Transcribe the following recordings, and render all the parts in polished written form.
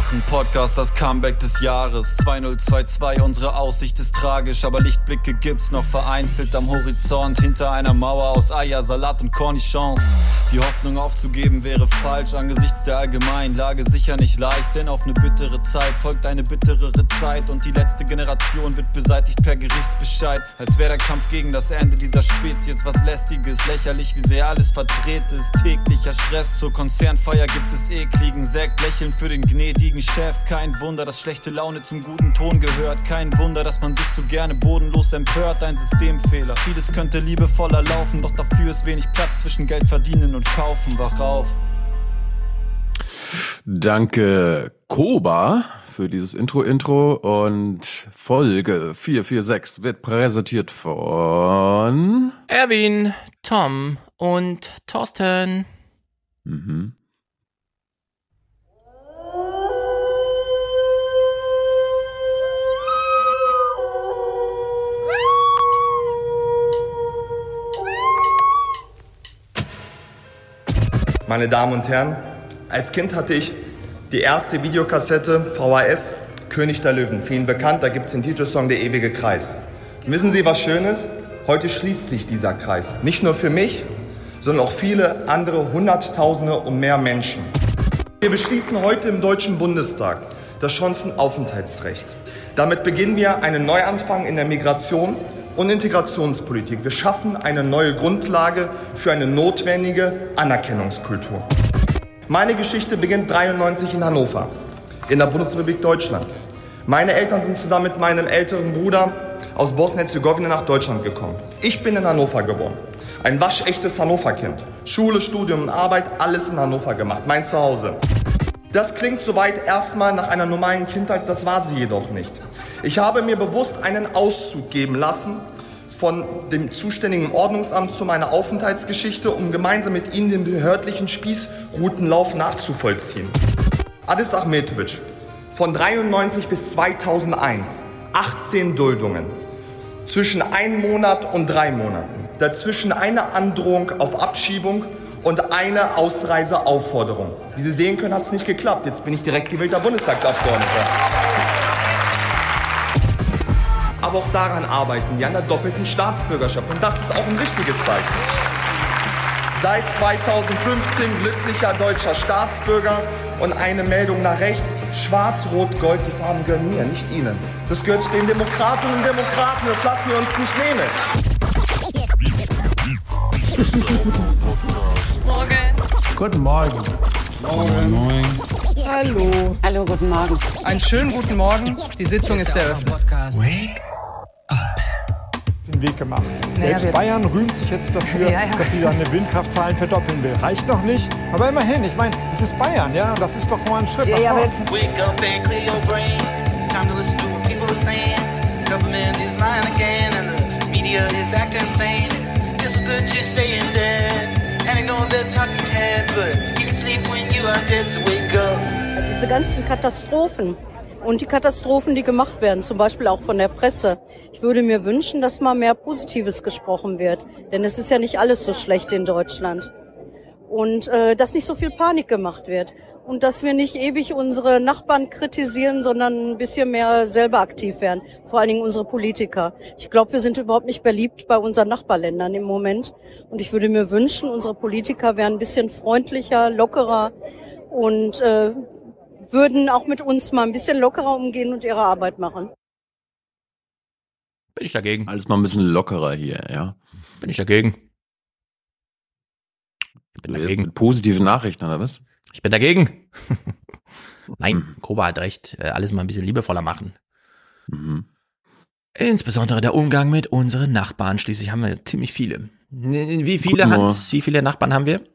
machen. Podcast, das Comeback des Jahres. 2022, unsere Aussicht ist tragisch, aber Lichtblicke gibt's noch vereinzelt am Horizont. Hinter einer Mauer aus Eier, Salat und Cornichons. Die Hoffnung aufzugeben wäre falsch, angesichts der allgemeinen Lage sicher nicht leicht. Denn auf eine bittere Zeit folgt eine bitterere Zeit. Und die letzte Generation wird beseitigt per Gerichtsbescheid. Als wäre der Kampf gegen das Ende dieser Spezies was Lästiges. Lächerlich, wie sehr alles verdreht ist. Täglicher Stress, zur Konzernfeier gibt es ekligen Sekt. Lächeln für den gnädigen Chef. Kein Wunder, dass schlechte Laune zum guten Ton gehört. Kein Wunder, dass man sich so gerne bodenlos empört. Ein Systemfehler, vieles könnte liebevoller laufen. Doch dafür ist wenig Platz zwischen Geld verdienen und kaufen. Wach auf. Danke Koba für dieses Intro und Folge 446 wird präsentiert von Erwin, Tom und Thorsten. Mhm. Meine Damen und Herren, als Kind hatte ich die erste Videokassette VHS König der Löwen, vielen bekannt, da gibt es den Titelsong Der ewige Kreis. Und wissen Sie, was schön ist? Heute schließt sich dieser Kreis. Nicht nur für mich, sondern auch viele andere Hunderttausende und mehr Menschen. Wir beschließen heute im Deutschen Bundestag das Chancenaufenthaltsrecht. Damit beginnen wir einen Neuanfang in der Migration und Integrationspolitik. Wir schaffen eine neue Grundlage für eine notwendige Anerkennungskultur. Meine Geschichte beginnt 1993 in Hannover, in der Bundesrepublik Deutschland. Meine Eltern sind zusammen mit meinem älteren Bruder aus Bosnien-Herzegowina nach Deutschland gekommen. Ich bin in Hannover geboren. Ein waschechtes Hannover-Kind. Schule, Studium und Arbeit, alles in Hannover gemacht. Mein Zuhause. Das klingt soweit erstmal nach einer normalen Kindheit, das war sie jedoch nicht. Ich habe mir bewusst einen Auszug geben lassen von dem zuständigen Ordnungsamt zu meiner Aufenthaltsgeschichte, um gemeinsam mit Ihnen den behördlichen Spießrutenlauf nachzuvollziehen. Adis Ahmetovic, von 93 bis 2001, 18 Duldungen, zwischen 1 Monat und 3 Monaten, dazwischen eine Androhung auf Abschiebung und eine Ausreiseaufforderung. Wie Sie sehen können, hat es nicht geklappt. Jetzt bin ich direkt gewählter Bundestagsabgeordneter. Aber auch daran arbeiten wir, an der doppelten Staatsbürgerschaft. Und das ist auch ein wichtiges Zeichen. Seit 2015 glücklicher deutscher Staatsbürger und eine Meldung nach rechts. Schwarz, Rot, Gold, die Farben gehören mir, nicht Ihnen. Das gehört den Demokratinnen und Demokraten, das lassen wir uns nicht nehmen. Morgen. Guten Morgen. Morgen. Moin. Hallo. Hallo, guten Morgen. Einen schönen guten Morgen. Die Sitzung ist eröffnet. Wake up. Den Weg gemacht. Selbst Bayern rühmt sich jetzt dafür, dass sie seine Windkraftzahlen verdoppeln will. Reicht noch nicht, aber immerhin. Ich meine, es ist Bayern, ja, und das ist doch mal ein Schritt nach vorne. Wake up and clear your brain. Time to listen to what people are saying. Government is lying again and the media is acting insane. It's good to stay in bed and ignore the talking heads, but you can sleep when you are dead, so wake up. Diese ganzen Katastrophen und die Katastrophen, die gemacht werden, zum Beispiel auch von der Presse. Ich würde mir wünschen, dass mal mehr Positives gesprochen wird, denn es ist ja nicht alles so schlecht in Deutschland. Und dass nicht so viel Panik gemacht wird und dass wir nicht ewig unsere Nachbarn kritisieren, sondern ein bisschen mehr selber aktiv werden, vor allen Dingen unsere Politiker. Ich glaube, wir sind überhaupt nicht beliebt bei unseren Nachbarländern im Moment und ich würde mir wünschen, unsere Politiker wären ein bisschen freundlicher, lockerer und würden auch mit uns mal ein bisschen lockerer umgehen und ihre Arbeit machen. Bin ich dagegen. Alles mal ein bisschen lockerer hier, ja. Bin ich dagegen. Ich bin dagegen. Mit positiven Nachrichten, oder was? Ich bin dagegen. Nein, Koba hat recht. Alles mal ein bisschen liebevoller machen. Mhm. Insbesondere der Umgang mit unseren Nachbarn. Schließlich haben wir ziemlich viele. Wie viele, Hans? Wie viele Nachbarn haben wir?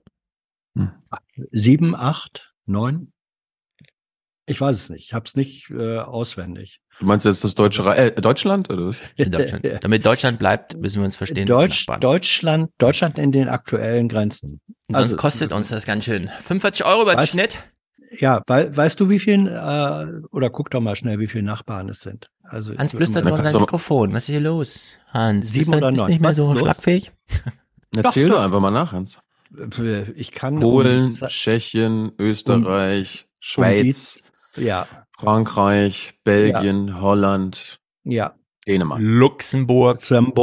7, 8, 9? Ich weiß es nicht. Ich habe es nicht auswendig. Du meinst jetzt das Deutschland? Oder? Deutschland. Damit Deutschland bleibt, müssen wir uns verstehen. Deutschland in den aktuellen Grenzen. Sonst kostet uns das ganz schön. 45 € über den Schnitt. Ja, weißt du, wie viel, oder guck doch mal schnell, wie viele Nachbarn es sind. Also Hans flüstert vor sein Mikrofon. Was ist hier los? Hans, 7 oder 9? Nicht mehr so schlagfähig? Erzähl doch einfach mal nach, Hans. Ich kann Polen, Tschechien, Österreich, Schweiz. Ja. Frankreich, Belgien, Holland, Dänemark. Luxemburg. Sind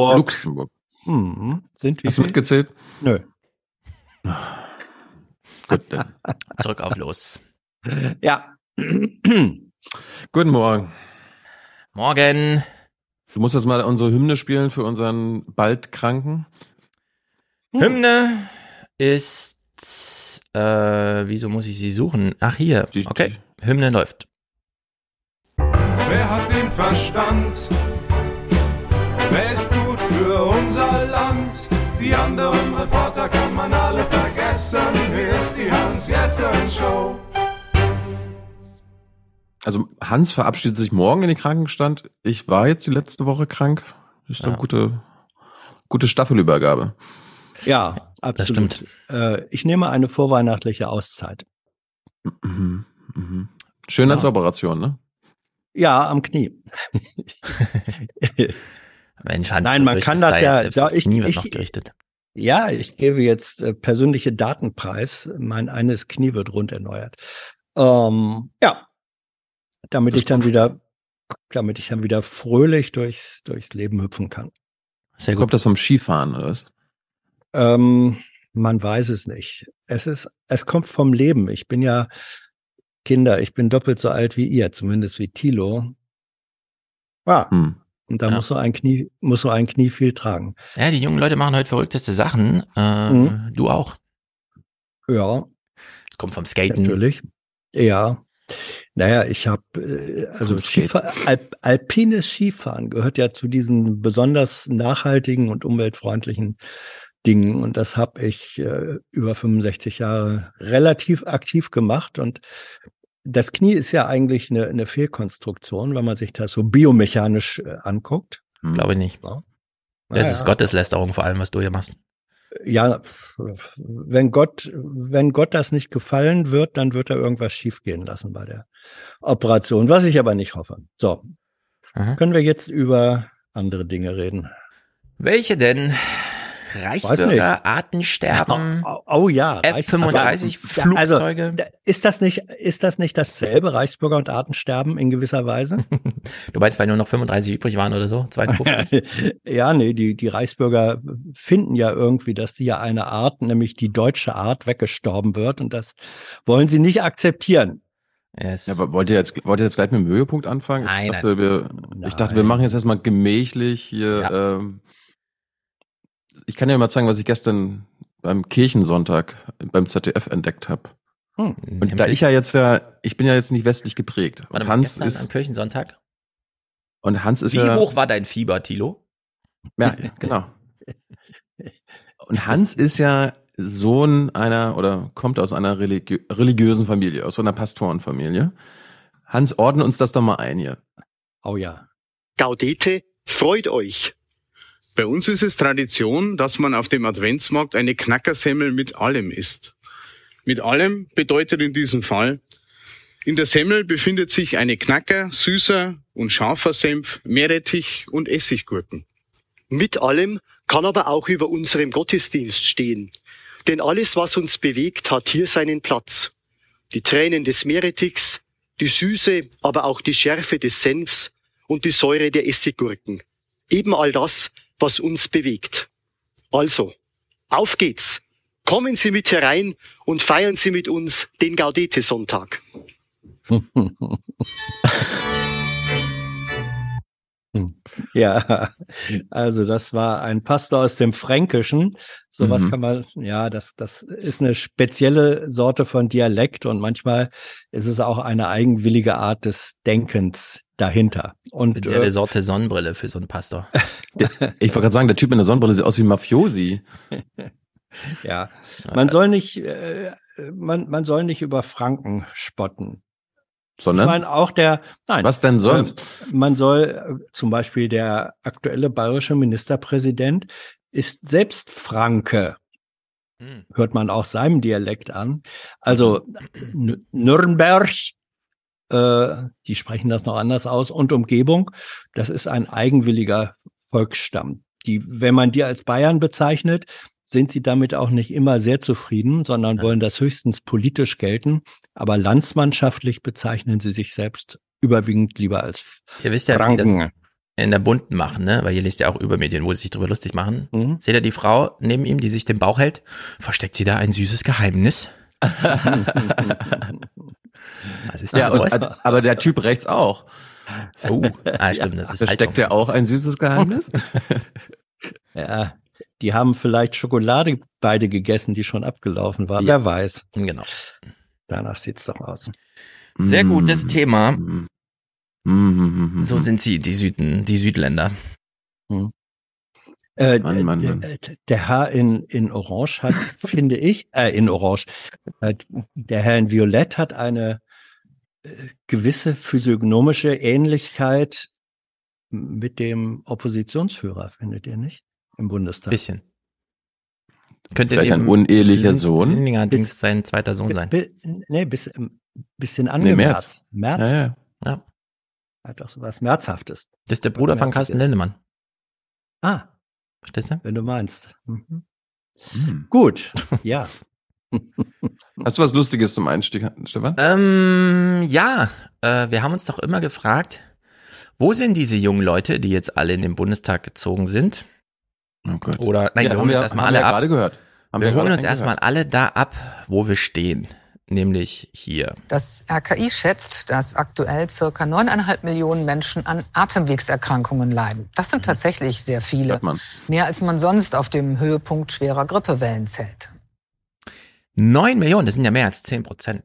wir? Hast du mitgezählt? Nö. Gut, dann. Zurück auf los. Ja. Guten Morgen. Morgen. Du musst jetzt mal unsere Hymne spielen für unseren bald Kranken. Hymne ist, wieso muss ich sie suchen? Ach, hier. Okay, Hymne läuft. Wer hat den Verstand? Wer ist gut für unser Land? Die anderen Reporter kann man alle vergessen. Hier ist die Hans-Jessen-Show. Also Hans verabschiedet sich morgen in den Krankenstand. Ich war jetzt die letzte Woche krank. Das ist eine gute Staffelübergabe. Ja, absolut. Das stimmt. Ich nehme eine vorweihnachtliche Auszeit. Schönheitsoperation, ne? Ja, am Knie. Mensch, Hans, nein, man kann das ja. Das Knie wird noch gerichtet. Ja, ich gebe jetzt persönliche Datenpreis. Mein eines Knie wird rund erneuert. Damit ich dann wieder fröhlich durchs Leben hüpfen kann. Sehr gut. Kommt das vom Skifahren, oder was? Man weiß es nicht. Es kommt vom Leben. Ich bin ja Kinder, ich bin doppelt so alt wie ihr, zumindest wie Thilo. Und da muss so ein Knie viel tragen. Ja, die jungen Leute machen heute verrückteste Sachen. Du auch. Ja. Es kommt vom Skaten. Natürlich. Ja. Naja, ich habe alpines Skifahren gehört ja zu diesen besonders nachhaltigen und umweltfreundlichen Dingen. Und das habe ich über 65 Jahre relativ aktiv gemacht. Und das Knie ist ja eigentlich eine Fehlkonstruktion, wenn man sich das so biomechanisch anguckt. Glaube ich nicht. Ja. Das ist Gotteslästerung vor allem, was du hier machst. Ja, wenn Gott das nicht gefallen wird, dann wird er irgendwas schiefgehen lassen bei der Operation, was ich aber nicht hoffe. So, können wir jetzt über andere Dinge reden. Welche denn? Reichsbürger, Artensterben, ja, F-35 Flugzeuge. Also, ist das nicht dasselbe, Reichsbürger und Artensterben in gewisser Weise? Du meinst, weil nur noch 35 übrig waren oder so? 52? Ja, nee, die Reichsbürger finden ja irgendwie, dass die ja eine Art, nämlich die deutsche Art, weggestorben wird und das wollen sie nicht akzeptieren. Yes. Ja, aber wollt ihr jetzt gleich mit dem Höhepunkt anfangen? Nein, ich dachte, wir machen jetzt erstmal gemächlich hier. Ja. Ich kann ja mal zeigen, was ich gestern beim Kirchensonntag beim ZDF entdeckt habe. Und da ich bin ja jetzt nicht westlich geprägt. Und Hans ist am Kirchensonntag. Und Hans ist Wie hoch war dein Fieber, Thilo? Ja, genau. Und Hans ist ja Sohn kommt aus einer religiösen Familie, aus so einer Pastorenfamilie. Hans, ordne uns das doch mal ein hier. Oh ja. Gaudete, freut euch. Bei uns ist es Tradition, dass man auf dem Adventsmarkt eine Knackersemmel mit allem isst. Mit allem bedeutet in diesem Fall, in der Semmel befindet sich eine Knacker, süßer und scharfer Senf, Meerrettich und Essiggurken. Mit allem kann aber auch über unserem Gottesdienst stehen. Denn alles, was uns bewegt, hat hier seinen Platz. Die Tränen des Meerrettichs, die Süße, aber auch die Schärfe des Senfs und die Säure der Essiggurken. Eben all das, was uns bewegt. Also, auf geht's. Kommen Sie mit herein und feiern Sie mit uns den Gaudete-Sonntag. Ja, also das war ein Pastor aus dem Fränkischen. Sowas kann man, das ist eine spezielle Sorte von Dialekt und manchmal ist es auch eine eigenwillige Art des Denkens dahinter. Und spezielle Sorte Sonnenbrille für so einen Pastor. Ich wollte gerade sagen, der Typ mit der Sonnenbrille sieht aus wie ein Mafiosi. Ja, man soll nicht über Franken spotten. Sondern? Ich meine auch was denn sonst? Man soll zum Beispiel der aktuelle bayerische Ministerpräsident ist selbst Franke. Hört man auch seinem Dialekt an. Also Nürnberg, die sprechen das noch anders aus, und Umgebung, das ist ein eigenwilliger Volksstamm. Wenn man die als Bayern bezeichnet, sind sie damit auch nicht immer sehr zufrieden, sondern wollen das höchstens politisch gelten. Aber landsmannschaftlich bezeichnen sie sich selbst überwiegend lieber als Ihr wisst ja, Franken. wie das in der Bunten machen, ne? Weil ihr lest ja auch Übermedien, wo sie sich drüber lustig machen. Seht ihr die Frau neben ihm, die sich den Bauch hält? Versteckt sie da ein süßes Geheimnis? Was ist das? Aber der Typ rechts auch. Stimmt, das ist versteckt er auch ein süßes Geheimnis? Ja, die haben vielleicht Schokolade beide gegessen, die schon abgelaufen war. Wer weiß. Genau. Danach sieht's doch aus. Sehr gutes Thema. So sind sie, die Südländer. Der Herr in Orange hat, finde ich, der Herr in Violett hat eine gewisse physiognomische Ähnlichkeit mit dem Oppositionsführer, findet ihr nicht? Im Bundestag. Bisschen. Könnte vielleicht ein unehelicher Sohn? Allerdings sein zweiter Sohn sein. Bisschen angemerzt. Merz. Ja. Hat doch so was Merzhaftes. Das ist der Bruder von Carsten Lindemann. Verstehst du? Wenn du meinst. Gut, ja. Hast du was Lustiges zum Einstieg, Stefan? Ja, wir haben uns doch immer gefragt, wo sind diese jungen Leute, die jetzt alle in den Bundestag gezogen sind? Oh Gott. Oder, nein, wir holen uns erstmal alle ab. Gerade gehört. Wir holen uns erstmal alle da ab, wo wir stehen. Nämlich hier. Das RKI schätzt, dass aktuell circa 9,5 Millionen Menschen an Atemwegserkrankungen leiden. Das sind tatsächlich sehr viele. Mehr als man sonst auf dem Höhepunkt schwerer Grippewellen zählt. 9 Millionen, das sind ja mehr als 10%.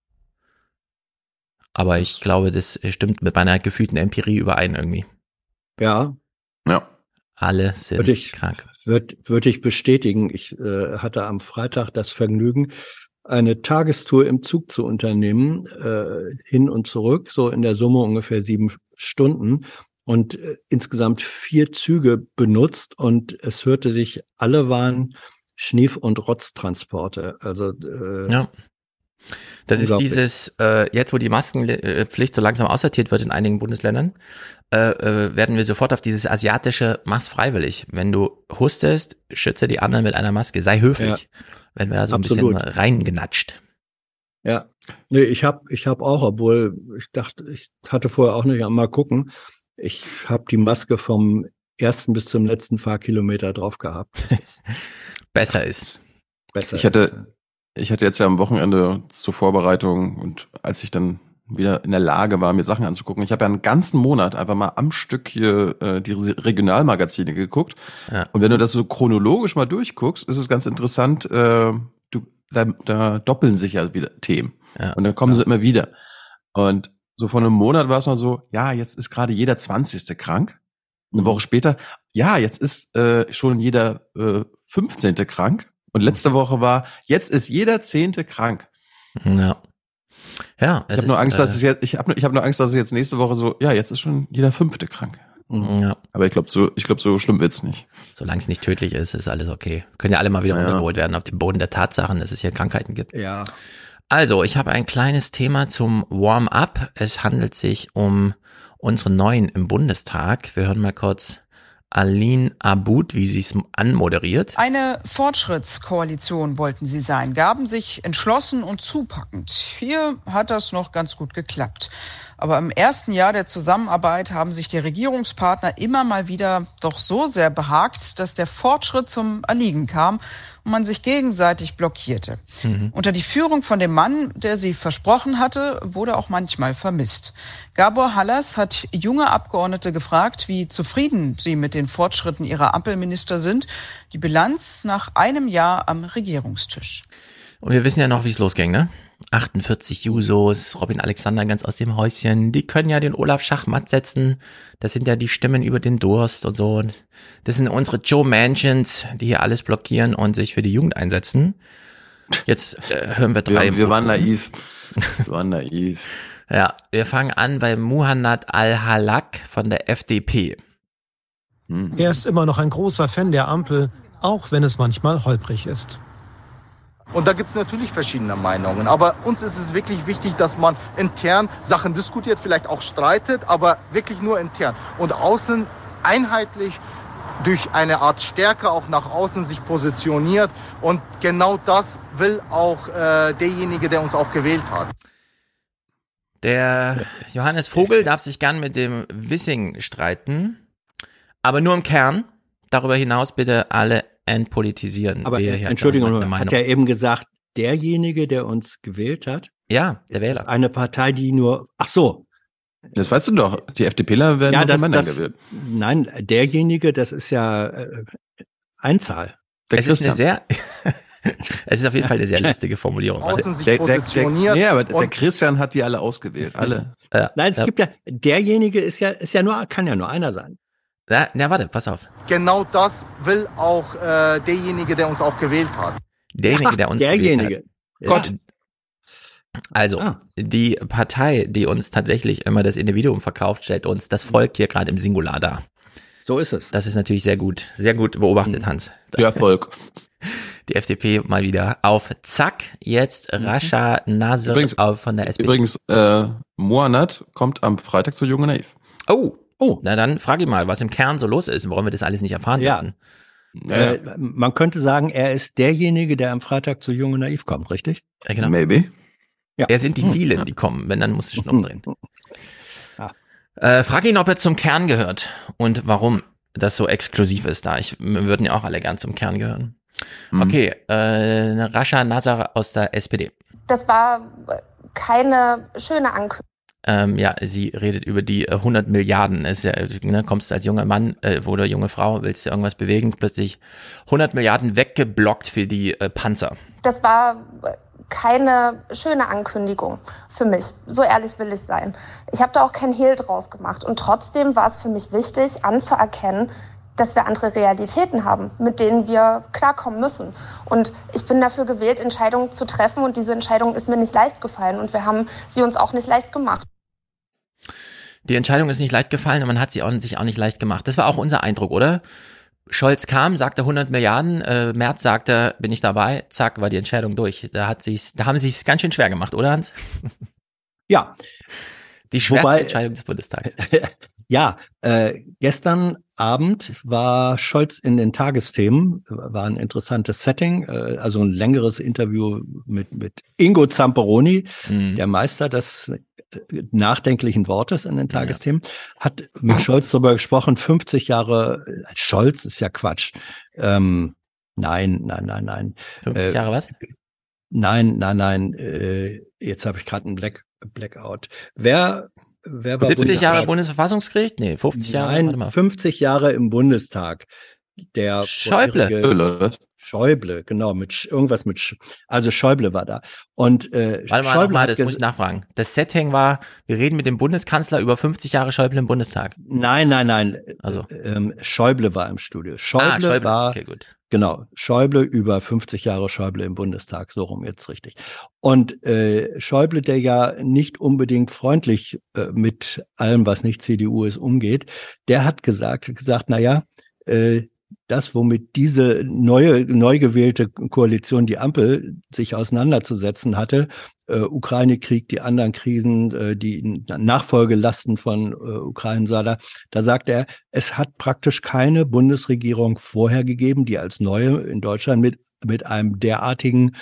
Aber ich glaube, das stimmt mit meiner gefühlten Empirie überein irgendwie. Ja. Alle sind krank. Würde ich bestätigen. Ich hatte am Freitag das Vergnügen, eine Tagestour im Zug zu unternehmen, hin und zurück, so in der Summe ungefähr 7 Stunden und insgesamt 4 Züge benutzt und es hörte sich, alle waren Schnief- und Rotztransporte. Also das ist dieses, jetzt wo die Maskenpflicht so langsam aussortiert wird in einigen Bundesländern, werden wir sofort auf dieses asiatische Mach's freiwillig. Wenn du hustest, schütze die anderen mit einer Maske, sei höflich. Ja. Wenn wir da so ein bisschen reingenatscht. Ja, nee, ich hab auch, obwohl ich hatte vorher auch nicht, mal gucken, ich habe die Maske vom ersten bis zum letzten Fahrkilometer drauf gehabt. Besser ist. Ich hatte jetzt ja am Wochenende zur Vorbereitung und als ich dann wieder in der Lage war, mir Sachen anzugucken. Ich habe ja einen ganzen Monat einfach mal am Stück hier die Regionalmagazine geguckt. Ja. Und wenn du das so chronologisch mal durchguckst, ist es ganz interessant, da doppeln sich ja wieder Themen. Ja. Und dann kommen sie immer wieder. Und so vor einem Monat war es mal so, ja, jetzt ist gerade jeder 20. krank. Eine Woche später, ja, jetzt ist schon jeder 15. krank. Und letzte Woche war, jetzt ist jeder 10. krank. Ja, ich habe nur Angst, dass ich habe nur Angst, dass es jetzt nächste Woche so, ja, jetzt ist schon jeder 5. krank. Ja. Aber ich glaube, so schlimm wird's nicht. Solange es nicht tödlich ist, ist alles okay. Können ja alle mal wieder runtergeholt werden auf den Boden der Tatsachen, dass es hier Krankheiten gibt. Ja. Also, ich habe ein kleines Thema zum Warm-up. Es handelt sich um unsere Neuen im Bundestag. Wir hören mal kurz Aline Abud, wie sie es anmoderiert. Eine Fortschrittskoalition wollten sie sein, gaben sich entschlossen und zupackend. Hier hat das noch ganz gut geklappt. Aber im ersten Jahr der Zusammenarbeit haben sich die Regierungspartner immer mal wieder doch so sehr behagt, dass der Fortschritt zum Erliegen kam und man sich gegenseitig blockierte. Unter die Führung von dem Mann, der sie versprochen hatte, wurde auch manchmal vermisst. Gabor Hallas hat junge Abgeordnete gefragt, wie zufrieden sie mit den Fortschritten ihrer Ampelminister sind. Die Bilanz nach einem Jahr am Regierungstisch. Und wir wissen ja noch, wie es losging, ne? 48 Jusos, Robin Alexander ganz aus dem Häuschen, die können ja den Olaf schachmatt setzen. Das sind ja die Stimmen über den Durst und so. Das sind unsere Joe Manchins, die hier alles blockieren und sich für die Jugend einsetzen. Jetzt hören wir 3. Wir waren naiv. Ja, wir fangen an bei Muhannad Al-Halak von der FDP. Er ist immer noch ein großer Fan der Ampel, auch wenn es manchmal holprig ist. Und da gibt es natürlich verschiedene Meinungen. Aber uns ist es wirklich wichtig, dass man intern Sachen diskutiert, vielleicht auch streitet, aber wirklich nur intern. Und außen einheitlich durch eine Art Stärke auch nach außen sich positioniert. Und genau das will auch derjenige, der uns auch gewählt hat. Der Johannes Vogel darf sich gern mit dem Wissing streiten, aber nur im Kern. Darüber hinaus bitte alle entpolitisieren. Aber Entschuldigung, hat er eben gesagt, derjenige, der uns gewählt hat? Ja, der Wähler. Ist eine Partei, die nur, ach so. Das weißt du doch, die FDPler werden nur von Männern gewählt. Nein, derjenige, das ist ja Einzahl. Es ist auf jeden Fall eine sehr lustige Formulierung. Aber der Christian hat die alle ausgewählt, alle. Nein, es gibt ja, derjenige kann ja nur einer sein. Ja, warte, pass auf. Genau das will auch derjenige, der uns auch gewählt hat. Derjenige, der uns gewählt hat. Gott. Also, die Partei, die uns tatsächlich immer das Individuum verkauft, stellt uns das Volk hier gerade im Singular dar. So ist es. Das ist natürlich sehr gut beobachtet, Hans. Ja, Volk. Die FDP mal wieder auf Zack, jetzt Rascha Nasr von der SPD. Übrigens, Moanat kommt am Freitag zu Jung und Naiv. Oh, na dann frage ich mal, was im Kern so los ist und warum wir das alles nicht erfahren dürfen. Man könnte sagen, er ist derjenige, der am Freitag zu Jung und Naiv kommt, richtig? Ja, genau. Maybe. Ja. Er sind die vielen, die kommen, wenn, dann musst du schon umdrehen. Frag ihn, ob er zum Kern gehört und warum das so exklusiv ist da. Wir würden ja auch alle gern zum Kern gehören. Okay, Rascha Nasr aus der SPD. Das war keine schöne Ankündigung. Sie redet über die 100 Milliarden. Ist ja, kommst du als junger Mann oder junge Frau, willst du irgendwas bewegen, plötzlich 100 Milliarden weggeblockt für die Panzer. Das war keine schöne Ankündigung für mich. So ehrlich will ich sein. Ich habe da auch kein Hehl draus gemacht. Und trotzdem war es für mich wichtig, anzuerkennen, dass wir andere Realitäten haben, mit denen wir klarkommen müssen. Und ich bin dafür gewählt, Entscheidungen zu treffen. Und diese Entscheidung ist mir nicht leicht gefallen. Und wir haben sie uns auch nicht leicht gemacht. Die Entscheidung ist nicht leicht gefallen und man hat sich auch nicht leicht gemacht. Das war auch unser Eindruck, oder? Scholz kam, sagte 100 Milliarden, Merz sagte, bin ich dabei, zack, war die Entscheidung durch. Da haben sie es ganz schön schwer gemacht, oder Hans? Ja. Die schwerste Entscheidung des Bundestages. Ja, gestern Abend war Scholz in den Tagesthemen, war ein interessantes Setting, also ein längeres Interview mit Ingo Zamperoni, der Meister des nachdenklichen Wortes in den Tagesthemen, hat mit Scholz darüber gesprochen, 50 Jahre, Scholz ist ja Quatsch. Nein. 50 Jahre was? Nein, jetzt habe ich gerade einen Blackout. Wer war 70 Jahre Bundesverfassungsgericht? Nee, 50 Jahre. Nein, 50 Jahre im Bundestag. Der Schäuble, genau, also Schäuble war da. Und Warte mal, das muss ich nachfragen. Das Setting war, wir reden mit dem Bundeskanzler über 50 Jahre Schäuble im Bundestag. Nein. Also. Schäuble war im Studio. Schäuble war, okay, gut. Genau, Schäuble über 50 Jahre Schäuble im Bundestag, so rum jetzt richtig. Und Schäuble, der ja nicht unbedingt freundlich mit allem, was nicht CDU ist, umgeht, der hat gesagt, das, womit diese neu gewählte Koalition, die Ampel, sich auseinanderzusetzen hatte, Ukraine-Krieg, die anderen Krisen, die Nachfolgelasten von Ukraine, da sagt er, es hat praktisch keine Bundesregierung vorher gegeben, die als neue in Deutschland mit einer derartigen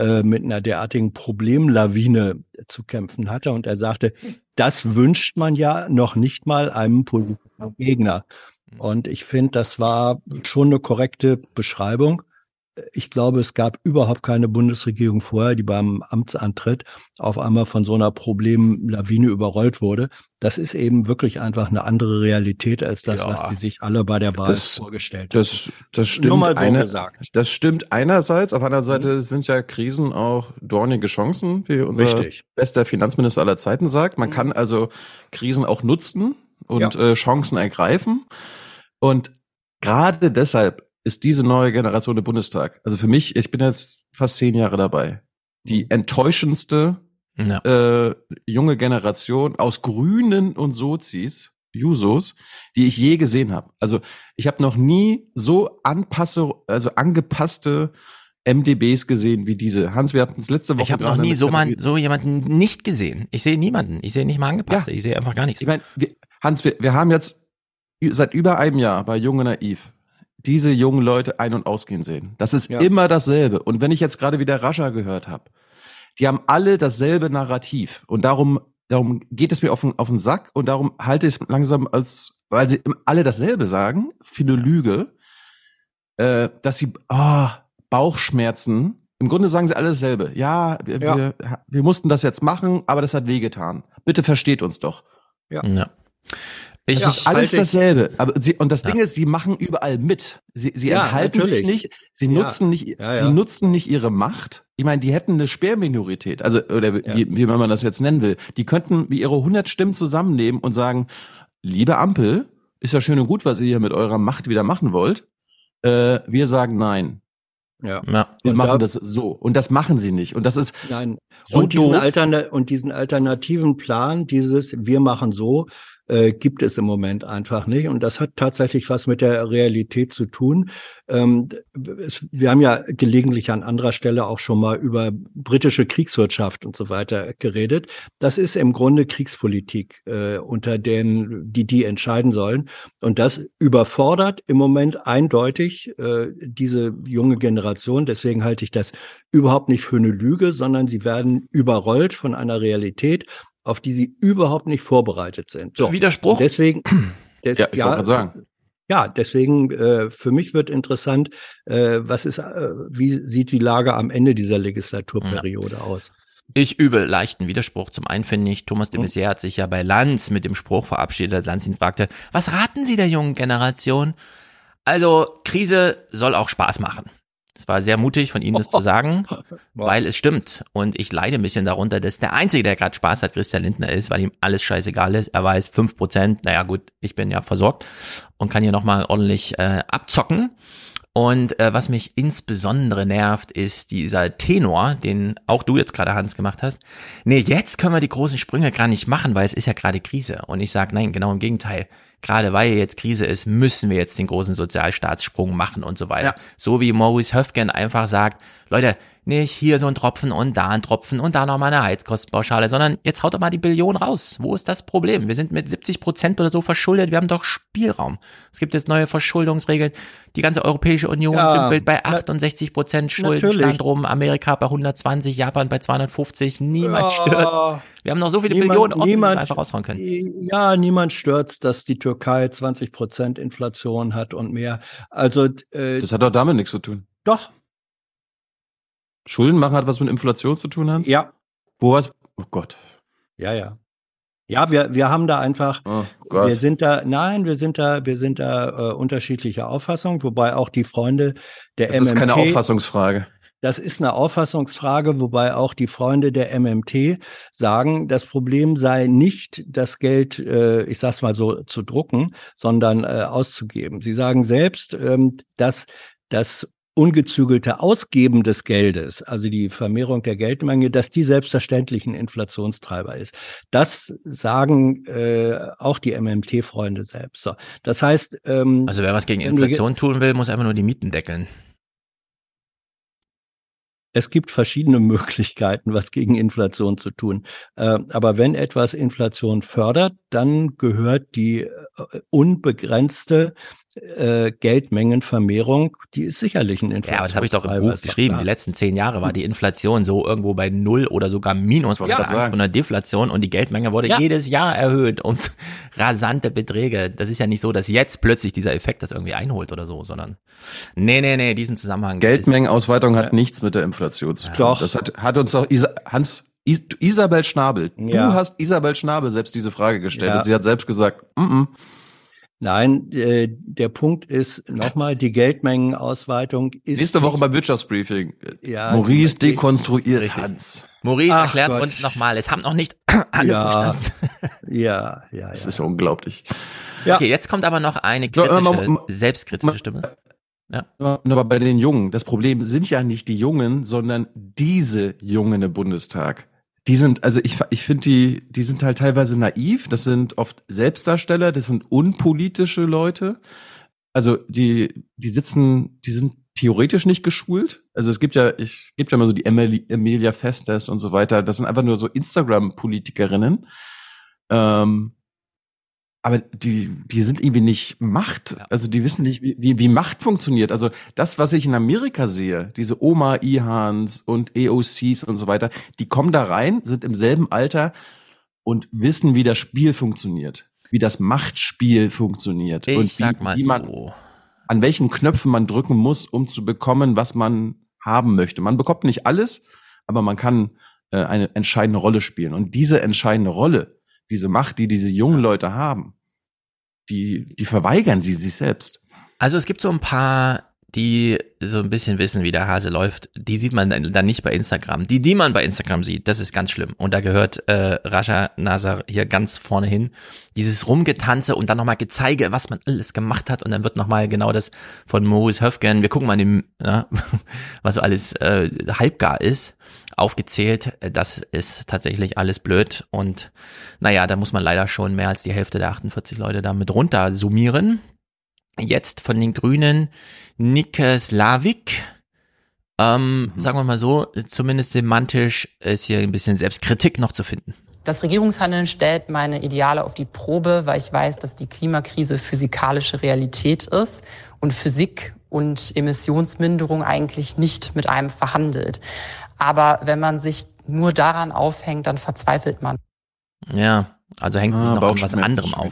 Problemlawine zu kämpfen hatte. Und er sagte, das wünscht man ja noch nicht mal einem politischen Gegner. Und ich finde, das war schon eine korrekte Beschreibung. Ich glaube, es gab überhaupt keine Bundesregierung vorher, die beim Amtsantritt auf einmal von so einer Problemlawine überrollt wurde. Das ist eben wirklich einfach eine andere Realität als das, was die sich alle bei der Wahl vorgestellt haben. Das stimmt. Nur mal so gesagt. Das stimmt einerseits. Auf der anderen Seite sind ja Krisen auch dornige Chancen, wie unser bester Finanzminister aller Zeiten sagt. Man kann also Krisen auch nutzen und Chancen ergreifen. Und gerade deshalb ist diese neue Generation im Bundestag, also für mich, ich bin jetzt fast 10 Jahre dabei, die enttäuschendste junge Generation aus Grünen und Jusos, die ich je gesehen habe. Also ich habe noch nie so angepasste MDBs gesehen wie diese. Hans, wir hatten es letzte Woche. Ich habe noch nie so jemanden nicht gesehen. Ich sehe niemanden. Ich sehe nicht mal angepasst. Ich sehe einfach gar nichts. Ich meine, Hans, wir haben jetzt seit über einem Jahr bei Jung und Naiv diese jungen Leute ein- und ausgehen sehen. Das ist immer dasselbe. Und wenn ich jetzt gerade wieder Rascha gehört habe, die haben alle dasselbe Narrativ. Und darum geht es mir auf den Sack und darum halte ich es langsam weil sie alle dasselbe sagen, für eine Lüge, dass sie Bauchschmerzen, im Grunde sagen sie alle dasselbe. Ja, wir mussten das jetzt machen, aber das hat wehgetan. Bitte versteht uns doch. Ja. Es ist alles dasselbe. Aber das Ding ist, sie machen überall mit. Sie enthalten sich nicht. Sie nutzen nicht ihre Macht. Ich meine, die hätten eine Sperrminorität. Also, oder wie man das jetzt nennen will. Die könnten wie ihre 100 Stimmen zusammennehmen und sagen, liebe Ampel, ist ja schön und gut, was ihr hier mit eurer Macht wieder machen wollt. Wir sagen nein. Ja. Wir machen das so. Und das machen sie nicht. Und das ist so doof. Und diesen alternativen Plan, wir machen so, gibt es im Moment einfach nicht. Und das hat tatsächlich was mit der Realität zu tun. Wir haben ja gelegentlich an anderer Stelle auch schon mal über britische Kriegswirtschaft und so weiter geredet. Das ist im Grunde Kriegspolitik, unter denen die entscheiden sollen. Und das überfordert im Moment eindeutig diese junge Generation. Deswegen halte ich das überhaupt nicht für eine Lüge, sondern sie werden überrollt von einer Realität, auf die sie überhaupt nicht vorbereitet sind. So. Widerspruch? Deswegen, ich wollte gerade sagen. Ja, deswegen für mich wird interessant, wie sieht die Lage am Ende dieser Legislaturperiode aus? Ich übe leichten Widerspruch. Zum einen finde ich, Thomas de Maizière hat sich ja bei Lanz mit dem Spruch verabschiedet, als Lanz ihn fragte, was raten Sie der jungen Generation? Also, Krise soll auch Spaß machen. Es war sehr mutig von ihm, das zu sagen, weil es stimmt. Und ich leide ein bisschen darunter, dass der Einzige, der gerade Spaß hat, Christian Lindner ist, weil ihm alles scheißegal ist. Er weiß 5%, naja gut, ich bin ja versorgt und kann hier nochmal ordentlich abzocken. Und was mich insbesondere nervt, ist dieser Tenor, den auch du jetzt gerade, Hans, gemacht hast. Nee, jetzt können wir die großen Sprünge gar nicht machen, weil es ist ja gerade Krise. Und ich sage, nein, genau im Gegenteil. Gerade weil jetzt Krise ist, müssen wir jetzt den großen Sozialstaatssprung machen und so weiter. Ja. So wie Maurice Höfgen einfach sagt, Leute, nicht hier so ein Tropfen und da ein Tropfen und da nochmal eine Heizkostenpauschale, sondern jetzt haut doch mal die Billion raus. Wo ist das Problem? Wir sind mit 70% oder so verschuldet, wir haben doch Spielraum. Es gibt jetzt neue Verschuldungsregeln. Die ganze Europäische Union dümpelt bei 68% Schuldenstand rum, Amerika bei 120, Japan bei 250. Niemand stört. Wir haben noch so viele Billionen offen, die wir einfach raushauen können. Ja, niemand stört, dass die Türkei 20% Inflation hat und mehr. Also das hat doch damit nichts zu tun. Doch. Schulden machen hat was mit Inflation zu tun, Hans? Ja. Oh Gott. Ja. Ja, wir haben da einfach, wir sind da unterschiedlicher Auffassung, wobei auch die Freunde der MMT. Das ist keine Auffassungsfrage. Das ist eine Auffassungsfrage, wobei auch die Freunde der MMT sagen, das Problem sei nicht, das Geld, ich sag's mal so, zu drucken, sondern auszugeben. Sie sagen selbst, dass das ungezügelte Ausgeben des Geldes, also die Vermehrung der Geldmenge, dass die selbstverständlich ein Inflationstreiber ist. Das sagen auch die MMT-Freunde selbst. So, das heißt, also wer was gegen Inflation tun will, muss einfach nur die Mieten deckeln. Es gibt verschiedene Möglichkeiten, was gegen Inflation zu tun. Aber wenn etwas Inflation fördert, dann gehört die unbegrenzte Geldmengenvermehrung, die ist sicherlich ein Inflationstreiber. Ja, aber das habe ich doch im Buch geschrieben. Die letzten 10 Jahre war die Inflation so irgendwo bei 0 oder sogar Minus, weil Angst von der Deflation, und die Geldmenge wurde jedes Jahr erhöht um rasante Beträge. Das ist ja nicht so, dass jetzt plötzlich dieser Effekt das irgendwie einholt oder so, sondern nee, diesen Zusammenhang. Geldmengenausweitung hat nichts mit der Inflation zu tun. Doch. Das hat uns doch Isabel Schnabel. Du hast Isabel Schnabel selbst diese Frage gestellt und sie hat selbst gesagt, Nein, der Punkt ist nochmal, die Geldmengenausweitung ist. Nächste Woche beim Wirtschaftsbriefing. Maurice dekonstruiert Hans. Maurice erklärt uns nochmal, es haben noch nicht alle verstanden. Ja. Das ist ja unglaublich. Ja. Okay, jetzt kommt aber noch eine selbstkritische Stimme. Ja. Aber bei den Jungen, das Problem sind ja nicht die Jungen, sondern diese Jungen im Bundestag. Die sind, also ich finde, die sind halt teilweise naiv, das sind oft Selbstdarsteller, das sind unpolitische Leute. Also die sind theoretisch nicht geschult. Also es gibt ja mal so die Emilia Festes und so weiter, das sind einfach nur so Instagram-Politikerinnen. Aber die sind irgendwie nicht Macht. Ja. Also die wissen nicht, wie Macht funktioniert. Also das, was ich in Amerika sehe, diese Oma Ihans und EOCs und so weiter, die kommen da rein, sind im selben Alter und wissen, wie das Spiel funktioniert, wie das Machtspiel funktioniert. Ich sag mal so. An welchen Knöpfen man drücken muss, um zu bekommen, was man haben möchte. Man bekommt nicht alles, aber man kann eine entscheidende Rolle spielen. Und diese entscheidende Rolle, diese Macht, die diese jungen Leute haben, die verweigern sie sich selbst. Also es gibt so ein paar, die so ein bisschen wissen, wie der Hase läuft. Die sieht man dann nicht bei Instagram. Die man bei Instagram sieht, das ist ganz schlimm. Und da gehört Rasha Nazar hier ganz vorne hin. Dieses Rumgetanze und dann nochmal Gezeige, was man alles gemacht hat. Und dann wird nochmal genau das von Maurice Höfgen, wir gucken mal, was so alles halbgar ist, aufgezählt. Das ist tatsächlich alles blöd. Und naja, da muss man leider schon mehr als die Hälfte der 48 Leute da mit runter summieren. Jetzt von den Grünen Nike Slavik. Sagen wir mal so, zumindest semantisch ist hier ein bisschen Selbstkritik noch zu finden. Das Regierungshandeln stellt meine Ideale auf die Probe, weil ich weiß, dass die Klimakrise physikalische Realität ist und Physik und Emissionsminderung eigentlich nicht mit einem verhandelt. Aber wenn man sich nur daran aufhängt, dann verzweifelt man. Ja, also hängt sich noch an was anderem auf.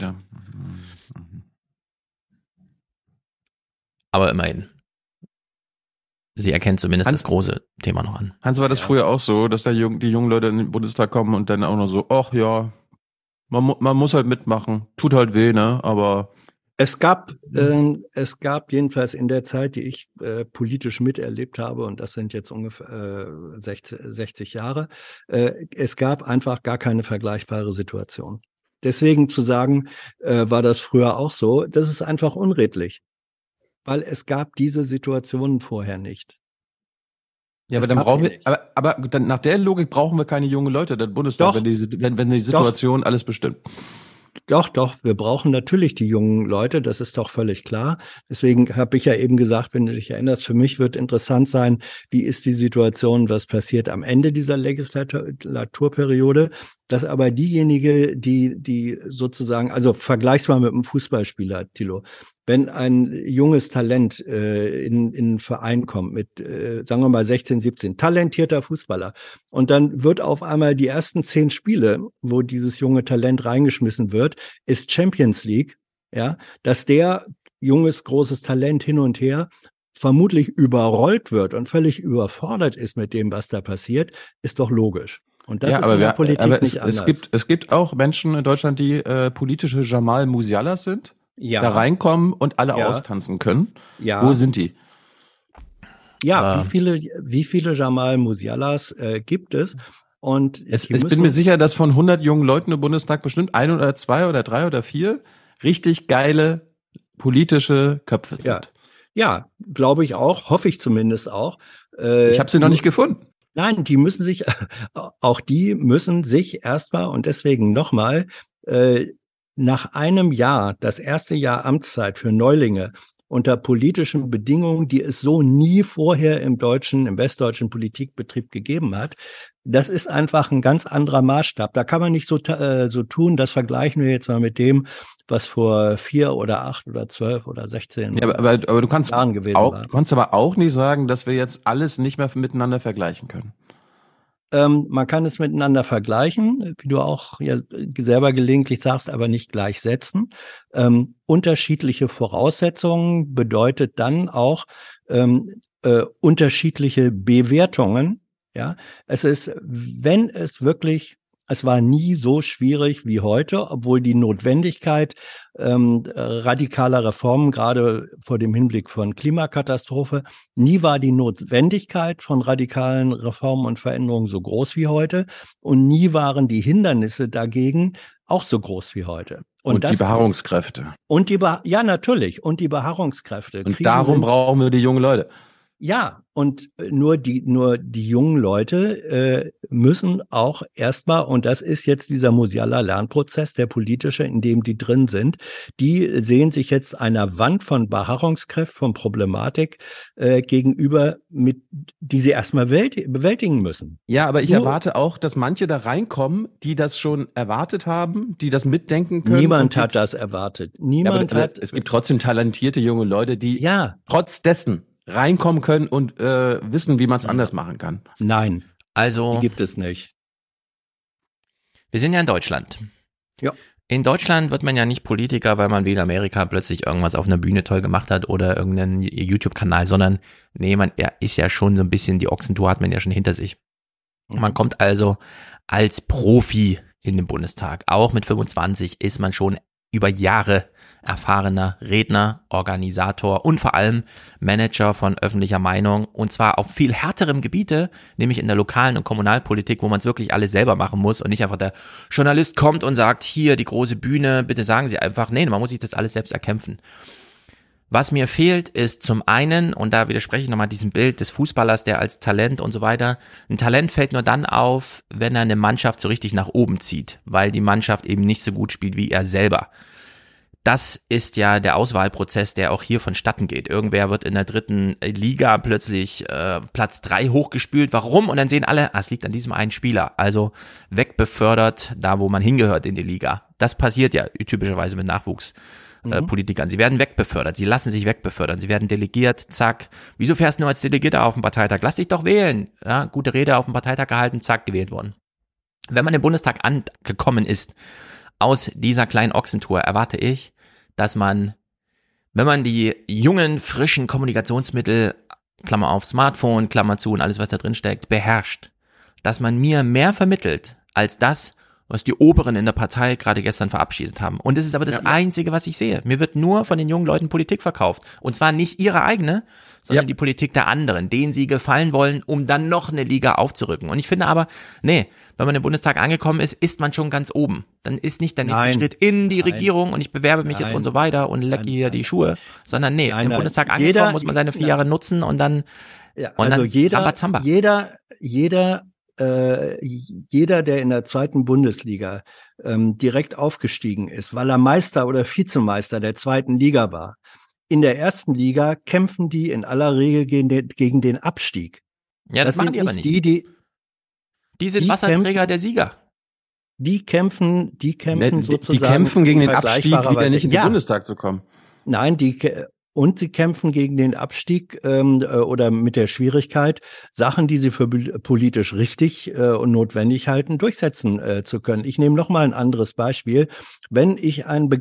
Aber immerhin. Sie erkennt zumindest das große Thema noch an. Hans, war das früher auch so, dass die jungen Leute in den Bundestag kommen und dann auch noch so, ach ja, man muss halt mitmachen, tut halt weh, ne, aber... Es gab jedenfalls in der Zeit, die ich politisch miterlebt habe, und das sind jetzt ungefähr 60 Jahre, es gab einfach gar keine vergleichbare Situation. Deswegen zu sagen, war das früher auch so, das ist einfach unredlich. Weil es gab diese Situationen vorher nicht. Ja, aber dann brauchen wir, aber dann nach der Logik brauchen wir keine jungen Leute, der Bundestag, wenn die Situation alles bestimmt. Doch, wir brauchen natürlich die jungen Leute, das ist doch völlig klar. Deswegen habe ich ja eben gesagt, wenn du dich erinnerst, für mich wird interessant sein, wie ist die Situation, was passiert am Ende dieser Legislaturperiode, dass aber diejenige, die sozusagen, also vergleich's mal mit einem Fußballspieler, Thilo, wenn ein junges Talent in einen Verein kommt mit, sagen wir mal 16, 17, talentierter Fußballer und dann wird auf einmal die ersten 10 Spiele, wo dieses junge Talent reingeschmissen wird, ist Champions League, ja, dass der junges, großes Talent hin und her vermutlich überrollt wird und völlig überfordert ist mit dem, was da passiert, ist doch logisch. Und das ist in der Politik nicht anders. Es gibt auch Menschen in Deutschland, die politische Jamal Musialas sind. Ja. Da reinkommen und alle austanzen können. Ja. Wo sind die? Ja, wie viele Jamal Musialas gibt es? Und ich bin mir sicher, dass von 100 jungen Leuten im Bundestag bestimmt 1 oder 2 oder 3 oder 4 richtig geile politische Köpfe sind. Ja, glaube ich auch, hoffe ich zumindest auch. Ich habe sie noch nicht gefunden. Nein, die müssen sich erstmal und deswegen nochmal nach einem Jahr, das erste Jahr Amtszeit für Neulinge unter politischen Bedingungen, die es so nie vorher im westdeutschen Politikbetrieb gegeben hat, das ist einfach ein ganz anderer Maßstab. Da kann man nicht so tun, das vergleichen wir jetzt mal mit dem, was vor 4 oder 8 oder 12 oder 16 aber du kannst Jahren gewesen war. Du kannst aber auch nicht sagen, dass wir jetzt alles nicht mehr miteinander vergleichen können. Man kann es miteinander vergleichen, wie du auch ja selber gelegentlich sagst, aber nicht gleichsetzen. Unterschiedliche Voraussetzungen bedeutet dann auch unterschiedliche Bewertungen. Ja, es war nie so schwierig wie heute, obwohl die Notwendigkeit radikaler Reformen, gerade vor dem Hinblick von Klimakatastrophe, nie war die Notwendigkeit von radikalen Reformen und Veränderungen so groß wie heute und nie waren die Hindernisse dagegen auch so groß wie heute. Und die Beharrungskräfte. Ja, natürlich. Und die Beharrungskräfte. Und darum brauchen wir die jungen Leute. Ja, und nur die jungen Leute müssen auch erstmal, und das ist jetzt dieser Musiala Lernprozess, der politische, in dem die drin sind, die sehen sich jetzt einer Wand von Beharrungskräften, von Problematik gegenüber, die sie erstmal bewältigen müssen. Ja, aber ich erwarte auch, dass manche da reinkommen, die das schon erwartet haben, die das mitdenken können. Niemand hat das erwartet. Es gibt trotzdem talentierte junge Leute, die trotz dessen reinkommen können und wissen, wie man es anders machen kann. Nein, also die gibt es nicht. Wir sind ja in Deutschland. Ja. In Deutschland wird man ja nicht Politiker, weil man wie in Amerika plötzlich irgendwas auf einer Bühne toll gemacht hat oder irgendeinen YouTube-Kanal, sondern man ist ja schon so ein bisschen, die Ochsentour hat man ja schon hinter sich. Man kommt also als Profi in den Bundestag. Auch mit 25 ist man schon über Jahre erfahrener Redner, Organisator und vor allem Manager von öffentlicher Meinung, und zwar auf viel härterem Gebiete, nämlich in der lokalen und Kommunalpolitik, wo man es wirklich alles selber machen muss und nicht einfach der Journalist kommt und sagt, hier die große Bühne, bitte sagen Sie einfach. Nee, man muss sich das alles selbst erkämpfen. Was mir fehlt, ist zum einen, und da widerspreche ich nochmal diesem Bild des Fußballers, der als Talent und so weiter, ein Talent fällt nur dann auf, wenn er eine Mannschaft so richtig nach oben zieht, weil die Mannschaft eben nicht so gut spielt wie er selber. Das ist ja der Auswahlprozess, der auch hier vonstatten geht. Irgendwer wird in der 3. Liga plötzlich Platz 3 hochgespült. Warum? Und dann sehen alle, es liegt an diesem einen Spieler. Also wegbefördert, da wo man hingehört in die Liga. Das passiert ja typischerweise mit Nachwuchspolitikern. Sie werden wegbefördert, sie lassen sich wegbefördern, sie werden delegiert, zack. Wieso fährst du nur als Delegierter auf den Parteitag? Lass dich doch wählen. Ja, gute Rede auf dem Parteitag gehalten, zack, gewählt worden. Wenn man im Bundestag angekommen ist, aus dieser kleinen Ochsentour erwarte ich, dass man, wenn man die jungen, frischen Kommunikationsmittel, Klammer auf Smartphone, Klammer zu und alles, was da drin steckt, beherrscht, dass man mir mehr vermittelt als das, was die Oberen in der Partei gerade gestern verabschiedet haben. Und das ist aber das Einzige, was ich sehe. Mir wird nur von den jungen Leuten Politik verkauft. Und zwar nicht ihre eigene, sondern die Politik der anderen, denen sie gefallen wollen, um dann noch eine Liga aufzurücken. Und ich finde aber, wenn man im Bundestag angekommen ist, ist man schon ganz oben. Dann ist nicht der nächste Schritt in die Regierung und ich bewerbe mich jetzt und so weiter und lecke hier die Schuhe, sondern im Bundestag angekommen muss man seine 4 Jahre nutzen und dann, Rambazamba. Jeder, der in der 2. Bundesliga direkt aufgestiegen ist, weil er Meister oder Vizemeister der 2. Liga war. In der 1. Liga kämpfen die in aller Regel gegen den Abstieg. Ja, das machen die aber nicht. Die sind Wasserträger der Sieger. Die kämpfen sozusagen. Die kämpfen gegen den Abstieg, wieder nicht in den Bundestag zu kommen. Nein, und sie kämpfen gegen den Abstieg oder mit der Schwierigkeit, Sachen, die sie für politisch richtig und notwendig halten, durchsetzen zu können. Ich nehme noch mal ein anderes Beispiel. Wenn ich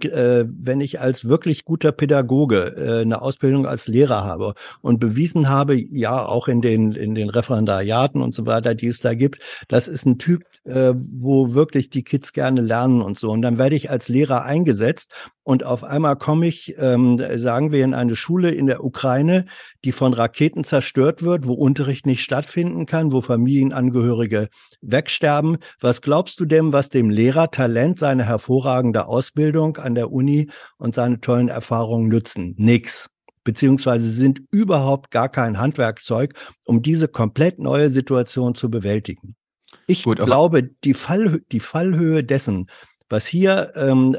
als wirklich guter Pädagoge eine Ausbildung als Lehrer habe und bewiesen habe, ja auch in den Referendariaten und so weiter, die es da gibt, das ist ein Typ, wo wirklich die Kids gerne lernen und so. Und dann werde ich als Lehrer eingesetzt und auf einmal komme ich, sagen wir, in eine Schule in der Ukraine, die von Raketen zerstört wird, wo Unterricht nicht stattfinden kann, wo Familienangehörige wegsterben. Was glaubst du denn, was dem Lehrer Talent, seine hervorragende Ausbildung an der Uni und seine tollen Erfahrungen nützen? Nix. Beziehungsweise sind überhaupt gar kein Handwerkzeug, um diese komplett neue Situation zu bewältigen. Ich glaube, die Fallhöhe dessen, was hier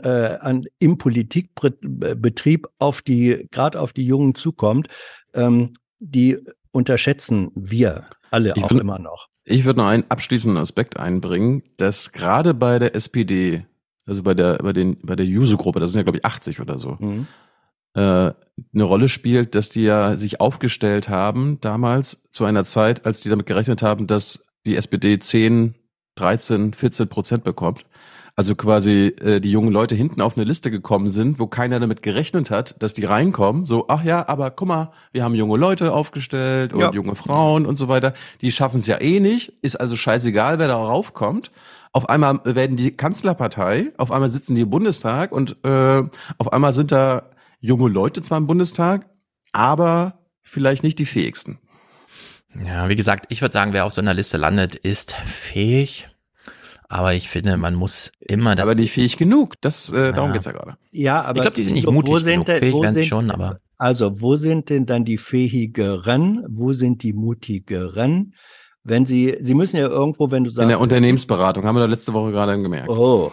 im Politikbetrieb gerade auf die Jungen zukommt, die unterschätzen wir alle immer noch. Ich würde noch einen abschließenden Aspekt einbringen, dass gerade bei der SPD, also bei der Juso-Gruppe, das sind ja glaube ich 80 oder so, eine Rolle spielt, dass die ja sich aufgestellt haben damals zu einer Zeit, als die damit gerechnet haben, dass die SPD 10, 13, 14% bekommt. Also quasi die jungen Leute hinten auf eine Liste gekommen sind, wo keiner damit gerechnet hat, dass die reinkommen. So, ach ja, aber guck mal, wir haben junge Leute aufgestellt und junge Frauen und so weiter. Die schaffen es ja eh nicht. Ist also scheißegal, wer da raufkommt. Auf einmal werden die Kanzlerpartei, auf einmal sitzen die im Bundestag und auf einmal sind da junge Leute zwar im Bundestag, aber vielleicht nicht die fähigsten. Ja, wie gesagt, ich würde sagen, wer auf so einer Liste landet, ist fähig. Aber ich finde, man muss immer das. Aber nicht fähig genug, darum geht's ja gerade. Ja, aber ich glaube, die sind nicht mutig genug. Fähig werden sie schon, aber. Also, wo sind denn dann die Fähigeren? Wo sind die Mutigeren? Wenn Sie müssen ja irgendwo, wenn du sagst... In der Unternehmensberatung, haben wir da letzte Woche gerade gemerkt. Oh.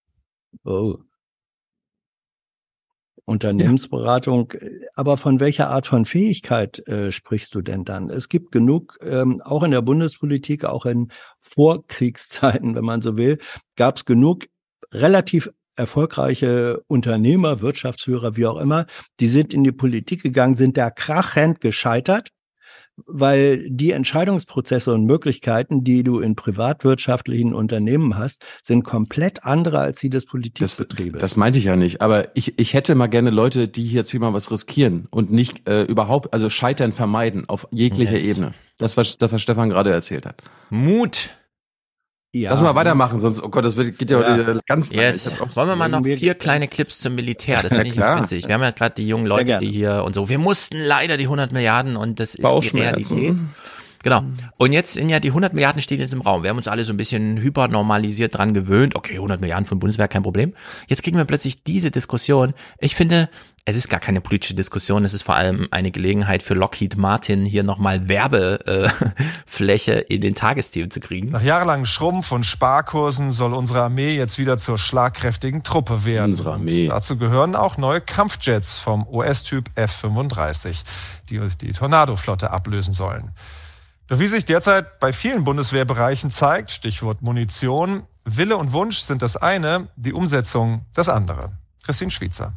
Unternehmensberatung, aber von welcher Art von Fähigkeit sprichst du denn dann? Es gibt genug, auch in der Bundespolitik, auch in Vorkriegszeiten, wenn man so will, gab es genug relativ erfolgreiche Unternehmer, Wirtschaftsführer, wie auch immer, die sind in die Politik gegangen, sind da krachend gescheitert, weil die Entscheidungsprozesse und Möglichkeiten, die du in privatwirtschaftlichen Unternehmen hast, sind komplett andere als die des Politikbetriebes. Das meinte ich ja nicht, aber ich hätte mal gerne Leute, die jetzt hier mal was riskieren und nicht überhaupt, also Scheitern vermeiden auf jeglicher Ebene. Das, was Stefan gerade erzählt hat. Mut. Ja. Lass mal weitermachen, sonst, oh Gott, das geht ja heute ganz lang. Yes. Wollen wir mal noch 4 kleine Clips zum Militär? Das finde ich witzig. Wir haben ja gerade die jungen Leute, die hier und so, wir mussten leider die 100 Milliarden und das ist die Realität. Genau. Und jetzt sind ja die 100 Milliarden stehen jetzt im Raum. Wir haben uns alle so ein bisschen hypernormalisiert dran gewöhnt. Okay, 100 Milliarden für ein Bundeswehr, kein Problem. Jetzt kriegen wir plötzlich diese Diskussion. Ich finde, es ist gar keine politische Diskussion. Es ist vor allem eine Gelegenheit für Lockheed Martin, hier nochmal Werbefläche in den Tagesstil zu kriegen. Nach jahrelangem Schrumpf und Sparkursen soll unsere Armee jetzt wieder zur schlagkräftigen Truppe werden. Unsere Armee. Und dazu gehören auch neue Kampfjets vom US-Typ F-35, die die Tornado-Flotte ablösen sollen. Doch wie sich derzeit bei vielen Bundeswehrbereichen zeigt, Stichwort Munition, Wille und Wunsch sind das eine, die Umsetzung das andere. Christine Schweizer.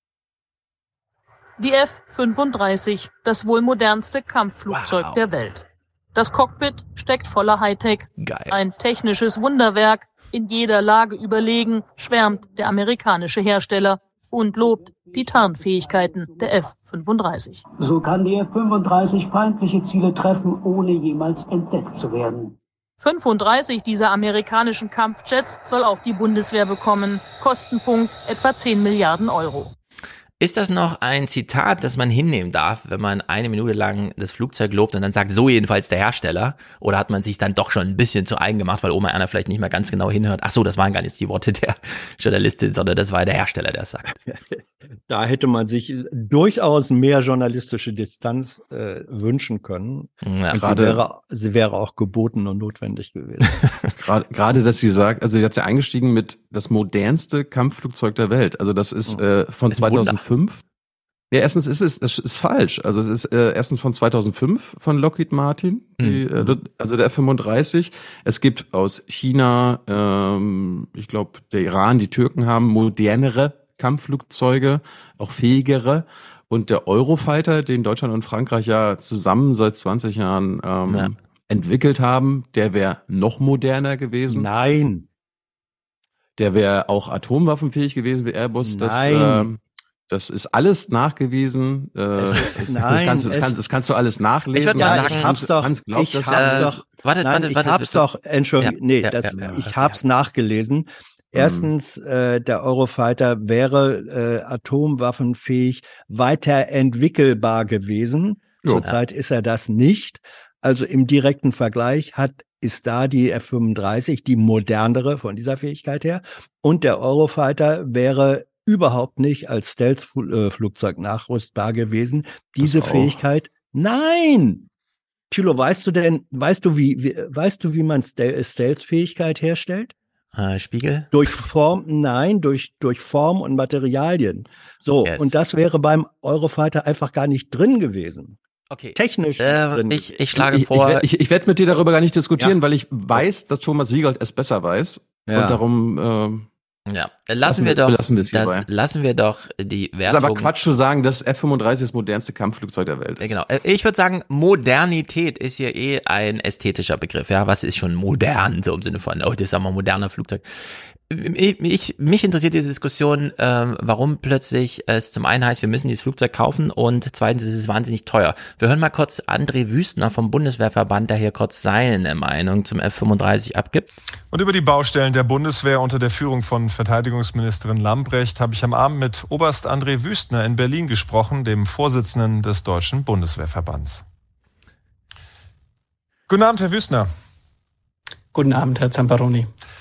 Die F-35, das wohl modernste Kampfflugzeug der Welt. Das Cockpit steckt voller Hightech. Geil. Ein technisches Wunderwerk, in jeder Lage überlegen, schwärmt der amerikanische Hersteller und lobt die Tarnfähigkeiten der F-35. So kann die F-35 feindliche Ziele treffen, ohne jemals entdeckt zu werden. 35 dieser amerikanischen Kampfjets soll auch die Bundeswehr bekommen. Kostenpunkt etwa 10 Milliarden Euro. Ist das noch ein Zitat, das man hinnehmen darf, wenn man 1 Minute lang das Flugzeug lobt und dann sagt, so jedenfalls der Hersteller? Oder hat man sich dann doch schon ein bisschen zu eigen gemacht, weil Oma Erna vielleicht nicht mehr ganz genau hinhört? Ach so, das waren gar nicht die Worte der Journalistin, sondern das war der Hersteller, der es sagt. Da hätte man sich durchaus mehr journalistische Distanz wünschen können. Ja, sie wäre auch geboten und notwendig gewesen. Gerade, dass sie sagt, also sie hat ja eingestiegen mit das modernste Kampfflugzeug der Welt. Also das ist von 2005. Ja, erstens das ist falsch. Also es ist erstens von 2005 von Lockheed Martin, also der F-35. Es gibt aus China, ich glaube der Iran, die Türken haben modernere Kampfflugzeuge, auch fähigere. Und der Eurofighter, den Deutschland und Frankreich ja zusammen seit 20 Jahren entwickelt haben, der wäre noch moderner gewesen. Nein. Der wäre auch atomwaffenfähig gewesen wie Airbus. Nein. Das ist alles nachgewiesen. Das kannst du alles nachlesen. Ich würde mal sagen, ich hab's doch, Entschuldigung, ich hab's nachgelesen. Erstens, der Eurofighter wäre atomwaffenfähig weiterentwickelbar gewesen. Zurzeit ist er das nicht. Also im direkten Vergleich ist da die F-35 die modernere von dieser Fähigkeit her. Und der Eurofighter wäre überhaupt nicht als Stealth-Flugzeug nachrüstbar gewesen. Diese Fähigkeit, nein! Thilo, weißt du, wie man Stealth-Fähigkeit herstellt? Spiegel? Durch Form und Materialien. So, und das wäre beim Eurofighter einfach gar nicht drin gewesen. Okay. Technisch drin. Ich schlage vor. Ich werde mit dir darüber gar nicht diskutieren, weil ich weiß, dass Thomas Wiegold es besser weiß. Ja. Und darum lassen wir doch die Wertung. Das ist aber Quatsch zu sagen, dass F-35 das modernste Kampfflugzeug der Welt ist. Genau. Ich würde sagen, Modernität ist hier ein ästhetischer Begriff. Ja, was ist schon modern, so im Sinne von, das ist aber ein moderner Flugzeug. Mich interessiert diese Diskussion, warum plötzlich es zum einen heißt, wir müssen dieses Flugzeug kaufen und zweitens ist es wahnsinnig teuer. Wir hören mal kurz André Wüstner vom Bundeswehrverband, der hier kurz seine Meinung zum F-35 abgibt. Und über die Baustellen der Bundeswehr unter der Führung von Verteidigungsministerin Lambrecht habe ich am Abend mit Oberst André Wüstner in Berlin gesprochen, dem Vorsitzenden des Deutschen Bundeswehrverbands. Guten Abend, Herr Wüstner. Guten Abend, Herr Zamperoni.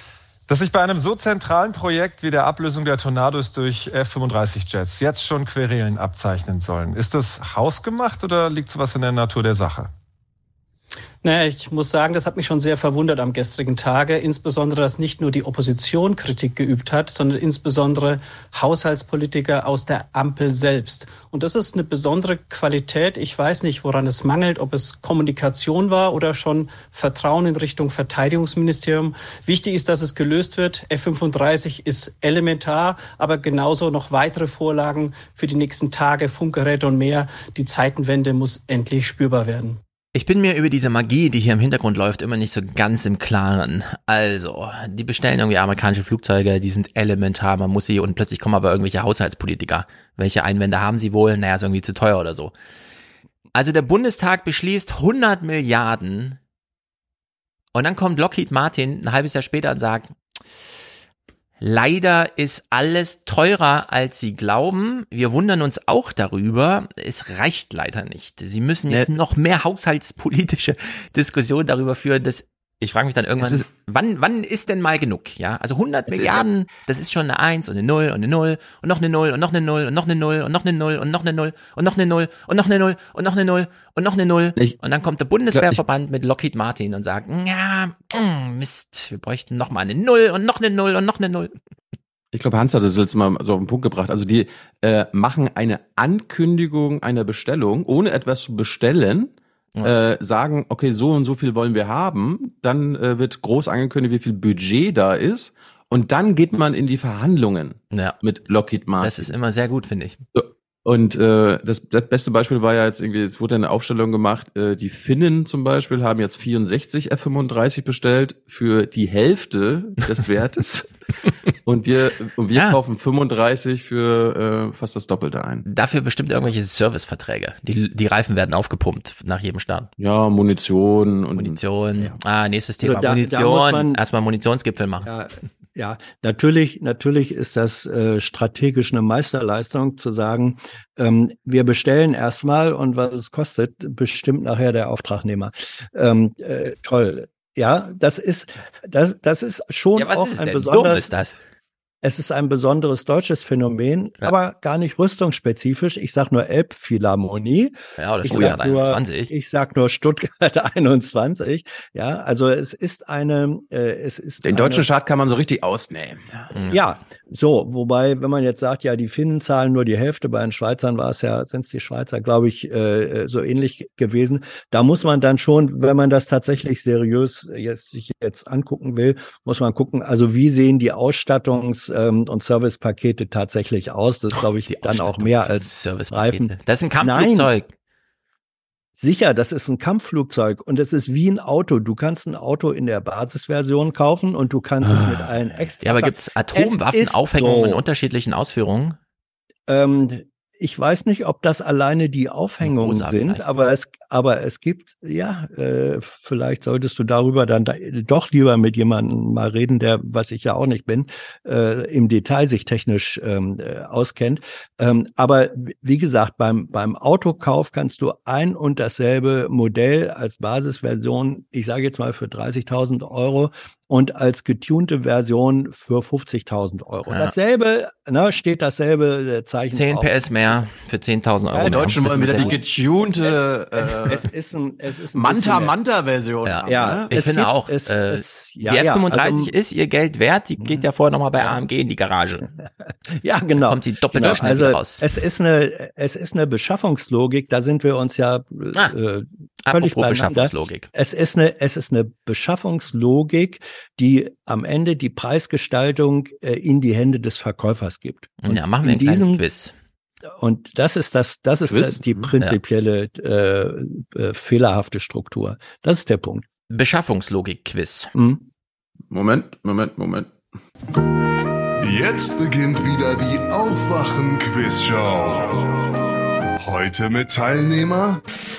Dass sich bei einem so zentralen Projekt wie der Ablösung der Tornados durch F-35-Jets jetzt schon Querelen abzeichnen sollen, ist das hausgemacht oder liegt sowas in der Natur der Sache? Naja, ich muss sagen, das hat mich schon sehr verwundert am gestrigen Tage. Insbesondere, dass nicht nur die Opposition Kritik geübt hat, sondern insbesondere Haushaltspolitiker aus der Ampel selbst. Und das ist eine besondere Qualität. Ich weiß nicht, woran es mangelt, ob es Kommunikation war oder schon Vertrauen in Richtung Verteidigungsministerium. Wichtig ist, dass es gelöst wird. F-35 ist elementar, aber genauso noch weitere Vorlagen für die nächsten Tage, Funkgeräte und mehr. Die Zeitenwende muss endlich spürbar werden. Ich bin mir über diese Magie, die hier im Hintergrund läuft, immer nicht so ganz im Klaren. Also, die bestellen irgendwie amerikanische Flugzeuge, die sind elementar, man muss sie, und plötzlich kommen aber irgendwelche Haushaltspolitiker. Welche Einwände haben sie wohl? Naja, ist irgendwie zu teuer oder so. Also der Bundestag beschließt 100 Milliarden und dann kommt Lockheed Martin ein halbes Jahr später und sagt, leider ist alles teurer, als Sie glauben. Wir wundern uns auch darüber. Es reicht leider nicht. Sie müssen jetzt noch mehr haushaltspolitische Diskussionen darüber führen, dass ich frage mich dann irgendwann, wann ist denn mal genug? Ja, also 100 Milliarden, das ist schon eine 1 und eine 0 und eine 0 und noch eine 0 und noch eine 0 und noch eine 0 und noch eine 0 und noch eine 0 und noch eine 0 und noch eine 0 und noch eine 0 und noch eine 0. Und dann kommt der Bundeswehrverband mit Lockheed Martin und sagt, ja, Mist, wir bräuchten noch mal eine 0 und noch eine 0 und noch eine 0. Ich glaube, Hans hat das letzte Mal so auf den Punkt gebracht. Also die machen eine Ankündigung einer Bestellung, ohne etwas zu bestellen. Sagen, okay, so und so viel wollen wir haben, dann wird groß angekündigt, wie viel Budget da ist, und dann geht man in die Verhandlungen mit Lockheed Martin. Das ist immer sehr gut, finde ich. So. Und das beste Beispiel war ja jetzt irgendwie, es wurde eine Aufstellung gemacht, die Finnen zum Beispiel haben jetzt 64 F-35 bestellt für die Hälfte des Wertes und wir kaufen 35 für fast das Doppelte ein. Dafür bestimmt irgendwelche Serviceverträge. Die Reifen werden aufgepumpt nach jedem Start. Ja, Munition. Nächstes Thema, also Munition. Erstmal Munitionsgipfel machen. Ja, natürlich ist das strategisch eine Meisterleistung zu sagen, wir bestellen erstmal und was es kostet, bestimmt nachher der Auftragnehmer. Toll. Ja, das ist schon auch ein besonderes. Dumm ist das? Es ist ein besonderes deutsches Phänomen, aber gar nicht rüstungsspezifisch. Ich sag nur Elbphilharmonie. Ja, oder Stuttgart 21. Ich sag nur Stuttgart 21. Ja, also es ist den deutschen Staat kann man so richtig ausnehmen. Ja, so, wobei, wenn man jetzt sagt, ja, die Finnen zahlen nur die Hälfte, bei den Schweizern sind es die Schweizer, glaube ich, so ähnlich gewesen. Da muss man dann schon, wenn man das tatsächlich seriös sich jetzt angucken will, muss man gucken, also wie sehen die Ausstattungs- und Servicepakete tatsächlich aus. Das ist, glaube ich, dann auch mehr als Reifen. Das ist ein Kampfflugzeug. Nein. Sicher, das ist ein Kampfflugzeug und es ist wie ein Auto. Du kannst ein Auto in der Basisversion kaufen und du kannst es mit allen extra. Ja, aber gibt es Atomwaffenaufhängungen in unterschiedlichen Ausführungen? Ich weiß nicht, ob das alleine die Aufhängungen sind, aber es gibt, vielleicht solltest du darüber dann doch lieber mit jemandem mal reden, der, was ich ja auch nicht bin, im Detail sich technisch auskennt. Aber wie gesagt, beim Autokauf kannst du ein und dasselbe Modell als Basisversion, ich sage jetzt mal für 30.000 € und als getunte Version für 50.000 €. Ja. Dasselbe, steht dasselbe Zeichen 10 auf. PS mehr für 10.000 €. Die Deutschen wollen wieder die getunte es ist ein Manta-Version. Ja, ich finde auch. Die F-35 ist ihr Geld wert, die geht ja vorher nochmal bei AMG in die Garage. Ja, genau. Da kommt sie doppelt schnell raus. Es ist eine Beschaffungslogik, da sind wir uns ja völlig beieinander. Beschaffungslogik. Es ist eine Beschaffungslogik, die am Ende die Preisgestaltung in die Hände des Verkäufers gibt. Und ja, machen wir ein kleines Quiz. Und das ist die prinzipielle fehlerhafte Struktur. Das ist der Punkt. Beschaffungslogik-Quiz. Moment. Jetzt beginnt wieder die Aufwachen-Quiz-Show. Heute mit Teilnehmer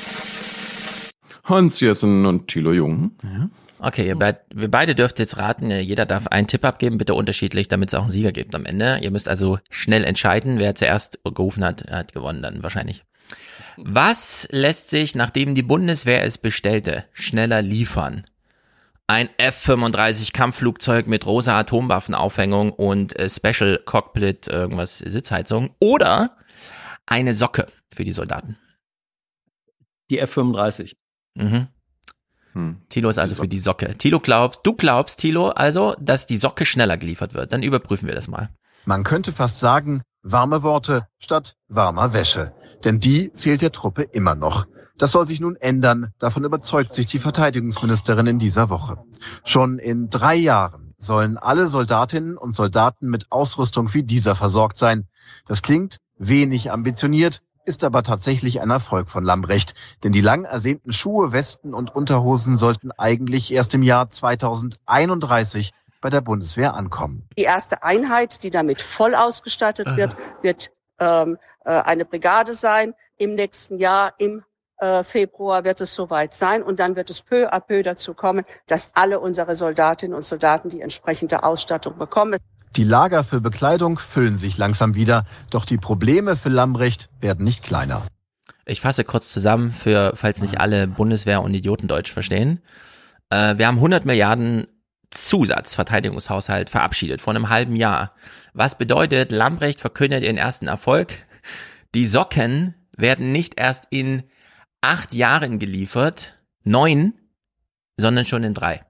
Hans Jessen und Thilo Jung. Ja. Okay, wir beide dürft jetzt raten, jeder darf einen Tipp abgeben, bitte unterschiedlich, damit es auch einen Sieger gibt am Ende. Ihr müsst also schnell entscheiden, wer zuerst gerufen hat gewonnen dann wahrscheinlich. Was lässt sich, nachdem die Bundeswehr es bestellte, schneller liefern? ein F-35 Kampfflugzeug mit rosa Atomwaffenaufhängung und Special Cockpit, irgendwas Sitzheizung oder eine Socke für die Soldaten? Die F-35. Mhm. Thilo ist also für die Socke. Du glaubst, Thilo, also, dass die Socke schneller geliefert wird. Dann überprüfen wir das mal. Man könnte fast sagen, warme Worte statt warmer Wäsche. Denn die fehlt der Truppe immer noch. Das soll sich nun ändern. Davon überzeugt sich die Verteidigungsministerin in dieser Woche. Schon in 3 Jahren sollen alle Soldatinnen und Soldaten mit Ausrüstung wie dieser versorgt sein. Das klingt wenig ambitioniert, ist aber tatsächlich ein Erfolg von Lambrecht. Denn die lang ersehnten Schuhe, Westen und Unterhosen sollten eigentlich erst im Jahr 2031 bei der Bundeswehr ankommen. Die erste Einheit, die damit voll ausgestattet wird eine Brigade sein. Im nächsten Jahr, im Februar wird es soweit sein. Und dann wird es peu à peu dazu kommen, dass alle unsere Soldatinnen und Soldaten die entsprechende Ausstattung bekommen. Die Lager für Bekleidung füllen sich langsam wieder, doch die Probleme für Lambrecht werden nicht kleiner. Ich fasse kurz zusammen, falls nicht alle Bundeswehr und Idiotendeutsch verstehen. Wir haben 100 Milliarden Zusatzverteidigungshaushalt verabschiedet vor einem halben Jahr. Was bedeutet, Lambrecht verkündet ihren ersten Erfolg. Die Socken werden nicht erst in 8 Jahren geliefert, 9, sondern schon in 3.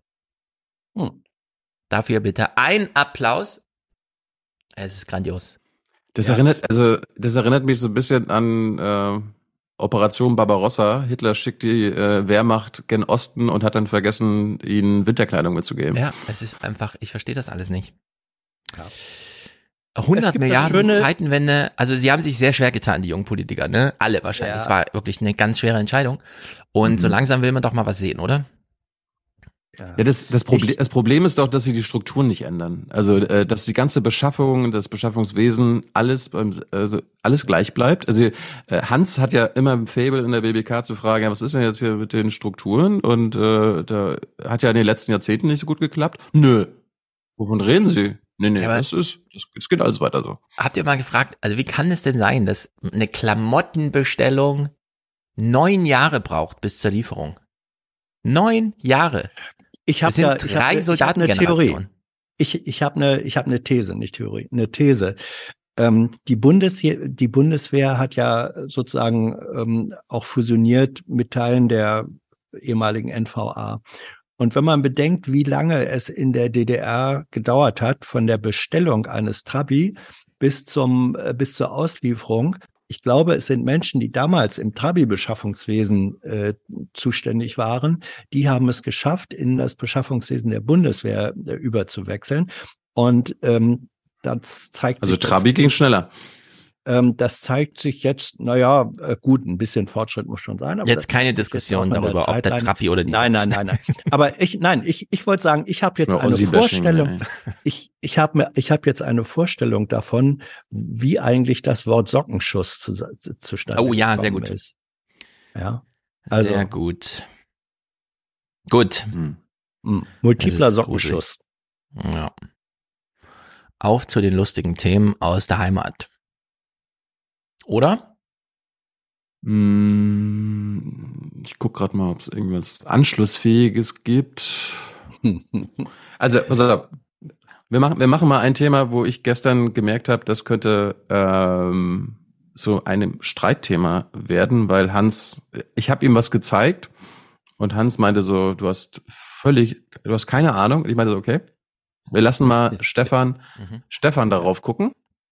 Dafür bitte ein Applaus. Es ist grandios. Das erinnert mich so ein bisschen an Operation Barbarossa. Hitler schickt die Wehrmacht gen Osten und hat dann vergessen, ihnen Winterkleidung mitzugeben. Ja, es ist einfach, ich verstehe das alles nicht. Ja. 100 Milliarden Zeitenwende, also sie haben sich sehr schwer getan, die jungen Politiker, ne? Alle wahrscheinlich. Es war wirklich eine ganz schwere Entscheidung. Und so langsam will man doch mal was sehen, oder? Ja, das Problem ist doch, dass sie die Strukturen nicht ändern. Also, dass die ganze Beschaffung, das Beschaffungswesen, alles gleich bleibt. Also, Hans hat ja immer im Faible in der BBK zu fragen, ja, was ist denn jetzt hier mit den Strukturen? Und da hat ja in den letzten Jahrzehnten nicht so gut geklappt. Nö. Wovon reden Sie? Nee, ja, es geht alles weiter so. Habt ihr mal gefragt, also wie kann es denn sein, dass eine Klamottenbestellung 9 Jahre braucht bis zur Lieferung? 9 Jahre. Ich habe eine Theorie. Ich habe eine These, nicht Theorie, eine These. Die Bundeswehr hat ja sozusagen auch fusioniert mit Teilen der ehemaligen NVA. Und wenn man bedenkt, wie lange es in der DDR gedauert hat, von der Bestellung eines Trabi bis zur Auslieferung, ich glaube, es sind Menschen, die damals im Trabi-Beschaffungswesen zuständig waren, die haben es geschafft, in das Beschaffungswesen der Bundeswehr überzuwechseln. Und das zeigt sich. Also Trabi ging schneller. Das zeigt sich jetzt, gut, ein bisschen Fortschritt muss schon sein. Aber jetzt keine Diskussion darüber, ob der Trabi oder die. Nein. Aber ich wollte sagen, ich habe jetzt eine Vorstellung. Ich habe jetzt eine Vorstellung davon, wie eigentlich das Wort Sockenschuss zustande Oh ja, sehr gut. Ist. Ja, also sehr gut. Gut. Multipler Sockenschuss. Ja. Auf zu den lustigen Themen aus der Heimat. Oder? Ich guck gerade mal, ob es irgendwas Anschlussfähiges gibt. Also, pass auf. Wir machen mal ein Thema, wo ich gestern gemerkt habe, das könnte so ein Streitthema werden, weil ich habe ihm was gezeigt und Hans meinte so, du hast keine Ahnung. Und ich meinte so, okay, wir lassen mal Stefan darauf gucken.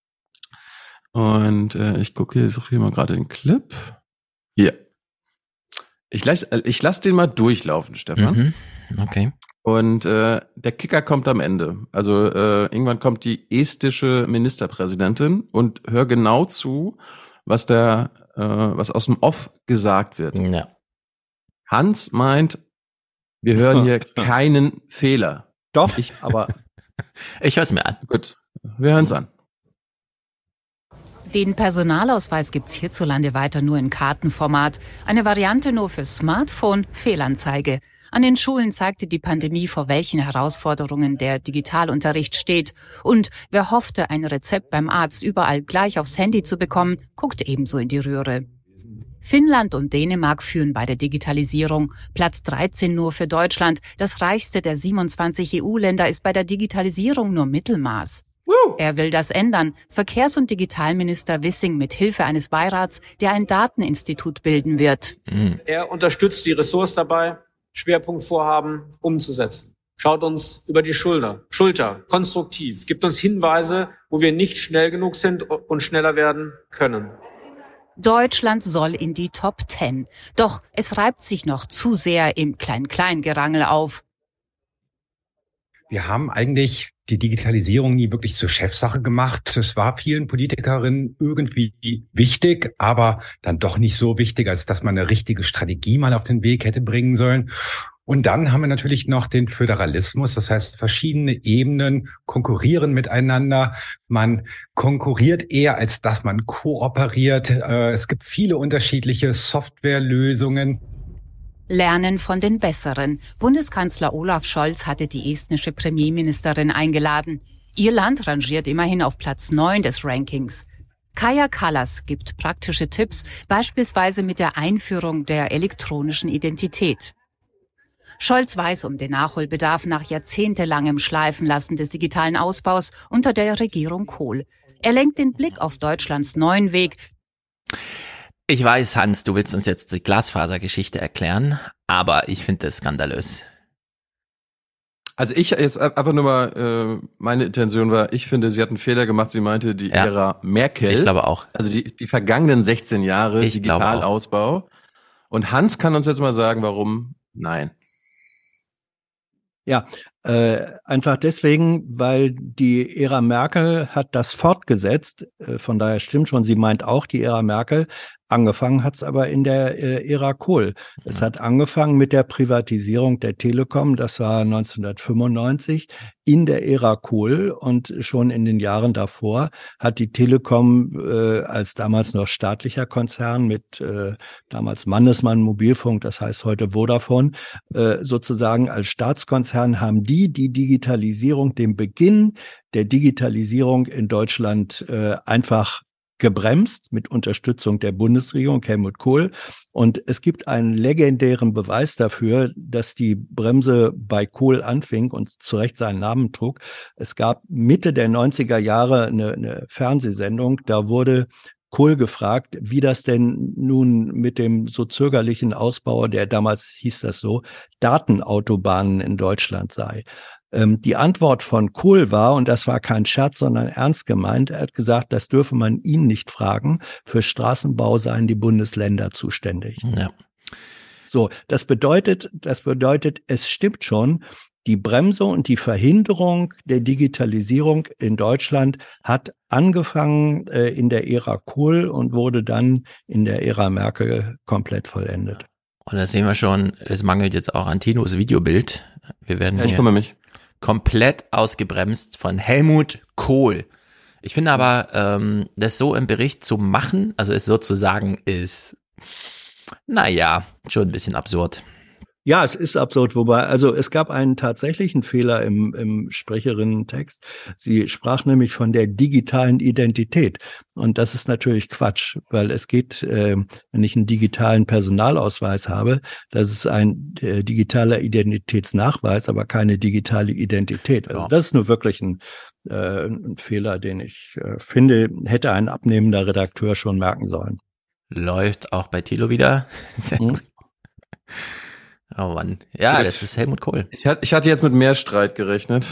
Und ich suche hier mal gerade den Clip. Hier. Ich lass den mal durchlaufen, Stefan. Okay. Und der Kicker kommt am Ende. Also irgendwann kommt die estische Ministerpräsidentin und hör genau zu, was aus dem Off gesagt wird. Ja. Hans meint, wir hören hier keinen Fehler. Doch, aber ich höre es mir an. Gut, wir hören es an. Den Personalausweis gibt's hierzulande weiter nur in Kartenformat. Eine Variante nur für Smartphone, Fehlanzeige. An den Schulen zeigte die Pandemie, vor welchen Herausforderungen der Digitalunterricht steht. Und wer hoffte, ein Rezept beim Arzt überall gleich aufs Handy zu bekommen, guckte ebenso in die Röhre. Finnland und Dänemark führen bei der Digitalisierung. Platz 13 nur für Deutschland. Das reichste der 27 EU-Länder ist bei der Digitalisierung nur Mittelmaß. Er will das ändern. Verkehrs- und Digitalminister Wissing mit Hilfe eines Beirats, der ein Dateninstitut bilden wird. Er unterstützt die Ressorts dabei, Schwerpunktvorhaben umzusetzen. Schaut uns über die Schulter, konstruktiv, gibt uns Hinweise, wo wir nicht schnell genug sind und schneller werden können. Deutschland soll in die Top 10. Doch es reibt sich noch zu sehr im Klein-Klein-Gerangel auf. Wir haben eigentlich die Digitalisierung nie wirklich zur Chefsache gemacht. Es war vielen Politikerinnen irgendwie wichtig, aber dann doch nicht so wichtig, als dass man eine richtige Strategie mal auf den Weg hätte bringen sollen. Und dann haben wir natürlich noch den Föderalismus, das heißt, verschiedene Ebenen konkurrieren miteinander. Man konkurriert eher, als dass man kooperiert. Es gibt viele unterschiedliche Softwarelösungen. Lernen von den Besseren. Bundeskanzler Olaf Scholz hatte die estnische Premierministerin eingeladen. Ihr Land rangiert immerhin auf Platz 9 des Rankings. Kaja Kallas gibt praktische Tipps, beispielsweise mit der Einführung der elektronischen Identität. Scholz weiß um den Nachholbedarf nach jahrzehntelangem Schleifenlassen des digitalen Ausbaus unter der Regierung Kohl. Er lenkt den Blick auf Deutschlands neuen Weg. Ich weiß, Hans, du willst uns jetzt die Glasfasergeschichte erklären, aber ich finde das skandalös. Also ich jetzt einfach nur mal, meine Intention war, ich finde, sie hat einen Fehler gemacht. Sie meinte die Ära Merkel. Ich glaube auch. Also die vergangenen 16 Jahre Digitalausbau. Und Hans kann uns jetzt mal sagen, warum nein. Ja, einfach deswegen, weil die Ära Merkel hat das fortgesetzt. Von daher stimmt schon, sie meint auch die Ära Merkel. Angefangen hat es aber in der Ära Kohl. Es hat angefangen mit der Privatisierung der Telekom. Das war 1995 in der Ära Kohl. Und schon in den Jahren davor hat die Telekom als damals noch staatlicher Konzern mit damals Mannesmann Mobilfunk, das heißt heute Vodafone, sozusagen als Staatskonzern haben die Digitalisierung, den Beginn der Digitalisierung in Deutschland einfach gebremst mit Unterstützung der Bundesregierung, Helmut Kohl. Und es gibt einen legendären Beweis dafür, dass die Bremse bei Kohl anfing und zu Recht seinen Namen trug. Es gab Mitte der 90er Jahre eine Fernsehsendung, da wurde Kohl gefragt, wie das denn nun mit dem so zögerlichen Ausbau, der damals hieß das so, Datenautobahnen in Deutschland sei. Die Antwort von Kohl war, und das war kein Scherz, sondern ernst gemeint, er hat gesagt, das dürfe man ihn nicht fragen. Für Straßenbau seien die Bundesländer zuständig. Ja. So, das bedeutet, es stimmt schon, die Bremse und die Verhinderung der Digitalisierung in Deutschland hat angefangen in der Ära Kohl und wurde dann in der Ära Merkel komplett vollendet. Und da sehen wir schon, es mangelt jetzt auch an Tinos Videobild. Wir werden ich kümmere mich. Komplett ausgebremst von Helmut Kohl. Ich finde aber, das so im Bericht zu machen, also es sozusagen ist, naja, schon ein bisschen absurd. Ja, es ist absurd, wobei, also es gab einen tatsächlichen Fehler im Sprecherinnen-Text. Sie sprach nämlich von der digitalen Identität. Und das ist natürlich Quatsch, weil es geht, wenn ich einen digitalen Personalausweis habe, das ist ein digitaler Identitätsnachweis, aber keine digitale Identität. Also das ist nur wirklich ein Fehler, den ich finde, hätte ein abnehmender Redakteur schon merken sollen. Läuft auch bei Thilo wieder. Sehr gut. Oh Mann. Ja, gut. Das ist Helmut Kohl. Ich hatte jetzt mit mehr Streit gerechnet.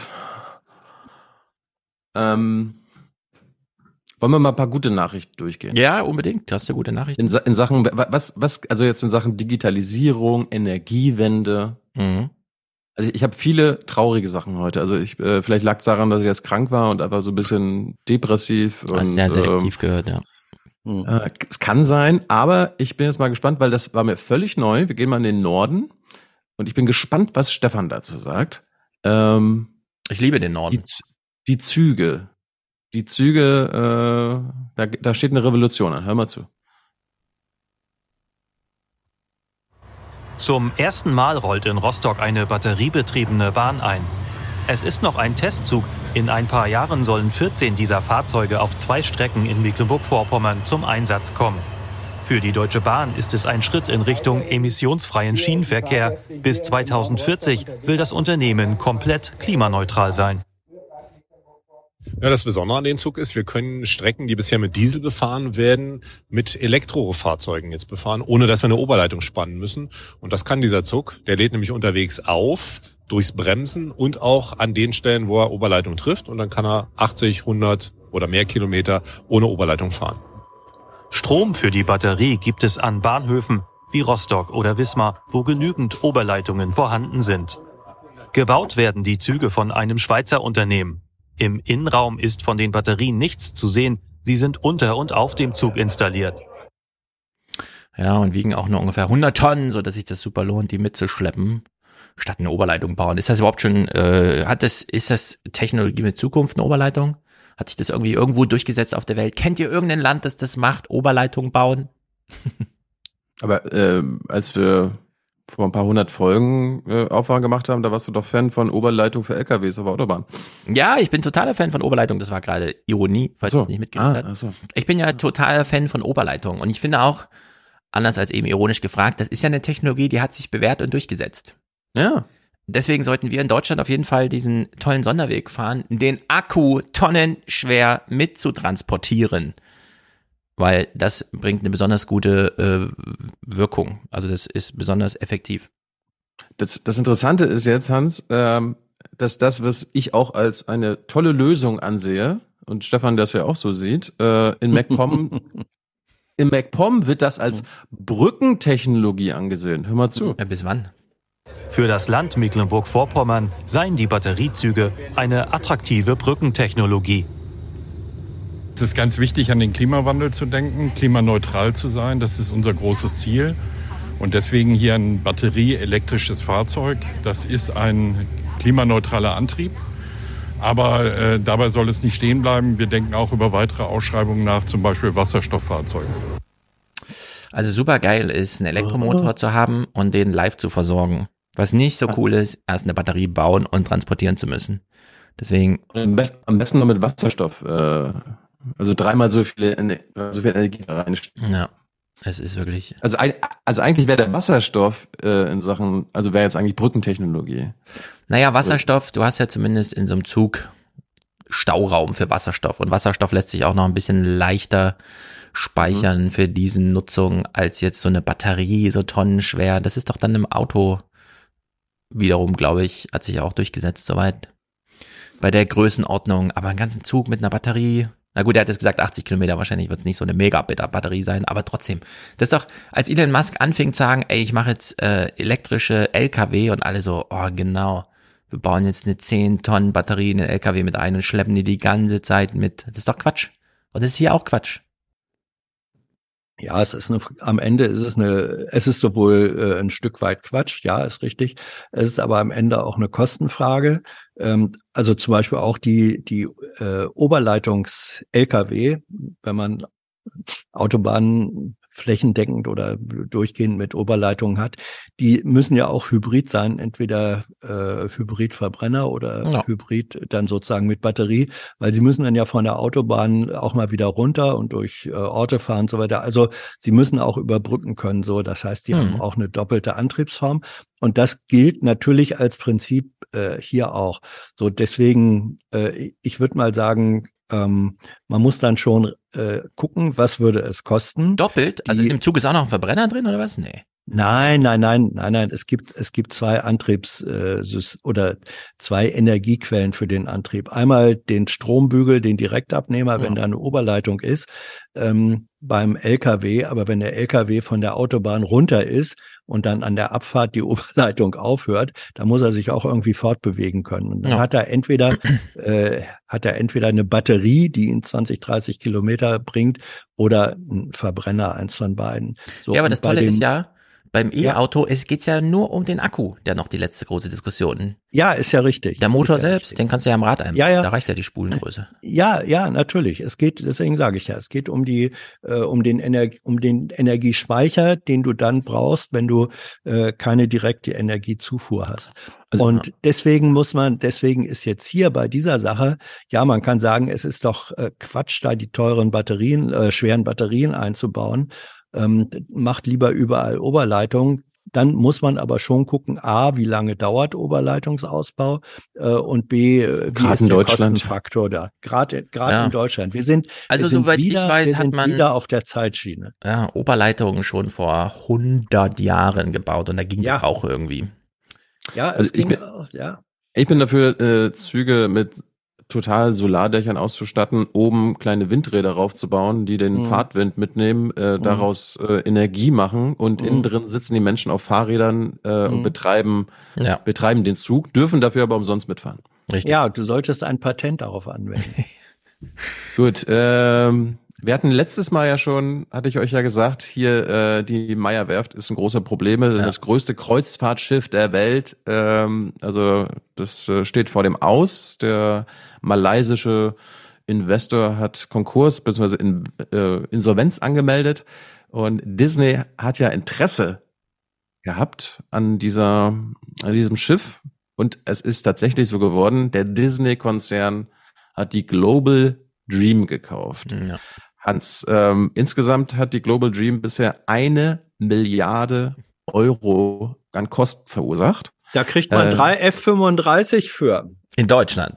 Wollen wir mal ein paar gute Nachrichten durchgehen? Ja, unbedingt. Hast du gute Nachrichten? In Sachen, also jetzt in Sachen Digitalisierung, Energiewende. Mhm. Also ich habe viele traurige Sachen heute. Also vielleicht lag es daran, dass ich jetzt krank war und einfach so ein bisschen depressiv. Du hast sehr selektiv gehört, ja. Es kann sein, aber ich bin jetzt mal gespannt, weil das war mir völlig neu. Wir gehen mal in den Norden und ich bin gespannt, was Stefan dazu sagt. Ich liebe den Norden. Die Züge. Die Züge, da steht eine Revolution an. Hör mal zu. Zum ersten Mal rollt in Rostock eine batteriebetriebene Bahn ein. Es ist noch ein Testzug. In ein paar Jahren sollen 14 dieser Fahrzeuge auf 2 Strecken in Mecklenburg-Vorpommern zum Einsatz kommen. Für die Deutsche Bahn ist es ein Schritt in Richtung emissionsfreien Schienenverkehr. Bis 2040 will das Unternehmen komplett klimaneutral sein. Ja, das Besondere an dem Zug ist, wir können Strecken, die bisher mit Diesel befahren werden, mit Elektrofahrzeugen jetzt befahren, ohne dass wir eine Oberleitung spannen müssen. Und das kann dieser Zug. Der lädt nämlich unterwegs auf, durchs Bremsen und auch an den Stellen, wo er Oberleitung trifft. Und dann kann er 80, 100 oder mehr Kilometer ohne Oberleitung fahren. Strom für die Batterie gibt es an Bahnhöfen wie Rostock oder Wismar, wo genügend Oberleitungen vorhanden sind. Gebaut werden die Züge von einem Schweizer Unternehmen. Im Innenraum ist von den Batterien nichts zu sehen. Sie sind unter und auf dem Zug installiert. Ja, und wiegen auch nur ungefähr 100 Tonnen, sodass sich das super lohnt, die mitzuschleppen, statt eine Oberleitung bauen. Ist das überhaupt schon, ist das Technologie mit Zukunft, eine Oberleitung? Hat sich das irgendwie irgendwo durchgesetzt auf der Welt? Kennt ihr irgendein Land, das das macht, Oberleitung bauen? Aber als wir vor ein paar 100 Folgen Aufwachen gemacht haben, da warst du doch Fan von Oberleitung für LKWs auf der Autobahn. Ja, ich bin totaler Fan von Oberleitung. Das war gerade Ironie, falls ihr es nicht mitgekriegt habt. Ich bin ja totaler Fan von Oberleitung. Und ich finde auch, anders als eben ironisch gefragt, das ist ja eine Technologie, die hat sich bewährt und durchgesetzt. Ja. Deswegen sollten wir in Deutschland auf jeden Fall diesen tollen Sonderweg fahren, den Akku tonnenschwer mitzutransportieren. Weil das bringt eine besonders gute Wirkung. Also das ist besonders effektiv. Das Interessante ist jetzt, Hans, dass das, was ich auch als eine tolle Lösung ansehe, und Stefan das ja auch so sieht, in MacPom, in MacPom wird das als Brückentechnologie angesehen. Hör mal zu. Ja, bis wann? Für das Land Mecklenburg-Vorpommern seien die Batteriezüge eine attraktive Brückentechnologie. Es ist ganz wichtig, an den Klimawandel zu denken, klimaneutral zu sein. Das ist unser großes Ziel. Und deswegen hier ein batterieelektrisches Fahrzeug. Das ist ein klimaneutraler Antrieb. Aber dabei soll es nicht stehen bleiben. Wir denken auch über weitere Ausschreibungen nach, zum Beispiel Wasserstofffahrzeuge. Also super geil ist, einen Elektromotor zu haben und den live zu versorgen. Was nicht so cool ist, erst eine Batterie bauen und transportieren zu müssen. Deswegen. Am besten noch mit Wasserstoff. Also dreimal so viel Energie da reinstecken. Ja, es ist wirklich. Also eigentlich wäre der Wasserstoff in Sachen, also wäre jetzt eigentlich Brückentechnologie. Naja, Wasserstoff, du hast ja zumindest in so einem Zug Stauraum für Wasserstoff. Und Wasserstoff lässt sich auch noch ein bisschen leichter speichern für diese Nutzung als jetzt so eine Batterie, so tonnenschwer. Das ist doch dann im Auto wiederum, glaube ich, hat sich auch durchgesetzt soweit. Bei der Größenordnung, aber einen ganzen Zug mit einer Batterie. Na gut, er hat jetzt gesagt 80 Kilometer, wahrscheinlich wird es nicht so eine Mega-Batterie sein, aber trotzdem. Das ist doch, als Elon Musk anfing zu sagen, ey, ich mache jetzt elektrische LKW und alle so, oh genau, wir bauen jetzt eine 10 Tonnen Batterie in den LKW mit ein und schleppen die ganze Zeit mit. Das ist doch Quatsch. Und das ist hier auch Quatsch. Ja, am Ende ist es ist sowohl ein Stück weit Quatsch, ja, ist richtig. Es ist aber am Ende auch eine Kostenfrage. Also zum Beispiel auch die Oberleitungs-LKW, wenn man Autobahnen flächendeckend oder durchgehend mit Oberleitungen hat, die müssen ja auch hybrid sein, entweder Hybridverbrenner oder Hybrid dann sozusagen mit Batterie, weil sie müssen dann ja von der Autobahn auch mal wieder runter und durch Orte fahren und so weiter. Also sie müssen auch überbrücken können, so. Das heißt, die haben auch eine doppelte Antriebsform. Und das gilt natürlich als Prinzip hier auch. So, deswegen, ich würde mal sagen, man muss dann schon gucken, was würde es kosten. Doppelt? Also im Zug ist auch noch ein Verbrenner drin oder was? Nee. Nein. Es gibt zwei oder zwei Energiequellen für den Antrieb. Einmal den Strombügel, den Direktabnehmer, wenn da eine Oberleitung ist, beim LKW. Aber wenn der LKW von der Autobahn runter ist und dann an der Abfahrt die Oberleitung aufhört, dann muss er sich auch irgendwie fortbewegen können. Und dann hat er entweder eine Batterie, die ihn 20, 30 Kilometer bringt, oder ein Verbrenner, eins von beiden. So, ja, aber das Tolle ist ja, beim E-Auto, es geht's ja nur um den Akku, der noch die letzte große Diskussion. Ja, ist ja richtig. Der Motor selbst, den kannst du ja am Rad einbauen. Da reicht ja die Spulengröße. Ja, natürlich. Es geht, deswegen sage ich ja, es geht um den Energiespeicher, den du dann brauchst, wenn du keine direkte Energiezufuhr hast. Und deswegen ist jetzt hier bei dieser Sache, ja, man kann sagen, es ist doch Quatsch, da die teuren schweren Batterien einzubauen. macht lieber überall Oberleitungen. Dann muss man aber schon gucken, A, wie lange dauert Oberleitungsausbau und B, wie ist der Kostenfaktor da? Gerade in Deutschland. Wir sind soweit ich weiß, hat man wieder auf der Zeitschiene. Ja, Oberleitungen schon vor 100 Jahren gebaut und da ging das auch irgendwie. Ja, ich bin dafür, Züge mit total Solardächern auszustatten, oben kleine Windräder raufzubauen, die den Fahrtwind mitnehmen, daraus Energie machen und innen drin sitzen die Menschen auf Fahrrädern und betreiben den Zug, dürfen dafür aber umsonst mitfahren. Richtig. Ja, du solltest ein Patent darauf anwenden. Gut, wir hatten letztes Mal ja schon, hatte ich euch ja gesagt, hier die Meyer-Werft ist ein großer Problem, das größte Kreuzfahrtschiff der Welt, also das steht vor dem Aus, der malaysische Investor hat Konkurs bzw. Insolvenz angemeldet und Disney hat ja Interesse gehabt an diesem Schiff und es ist tatsächlich so geworden, der Disney-Konzern hat die Global Dream gekauft. Ja. Hans, insgesamt hat die Global Dream bisher 1 Milliarde Euro an Kosten verursacht. Da kriegt man 3 F-35 für. In Deutschland.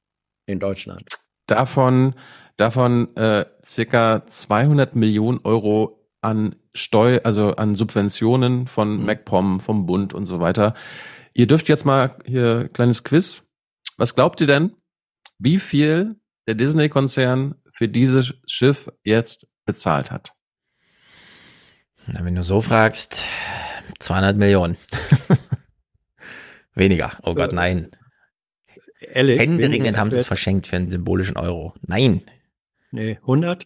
Davon circa 200 Millionen Euro an an Subventionen von MacPom, vom Bund und so weiter. Ihr dürft jetzt mal hier kleines Quiz. Was glaubt ihr denn, wie viel der Disney-Konzern für dieses Schiff jetzt bezahlt hat? Na, wenn du so fragst, 200 Millionen. Weniger. Oh Gott, nein. Ehrlich? Händeringend haben sie es verschenkt für einen symbolischen Euro. Nein. Nee, 100?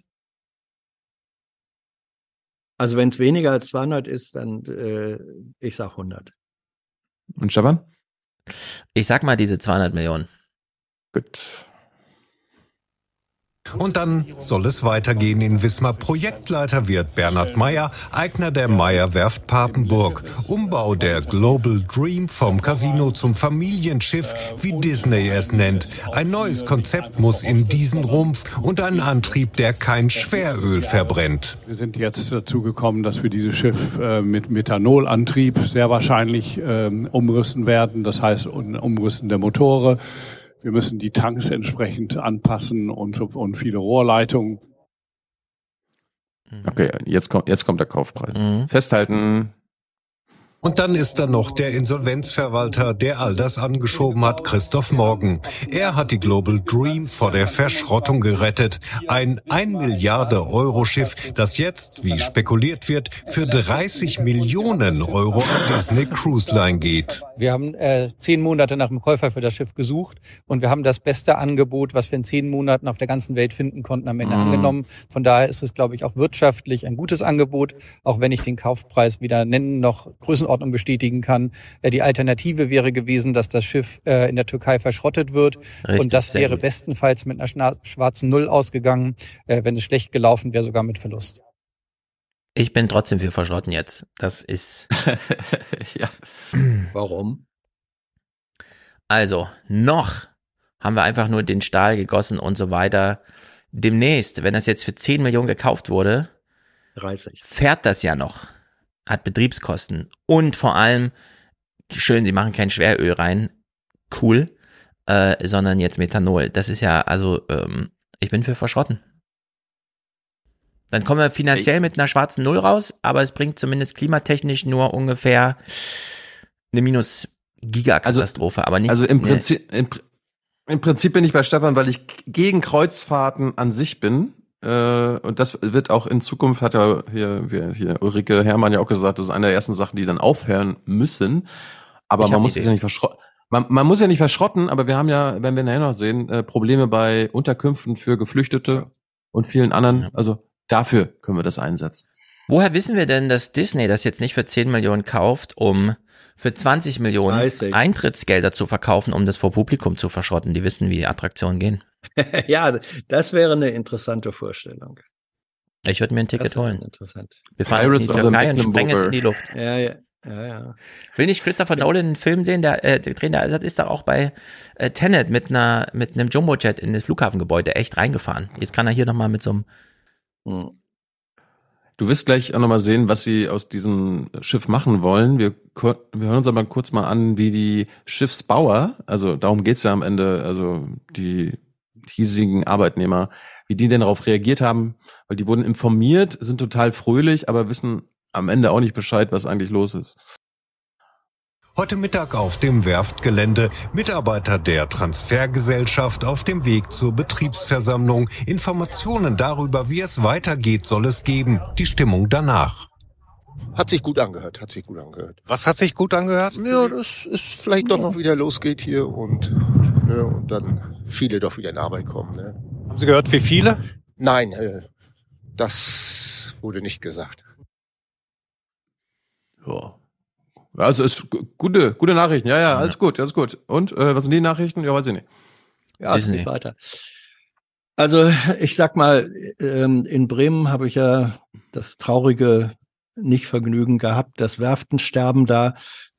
Also wenn es weniger als 200 ist, dann ich sag 100. Und Stefan? Ich sag mal diese 200 Millionen. Gut. Und dann soll es weitergehen. In Wismar Projektleiter wird Bernhard Meyer, Eigner der Meyer-Werft Papenburg. Umbau der Global Dream vom Casino zum Familienschiff, wie Disney es nennt. Ein neues Konzept muss in diesen Rumpf und ein Antrieb, der kein Schweröl verbrennt. Wir sind jetzt dazu gekommen, dass wir dieses Schiff mit Methanolantrieb sehr wahrscheinlich umrüsten werden. Das heißt, Umrüsten der Motore. Wir müssen die Tanks entsprechend anpassen und viele Rohrleitungen. Okay, jetzt kommt der Kaufpreis. Festhalten. Und dann ist da noch der Insolvenzverwalter, der all das angeschoben hat, Christoph Morgen. Er hat die Global Dream vor der Verschrottung gerettet. Ein 1 Milliarde Euro Schiff, das jetzt, wie spekuliert wird, für 30 Millionen Euro an Disney Cruise Line geht. Wir haben 10 Monate nach dem Käufer für das Schiff gesucht und wir haben das beste Angebot, was wir in 10 Monaten auf der ganzen Welt finden konnten, am Ende angenommen. Von daher ist es, glaube ich, auch wirtschaftlich ein gutes Angebot, auch wenn ich den Kaufpreis wieder nennen noch Größenordnung bestätigen kann. Die Alternative wäre gewesen, dass das Schiff in der Türkei verschrottet wird. Richtig, und das wäre bestenfalls mit einer schwarzen Null ausgegangen. Wenn es schlecht gelaufen wäre, sogar mit Verlust. Ich bin trotzdem für Verschrotten jetzt. Das ist... Ja. Warum? Also, noch haben wir einfach nur den Stahl gegossen und so weiter. Demnächst, wenn das jetzt für 10 Millionen gekauft wurde, 30. Fährt das ja noch. Hat Betriebskosten. Und vor allem, schön, sie machen kein Schweröl rein. Cool. Sondern jetzt Methanol. Das ist ja, also, ich bin für Verschrotten. Dann kommen wir finanziell mit einer schwarzen Null raus, aber es bringt zumindest klimatechnisch nur ungefähr eine Minus-Gigakatastrophe, aber nicht. Also im Prinzip bin ich bei Stefan, weil ich gegen Kreuzfahrten an sich bin. Und das wird auch in Zukunft, hat ja hier Ulrike Herrmann ja auch gesagt, das ist eine der ersten Sachen, die dann aufhören müssen. Aber man muss es ja nicht verschrotten. Man muss ja nicht verschrotten, aber wir haben ja, wenn wir nachher noch sehen, Probleme bei Unterkünften für Geflüchtete und vielen anderen. Also dafür können wir das einsetzen. Woher wissen wir denn, dass Disney das jetzt nicht für 10 Millionen kauft, um für 20 Millionen Eintrittsgelder zu verkaufen, um das vor Publikum zu verschrotten? Die wissen, wie die Attraktionen gehen. Ja, das wäre eine interessante Vorstellung. Ich würde mir ein Ticket holen. Interessant. Wir fahren in die Türkei und sprengen es in die Luft. Ja. Will nicht Christopher Nolan einen Film sehen, das ist da auch bei Tenet mit einem Jumbojet in das Flughafengebäude echt reingefahren. Jetzt kann er hier nochmal mit so einem Du wirst gleich auch nochmal sehen, was sie aus diesem Schiff machen wollen. Wir hören uns aber kurz mal an, wie die Schiffsbauer, also darum geht's ja am Ende, also die hiesigen Arbeitnehmer, wie die denn darauf reagiert haben, weil die wurden informiert, sind total fröhlich, aber wissen am Ende auch nicht Bescheid, was eigentlich los ist. Heute Mittag auf dem Werftgelände. Mitarbeiter der Transfergesellschaft auf dem Weg zur Betriebsversammlung. Informationen darüber, wie es weitergeht, soll es geben. Die Stimmung danach. Hat sich gut angehört. Was hat sich gut angehört? Ja, dass es vielleicht doch noch wieder losgeht hier und dann viele doch wieder in Arbeit kommen. Ne? Haben Sie gehört, wie viele? Nein, das wurde nicht gesagt. Ja. Also ist gute Nachrichten. Ja, alles gut. Und was sind die Nachrichten? Ja, weiß ich nicht. Ja, es geht weiter. Also ich sag mal, in Bremen habe ich ja das traurige Nichtvergnügen gehabt, das Werftensterben da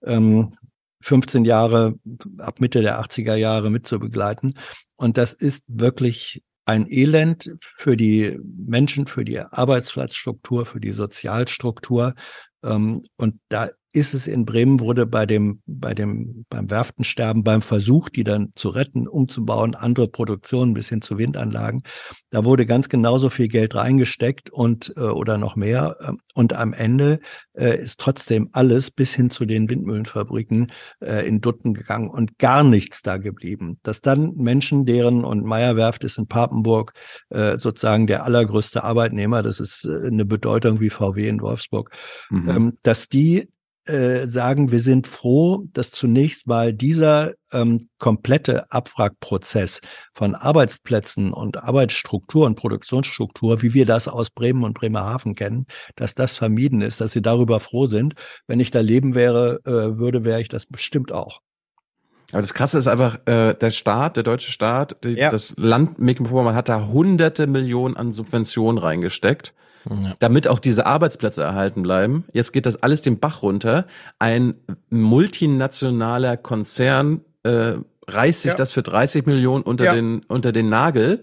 15 Jahre ab Mitte der 80er Jahre mitzubegleiten. Und das ist wirklich ein Elend für die Menschen, für die Arbeitsplatzstruktur, für die Sozialstruktur. Und da ist es in Bremen, wurde beim Werftensterben, beim Versuch, die dann zu retten, umzubauen, andere Produktionen bis hin zu Windanlagen, da wurde ganz genauso viel Geld reingesteckt oder noch mehr. Und am Ende ist trotzdem alles bis hin zu den Windmühlenfabriken in Dutten gegangen und gar nichts da geblieben. Dass dann Menschen, und Meyer-Werft ist in Papenburg sozusagen der allergrößte Arbeitnehmer, das ist eine Bedeutung wie VW in Wolfsburg, dass die sagen, wir sind froh, dass zunächst mal dieser komplette Abwrackprozess von Arbeitsplätzen und Arbeitsstruktur und Produktionsstruktur, wie wir das aus Bremen und Bremerhaven kennen, dass das vermieden ist, dass sie darüber froh sind. Wenn ich da leben wäre, wäre ich das bestimmt auch. Aber das Krasse ist einfach, der deutsche Staat, das Land Mecklenburg-Vorpommern hat da hunderte Millionen an Subventionen reingesteckt. Ja. Damit auch diese Arbeitsplätze erhalten bleiben. Jetzt geht das alles den Bach runter. Ein multinationaler Konzern reißt sich das für 30 Millionen unter den Nagel,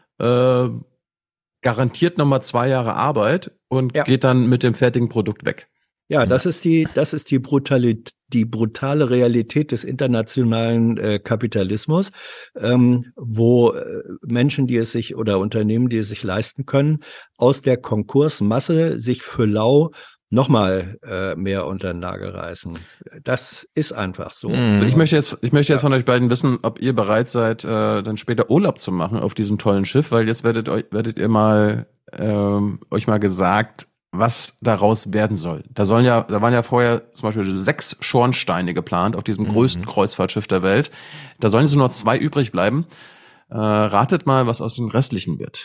garantiert nochmal 2 Jahre Arbeit und geht dann mit dem fertigen Produkt weg. Ja, das ist die brutale Realität des internationalen Kapitalismus, wo Menschen, die es sich oder Unternehmen, die es sich leisten können, aus der Konkursmasse sich für lau nochmal mehr unter den Nagel reißen. Das ist einfach so. Also ich möchte jetzt von euch beiden wissen, ob ihr bereit seid, dann später Urlaub zu machen auf diesem tollen Schiff, weil jetzt werdet ihr mal euch mal gesagt, was daraus werden soll. Da waren ja vorher zum Beispiel 6 Schornsteine geplant auf diesem größten Kreuzfahrtschiff der Welt. Da sollen jetzt nur noch 2 übrig bleiben. Ratet mal, was aus den restlichen wird.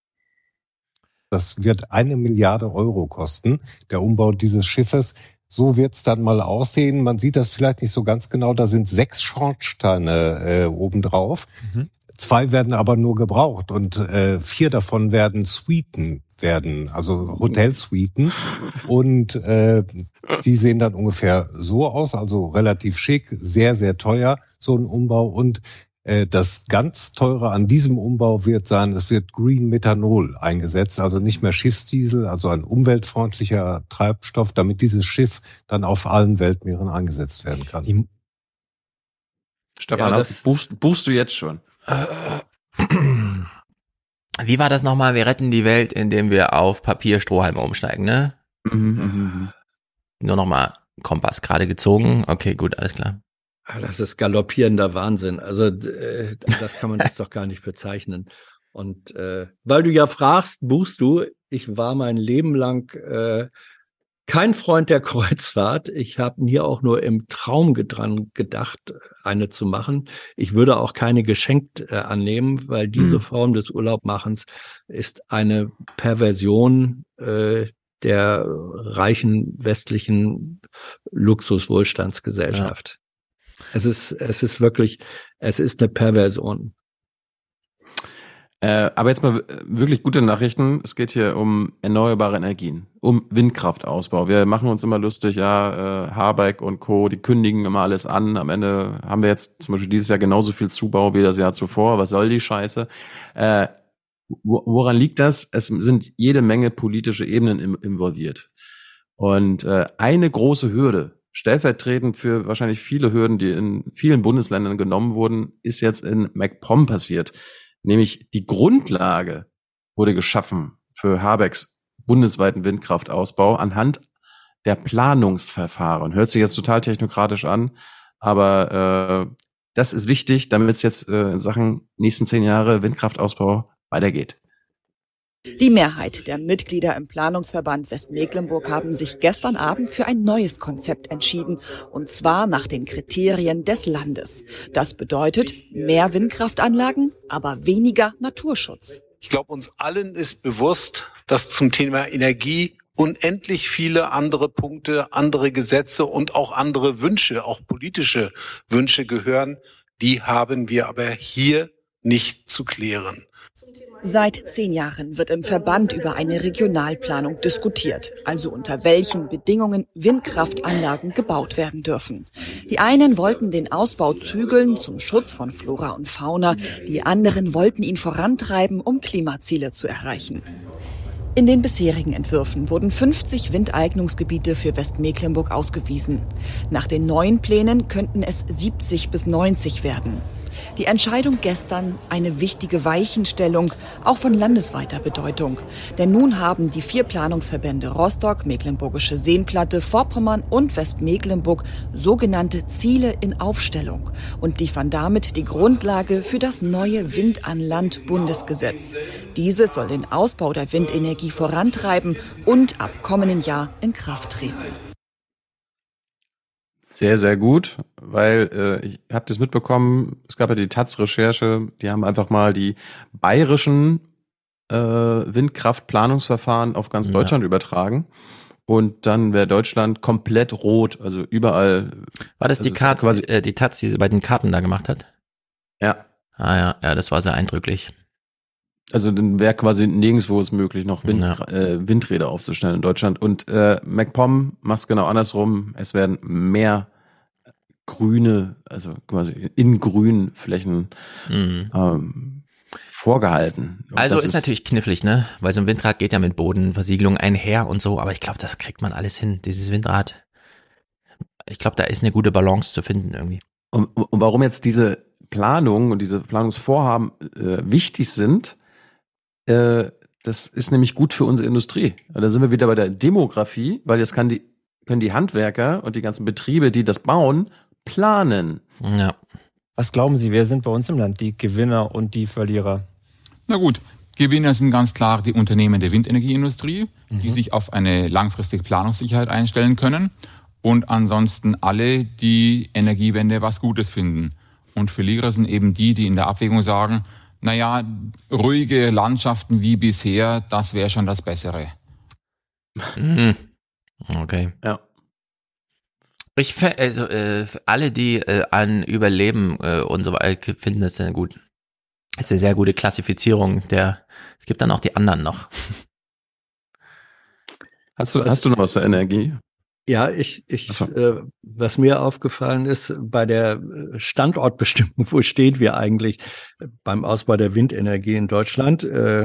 Das wird 1 Milliarde Euro kosten, der Umbau dieses Schiffes. So wird's dann mal aussehen. Man sieht das vielleicht nicht so ganz genau. Da sind 6 Schornsteine obendrauf. 2 werden aber nur gebraucht und 4 davon werden Suiten werden, also Hotelsuiten. Und die sehen dann ungefähr so aus, also relativ schick, sehr, sehr teuer, so ein Umbau. Und das ganz Teure an diesem Umbau wird sein, es wird Green Methanol eingesetzt, also nicht mehr Schiffsdiesel, also ein umweltfreundlicher Treibstoff, damit dieses Schiff dann auf allen Weltmeeren eingesetzt werden kann. Stefan, buchst du jetzt schon? Wie war das nochmal? Wir retten die Welt, indem wir auf Papierstrohhalme umsteigen, ne? Nur nochmal Kompass gerade gezogen. Okay, gut, alles klar. Das ist galoppierender Wahnsinn. Also das kann man jetzt doch gar nicht bezeichnen. Und weil du ja fragst, buchst du? Ich war mein Leben lang kein Freund der Kreuzfahrt. Ich habe mir auch nur im Traum dran gedacht, eine zu machen. Ich würde auch keine geschenkt annehmen, weil diese Form des Urlaubmachens ist eine Perversion der reichen westlichen Luxuswohlstandsgesellschaft. Ja. Es ist wirklich eine Perversion. Aber jetzt mal wirklich gute Nachrichten. Es geht hier um erneuerbare Energien, um Windkraftausbau. Wir machen uns immer lustig, Habeck und Co., die kündigen immer alles an. Am Ende haben wir jetzt zum Beispiel dieses Jahr genauso viel Zubau wie das Jahr zuvor. Was soll die Scheiße? Woran liegt das? Es sind jede Menge politische Ebenen involviert. Und eine große Hürde, stellvertretend für wahrscheinlich viele Hürden, die in vielen Bundesländern genommen wurden, ist jetzt in MacPom passiert. Nämlich die Grundlage wurde geschaffen für Habecks bundesweiten Windkraftausbau anhand der Planungsverfahren. Hört sich jetzt total technokratisch an, aber das ist wichtig, damit es jetzt in Sachen nächsten 10 Jahre Windkraftausbau weitergeht. Die Mehrheit der Mitglieder im Planungsverband Westmecklenburg haben sich gestern Abend für ein neues Konzept entschieden, und zwar nach den Kriterien des Landes. Das bedeutet mehr Windkraftanlagen, aber weniger Naturschutz. Ich glaube, uns allen ist bewusst, dass zum Thema Energie unendlich viele andere Punkte, andere Gesetze und auch andere Wünsche, auch politische Wünsche gehören. Die haben wir aber hier nicht zu klären. Seit 10 Jahren wird im Verband über eine Regionalplanung diskutiert, also unter welchen Bedingungen Windkraftanlagen gebaut werden dürfen. Die einen wollten den Ausbau zügeln zum Schutz von Flora und Fauna, die anderen wollten ihn vorantreiben, um Klimaziele zu erreichen. In den bisherigen Entwürfen wurden 50 Windeignungsgebiete für Westmecklenburg ausgewiesen. Nach den neuen Plänen könnten es 70 bis 90 werden. Die Entscheidung gestern eine wichtige Weichenstellung, auch von landesweiter Bedeutung. Denn nun haben die 4 Planungsverbände Rostock, Mecklenburgische Seenplatte, Vorpommern und Westmecklenburg sogenannte Ziele in Aufstellung und liefern damit die Grundlage für das neue Wind-an-Land-Bundesgesetz. Dieses soll den Ausbau der Windenergie vorantreiben und ab kommenden Jahr in Kraft treten. Sehr, sehr gut, weil ich habe das mitbekommen, es gab ja die Taz-Recherche, die haben einfach mal die bayerischen Windkraftplanungsverfahren auf ganz Deutschland übertragen und dann wäre Deutschland komplett rot, also überall. War das die Taz, die sie bei den Karten da gemacht hat? Ja. Ja, das war sehr eindrücklich. Also dann wäre quasi nirgendwo es möglich, noch Windräder aufzustellen in Deutschland. Und MacPom macht es genau andersrum. Es werden mehr grüne, also quasi in grünen Flächen vorgehalten. Und also ist natürlich knifflig, ne? Weil so ein Windrad geht ja mit Bodenversiegelung einher und so. Aber ich glaube, das kriegt man alles hin. Dieses Windrad, ich glaube, da ist eine gute Balance zu finden irgendwie. Und warum jetzt diese Planung und diese Planungsvorhaben wichtig sind, das ist nämlich gut für unsere Industrie. Da sind wir wieder bei der Demografie, weil jetzt können die Handwerker und die ganzen Betriebe, die das bauen, planen. Ja. Was glauben Sie, wer sind bei uns im Land die Gewinner und die Verlierer? Na gut, Gewinner sind ganz klar die Unternehmen der Windenergieindustrie, die sich auf eine langfristige Planungssicherheit einstellen können, und ansonsten alle, die Energiewende was Gutes finden. Und Verlierer sind eben die in der Abwägung sagen, naja, ruhige Landschaften wie bisher, das wäre schon das Bessere. Okay. Ja. Für alle, die an Überleben und so weiter finden, das sehr gut. Das ist eine sehr gute Klassifizierung. Es gibt dann auch die anderen noch. Hast du noch was zur Energie? Ja, was mir aufgefallen ist, bei der Standortbestimmung, wo stehen wir eigentlich beim Ausbau der Windenergie in Deutschland?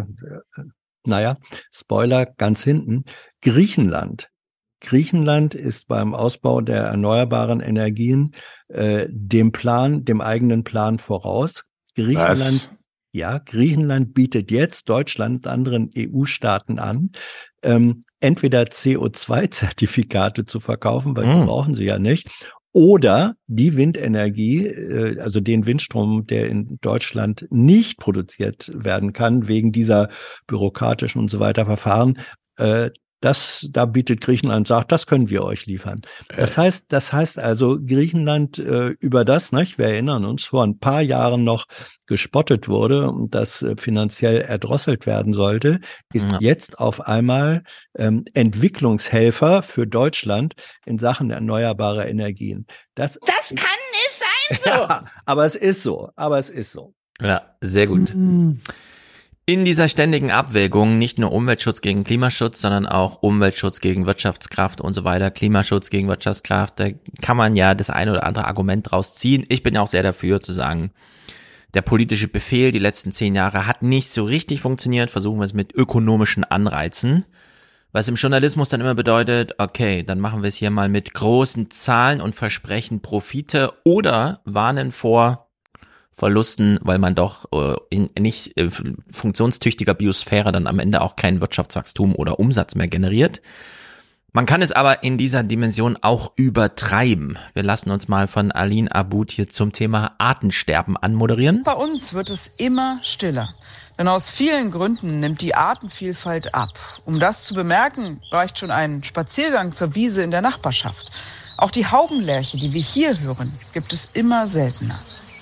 Spoiler, ganz hinten. Griechenland ist beim Ausbau der erneuerbaren Energien dem eigenen Plan voraus. Griechenland bietet jetzt Deutschland und anderen EU-Staaten an, entweder CO2-Zertifikate zu verkaufen, weil die brauchen sie ja nicht, oder die Windenergie, also den Windstrom, der in Deutschland nicht produziert werden kann, wegen dieser bürokratischen und so weiter Verfahren, da bietet Griechenland, sagt, das können wir euch liefern. Das heißt also, Griechenland über das, wir erinnern uns, vor ein paar Jahren noch gespottet wurde und das finanziell erdrosselt werden sollte, ist jetzt auf einmal Entwicklungshelfer für Deutschland in Sachen erneuerbare Energien. Das kann nicht sein so. Ja, aber es ist so. Ja, sehr gut. In dieser ständigen Abwägung nicht nur Umweltschutz gegen Klimaschutz, sondern auch Umweltschutz gegen Wirtschaftskraft und so weiter, Klimaschutz gegen Wirtschaftskraft, da kann man ja das eine oder andere Argument draus ziehen. Ich bin ja auch sehr dafür zu sagen, Der politische Befehl die letzten 10 Jahre hat nicht so richtig funktioniert. Versuchen wir es mit ökonomischen Anreizen. Was im Journalismus dann immer bedeutet, okay, dann machen wir es hier mal mit großen Zahlen und versprechen Profite oder warnen vor Verlusten, weil man doch in nicht funktionstüchtiger Biosphäre dann am Ende auch kein Wirtschaftswachstum oder Umsatz mehr generiert. Man kann es aber in dieser Dimension auch übertreiben. Wir lassen uns mal von Aline Abboud hier zum Thema Artensterben anmoderieren. Bei uns wird es immer stiller. Denn aus vielen Gründen nimmt die Artenvielfalt ab. Um das zu bemerken, reicht schon ein Spaziergang zur Wiese in der Nachbarschaft. Auch die Haubenlerche, die wir hier hören, gibt es immer seltener.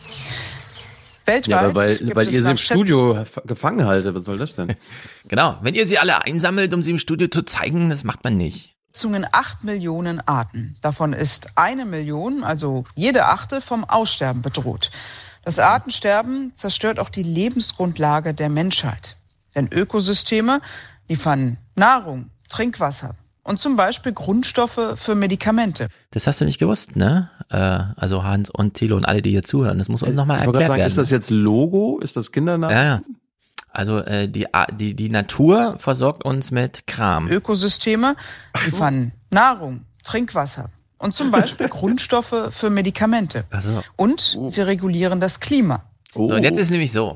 Weltweit ja, aber weil ihr sie im Studio gefangen haltet, was soll das denn? Genau, wenn ihr sie alle einsammelt, um sie im Studio zu zeigen, das macht man nicht. 8 Millionen Arten. Davon ist 1 Million, also jede Achte, vom Aussterben bedroht. Das Artensterben zerstört auch die Lebensgrundlage der Menschheit. Denn Ökosysteme liefern Nahrung, Trinkwasser und zum Beispiel Grundstoffe für Medikamente. Das hast du nicht gewusst, ne? Also Hans und Thilo und alle, die hier zuhören. Das muss uns nochmal erklärt werden. Ist das jetzt Logo? Ist das Kindernamen? Ja. Also die Natur versorgt uns mit Kram. Ökosysteme liefern Nahrung, Trinkwasser und zum Beispiel Grundstoffe für Medikamente. Also. Und sie regulieren das Klima. So, und jetzt ist nämlich so,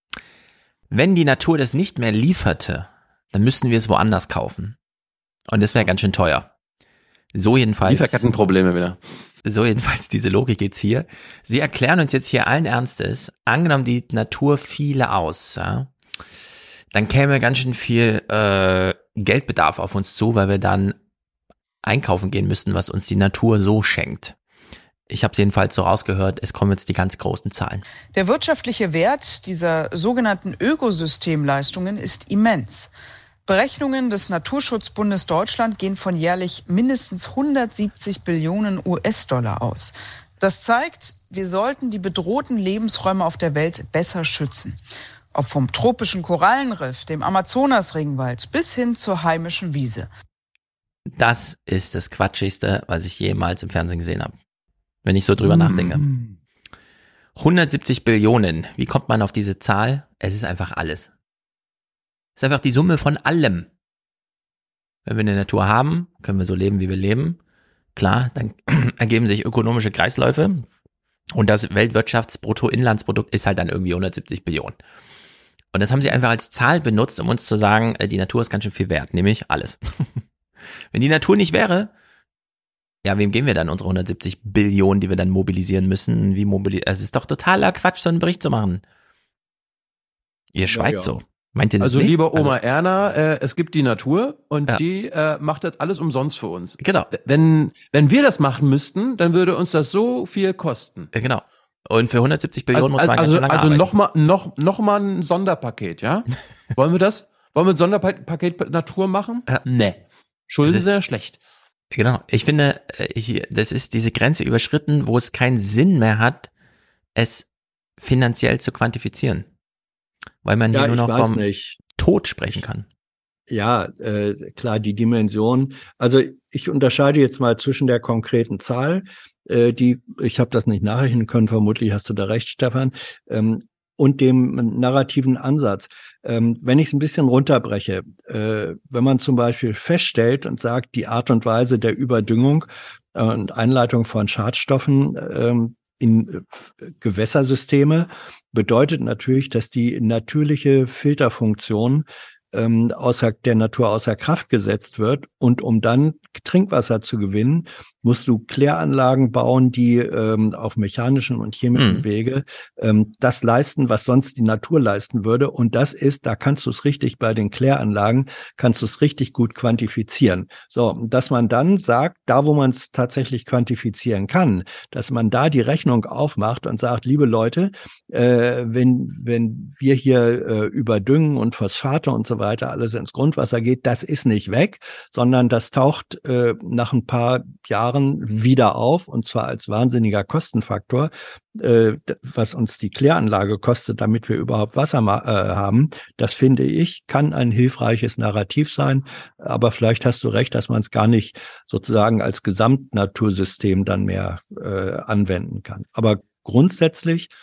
wenn die Natur das nicht mehr lieferte, dann müssten wir es woanders kaufen. Und das wäre ganz schön teuer. So jedenfalls. Lieferkettenprobleme wieder. So jedenfalls diese Logik jetzt hier. Sie erklären uns jetzt hier allen Ernstes, angenommen die Natur fiele aus, ja, dann käme ganz schön viel Geldbedarf auf uns zu, weil wir dann einkaufen gehen müssten, was uns die Natur so schenkt. Ich habe es jedenfalls so rausgehört, es kommen jetzt die ganz großen Zahlen. Der wirtschaftliche Wert dieser sogenannten Ökosystemleistungen ist immens. Berechnungen des Naturschutzbundes Deutschland gehen von jährlich mindestens 170 Billionen US-Dollar aus. Das zeigt, wir sollten die bedrohten Lebensräume auf der Welt besser schützen. Ob vom tropischen Korallenriff, dem Amazonas-Regenwald bis hin zur heimischen Wiese. Das ist das Quatschigste, was ich jemals im Fernsehen gesehen habe, wenn ich so drüber nachdenke. 170 Billionen, wie kommt man auf diese Zahl? Es ist einfach alles. Es ist einfach die Summe von allem. Wenn wir eine Natur haben, können wir so leben, wie wir leben. Klar, dann ergeben sich ökonomische Kreisläufe und das Weltwirtschaftsbruttoinlandsprodukt ist halt dann irgendwie 170 Billionen. Und das haben sie einfach als Zahl benutzt, um uns zu sagen, die Natur ist ganz schön viel wert, nämlich alles. Wenn die Natur nicht wäre, ja, wem geben wir dann unsere 170 Billionen, die wir dann mobilisieren müssen? Es ist doch totaler Quatsch, so einen Bericht zu machen. Ihr schweigt so. Meint ihr das also nicht? Liebe Oma Erna, es gibt die Natur und die macht das alles umsonst für uns. Genau. Wenn wir das machen müssten, dann würde uns das so viel kosten. Genau. Und für 170 Billionen muss man ganz schön lange arbeiten. noch mal ein Sonderpaket, ja? Wollen wir das? Wollen wir ein Sonderpaket Natur machen? Nee. Schulden sind ja schlecht. Genau. Ich finde, das ist diese Grenze überschritten, wo es keinen Sinn mehr hat, es finanziell zu quantifizieren. Weil man hier nur noch vom Tod sprechen kann. Ja, klar, die Dimension. Also ich unterscheide jetzt mal zwischen der konkreten Zahl, ich habe das nicht nachrechnen können, vermutlich hast du da recht, Stefan, und dem narrativen Ansatz. Wenn ich es ein bisschen runterbreche, wenn man zum Beispiel feststellt und sagt, die Art und Weise der Überdüngung und Einleitung von Schadstoffen in Gewässersysteme bedeutet natürlich, dass die natürliche Filterfunktion der Natur außer Kraft gesetzt wird. Und um dann Trinkwasser zu gewinnen, musst du Kläranlagen bauen, die auf mechanischen und chemischen Wege das leisten, was sonst die Natur leisten würde. Und das ist, da kannst du es richtig bei den Kläranlagen, kannst du es richtig gut quantifizieren. So, dass man dann sagt, da wo man es tatsächlich quantifizieren kann, dass man da die Rechnung aufmacht und sagt, liebe Leute, wenn wir hier überdüngen und Phosphate und so weiter alles ins Grundwasser geht, das ist nicht weg, sondern das taucht nach ein paar Jahren wieder auf, und zwar als wahnsinniger Kostenfaktor, was uns die Kläranlage kostet, damit wir überhaupt Wasser haben. Das, finde ich, kann ein hilfreiches Narrativ sein, aber vielleicht hast du recht, dass man es gar nicht sozusagen als Gesamtnatursystem dann mehr anwenden kann. Aber grundsätzlich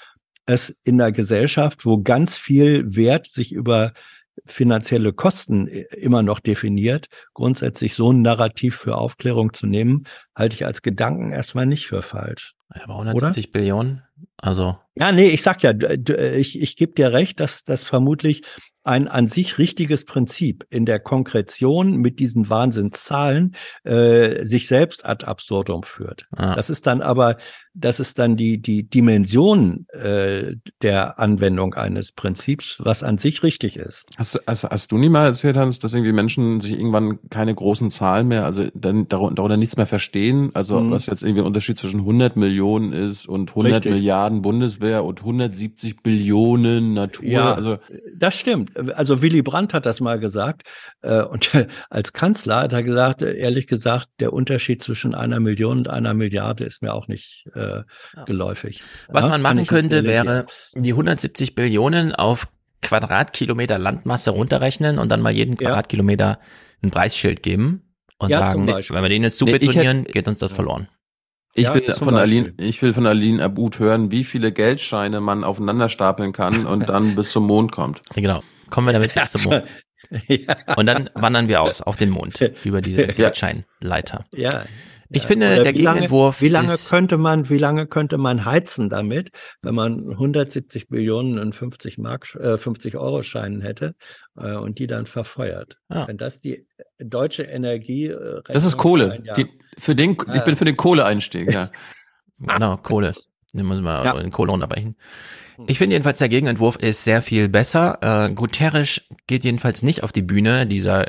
es in einer Gesellschaft, wo ganz viel Wert sich über finanzielle Kosten immer noch definiert, grundsätzlich so ein Narrativ für Aufklärung zu nehmen, halte ich als Gedanken erstmal nicht für falsch. Aber 170 Billionen, also. Ja, nee, ich sag ja, ich gebe dir recht, dass das vermutlich ein an sich richtiges Prinzip in der Konkretion mit diesen Wahnsinnszahlen sich selbst ad absurdum führt. Ah. Das ist dann die Dimension der Anwendung eines Prinzips, was an sich richtig ist. Hast du nie mal erzählt, Hans, dass irgendwie Menschen sich irgendwann keine großen Zahlen mehr, also dann darunter nichts mehr verstehen? Also was jetzt irgendwie ein Unterschied zwischen 100 Millionen ist und 100 Richtig. Milliarden Bundeswehr und 170 Billionen Natur. Ja, also das stimmt. Also Willy Brandt hat das mal gesagt und als Kanzler hat er gesagt, ehrlich gesagt, der Unterschied zwischen 1 Million und 1 Milliarde ist mir auch nicht geläufig. Was man machen könnte, wäre die 170 Billionen auf Quadratkilometer Landmasse runterrechnen und dann mal jeden Quadratkilometer ein Preisschild geben und sagen, wenn wir den jetzt zubetonieren, geht uns das verloren. Ich will von Aline Abud hören, wie viele Geldscheine man aufeinander stapeln kann und dann bis zum Mond kommt. Genau. Kommen wir damit bis zum Mond. Und dann wandern wir aus auf den Mond über diese Geldscheinleiter. Ja. Ich finde, der Gegenentwurf wie lange könnte man heizen damit, wenn man 170 Billionen in 50 Euro Scheinen hätte und die dann verfeuert? Ja. Wenn das die deutsche Energie das ist Kohle. Ich bin für den Kohleeinstieg, ja. Genau, Kohle. Den müssen wir in Kohle runterbrechen. Ich finde jedenfalls, der Gegenentwurf ist sehr viel besser. Guterres geht jedenfalls nicht auf die Bühne dieser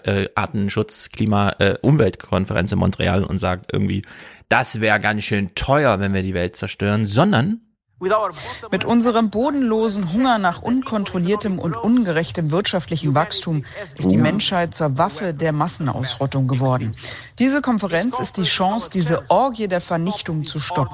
Umweltkonferenz in Montreal und sagt irgendwie, das wäre ganz schön teuer, wenn wir die Welt zerstören, sondern mit unserem bodenlosen Hunger nach unkontrolliertem und ungerechtem wirtschaftlichem Wachstum ist die Menschheit zur Waffe der Massenausrottung geworden. Diese Konferenz ist die Chance, diese Orgie der Vernichtung zu stoppen.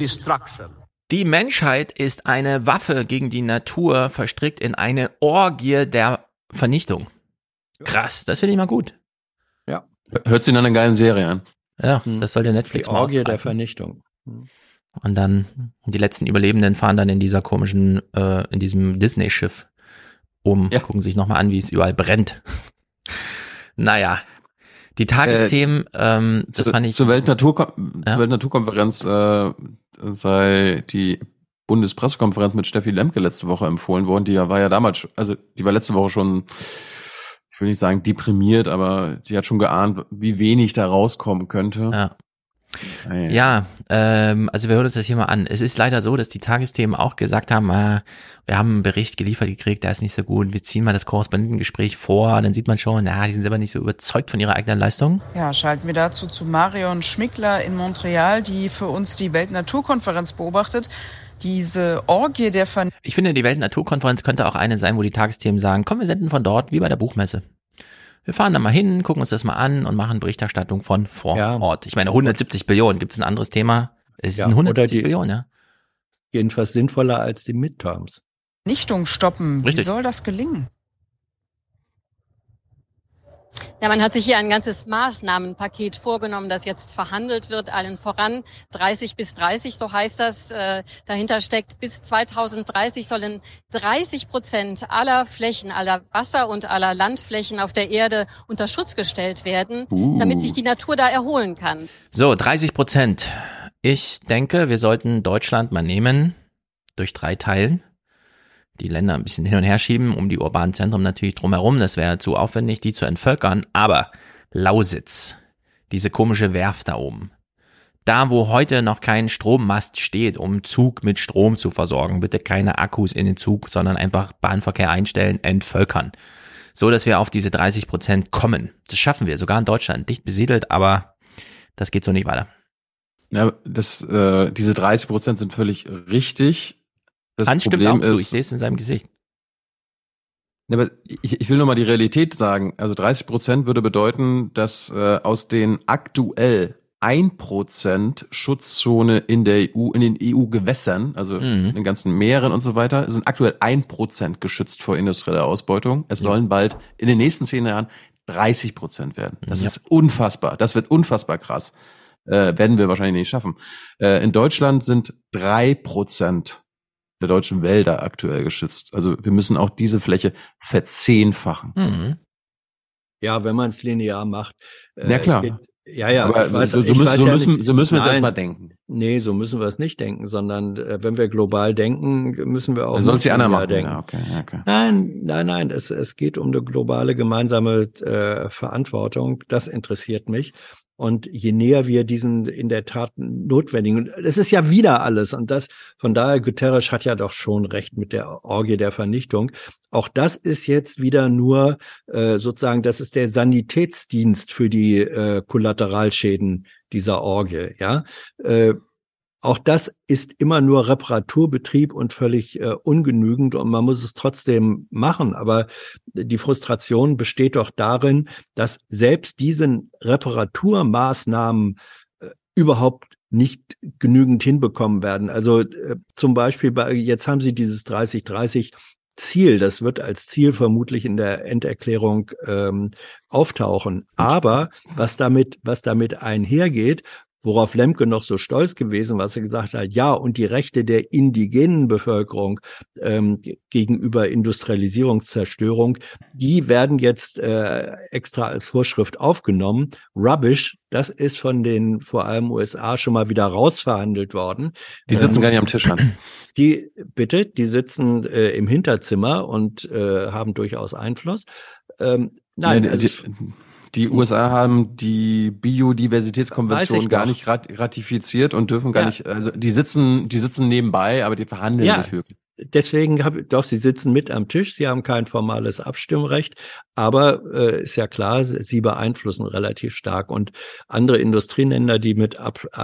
Die Menschheit ist eine Waffe gegen die Natur, verstrickt in eine Orgie der Vernichtung. Krass, das finde ich mal gut. Ja. Hört sich nach einer geilen Serie an. Ja, das soll der Netflix machen. Die Orgie der Vernichtung. Und dann die letzten Überlebenden fahren dann in dieser komischen, in diesem Disney-Schiff gucken sich nochmal an, wie es überall brennt. Naja, die Tagesthemen, das fand ich... Zur Weltnaturkonferenz sei die Bundespressekonferenz mit Steffi Lemke letzte Woche empfohlen worden. Die war ja damals, also die war letzte Woche schon, ich will nicht sagen deprimiert, aber sie hat schon geahnt, wie wenig da rauskommen könnte. Ja. Also wir hören uns das hier mal an. Es ist leider so, dass die Tagesthemen auch gesagt haben, wir haben einen Bericht geliefert gekriegt, der ist nicht so gut, wir ziehen mal das Korrespondentengespräch vor, dann sieht man schon, die sind selber nicht so überzeugt von ihrer eigenen Leistung. Ja, schalten wir dazu zu Marion Schmickler in Montreal, die für uns die Weltnaturkonferenz beobachtet. Diese Orgie der Ich finde, die Weltnaturkonferenz könnte auch eine sein, wo die Tagesthemen sagen, komm, wir senden von dort, wie bei der Buchmesse. Wir fahren da mal hin, gucken uns das mal an und machen Berichterstattung von vor Ort. Ich meine, 170 Billionen, gibt es ein anderes Thema? Es sind 170 Billionen, ja. Jedenfalls sinnvoller als die Midterms. Vernichtung stoppen, wie soll das gelingen? Ja, man hat sich hier ein ganzes Maßnahmenpaket vorgenommen, das jetzt verhandelt wird, allen voran 30 bis 30, so heißt das. Dahinter steckt, bis 2030 sollen 30% aller Flächen, aller Wasser- und aller Landflächen auf der Erde unter Schutz gestellt werden, damit sich die Natur da erholen kann. So, 30%. Ich denke, wir sollten Deutschland mal nehmen, durch 3 teilen. Die Länder ein bisschen hin und her schieben, um die urbanen Zentren natürlich drumherum. Das wäre zu aufwendig, die zu entvölkern. Aber Lausitz, diese komische Werft da oben, da wo heute noch kein Strommast steht, um Zug mit Strom zu versorgen, bitte keine Akkus in den Zug, sondern einfach Bahnverkehr einstellen, entvölkern. So, dass wir auf diese 30% kommen. Das schaffen wir, sogar in Deutschland, dicht besiedelt, aber das geht so nicht weiter. Ja, diese 30% sind völlig richtig. Das Hans stimmt auch so, ich sehe es in seinem Gesicht. Aber ich will nur mal die Realität sagen. Also 30% würde bedeuten, dass aus den aktuell 1% Schutzzone in der EU, in den EU-Gewässern, also in den ganzen Meeren und so weiter, sind aktuell 1% geschützt vor industrieller Ausbeutung. Es sollen bald in den nächsten 10 Jahren 30% werden. Das ist unfassbar. Das wird unfassbar krass. Werden wir wahrscheinlich nicht schaffen. In Deutschland sind 3% der deutschen Wälder aktuell geschützt. Also wir müssen auch diese Fläche verzehnfachen. Mhm. Ja, wenn man es linear macht. Ja, klar. Aber so müssen wir es erstmal denken. Nee, so müssen wir es nicht denken, sondern wenn wir global denken, müssen wir auch soll es die anderen machen. denken. Ja, okay. Nein, es geht um eine globale gemeinsame Verantwortung. Das interessiert mich. Und je näher wir diesen in der Tat notwendigen, das ist ja wieder alles. Und das, von daher, Guterres hat ja doch schon recht mit der Orgie der Vernichtung. Auch das ist jetzt wieder nur sozusagen, das ist der Sanitätsdienst für die Kollateralschäden dieser Orgie, ja. Auch das ist immer nur Reparaturbetrieb und völlig ungenügend und man muss es trotzdem machen. Aber die Frustration besteht doch darin, dass selbst diesen Reparaturmaßnahmen überhaupt nicht genügend hinbekommen werden. Also zum Beispiel, jetzt haben Sie dieses 30-30 Ziel, das wird als Ziel vermutlich in der Enderklärung auftauchen. Aber was damit einhergeht, worauf Lemke noch so stolz gewesen, was er gesagt hat, ja, und die Rechte der indigenen Bevölkerung gegenüber Industrialisierungszerstörung, die werden jetzt extra als Vorschrift aufgenommen. Rubbish, das ist von den vor allem USA schon mal wieder rausverhandelt worden. Die sitzen gar nicht am Tisch, Hans. Die sitzen im Hinterzimmer und haben durchaus Einfluss. Die USA haben die Biodiversitätskonvention gar nicht ratifiziert und dürfen gar nicht, also die sitzen nebenbei, aber die verhandeln nicht wirklich. Deswegen sie sitzen mit am Tisch, sie haben kein formales Abstimmrecht, aber ist ja klar, sie beeinflussen relativ stark und andere Industrienationen, die mit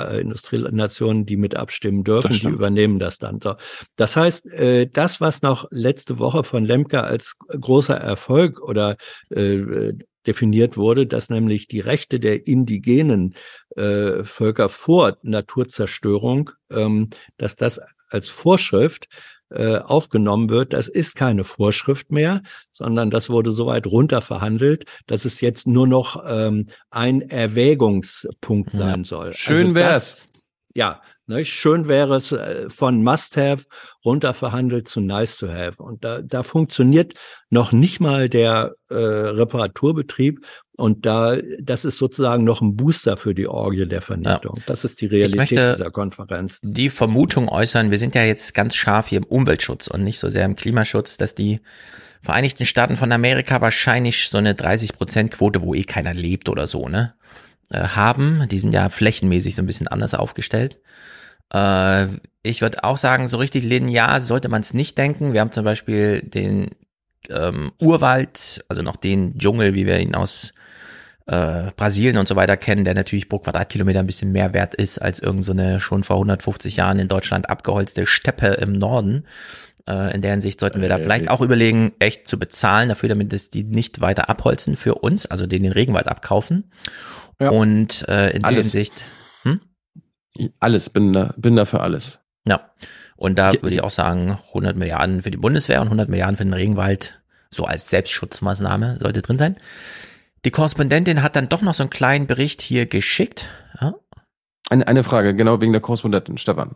abstimmen dürfen, die übernehmen das dann. So. Das heißt, das, was noch letzte Woche von Lemke als großer Erfolg oder definiert wurde, dass nämlich die Rechte der indigenen Völker vor Naturzerstörung, dass das als Vorschrift aufgenommen wird. Das ist keine Vorschrift mehr, sondern das wurde so weit runterverhandelt, dass es jetzt nur noch ein Erwägungspunkt sein soll. Schön wär's. Schön wäre es von Must-Have runterverhandelt zu Nice-to-Have. Und da funktioniert noch nicht mal der Reparaturbetrieb. Und das ist sozusagen noch ein Booster für die Orgie der Vernichtung. Ja. Das ist die Realität dieser Konferenz. Die Vermutung äußern, wir sind ja jetzt ganz scharf hier im Umweltschutz und nicht so sehr im Klimaschutz, dass die Vereinigten Staaten von Amerika wahrscheinlich so eine 30%-Quote, wo keiner lebt oder so, ne, haben. Die sind ja flächenmäßig so ein bisschen anders aufgestellt. Ich würde auch sagen, so richtig linear sollte man es nicht denken. Wir haben zum Beispiel den Urwald, also noch den Dschungel, wie wir ihn aus Brasilien und so weiter kennen, der natürlich pro Quadratkilometer ein bisschen mehr wert ist als irgend so eine schon vor 150 Jahren in Deutschland abgeholzte Steppe im Norden. In der Hinsicht sollten wir da vielleicht auch überlegen, echt zu bezahlen dafür, damit es die nicht weiter abholzen für uns, also den Regenwald abkaufen. Ja. Und in der Hinsicht alles, bin da für alles. Ja, und da würde ich auch sagen, 100 Milliarden für die Bundeswehr und 100 Milliarden für den Regenwald, so als Selbstschutzmaßnahme sollte drin sein. Die Korrespondentin hat dann doch noch so einen kleinen Bericht hier geschickt. Ja? Eine Frage, genau wegen der Korrespondentin, Stefan.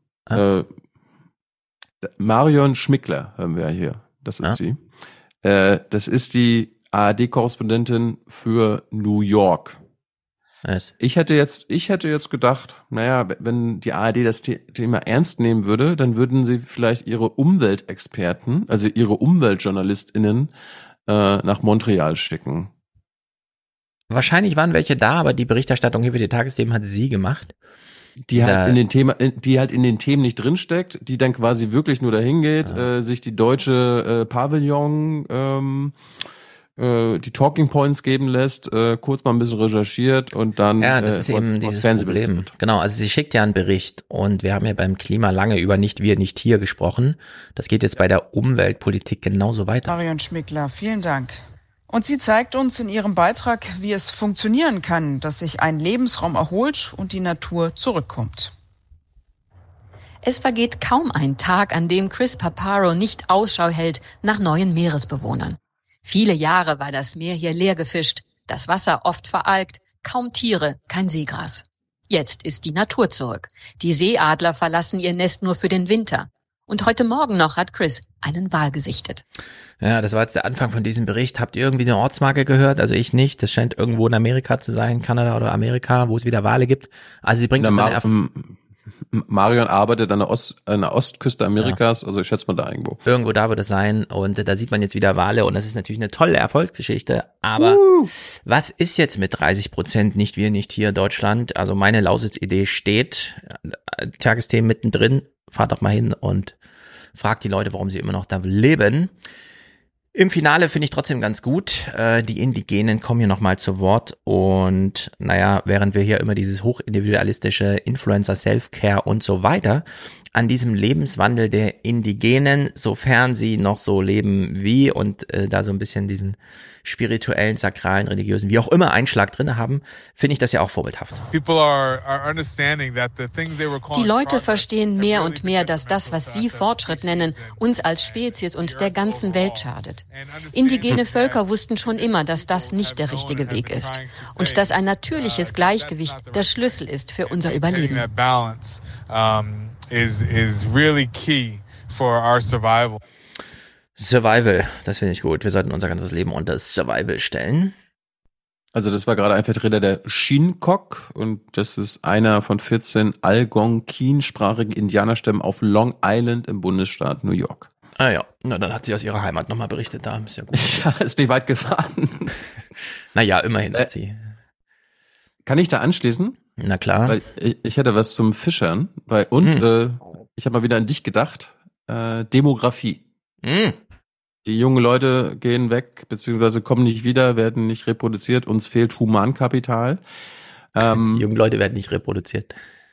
Marion Schmickler haben wir hier, das ist sie. Das ist die ARD-Korrespondentin für New York. Nice. Ich hätte jetzt gedacht, wenn die ARD das Thema ernst nehmen würde, dann würden sie vielleicht ihre Umweltexperten, also ihre UmweltjournalistInnen nach Montreal schicken. Wahrscheinlich waren welche da, aber die Berichterstattung hier für die Tagesthemen hat sie gemacht. Die halt in den Themen nicht drinsteckt, die dann quasi wirklich nur dahin geht, sich die deutsche Pavillon die Talking Points geben lässt, kurz mal ein bisschen recherchiert und dann das ist eben dieses Problem. Genau, also sie schickt ja einen Bericht und wir haben ja beim Klima lange über nicht wir, nicht hier gesprochen. Das geht jetzt bei der Umweltpolitik genauso weiter. Marion Schmickler, vielen Dank. Und sie zeigt uns in ihrem Beitrag, wie es funktionieren kann, dass sich ein Lebensraum erholt und die Natur zurückkommt. Es vergeht kaum ein Tag, an dem Chris Paparo nicht Ausschau hält nach neuen Meeresbewohnern. Viele Jahre war das Meer hier leer gefischt, das Wasser oft veralgt, kaum Tiere, kein Seegras. Jetzt ist die Natur zurück. Die Seeadler verlassen ihr Nest nur für den Winter. Und heute Morgen noch hat Chris einen Wal gesichtet. Ja, das war jetzt der Anfang von diesem Bericht. Habt ihr irgendwie eine Ortsmarke gehört? Also ich nicht. Das scheint irgendwo in Amerika zu sein, Kanada oder Amerika, wo es wieder Wale gibt. Also sie bringt uns Marion arbeitet an der Ostküste Amerikas, also ich schätze mal da irgendwo. Irgendwo da wird es sein und da sieht man jetzt wieder Wale und das ist natürlich eine tolle Erfolgsgeschichte, aber was ist jetzt mit 30%, nicht wir, nicht hier, Deutschland? Also meine Lausitz-Idee steht, Tagesthemen mittendrin, fahrt doch mal hin und fragt die Leute, warum sie immer noch da leben. Im Finale finde ich trotzdem ganz gut. Die Indigenen kommen hier nochmal zu Wort und naja, während wir hier immer dieses hochindividualistische Influencer Self-Care und so weiter an diesem Lebenswandel der Indigenen, sofern sie noch so leben wie und da so ein bisschen diesen spirituellen, sakralen, religiösen, wie auch immer Einschlag drin haben, finde ich das ja auch vorbildhaft. Die Leute verstehen mehr und mehr, dass das, was sie Fortschritt nennen, uns als Spezies und der ganzen Welt schadet. Indigene Völker wussten schon immer, dass das nicht der richtige Weg ist und dass ein natürliches Gleichgewicht der Schlüssel ist für unser Überleben. Is really key for our survival. Survival, das finde ich gut. Wir sollten unser ganzes Leben unter Survival stellen. Also das war gerade ein Vertreter der Shinnecock und das ist einer von 14 Algonquin-sprachigen Indianerstämmen auf Long Island im Bundesstaat New York. Ah ja, na dann hat sie aus ihrer Heimat nochmal berichtet, da ist ja gut. Ja, ist nicht weit gefahren. Naja, immerhin hat sie. Kann ich da anschließen? Na klar. Weil ich hätte was zum Fischern. Ich habe mal wieder an dich gedacht. Demografie. Die jungen Leute gehen weg, beziehungsweise kommen nicht wieder, werden nicht reproduziert. Uns fehlt Humankapital. Die jungen Leute werden nicht reproduziert.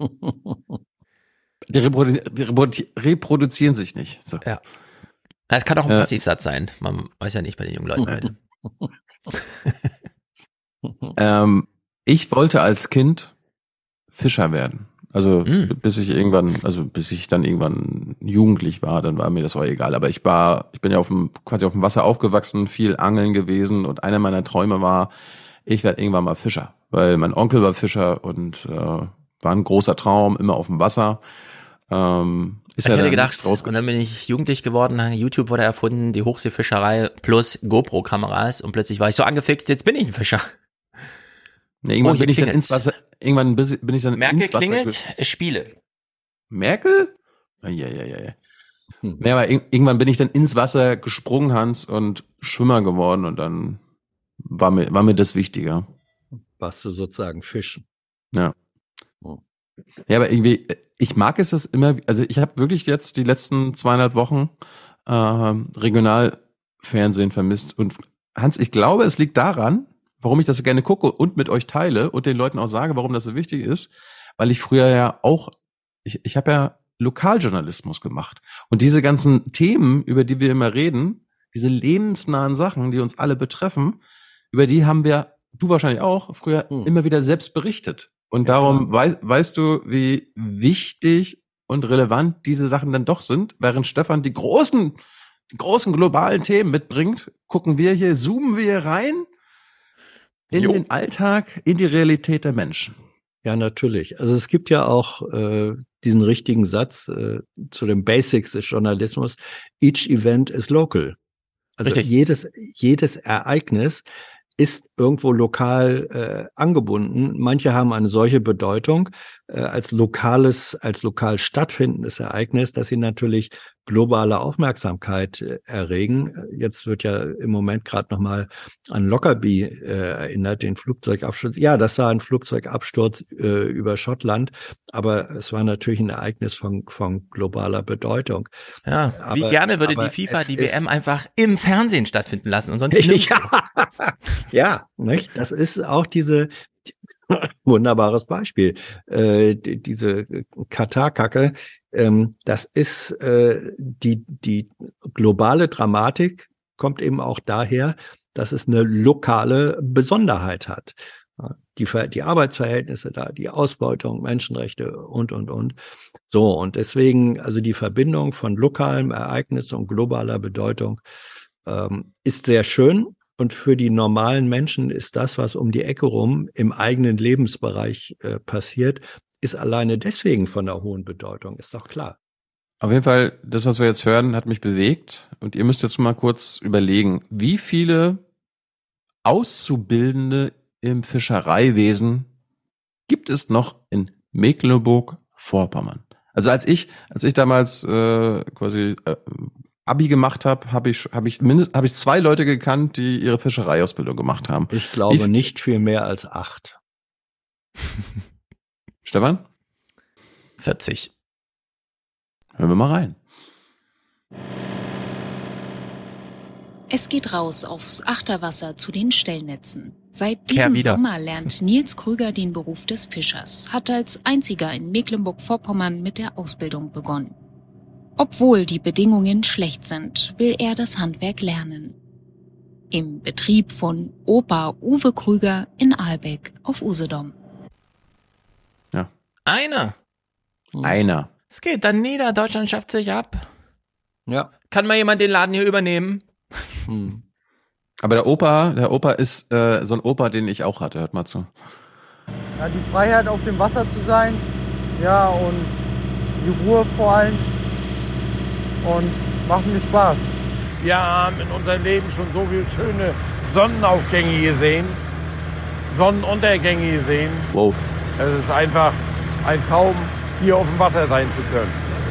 Die reproduzieren sich nicht. So. Ja. Es kann auch ein Passivsatz sein. Man weiß ja nicht bei den jungen Leuten. Ich wollte als Kind Fischer werden. Also bis ich dann irgendwann jugendlich war, dann war mir das auch egal. Aber ich bin ja quasi auf dem Wasser aufgewachsen, viel angeln gewesen und einer meiner Träume war, ich werde irgendwann mal Fischer. Weil mein Onkel war Fischer und war ein großer Traum, immer auf dem Wasser. Ich hätte gedacht, und dann bin ich jugendlich geworden, YouTube wurde erfunden, die Hochseefischerei plus GoPro-Kameras und plötzlich war ich so angefixt, jetzt bin ich ein Fischer. Nee, irgendwann bin ich dann ins Wasser. Irgendwann bin ich dann Merkel ins Wasser. Klingelt, Spiele. Merkel? Ja. Nee, aber irgendwann bin ich dann ins Wasser gesprungen, Hans, und Schwimmer geworden und dann war mir das wichtiger. Warst du sozusagen Fischen? Ja. Ja, aber irgendwie, ich mag es das immer, also ich habe wirklich jetzt die letzten 2,5 Wochen Regionalfernsehen vermisst und Hans, ich glaube, es liegt daran, warum ich das so gerne gucke und mit euch teile und den Leuten auch sage, warum das so wichtig ist, weil ich früher ja auch, ich habe ja Lokaljournalismus gemacht und diese ganzen Themen, über die wir immer reden, diese lebensnahen Sachen, die uns alle betreffen, über die haben wir, du wahrscheinlich auch, früher immer wieder selbst berichtet und darum weißt du, wie wichtig und relevant diese Sachen dann doch sind, während Stefan die großen globalen Themen mitbringt, zoomen wir hier rein in den Alltag, in die Realität der Menschen. Ja, natürlich. Also es gibt ja auch diesen richtigen Satz zu den Basics des Journalismus. Each event is local. Also jedes Ereignis ist irgendwo lokal angebunden. Manche haben eine solche Bedeutung als lokal stattfindendes Ereignis, dass sie natürlich globale Aufmerksamkeit erregen. Jetzt wird ja im Moment gerade nochmal an Lockerbie erinnert, den Flugzeugabsturz. Ja, das war ein Flugzeugabsturz über Schottland, aber es war natürlich ein Ereignis von globaler Bedeutung. Ja, wie gerne würde die FIFA die WM einfach im Fernsehen stattfinden lassen und sonst nicht. Ja, nicht? Das ist auch wunderbares Beispiel. Diese Katar-Kacke, das ist die globale Dramatik kommt eben auch daher, dass es eine lokale Besonderheit hat. Die Arbeitsverhältnisse da, die Ausbeutung, Menschenrechte und. So, und deswegen, also die Verbindung von lokalem Ereignis und globaler Bedeutung ist sehr schön. Und für die normalen Menschen ist das, was um die Ecke rum im eigenen Lebensbereich passiert, ist alleine deswegen von einer hohen Bedeutung, ist doch klar. Auf jeden Fall, das, was wir jetzt hören, hat mich bewegt. Und ihr müsst jetzt mal kurz überlegen, wie viele Auszubildende im Fischereiwesen gibt es noch in Mecklenburg-Vorpommern? Also als ich damals quasi Abi gemacht habe, habe ich 2 Leute gekannt, die ihre Fischereiausbildung gemacht haben. Ich glaube nicht viel mehr als 8. Stefan? 40. Hören wir mal rein. Es geht raus aufs Achterwasser zu den Stellnetzen. Seit diesem Sommer lernt Nils Krüger den Beruf des Fischers, hat als einziger in Mecklenburg-Vorpommern mit der Ausbildung begonnen. Obwohl die Bedingungen schlecht sind, will er das Handwerk lernen. Im Betrieb von Opa Uwe Krüger in Ahlbeck auf Usedom. Ja. Einer. Es geht dann nieder, Deutschland schafft sich ab. Ja. Kann mal jemand den Laden hier übernehmen? Aber der Opa ist so ein Opa, den ich auch hatte, hört mal zu. Ja, die Freiheit auf dem Wasser zu sein, ja, und die Ruhe vor allem. Und macht mir Spaß. Wir haben in unserem Leben schon so viele schöne Sonnenaufgänge gesehen, Sonnenuntergänge gesehen. Wow. Es ist einfach ein Traum, hier auf dem Wasser sein zu können.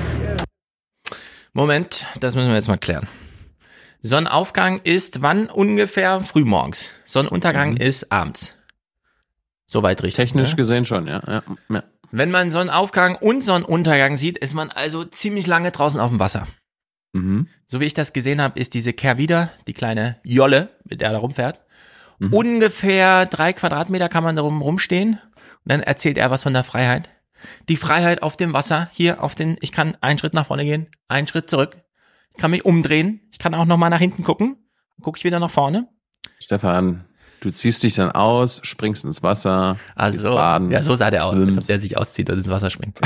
Moment, das müssen wir jetzt mal klären. Sonnenaufgang ist wann ungefähr? Frühmorgens. Sonnenuntergang ist abends. Soweit richtig. Technisch gesehen schon, ja. Wenn man Sonnenaufgang und Sonnenuntergang sieht, ist man also ziemlich lange draußen auf dem Wasser. Mhm. So wie ich das gesehen habe, ist diese Kehrwieder, die kleine Jolle, mit der er da rumfährt, ungefähr 3 Quadratmeter kann man da rumstehen. Und dann erzählt er was von der Freiheit. Die Freiheit auf dem Wasser, ich kann einen Schritt nach vorne gehen, einen Schritt zurück. Ich kann mich umdrehen, ich kann auch nochmal nach hinten gucken, gucke ich wieder nach vorne. Stefan, du ziehst dich dann aus, springst ins Wasser, baden. Ja, so sah der aus, als ob der sich auszieht und ins Wasser springt.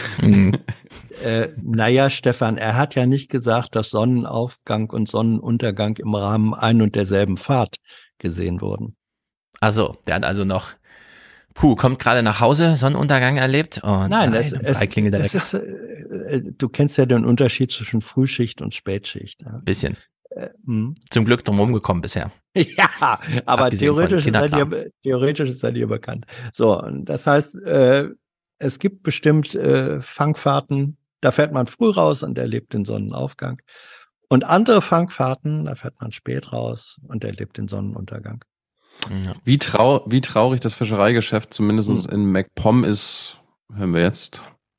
Naja, Stefan, er hat ja nicht gesagt, dass Sonnenaufgang und Sonnenuntergang im Rahmen ein und derselben Fahrt gesehen wurden. Also, der hat also noch, kommt gerade nach Hause, Sonnenuntergang erlebt. Und Nein, du kennst ja den Unterschied zwischen Frühschicht und Spätschicht. Ja? Bisschen. Zum Glück drum rumgekommen bisher. Ja, aber theoretisch ist er dir bekannt. So, das heißt, es gibt bestimmt Fangfahrten, da fährt man früh raus und erlebt den Sonnenaufgang. Und andere Fangfahrten, da fährt man spät raus und erlebt den Sonnenuntergang. Ja. Wie traurig das Fischereigeschäft zumindest in MacPom ist, hören wir jetzt.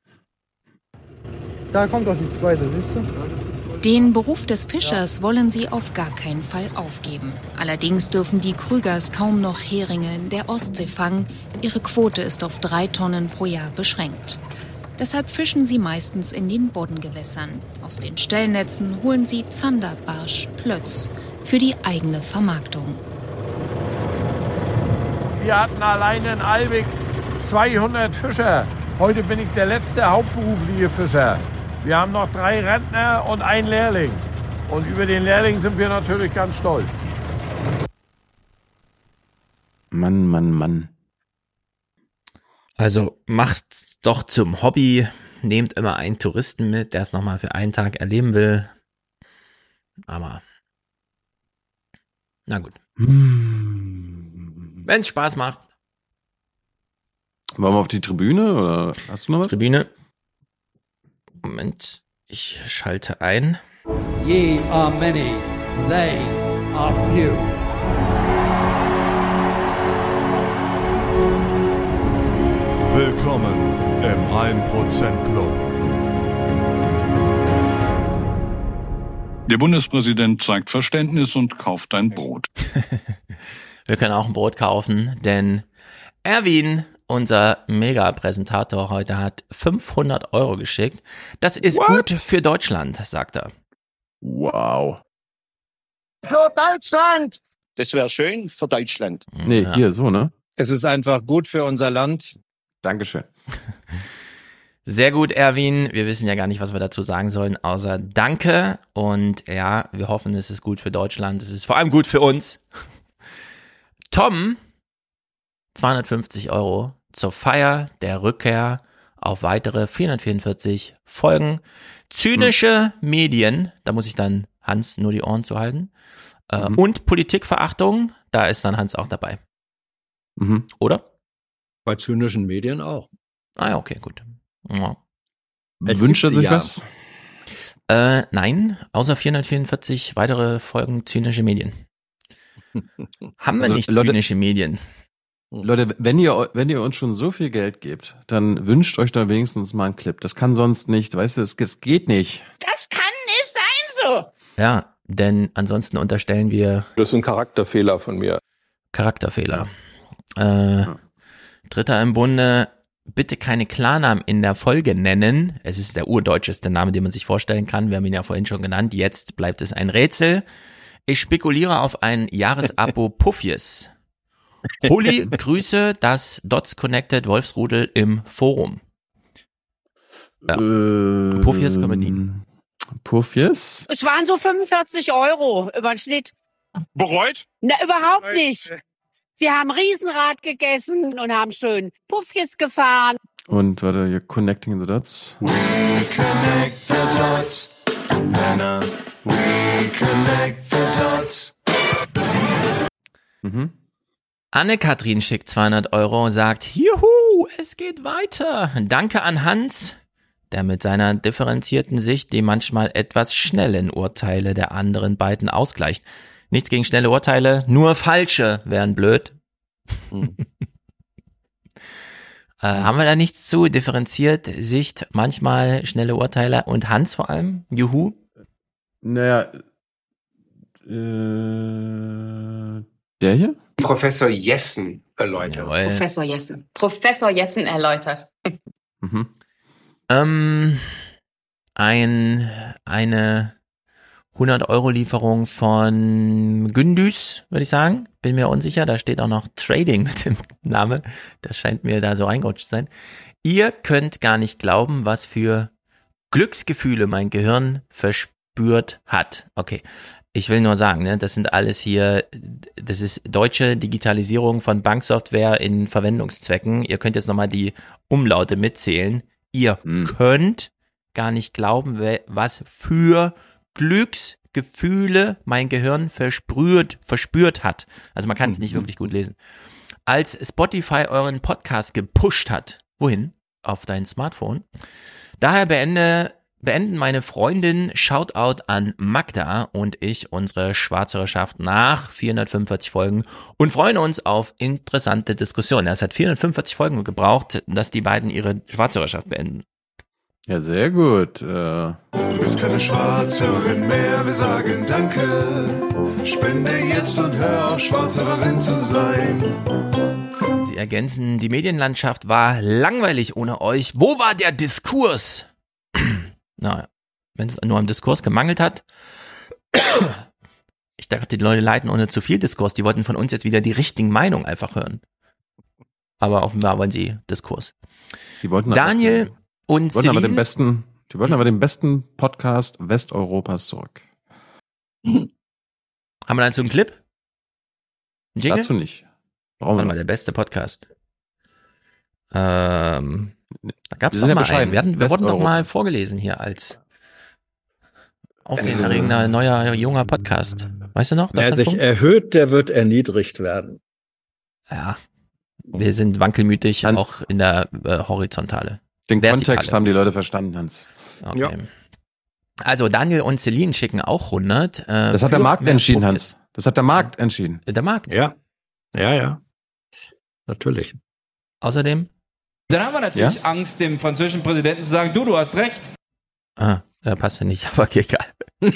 Da kommt doch die zweite, siehst du? Den Beruf des Fischers wollen sie auf gar keinen Fall aufgeben. Allerdings dürfen die Krügers kaum noch Heringe in der Ostsee fangen. Ihre Quote ist auf 3 Tonnen pro Jahr beschränkt. Deshalb fischen sie meistens in den Boddengewässern. Aus den Stellnetzen holen sie Zander, Barsch, Plötz für die eigene Vermarktung. Wir hatten alleine in Ahlbeck 200 Fischer. Heute bin ich der letzte hauptberufliche Fischer. Wir haben noch 3 Rentner und 1 Lehrling. Und über den Lehrling sind wir natürlich ganz stolz. Mann. Also macht's doch zum Hobby. Nehmt immer einen Touristen mit, der es nochmal für einen Tag erleben will. Aber na gut. Wenn's Spaß macht. Wollen wir auf die Tribüne oder hast du noch was? Tribüne. Moment, ich schalte ein. Ye are many, they are few. Willkommen im 1% Club. Der Bundespräsident zeigt Verständnis und kauft ein Brot. Wir können auch ein Brot kaufen, denn Erwin, unser Mega-Präsentator heute, hat 500 € geschickt. Das ist gut für Deutschland, sagt er. Wow. Für Deutschland! Das wäre schön für Deutschland. Nee, hier so, ne? Es ist einfach gut für unser Land. Dankeschön. Sehr gut, Erwin. Wir wissen ja gar nicht, was wir dazu sagen sollen, außer Danke. Und ja, wir hoffen, es ist gut für Deutschland. Es ist vor allem gut für uns. Tom, 250 € zur Feier der Rückkehr auf weitere 444 Folgen. Zynische Medien, da muss ich dann Hans nur die Ohren zu halten. Und Politikverachtung, da ist dann Hans auch dabei. Oder? Bei zynischen Medien auch. Ah ja, okay, gut. Ja. Wünscht er sich was? Nein, außer 444 weitere Folgen zynische Medien. Haben wir nicht zynische Medien. Leute, wenn ihr uns schon so viel Geld gebt, dann wünscht euch da wenigstens mal einen Clip. Das kann sonst nicht, weißt du, es geht nicht. Das kann nicht sein so. Ja, denn ansonsten unterstellen wir... Das ist ein Charakterfehler von mir. Charakterfehler. Dritter im Bunde, bitte keine Klarnamen in der Folge nennen. Es ist der urdeutscheste Name, den man sich vorstellen kann. Wir haben ihn ja vorhin schon genannt. Jetzt bleibt es ein Rätsel. Ich spekuliere auf ein Jahresabo Puffies. Holi, Grüße, das Dots Connected Wolfsrudel im Forum. Ja. Puffies können wir dienen. Puffies? Es waren so 45 € über den Schnitt. Bereut? Na, überhaupt nicht. Wir haben Riesenrad gegessen und haben schön Puffies gefahren. Und warte, hier Connecting the Dots. We connect the dots. Penner. We connect the dots. Anne-Kathrin schickt 200 €, sagt, juhu, es geht weiter. Danke an Hans, der mit seiner differenzierten Sicht die manchmal etwas schnellen Urteile der anderen beiden ausgleicht. Nichts gegen schnelle Urteile, nur falsche wären blöd. Haben wir da nichts zu? Differenziert, Sicht, manchmal schnelle Urteile und Hans vor allem? Juhu. Naja, der hier? Professor Jessen erläutert. Professor Jessen. Professor Jessen erläutert. Eine 100 € Lieferung von Gündüz, würde ich sagen. Bin mir unsicher, da steht auch noch Trading mit dem Namen. Das scheint mir da so reingerutscht zu sein. Ihr könnt gar nicht glauben, was für Glücksgefühle mein Gehirn verspürt hat. Okay, ich will nur sagen, ne, das sind alles hier, das ist deutsche Digitalisierung von Banksoftware in Verwendungszwecken. Ihr könnt jetzt nochmal die Umlaute mitzählen. Ihr könnt gar nicht glauben, was für Glücksgefühle mein Gehirn verspürt hat. Also man kann es nicht wirklich gut lesen. Als Spotify euren Podcast gepusht hat, wohin? Auf dein Smartphone. Daher beenden meine Freundin Shoutout an Magda und ich unsere Schwarzhörerschaft nach 445 Folgen und freuen uns auf interessante Diskussionen. Es hat 445 Folgen gebraucht, dass die beiden ihre Schwarzhörerschaft beenden. Ja, sehr gut. Du bist keine Schwarzhörerin mehr, wir sagen Danke. Spende jetzt und hör auf, Schwarzhörerin zu sein. Sie ergänzen, die Medienlandschaft war langweilig ohne euch. Wo war der Diskurs? Na, wenn es nur am Diskurs gemangelt hat. Ich dachte, die Leute leiden ohne zu viel Diskurs. Die wollten von uns jetzt wieder die richtigen Meinungen einfach hören. Aber offenbar wollen sie Diskurs. Die wollten Daniel und die wollten Celine, aber den besten Podcast Westeuropas zurück. Haben wir dazu einen Clip? Ein Jingle? Dazu nicht. Brauchen wir mal, der beste Podcast. Da gab es doch mal einen. Wir wurden doch mal vorgelesen hier als aufsehenerregender, neuer, junger Podcast. Weißt du noch? Wer sich erhöht, der wird erniedrigt werden. Ja, wir sind wankelmütig, auch in der Horizontale. Den Kontext haben die Leute verstanden, Hans. Okay. Ja. Also Daniel und Celine schicken auch 100. Das hat der Markt entschieden, Hans. Das hat der Markt entschieden. Der Markt? Ja. Ja. Natürlich. Außerdem? Dann haben wir natürlich Angst, dem französischen Präsidenten zu sagen, du hast recht. Ah, da passt ja nicht, aber okay, egal.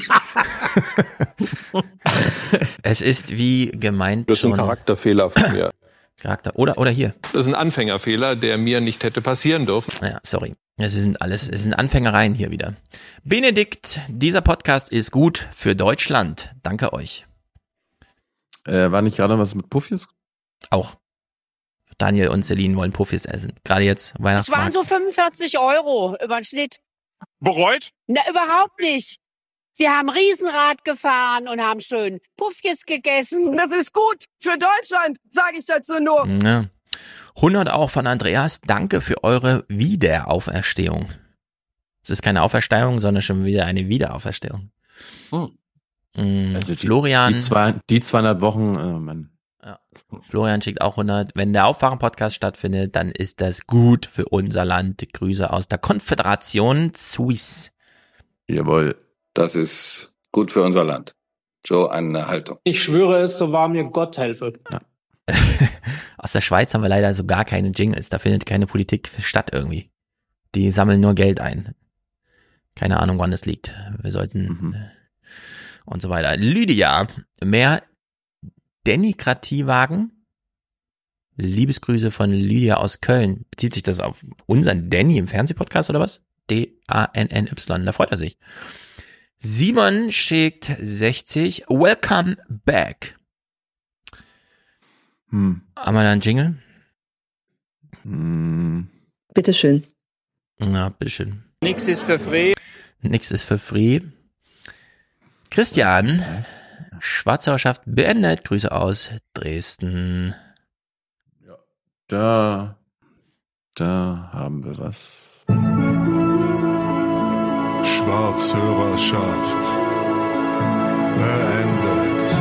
Es ist wie gemeint. Das ist ein Charakterfehler von mir. Oder hier. Das ist ein Anfängerfehler, der mir nicht hätte passieren dürfen. Ja, sorry. Es sind Anfängereien hier wieder. Benedikt, dieser Podcast ist gut für Deutschland. Danke euch. War nicht gerade was mit Puffies? Auch. Daniel und Celine wollen Puffies essen. Gerade jetzt, Es waren so 45 € über den Schnitt. Bereut? Na, überhaupt nicht. Wir haben Riesenrad gefahren und haben schön Puffies gegessen. Das ist gut für Deutschland, sage ich dazu nur. Ja. 100 auch von Andreas. Danke für eure Wiederauferstehung. Es ist keine Auferstehung, sondern schon wieder eine Wiederauferstehung. Also Florian. Die 200 Wochen, Mann. Ja. Florian schickt auch 100. Wenn der Aufwachen-Podcast stattfindet, dann ist das gut für unser Land. Grüße aus der Konföderation Suisse. Jawohl. Das ist gut für unser Land. So eine Haltung. Ich schwöre es, so wahr mir Gott helfe. Ja. Aus der Schweiz haben wir leider so gar keine Jingles. Da findet keine Politik statt irgendwie. Die sammeln nur Geld ein. Keine Ahnung, wann es liegt. Wir sollten und so weiter. Lydia, mehr Denikratie-Wagen? Liebesgrüße von Lydia aus Köln. Bezieht sich das auf unseren Danny im Fernsehpodcast oder was? D-A-N-N-Y, da freut er sich. Simon schickt 60. Welcome back. Haben wir da einen Jingle? Bitteschön. Na, bitteschön. Nix ist für free. Nix ist für free. Christian, Schwarzhörerschaft beendet. Grüße aus Dresden. Da haben wir was. Schwarzhörerschaft beendet.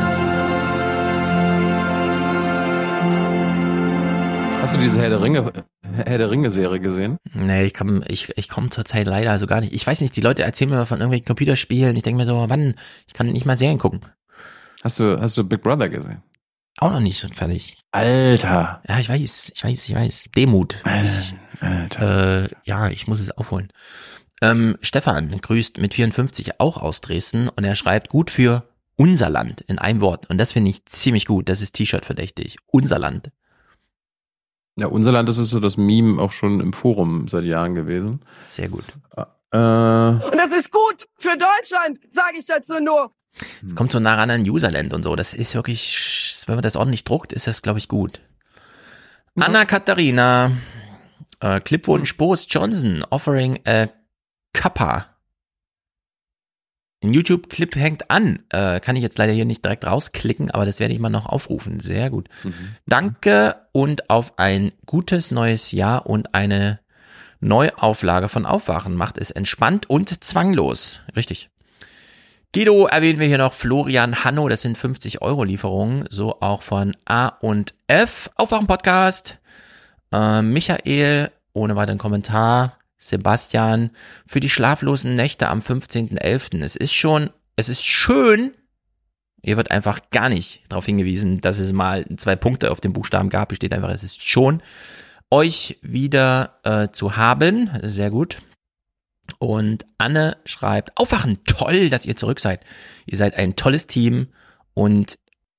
Hast du diese Herr der Ringe Serie gesehen? Nee, ich komme zurzeit leider also gar nicht. Ich weiß nicht, die Leute erzählen mir von irgendwelchen Computerspielen. Ich denke mir so, wann? Ich kann nicht mal Serien gucken. Hast du Big Brother gesehen? Auch noch nicht fertig. Alter. Ja, ich weiß. Demut. Alter. Ja, ich muss es aufholen. Stefan grüßt mit 54 auch aus Dresden und er schreibt gut für unser Land in einem Wort. Und das finde ich ziemlich gut. Das ist T-Shirt verdächtig. Unser Land. Ja, unser Land, das ist so das Meme auch schon im Forum seit Jahren gewesen. Sehr gut. Und das ist gut für Deutschland, sage ich dazu nur. Es kommt so nah ran an Userland und so. Das ist wirklich, wenn man das ordentlich druckt, ist das, glaube ich, gut. Anna-Katharina, Clipwunsch Boris Johnson offering a Kappa. Ein YouTube-Clip hängt an. Kann ich jetzt leider hier nicht direkt rausklicken, aber das werde ich mal noch aufrufen. Sehr gut. Danke und auf ein gutes neues Jahr und eine Neuauflage von Aufwachen. Macht es entspannt und zwanglos. Richtig. Guido erwähnen wir hier noch Florian Hanno, das sind 50 € Lieferungen, so auch von A und F. Aufwachen-Podcast. Michael, ohne weiteren Kommentar. Sebastian, für die schlaflosen Nächte am 15.11. Es ist schön, hier wird einfach gar nicht darauf hingewiesen, dass es mal 2 Punkte auf den Buchstaben gab. Hier steht einfach, es ist schon, euch wieder zu haben. Sehr gut. Und Anne schreibt, Aufwachen, toll, dass ihr zurück seid. Ihr seid ein tolles Team und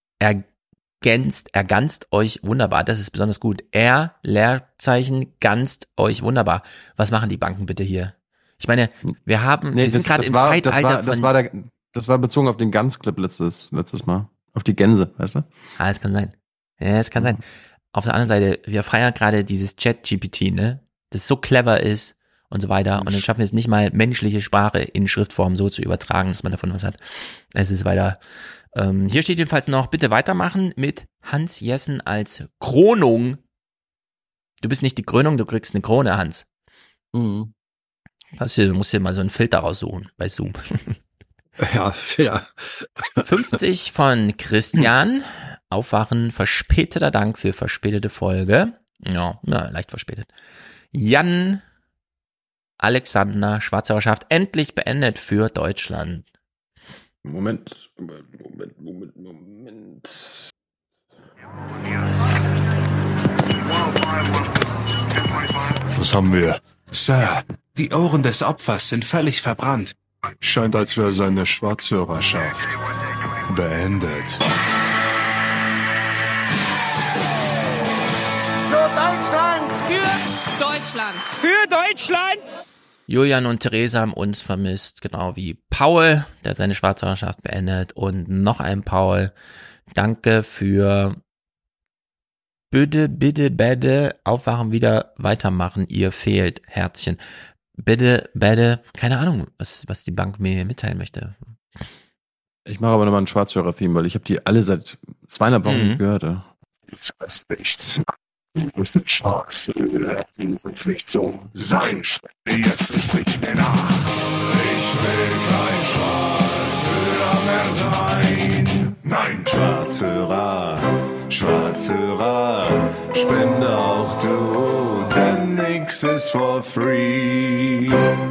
erganzt euch wunderbar. Das ist besonders gut. Leerzeichen, ganzt euch wunderbar. Was machen die Banken bitte hier? Ich meine, wir sind gerade im Zeitalter von... Das war bezogen auf den Gans-Clip letztes Mal. Auf die Gänse, weißt du? Ah, es kann sein. Ja, es kann sein. Auf der anderen Seite, wir feiern gerade dieses Chat-GPT, ne? Das so clever ist und so weiter. Und dann schaffen wir es nicht mal, menschliche Sprache in Schriftform so zu übertragen, dass man davon was hat. Es ist weiter... hier steht jedenfalls noch, bitte weitermachen mit Hans Jessen als Kronung. Du bist nicht die Krönung, du kriegst eine Krone, Hans. Du musst dir mal so einen Filter raussuchen bei Zoom. Ja. 50 von Christian. Aufwachen, verspäteter Dank für verspätete Folge. Ja, leicht verspätet. Jan, Alexander, Schwarzhörerschaft, endlich beendet für Deutschland. Moment. Was haben wir? Sir, die Ohren des Opfers sind völlig verbrannt. Scheint, als wäre seine Schwarzhörerschaft beendet. Für Deutschland! Für Deutschland! Für Deutschland! Julian und Theresa haben uns vermisst, genau wie Paul, der seine Schwarzhörerschaft beendet, und noch ein Paul. Danke für bitte, aufwachen, wieder weitermachen, ihr fehlt, Herzchen. Bitte, keine Ahnung, was die Bank mir mitteilen möchte. Ich mache aber nochmal ein Schwarzhörer-Theme, weil ich habe die alle seit 200 Wochen nicht gehört. Ja. Das heißt nichts. Du bist Schwarzsöhre, du willst nicht so sein. Spende jetzt nicht mehr nach. Ich will kein Schwarzhörer mehr sein. Nein, Schwarzhörer, Schwarzhörer, spende auch du, denn nix ist for free.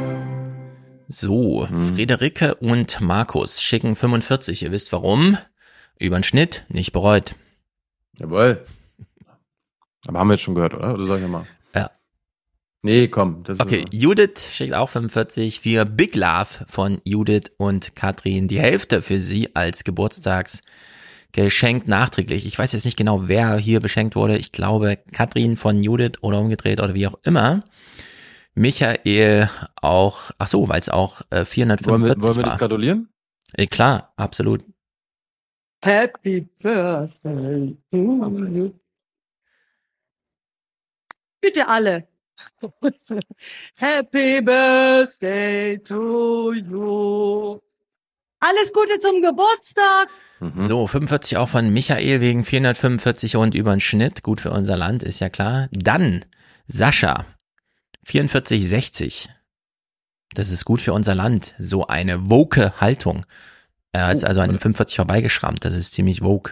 So, Friederike und Markus schicken 45. Ihr wisst warum? Über den Schnitt, nicht bereut. Jawohl. Aber haben wir jetzt schon gehört, oder? Oder sag ich mal? Ja. Nee, komm. Das okay, ist Judith schickt auch 45 für Big Love von Judith und Katrin. Die Hälfte für sie als Geburtstagsgeschenk nachträglich. Ich weiß jetzt nicht genau, wer hier beschenkt wurde. Ich glaube, Katrin von Judith oder umgedreht oder wie auch immer. Michael auch, ach so, weil es auch 445 wollen wir war. dich gratulieren? Klar, absolut. Happy Birthday to you. Bitte alle. Happy Birthday to you. Alles Gute zum Geburtstag. So, 45 auch von Michael wegen 445 und über den Schnitt. Gut für unser Land, ist ja klar. Dann Sascha, 44,60. Das ist gut für unser Land. So eine woke Haltung. Er hat also an den 45 vorbeigeschrammt. Das ist ziemlich woke.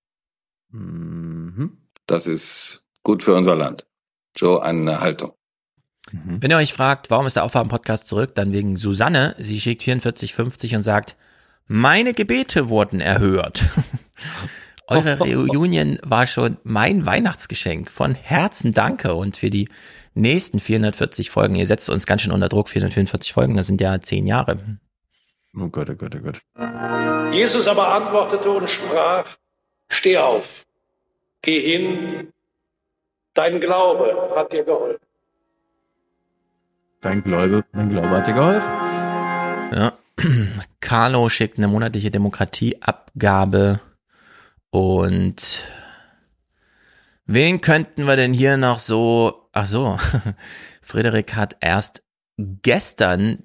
Das ist gut für unser Land. So eine Haltung. Wenn ihr euch fragt, warum ist der Aufwachen-Podcast zurück, dann wegen Susanne. Sie schickt 44,50 und sagt, meine Gebete wurden erhört. Eure Reunion war schon mein Weihnachtsgeschenk. Von Herzen danke. Und für die nächsten 440 Folgen, ihr setzt uns ganz schön unter Druck, 444 Folgen, das sind ja 10 Jahre. Oh Gott, oh Gott, oh Gott. Jesus aber antwortete und sprach, steh auf, geh hin, dein Glaube hat dir geholfen. Dein Glaube hat dir geholfen. Ja. Carlo schickt eine monatliche Demokratieabgabe und wen könnten wir denn hier noch so, ach so, Frederik hat erst gestern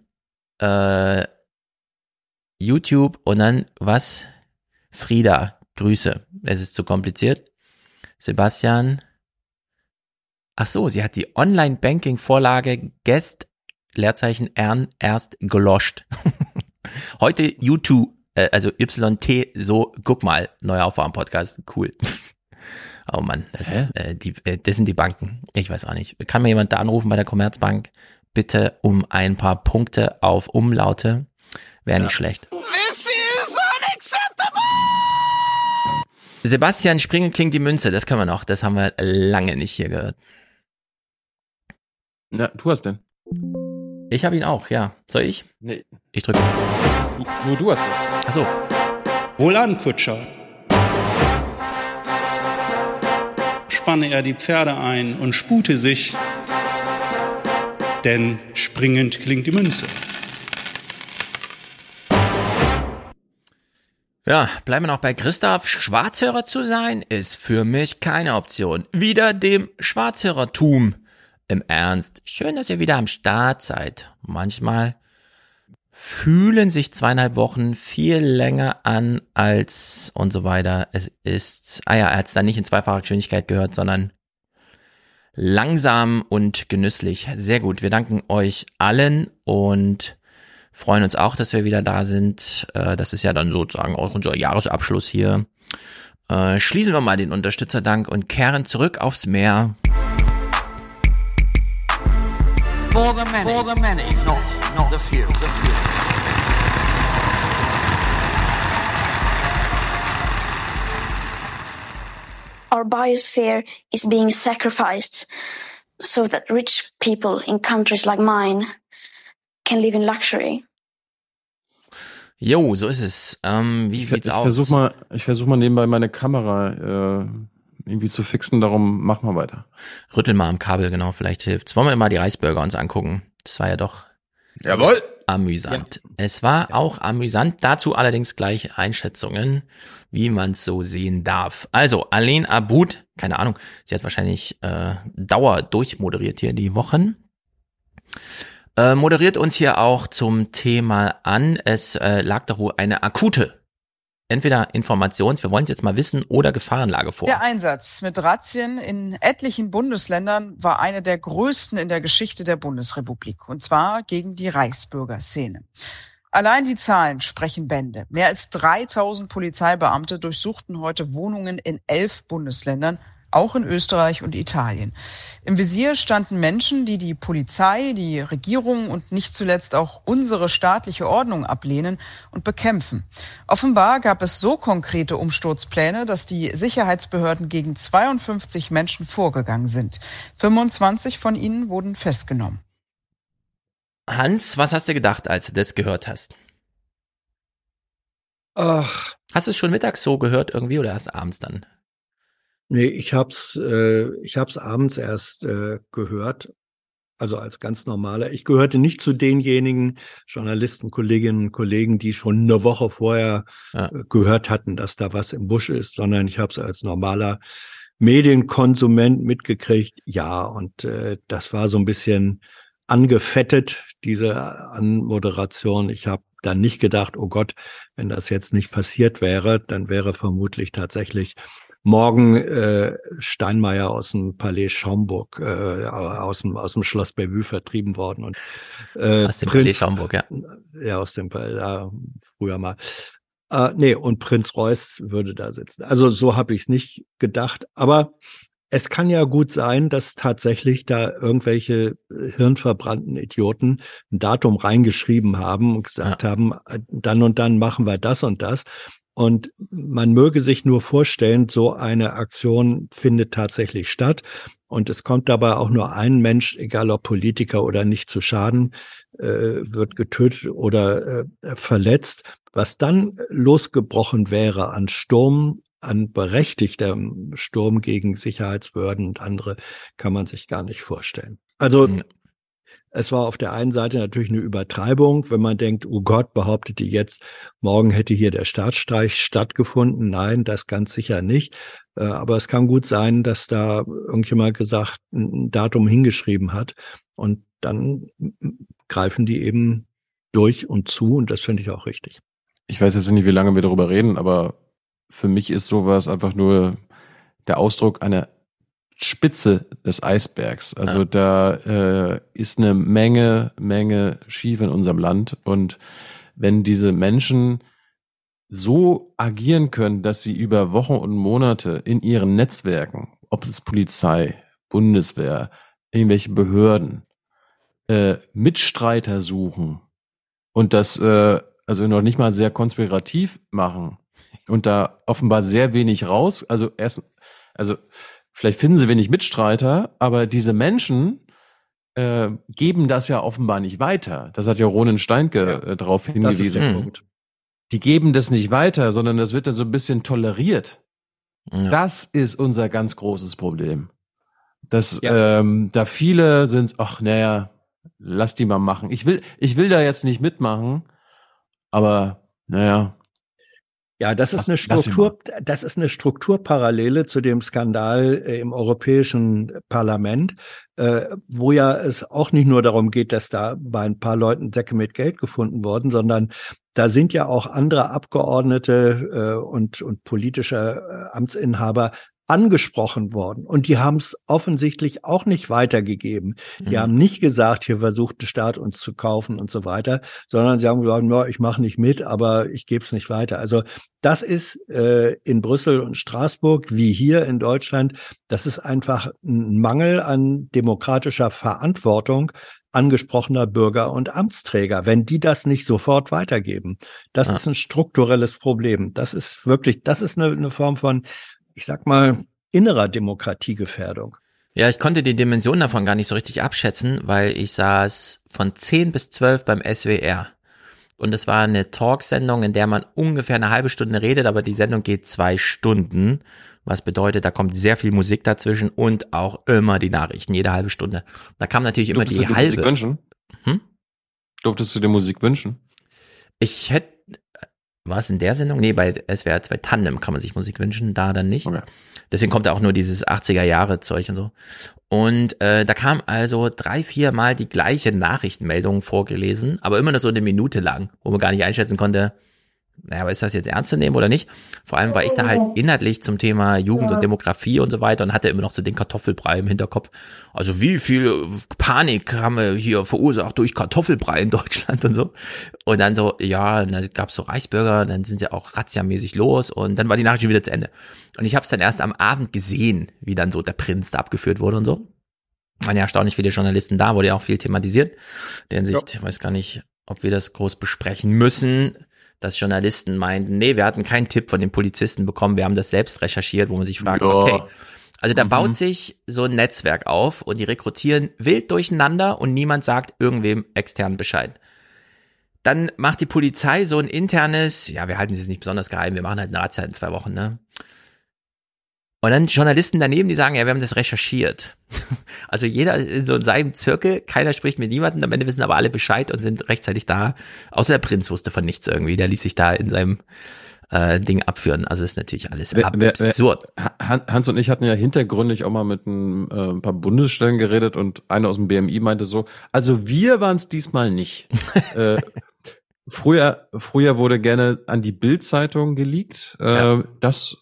YouTube und dann was? Frieda, Grüße. Es ist zu kompliziert. Sebastian. Ach so, sie hat die Online-Banking-Vorlage Guest, Leerzeichen Ern, erst gelöscht. Heute YouTube, also YT, so, guck mal, neuer Aufwachen-Podcast, cool. Oh Mann, das sind die Banken. Ich weiß auch nicht. Kann mir jemand da anrufen bei der Commerzbank? Bitte um ein paar Punkte auf Umlaute. Wäre nicht schlecht. This is unacceptable! Sebastian, springen klingt die Münze. Das können wir noch. Das haben wir lange nicht hier gehört. Na, du hast denn? Ich habe ihn auch, ja. Soll ich? Nee. Ich drücke. Nur du hast. Ach so. Wohlan, Kutscher. Spanne er die Pferde ein und spute sich, denn springend klingt die Münze. Ja, bleiben wir noch bei Christoph. Schwarzhörer zu sein, ist für mich keine Option. Wieder dem Schwarzhörertum. Im Ernst, schön, dass ihr wieder am Start seid. Manchmal fühlen sich 2,5 Wochen viel länger an als und so weiter. Es ist, er hat es dann nicht in zweifacher Geschwindigkeit gehört, sondern langsam und genüsslich. Sehr gut, wir danken euch allen und freuen uns auch, dass wir wieder da sind. Das ist ja dann sozusagen auch unser Jahresabschluss hier. Schließen wir mal den Unterstützerdank und kehren zurück aufs Meer. For the many, not the few. Our biosphere is being sacrificed so that rich people in countries like mine can live in luxury. Jo, so ist es. Wie sieht's aus? Ich versuch mal nebenbei meine Kamera irgendwie zu fixen, darum machen wir weiter. Rüttel mal am Kabel, genau, vielleicht hilft's. Wollen wir mal die Reisburger uns angucken? Das war ja doch jawohl amüsant. Ja. Es war auch amüsant, dazu allerdings gleich Einschätzungen, wie man es so sehen darf. Also, Alain Aboud, keine Ahnung, sie hat wahrscheinlich Dauer durchmoderiert hier die Wochen. Moderiert uns hier auch zum Thema an. Es lag doch wohl eine akute entweder wir wollen es jetzt mal wissen, oder Gefahrenlage vor. Der Einsatz mit Razzien in etlichen Bundesländern war eine der größten in der Geschichte der Bundesrepublik. Und zwar gegen die Reichsbürgerszene. Allein die Zahlen sprechen Bände. Mehr als 3000 Polizeibeamte durchsuchten heute Wohnungen in 11 Bundesländern, auch in Österreich und Italien. Im Visier standen Menschen, die die Polizei, die Regierung und nicht zuletzt auch unsere staatliche Ordnung ablehnen und bekämpfen. Offenbar gab es so konkrete Umsturzpläne, dass die Sicherheitsbehörden gegen 52 Menschen vorgegangen sind. 25 von ihnen wurden festgenommen. Hans, was hast du gedacht, als du das gehört hast? Ach. Hast du es schon mittags so gehört irgendwie oder erst abends dann? Nee, ich hab's abends erst gehört, also als ganz normaler. Ich gehörte nicht zu denjenigen Journalisten, Kolleginnen und Kollegen, die schon eine Woche vorher gehört hatten, dass da was im Busch ist, sondern ich habe es als normaler Medienkonsument mitgekriegt. Ja, und das war so ein bisschen angefettet, diese Anmoderation. Ich habe dann nicht gedacht, oh Gott, wenn das jetzt nicht passiert wäre, dann wäre vermutlich tatsächlich morgen Steinmeier aus dem Palais Schaumburg, aus dem Schloss Bellevue vertrieben worden. Und aus dem Palais Schaumburg, ja. Ja, aus dem Palais, früher mal. Und Prinz Reuß würde da sitzen. Also so habe ich es nicht gedacht. Aber es kann ja gut sein, dass tatsächlich da irgendwelche hirnverbrannten Idioten ein Datum reingeschrieben haben und gesagt haben, dann und dann machen wir das und das. Und man möge sich nur vorstellen, so eine Aktion findet tatsächlich statt. Und es kommt dabei auch nur ein Mensch, egal ob Politiker oder nicht, zu Schaden, wird getötet oder verletzt. Was dann losgebrochen wäre an Sturm, an berechtigtem Sturm gegen Sicherheitsbehörden und andere, kann man sich gar nicht vorstellen. Also es war auf der einen Seite natürlich eine Übertreibung, wenn man denkt, oh Gott, behauptet die jetzt, morgen hätte hier der Staatsstreich stattgefunden. Nein, das ganz sicher nicht. Aber es kann gut sein, dass da irgendjemand gesagt, ein Datum hingeschrieben hat. Und dann greifen die eben durch und zu. Und das finde ich auch richtig. Ich weiß jetzt nicht, wie lange wir darüber reden, aber für mich ist sowas einfach nur der Ausdruck einer Spitze des Eisbergs. Also da ist eine Menge schief in unserem Land. Und wenn diese Menschen so agieren können, dass sie über Wochen und Monate in ihren Netzwerken, ob es Polizei, Bundeswehr, irgendwelche Behörden, Mitstreiter suchen und das also noch nicht mal sehr konspirativ machen und da offenbar sehr wenig raus, vielleicht finden sie wenig Mitstreiter, aber diese Menschen geben das ja offenbar nicht weiter. Das hat ja Ronen Steinke darauf hingewiesen. Das ist der Punkt. Die geben das nicht weiter, sondern das wird dann so ein bisschen toleriert. Ja. Das ist unser ganz großes Problem. Dass da viele sind, lass die mal machen. Ich will da jetzt nicht mitmachen, aber naja. Ja, das ist eine Strukturparallele zu dem Skandal im Europäischen Parlament, wo ja es auch nicht nur darum geht, dass da bei ein paar Leuten Säcke mit Geld gefunden wurden, sondern da sind ja auch andere Abgeordnete und politische Amtsinhaber angesprochen worden. Und die haben es offensichtlich auch nicht weitergegeben. Die haben nicht gesagt, hier versucht der Staat uns zu kaufen und so weiter, sondern sie haben gesagt, no, ich mache nicht mit, aber ich gebe es nicht weiter. Also das ist in Brüssel und Straßburg wie hier in Deutschland, das ist einfach ein Mangel an demokratischer Verantwortung angesprochener Bürger und Amtsträger, wenn die das nicht sofort weitergeben. Das ist ein strukturelles Problem. Das ist eine Form von, ich sag mal, innerer Demokratiegefährdung. Ja, ich konnte die Dimension davon gar nicht so richtig abschätzen, weil ich saß von 10 bis 12 beim SWR. Und es war eine Talksendung, in der man ungefähr eine halbe Stunde redet, aber die Sendung geht 2 Stunden. Was bedeutet, da kommt sehr viel Musik dazwischen und auch immer die Nachrichten, jede halbe Stunde. Da kam natürlich immer die halbe. Musik wünschen? Durftest du dir Musik wünschen? Ich hätte, war es in der Sendung? Nee, bei SWR 2 Tandem kann man sich Musik wünschen, da dann nicht. Okay. Deswegen kommt da auch nur dieses 80er-Jahre-Zeug und so. Und da kam also 3-4 Mal die gleiche Nachrichtenmeldung vorgelesen, aber immer nur so eine Minute lang, wo man gar nicht einschätzen konnte, naja, aber ist das jetzt ernst zu nehmen oder nicht? Vor allem war ich da halt inhaltlich zum Thema Jugend und Demografie und so weiter und hatte immer noch so den Kartoffelbrei im Hinterkopf. Also wie viel Panik haben wir hier verursacht durch Kartoffelbrei in Deutschland und so. Und dann so, ja, dann gab's so Reichsbürger, dann sind sie auch razziamäßig los und dann war die Nachricht schon wieder zu Ende. Und ich habe es dann erst am Abend gesehen, wie dann so der Prinz da abgeführt wurde und so. Waren ja erstaunlich viele Journalisten da, wurde ja auch viel thematisiert. In der Hinsicht, ich weiß gar nicht, ob wir das groß besprechen müssen, dass Journalisten meinten, nee, wir hatten keinen Tipp von den Polizisten bekommen, wir haben das selbst recherchiert, wo man sich fragt, okay. Also da baut sich so ein Netzwerk auf und die rekrutieren wild durcheinander und niemand sagt irgendwem extern Bescheid. Dann macht die Polizei so ein internes, ja, wir halten es jetzt nicht besonders geheim, wir machen halt eine Razzia in 2 Wochen, ne? Und dann Journalisten daneben, die sagen, ja, wir haben das recherchiert. Also jeder in so seinem Zirkel, keiner spricht mit niemandem, am Ende wissen aber alle Bescheid und sind rechtzeitig da. Außer der Prinz wusste von nichts irgendwie, der ließ sich da in seinem Ding abführen. Also ist natürlich alles absurd. Hans und ich hatten ja hintergründig auch mal mit ein paar Bundesstellen geredet und einer aus dem BMI meinte so, also wir waren es diesmal nicht. Früher wurde gerne an die Bild-Zeitung geleakt. Das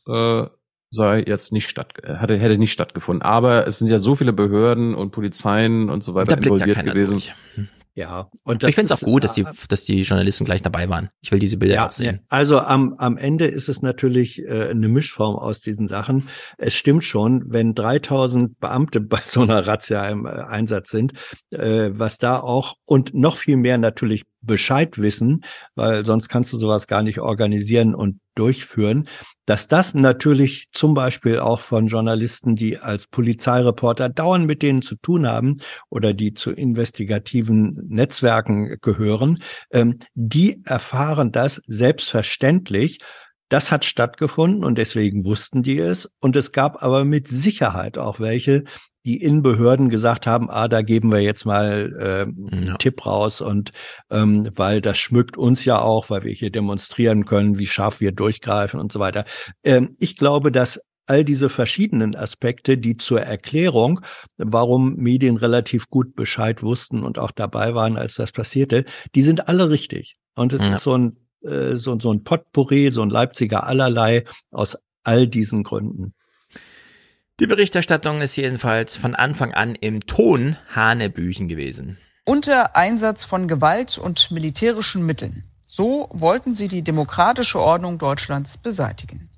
sei jetzt nicht hätte nicht stattgefunden. Aber es sind ja so viele Behörden und Polizeien und so weiter involviert gewesen. Ja, und ich finde es auch gut, dass die Journalisten gleich dabei waren. Ich will diese Bilder auch sehen. Also am Ende ist es natürlich eine Mischform aus diesen Sachen. Es stimmt schon, wenn 3000 Beamte bei so einer Razzia im Einsatz sind, was da auch und noch viel mehr natürlich Bescheid wissen, weil sonst kannst du sowas gar nicht organisieren und durchführen, dass das natürlich zum Beispiel auch von Journalisten, die als Polizeireporter dauernd mit denen zu tun haben oder die zu investigativen Netzwerken gehören, die erfahren das selbstverständlich. Das hat stattgefunden und deswegen wussten die es. Und es gab aber mit Sicherheit auch welche, die in Behörden gesagt haben, da geben wir jetzt mal einen Tipp raus und weil das schmückt uns ja auch, weil wir hier demonstrieren können, wie scharf wir durchgreifen und so weiter. Ich glaube, dass all diese verschiedenen Aspekte, die zur Erklärung, warum Medien relativ gut Bescheid wussten und auch dabei waren, als das passierte, die sind alle richtig. Und es ist so ein Potpourri, so ein Leipziger Allerlei aus all diesen Gründen. Die Berichterstattung ist jedenfalls von Anfang an im Ton Hanebüchen gewesen. Unter Einsatz von Gewalt und militärischen Mitteln. So wollten sie die demokratische Ordnung Deutschlands beseitigen.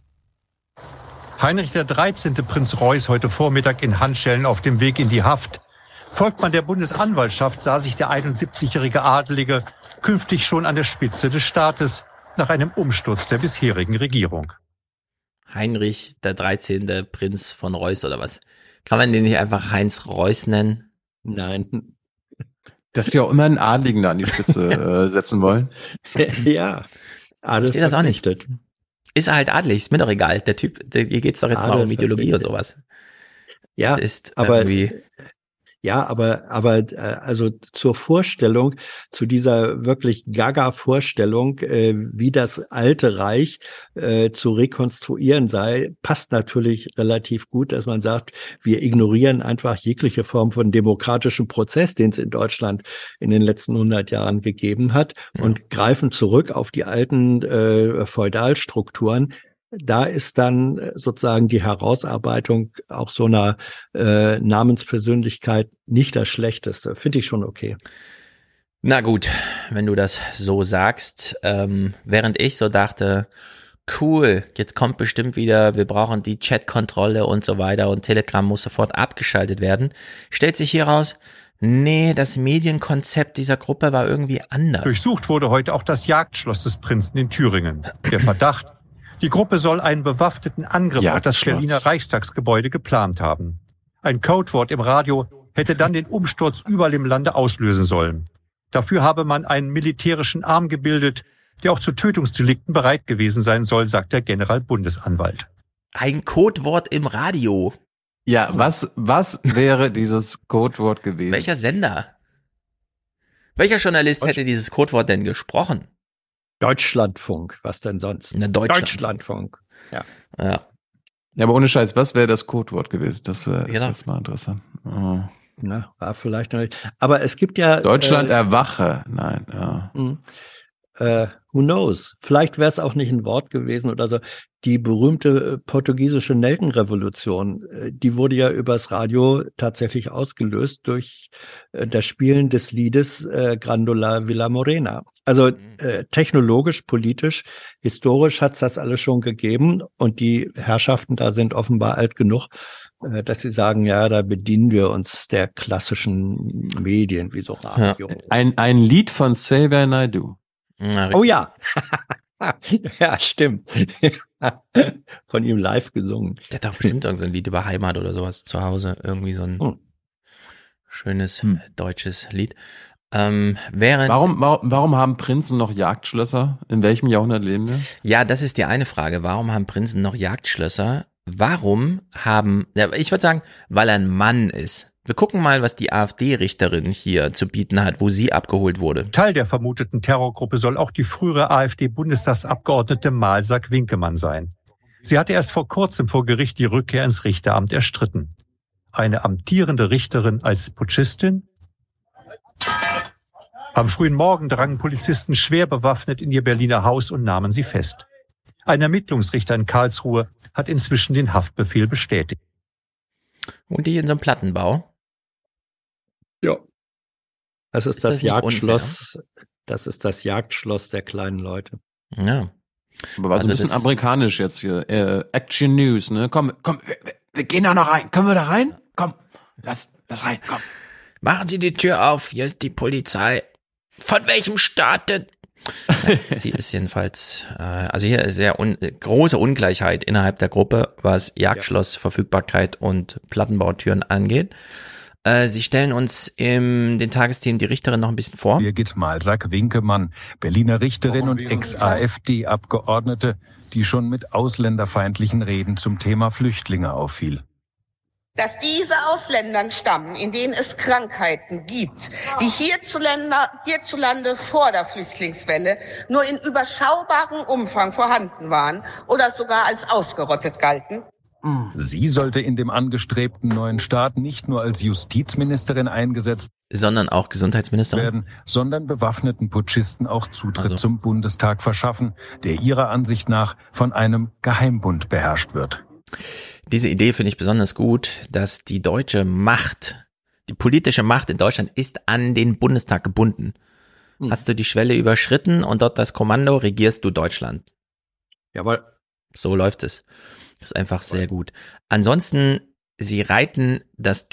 Heinrich der 13. Prinz Reuß heute Vormittag in Handschellen auf dem Weg in die Haft. Folgt man der Bundesanwaltschaft, sah sich der 71-jährige Adelige künftig schon an der Spitze des Staates nach einem Umsturz der bisherigen Regierung. Heinrich der 13. Prinz von Reuß oder was? Kann man den nicht einfach Heinz Reuß nennen? Nein. Dass die auch immer einen Adligen da an die Spitze setzen wollen. Ja. Ich verstehe das auch nicht. Ist er halt adlig, ist mir doch egal. Der Typ, hier geht's doch jetzt mal um Ideologie und sowas. Ja, das ist irgendwie... Ja, aber also zur Vorstellung, zu dieser wirklich Gaga-Vorstellung, wie das alte Reich zu rekonstruieren sei, passt natürlich relativ gut, dass man sagt, wir ignorieren einfach jegliche Form von demokratischem Prozess, den es in Deutschland in den letzten 100 Jahren gegeben hat, und greifen zurück auf die alten Feudalstrukturen. Da ist dann sozusagen die Herausarbeitung auch so einer Namenspersönlichkeit nicht das Schlechteste. Finde ich schon okay. Na gut, wenn du das so sagst. Während ich so dachte, cool, jetzt kommt bestimmt wieder, wir brauchen die Chatkontrolle und so weiter und Telegram muss sofort abgeschaltet werden, stellt sich hier raus, nee, das Medienkonzept dieser Gruppe war irgendwie anders. Durchsucht wurde heute auch das Jagdschloss des Prinzen in Thüringen. Der Verdacht, die Gruppe soll einen bewaffneten Angriff auf das Berliner Reichstagsgebäude geplant haben. Ein Codewort im Radio hätte dann den Umsturz überall im Lande auslösen sollen. Dafür habe man einen militärischen Arm gebildet, der auch zu Tötungsdelikten bereit gewesen sein soll, sagt der Generalbundesanwalt. Ein Codewort im Radio. Ja, was wäre dieses Codewort gewesen? Welcher Sender? Welcher Journalist hätte dieses Codewort denn gesprochen? Deutschlandfunk, was denn sonst? Deutschlandfunk, ja. Ja, aber ohne Scheiß, was wäre das Codewort gewesen? Das wäre jetzt mal interessant. Oh. Na, war vielleicht noch nicht. Aber es gibt ja... Deutschland erwache, nein, ja. Who knows? Vielleicht wäre es auch nicht ein Wort gewesen oder so. Die berühmte portugiesische Nelkenrevolution, die wurde ja übers Radio tatsächlich ausgelöst durch das Spielen des Liedes Grândola Vila Morena. Also technologisch, politisch, historisch hat es das alles schon gegeben und die Herrschaften da sind offenbar alt genug, dass sie sagen, ja, da bedienen wir uns der klassischen Medien wie so Radio. Ja. Ein Lied von Xavier Naidoo. Oh ja. Ja, stimmt. Von ihm live gesungen. Der hat auch bestimmt irgend so ein Lied über Heimat oder sowas zu Hause. Irgendwie so ein schönes deutsches Lied. Warum haben Prinzen noch Jagdschlösser? In welchem Jahrhundert leben wir? Ja, das ist die eine Frage. Warum haben Prinzen noch Jagdschlösser? Warum haben, ja, ich würde sagen, weil er ein Mann ist. Wir gucken mal, was die AfD-Richterin hier zu bieten hat, wo sie abgeholt wurde. Teil der vermuteten Terrorgruppe soll auch die frühere AfD-Bundestagsabgeordnete Malsak Winkemann sein. Sie hatte erst vor kurzem vor Gericht die Rückkehr ins Richteramt erstritten. Eine amtierende Richterin als Putschistin? Am frühen Morgen drangen Polizisten schwer bewaffnet in ihr Berliner Haus und nahmen sie fest. Ein Ermittlungsrichter in Karlsruhe hat inzwischen den Haftbefehl bestätigt. Und die in so einem Plattenbau? Ja. Das ist das Jagdschloss. Das ist das Jagdschloss der kleinen Leute. Ja. Aber war so ein bisschen amerikanisch jetzt hier. Action News, ne? Komm, wir gehen da noch rein. Können wir da rein? Komm, lass rein, komm. Machen Sie die Tür auf, hier ist die Polizei. Von welchem Staat denn? Ja, sie ist jedenfalls, also hier ist sehr große Ungleichheit innerhalb der Gruppe, was Jagdschlossverfügbarkeit und Plattenbautüren angeht. Sie stellen uns den Tagesthemen die Richterin noch ein bisschen vor. Birgit Malsak Winkemann, Berliner Richterin und Ex-AfD-Abgeordnete, die schon mit ausländerfeindlichen Reden zum Thema Flüchtlinge auffiel. Dass diese Ausländern stammen, in denen es Krankheiten gibt, die hierzulande vor der Flüchtlingswelle nur in überschaubarem Umfang vorhanden waren oder sogar als ausgerottet galten. Sie sollte in dem angestrebten neuen Staat nicht nur als Justizministerin eingesetzt, sondern auch Gesundheitsministerin werden, sondern bewaffneten Putschisten auch Zutritt zum Bundestag verschaffen, der ihrer Ansicht nach von einem Geheimbund beherrscht wird. Diese Idee finde ich besonders gut, dass die deutsche Macht, die politische Macht in Deutschland ist an den Bundestag gebunden. Hast du die Schwelle überschritten und dort das Kommando, regierst du Deutschland. Jawohl. So läuft es. Das ist einfach sehr gut. Ansonsten, sie reiten das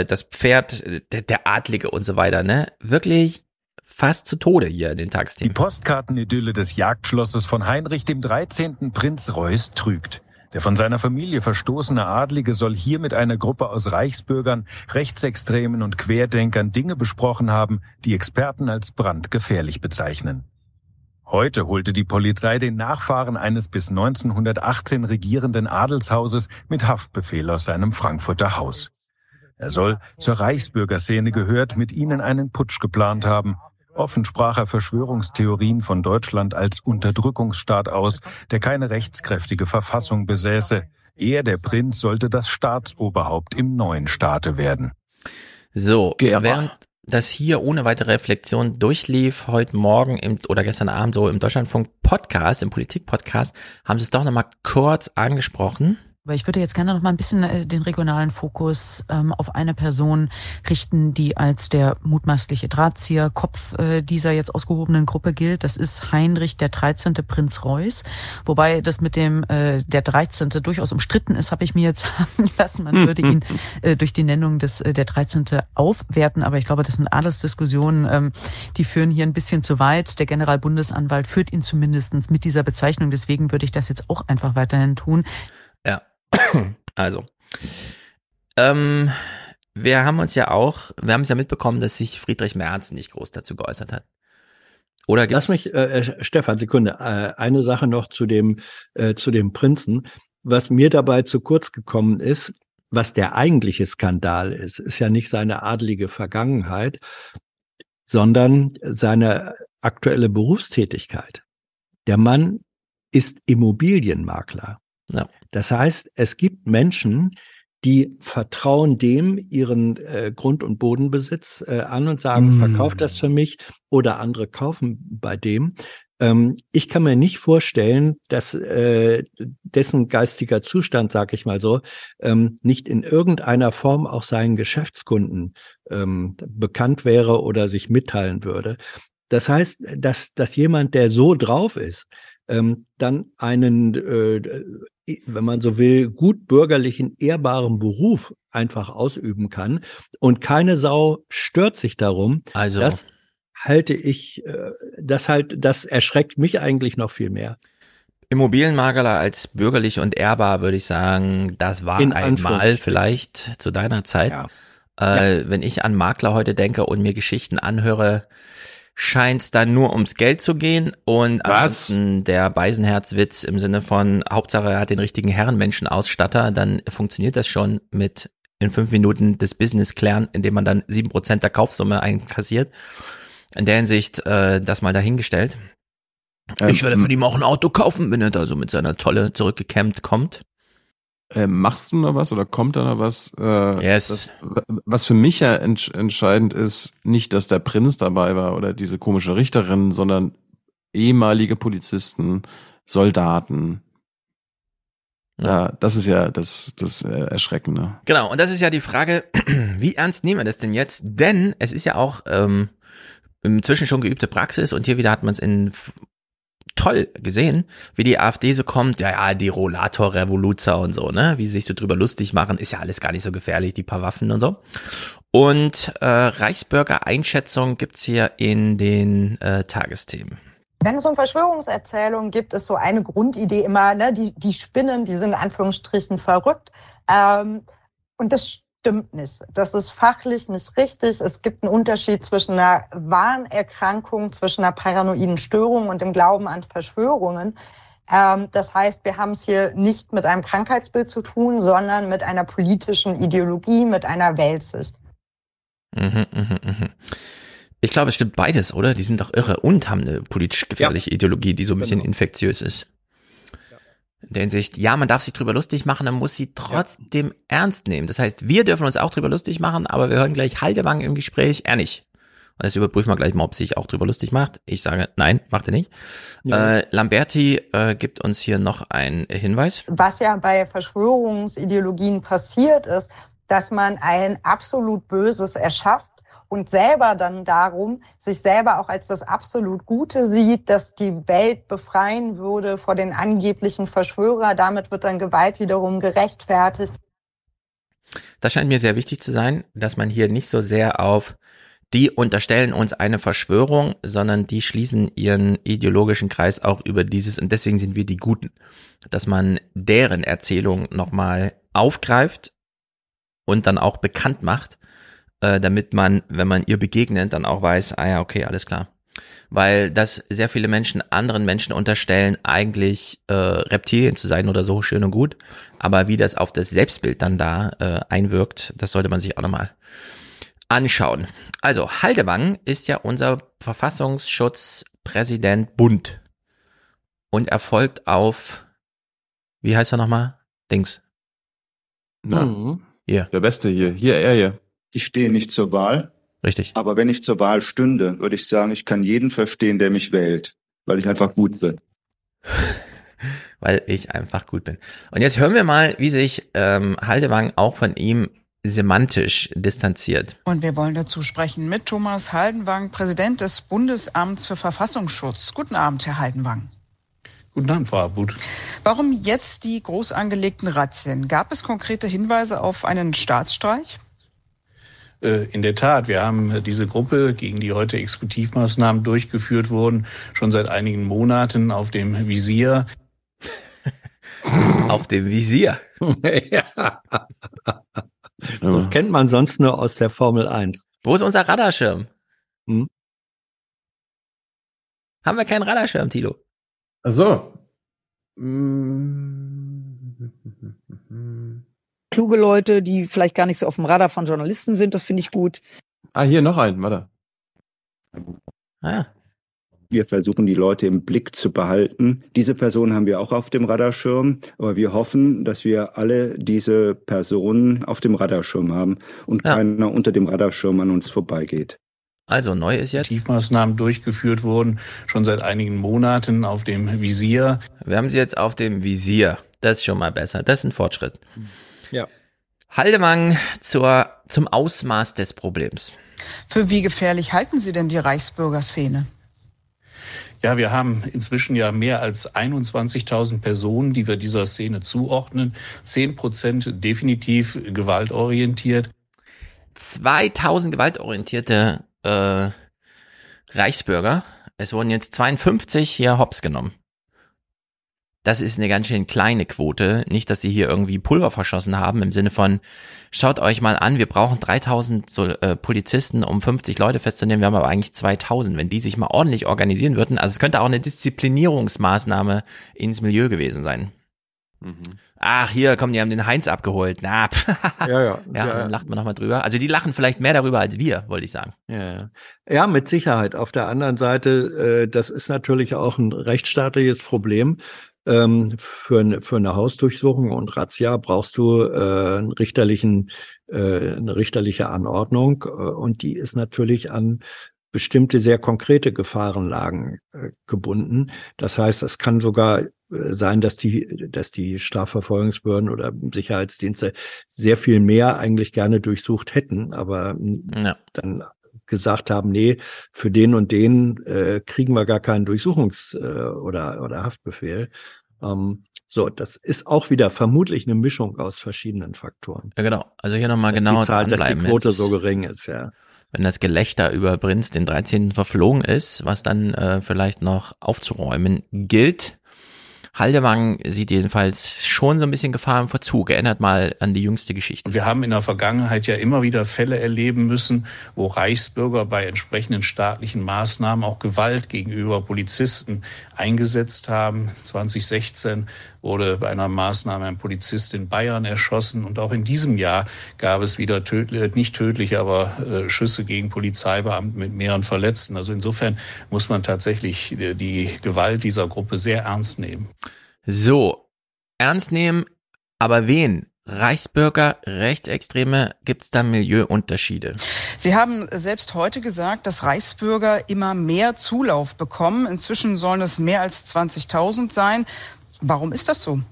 Pferd, der Adlige und so weiter, ne? Wirklich fast zu Tode hier in den Tagesthemen. Die Postkartenidylle des Jagdschlosses von Heinrich dem 13. Prinz Reuß trügt. Der von seiner Familie verstoßene Adlige soll hier mit einer Gruppe aus Reichsbürgern, Rechtsextremen und Querdenkern Dinge besprochen haben, die Experten als brandgefährlich bezeichnen. Heute holte die Polizei den Nachfahren eines bis 1918 regierenden Adelshauses mit Haftbefehl aus seinem Frankfurter Haus. Er soll zur Reichsbürgerszene gehört, mit ihnen einen Putsch geplant haben. Offen sprach er Verschwörungstheorien von Deutschland als Unterdrückungsstaat aus, der keine rechtskräftige Verfassung besäße. Er, der Prinz, sollte das Staatsoberhaupt im neuen Staate werden. So, während das hier ohne weitere Reflexion durchlief, heute Morgen oder gestern Abend so im Deutschlandfunk-Podcast, im Politik-Podcast, haben sie es doch nochmal kurz angesprochen. Aber ich würde jetzt gerne noch mal ein bisschen den regionalen Fokus auf eine Person richten, die als der mutmaßliche Drahtzieher, Kopf dieser jetzt ausgehobenen Gruppe gilt. Das ist Heinrich der 13. Prinz Reuß. Wobei das mit dem der 13. durchaus umstritten ist, habe ich mir jetzt sagen lassen. Man würde ihn durch die Nennung der 13. aufwerten. Aber ich glaube, das sind Adelsdiskussionen, die führen hier ein bisschen zu weit. Der Generalbundesanwalt führt ihn zumindest mit dieser Bezeichnung. Deswegen würde ich das jetzt auch einfach weiterhin tun. Ja. Also, wir haben es ja mitbekommen, dass sich Friedrich Merz nicht groß dazu geäußert hat. Oder lass mich, Stefan, Sekunde, eine Sache noch zu dem Prinzen. Was mir dabei zu kurz gekommen ist, was der eigentliche Skandal ist ja nicht seine adlige Vergangenheit, sondern seine aktuelle Berufstätigkeit. Der Mann ist Immobilienmakler. Ja. Das heißt, es gibt Menschen, die vertrauen dem ihren Grund- und Bodenbesitz an und sagen, verkauft das für mich, oder andere kaufen bei dem. Ich kann mir nicht vorstellen, dass dessen geistiger Zustand, sag ich mal so, nicht in irgendeiner Form auch seinen Geschäftskunden bekannt wäre oder sich mitteilen würde. Das heißt, dass jemand, der so drauf ist, dann einen, wenn man so will, gut bürgerlichen, ehrbaren Beruf einfach ausüben kann und keine Sau stört sich darum. Also das halte ich, das erschreckt mich eigentlich noch viel mehr. Immobilienmakler als bürgerlich und ehrbar, würde ich sagen, das war einmal vielleicht zu deiner Zeit. Ja. Wenn ich an Makler heute denke und mir Geschichten anhöre, scheint es dann nur ums Geld zu gehen und ansonsten der Beisenherzwitz im Sinne von Hauptsache er hat den richtigen Herrenmenschenausstatter, dann funktioniert das schon mit in 5 Minuten das Business klären, indem man dann 7% der Kaufsumme einkassiert. In der Hinsicht, das mal dahingestellt. Ich werde von ihm auch ein Auto kaufen, wenn er da so mit seiner Tolle zurückgekämmt kommt. Machst du noch was oder kommt da noch was? Yes. Was für mich ja entscheidend ist, nicht, dass der Prinz dabei war oder diese komische Richterin, sondern ehemalige Polizisten, Soldaten. Ja, das ist ja das Erschreckende. Genau, und das ist ja die Frage, wie ernst nehmen wir das denn jetzt? Denn es ist ja auch inzwischen schon geübte Praxis und hier wieder hat man es in toll gesehen, wie die AfD so kommt, ja, die Rollator-Revoluzer und so, ne, wie sie sich so drüber lustig machen, ist ja alles gar nicht so gefährlich, die paar Waffen und so. Und Reichsbürger-Einschätzung gibt's hier in den Tagesthemen. Wenn es um Verschwörungserzählungen gibt, ist so eine Grundidee immer, ne, die Spinnen, die sind in Anführungsstrichen verrückt. Und das stimmt nicht. Das ist fachlich nicht richtig. Es gibt einen Unterschied zwischen einer Wahnerkrankung, zwischen einer paranoiden Störung und dem Glauben an Verschwörungen. Das heißt, wir haben es hier nicht mit einem Krankheitsbild zu tun, sondern mit einer politischen Ideologie, mit einer Weltsicht. Ich glaube, es stimmt beides, oder? Die sind doch irre und haben eine politisch gefährliche Ideologie, die so ein bisschen infektiös ist. In der Hinsicht, ja, man darf sich drüber lustig machen, man muss sie trotzdem ernst nehmen. Das heißt, wir dürfen uns auch drüber lustig machen, aber wir hören gleich Haldewanger im Gespräch, er nicht. Und jetzt überprüfen wir gleich mal, ob sich auch drüber lustig macht. Ich sage, nein, macht er nicht. Ja. Lamberti gibt uns hier noch einen Hinweis. Was ja bei Verschwörungsideologien passiert ist, dass man ein absolut Böses erschafft und selber dann darum sich selber auch als das absolut Gute sieht, dass die Welt befreien würde vor den angeblichen Verschwörer. Damit wird dann Gewalt wiederum gerechtfertigt. Das scheint mir sehr wichtig zu sein, dass man hier nicht so sehr auf die unterstellen uns eine Verschwörung, sondern die schließen ihren ideologischen Kreis auch über dieses und deswegen sind wir die Guten. Dass man deren Erzählung nochmal aufgreift und dann auch bekannt macht, damit man, wenn man ihr begegnet, dann auch weiß, ah ja, okay, alles klar. Weil das sehr viele Menschen anderen Menschen unterstellen, eigentlich Reptilien zu sein oder so, schön und gut. Aber wie das auf das Selbstbild dann da einwirkt, das sollte man sich auch nochmal anschauen. Also Haldewang ist ja unser Verfassungsschutzpräsident Bund und er folgt auf, wie heißt er nochmal? Dings. Na, hier. Der Beste hier. Er hier. Ich stehe nicht zur Wahl. Richtig. Aber wenn ich zur Wahl stünde, würde ich sagen, ich kann jeden verstehen, der mich wählt, weil ich einfach gut bin. Weil ich einfach gut bin. Und jetzt hören wir mal, wie sich Haldewang auch von ihm semantisch distanziert. Und wir wollen dazu sprechen mit Thomas Haldenwang, Präsident des Bundesamts für Verfassungsschutz. Guten Abend, Herr Haldenwang. Guten Abend, Frau Abud. Warum jetzt die groß angelegten Razzien? Gab es konkrete Hinweise auf einen Staatsstreich? In der Tat, wir haben diese Gruppe, gegen die heute Exekutivmaßnahmen durchgeführt wurden, schon seit einigen Monaten auf dem Visier. Auf dem Visier? Ja. Das kennt man sonst nur aus der Formel 1. Wo ist unser Radarschirm? Haben wir keinen Radarschirm, Tilo? Ach so. Kluge Leute, die vielleicht gar nicht so auf dem Radar von Journalisten sind, das finde ich gut. Ah, hier noch einen, warte. Wir versuchen, die Leute im Blick zu behalten. Diese Person haben wir auch auf dem Radarschirm, aber wir hoffen, dass wir alle diese Personen auf dem Radarschirm haben und keiner unter dem Radarschirm an uns vorbeigeht. Also neu ist jetzt Aktivmaßnahmen durchgeführt wurden, schon seit einigen Monaten auf dem Visier. Wir haben sie jetzt auf dem Visier. Das ist schon mal besser. Das ist ein Fortschritt. Ja. Haldemann zum Ausmaß des Problems. Für wie gefährlich halten Sie denn die Reichsbürgerszene? Ja, wir haben inzwischen ja mehr als 21.000 Personen, die wir dieser Szene zuordnen. 10% definitiv gewaltorientiert. 2000 gewaltorientierte Reichsbürger. Es wurden jetzt 52 hier hops genommen. Das ist eine ganz schön kleine Quote. Nicht, dass sie hier irgendwie Pulver verschossen haben, im Sinne von, schaut euch mal an, wir brauchen 3000 Polizisten, um 50 Leute festzunehmen, wir haben aber eigentlich 2000. Wenn die sich mal ordentlich organisieren würden, also es könnte auch eine Disziplinierungsmaßnahme ins Milieu gewesen sein. Ach, hier, komm, die haben den Heinz abgeholt. Na, ja, dann lacht man nochmal drüber. Also die lachen vielleicht mehr darüber als wir, wollte ich sagen. Ja, mit Sicherheit. Auf der anderen Seite, das ist natürlich auch ein rechtsstaatliches Problem. Für eine Hausdurchsuchung und Razzia brauchst du eine richterliche Anordnung und die ist natürlich an bestimmte sehr konkrete Gefahrenlagen gebunden. Das heißt, es kann sogar sein, dass die Strafverfolgungsbehörden oder Sicherheitsdienste sehr viel mehr eigentlich gerne durchsucht hätten, aber dann gesagt haben, nee, für den und den kriegen wir gar keinen Durchsuchungs- oder Haftbefehl. So, das ist auch wieder vermutlich eine Mischung aus verschiedenen Faktoren. Ja, genau. Also hier nochmal genau dranbleiben. Dass die Quote jetzt so gering ist, ja. Wenn das Gelächter über Prinz den 13. verflogen ist, was dann vielleicht noch aufzuräumen gilt. Haldemann sieht jedenfalls schon so ein bisschen Gefahr im Verzug. Erinnert mal an die jüngste Geschichte. Wir haben in der Vergangenheit ja immer wieder Fälle erleben müssen, wo Reichsbürger bei entsprechenden staatlichen Maßnahmen auch Gewalt gegenüber Polizisten eingesetzt haben. 2016 wurde bei einer Maßnahme ein Polizist in Bayern erschossen. Und auch in diesem Jahr gab es wieder nicht tödliche, aber Schüsse gegen Polizeibeamte mit mehreren Verletzten. Also insofern muss man tatsächlich die Gewalt dieser Gruppe sehr ernst nehmen. So, ernst nehmen, aber wen? Reichsbürger, Rechtsextreme, gibt es da Milieuunterschiede? Sie haben selbst heute gesagt, dass Reichsbürger immer mehr Zulauf bekommen. Inzwischen sollen es mehr als 20.000 sein. Warum ist das so?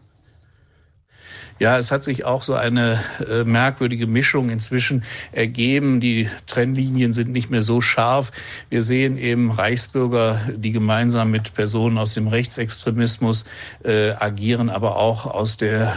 Ja, es hat sich auch so eine merkwürdige Mischung inzwischen ergeben. Die Trennlinien sind nicht mehr so scharf. Wir sehen eben Reichsbürger, die gemeinsam mit Personen aus dem Rechtsextremismus agieren, aber auch aus der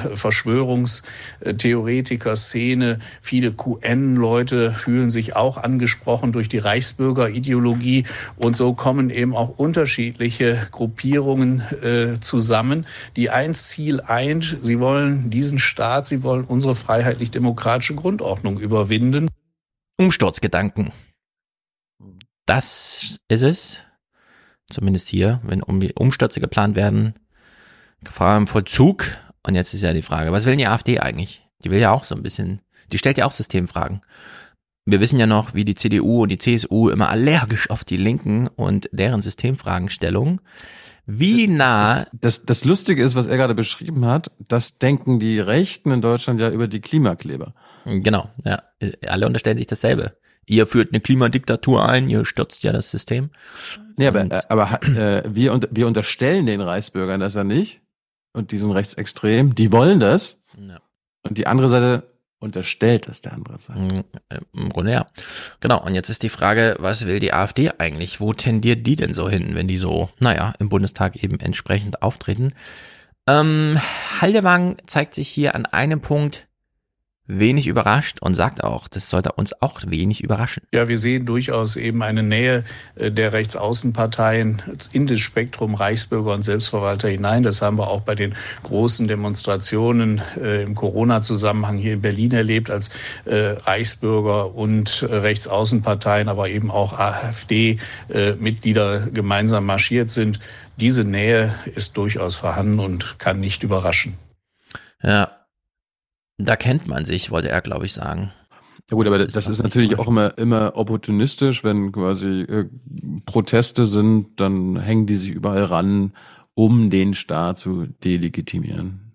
Verschwörungstheoretiker-Szene. Viele QN-Leute fühlen sich auch angesprochen durch die Reichsbürger-Ideologie. Und so kommen eben auch unterschiedliche Gruppierungen zusammen, die ein Ziel eint. Sie wollen diesen Staat, sie wollen unsere freiheitlich-demokratische Grundordnung überwinden. Umsturzgedanken. Das ist es. Zumindest hier, wenn Umstürze geplant werden. Gefahr im Vollzug. Und jetzt ist ja die Frage, was will denn die AfD eigentlich? Die will ja auch so ein bisschen, die stellt ja auch Systemfragen. Wir wissen ja noch, wie die CDU und die CSU immer allergisch auf die Linken und deren Systemfragenstellung. Wie nah... Das Lustige ist, was er gerade beschrieben hat, das denken die Rechten in Deutschland ja über die Klimakleber. Genau, ja. Alle unterstellen sich dasselbe. Ihr führt eine Klimadiktatur ein, ihr stürzt ja das System. Nee, aber wir unterstellen den Reichsbürgern das ja nicht. Und diesen Rechtsextremen, die wollen das. Ja. Und die andere Seite unterstellt das der andere Seite. Im Grunde ja. Genau, und jetzt ist die Frage, was will die AfD eigentlich? Wo tendiert die denn so hin, wenn die so, im Bundestag eben entsprechend auftreten? Haldemann zeigt sich hier an einem Punkt wenig überrascht und sagt auch, das sollte uns auch wenig überraschen. Ja, wir sehen durchaus eben eine Nähe der Rechtsaußenparteien in das Spektrum Reichsbürger und Selbstverwalter hinein. Das haben wir auch bei den großen Demonstrationen im Corona-Zusammenhang hier in Berlin erlebt, als Reichsbürger und Rechtsaußenparteien, aber eben auch AfD-Mitglieder gemeinsam marschiert sind. Diese Nähe ist durchaus vorhanden und kann nicht überraschen. Ja. Da kennt man sich, wollte er, glaube ich, sagen. Ja gut, aber das ist natürlich auch immer opportunistisch, wenn quasi Proteste sind, dann hängen die sich überall ran, um den Staat zu delegitimieren.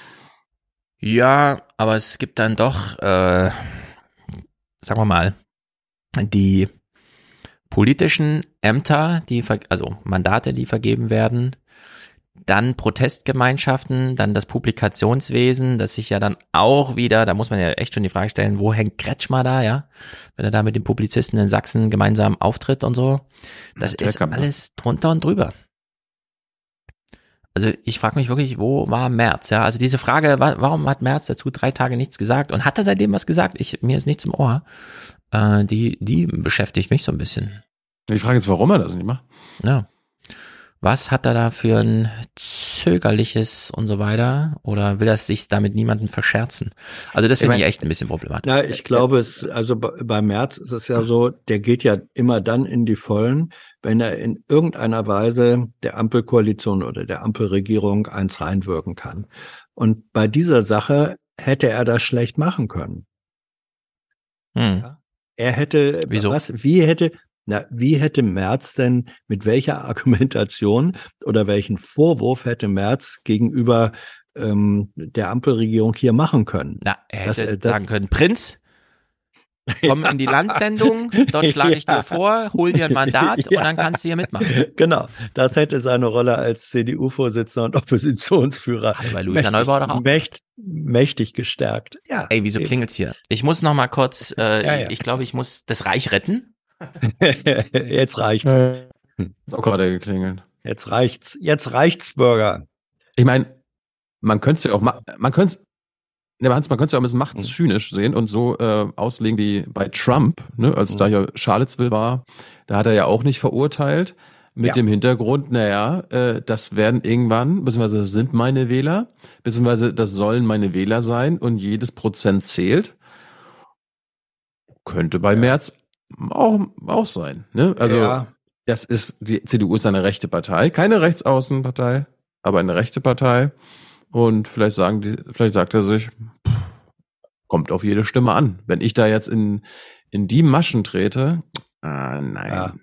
Ja, aber es gibt dann doch, sagen wir mal, die politischen Ämter, also Mandate, die vergeben werden, dann Protestgemeinschaften, dann das Publikationswesen, das sich ja dann auch wieder, da muss man ja echt schon die Frage stellen, wo hängt Kretschmer da, ja? Wenn er da mit den Publizisten in Sachsen gemeinsam auftritt und so. Das ist alles drunter und drüber. Also ich frage mich wirklich, wo war Merz? Ja, also diese Frage, warum hat Merz dazu 3 Tage nichts gesagt? Und hat er seitdem was gesagt? Mir ist nichts im Ohr. Die beschäftigt mich so ein bisschen. Die Frage ist, warum er das nicht macht. Ja. Was hat er da für ein zögerliches und so weiter? Oder will er sich damit niemandem verscherzen? Also das finde ich echt ein bisschen problematisch. Na, ich glaube, bei Merz ist es ja so, der geht ja immer dann in die Vollen, wenn er in irgendeiner Weise der Ampelkoalition oder der Ampelregierung eins reinwirken kann. Und bei dieser Sache hätte er das schlecht machen können. Ja? Er hätte, wieso? Wie hätte Merz denn, mit welcher Argumentation oder welchen Vorwurf hätte Merz gegenüber der Ampelregierung hier machen können? Na, er hätte sagen können, Prinz, komm in die Landsendung, dort schlage ich dir vor, hol dir ein Mandat und dann kannst du hier mitmachen. Genau, das hätte seine Rolle als CDU-Vorsitzender und Oppositionsführer bei Luisa Neubauer doch auch mächtig gestärkt. Ja, ey, wieso klingelt's hier? Ich muss noch mal kurz, ich glaube, ich muss das Reich retten. Jetzt reicht's. Ist auch gerade geklingelt. Jetzt reicht's, Bürger. Ich meine, man könnte es ja auch man könnte es ja auch ein bisschen machtzynisch sehen und so auslegen wie bei Trump, ne, als da ja Charlottesville war, da hat er ja auch nicht verurteilt, mit dem Hintergrund, das werden irgendwann, beziehungsweise das sind meine Wähler, beziehungsweise das sollen meine Wähler sein und jedes Prozent zählt. Könnte bei Merz auch sein, ne? Also das ist, die CDU ist eine rechte Partei, keine Rechtsaußenpartei, aber eine rechte Partei. Und vielleicht sagt er sich, kommt auf jede Stimme an. Wenn ich da jetzt in die Maschen trete, nein.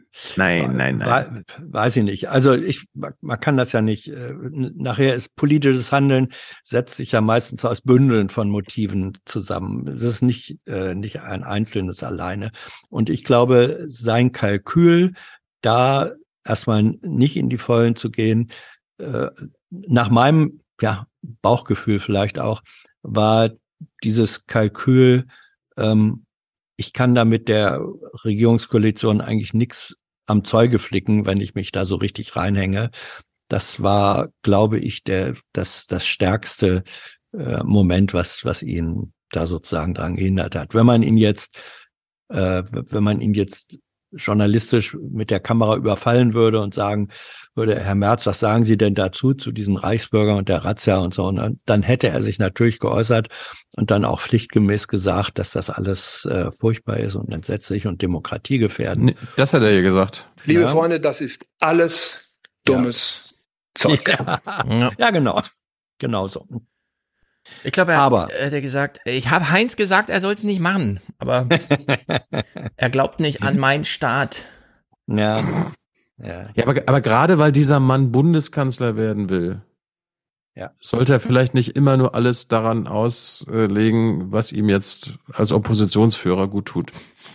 Weiß ich nicht. Also man kann das ja nicht. Nachher ist politisches Handeln, setzt sich ja meistens aus Bündeln von Motiven zusammen. Es ist nicht ein einzelnes alleine. Und ich glaube, sein Kalkül, da erstmal nicht in die Vollen zu gehen, nach meinem Bauchgefühl vielleicht auch, war dieses Kalkül, ich kann da mit der Regierungskoalition eigentlich nichts am Zeuge flicken, wenn ich mich da so richtig reinhänge. Das war, glaube ich, das stärkste Moment, was ihn da sozusagen daran gehindert hat. Wenn man ihn jetzt journalistisch mit der Kamera überfallen würde und sagen würde, Herr Merz, was sagen Sie denn dazu, zu diesen Reichsbürgern und der Razzia und so, und dann hätte er sich natürlich geäußert und dann auch pflichtgemäß gesagt, dass das alles furchtbar ist und entsetzlich und demokratiegefährdend. Das hat er ja gesagt. Liebe Freunde, das ist alles dummes Zeug. Ja, genau. Genau so. Ich glaube, er hat gesagt, ich habe Heinz gesagt, er soll es nicht machen, aber er glaubt nicht an meinen Staat. Ja, aber gerade weil dieser Mann Bundeskanzler werden will, sollte er vielleicht nicht immer nur alles daran auslegen, was ihm jetzt als Oppositionsführer gut tut.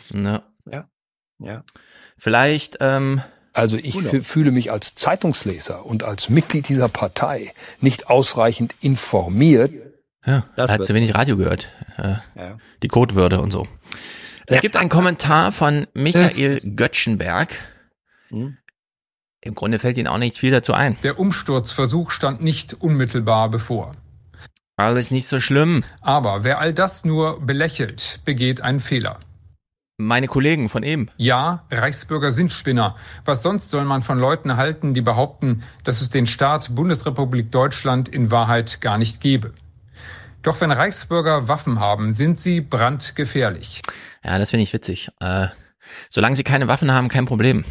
Ja. Vielleicht, also ich fühle mich als Zeitungsleser und als Mitglied dieser Partei nicht ausreichend informiert. Ja, er hat zu wenig Radio gehört. Die Codewörter und so. Es gibt einen Kommentar von Michael Göttschenberg. Im Grunde fällt Ihnen auch nicht viel dazu ein. Der Umsturzversuch stand nicht unmittelbar bevor. Alles nicht so schlimm. Aber wer all das nur belächelt, begeht einen Fehler. Meine Kollegen von eben. Ja, Reichsbürger sind Spinner. Was sonst soll man von Leuten halten, die behaupten, dass es den Staat Bundesrepublik Deutschland in Wahrheit gar nicht gebe? Doch wenn Reichsbürger Waffen haben, sind sie brandgefährlich. Ja, das finde ich witzig. Solange sie keine Waffen haben, kein Problem.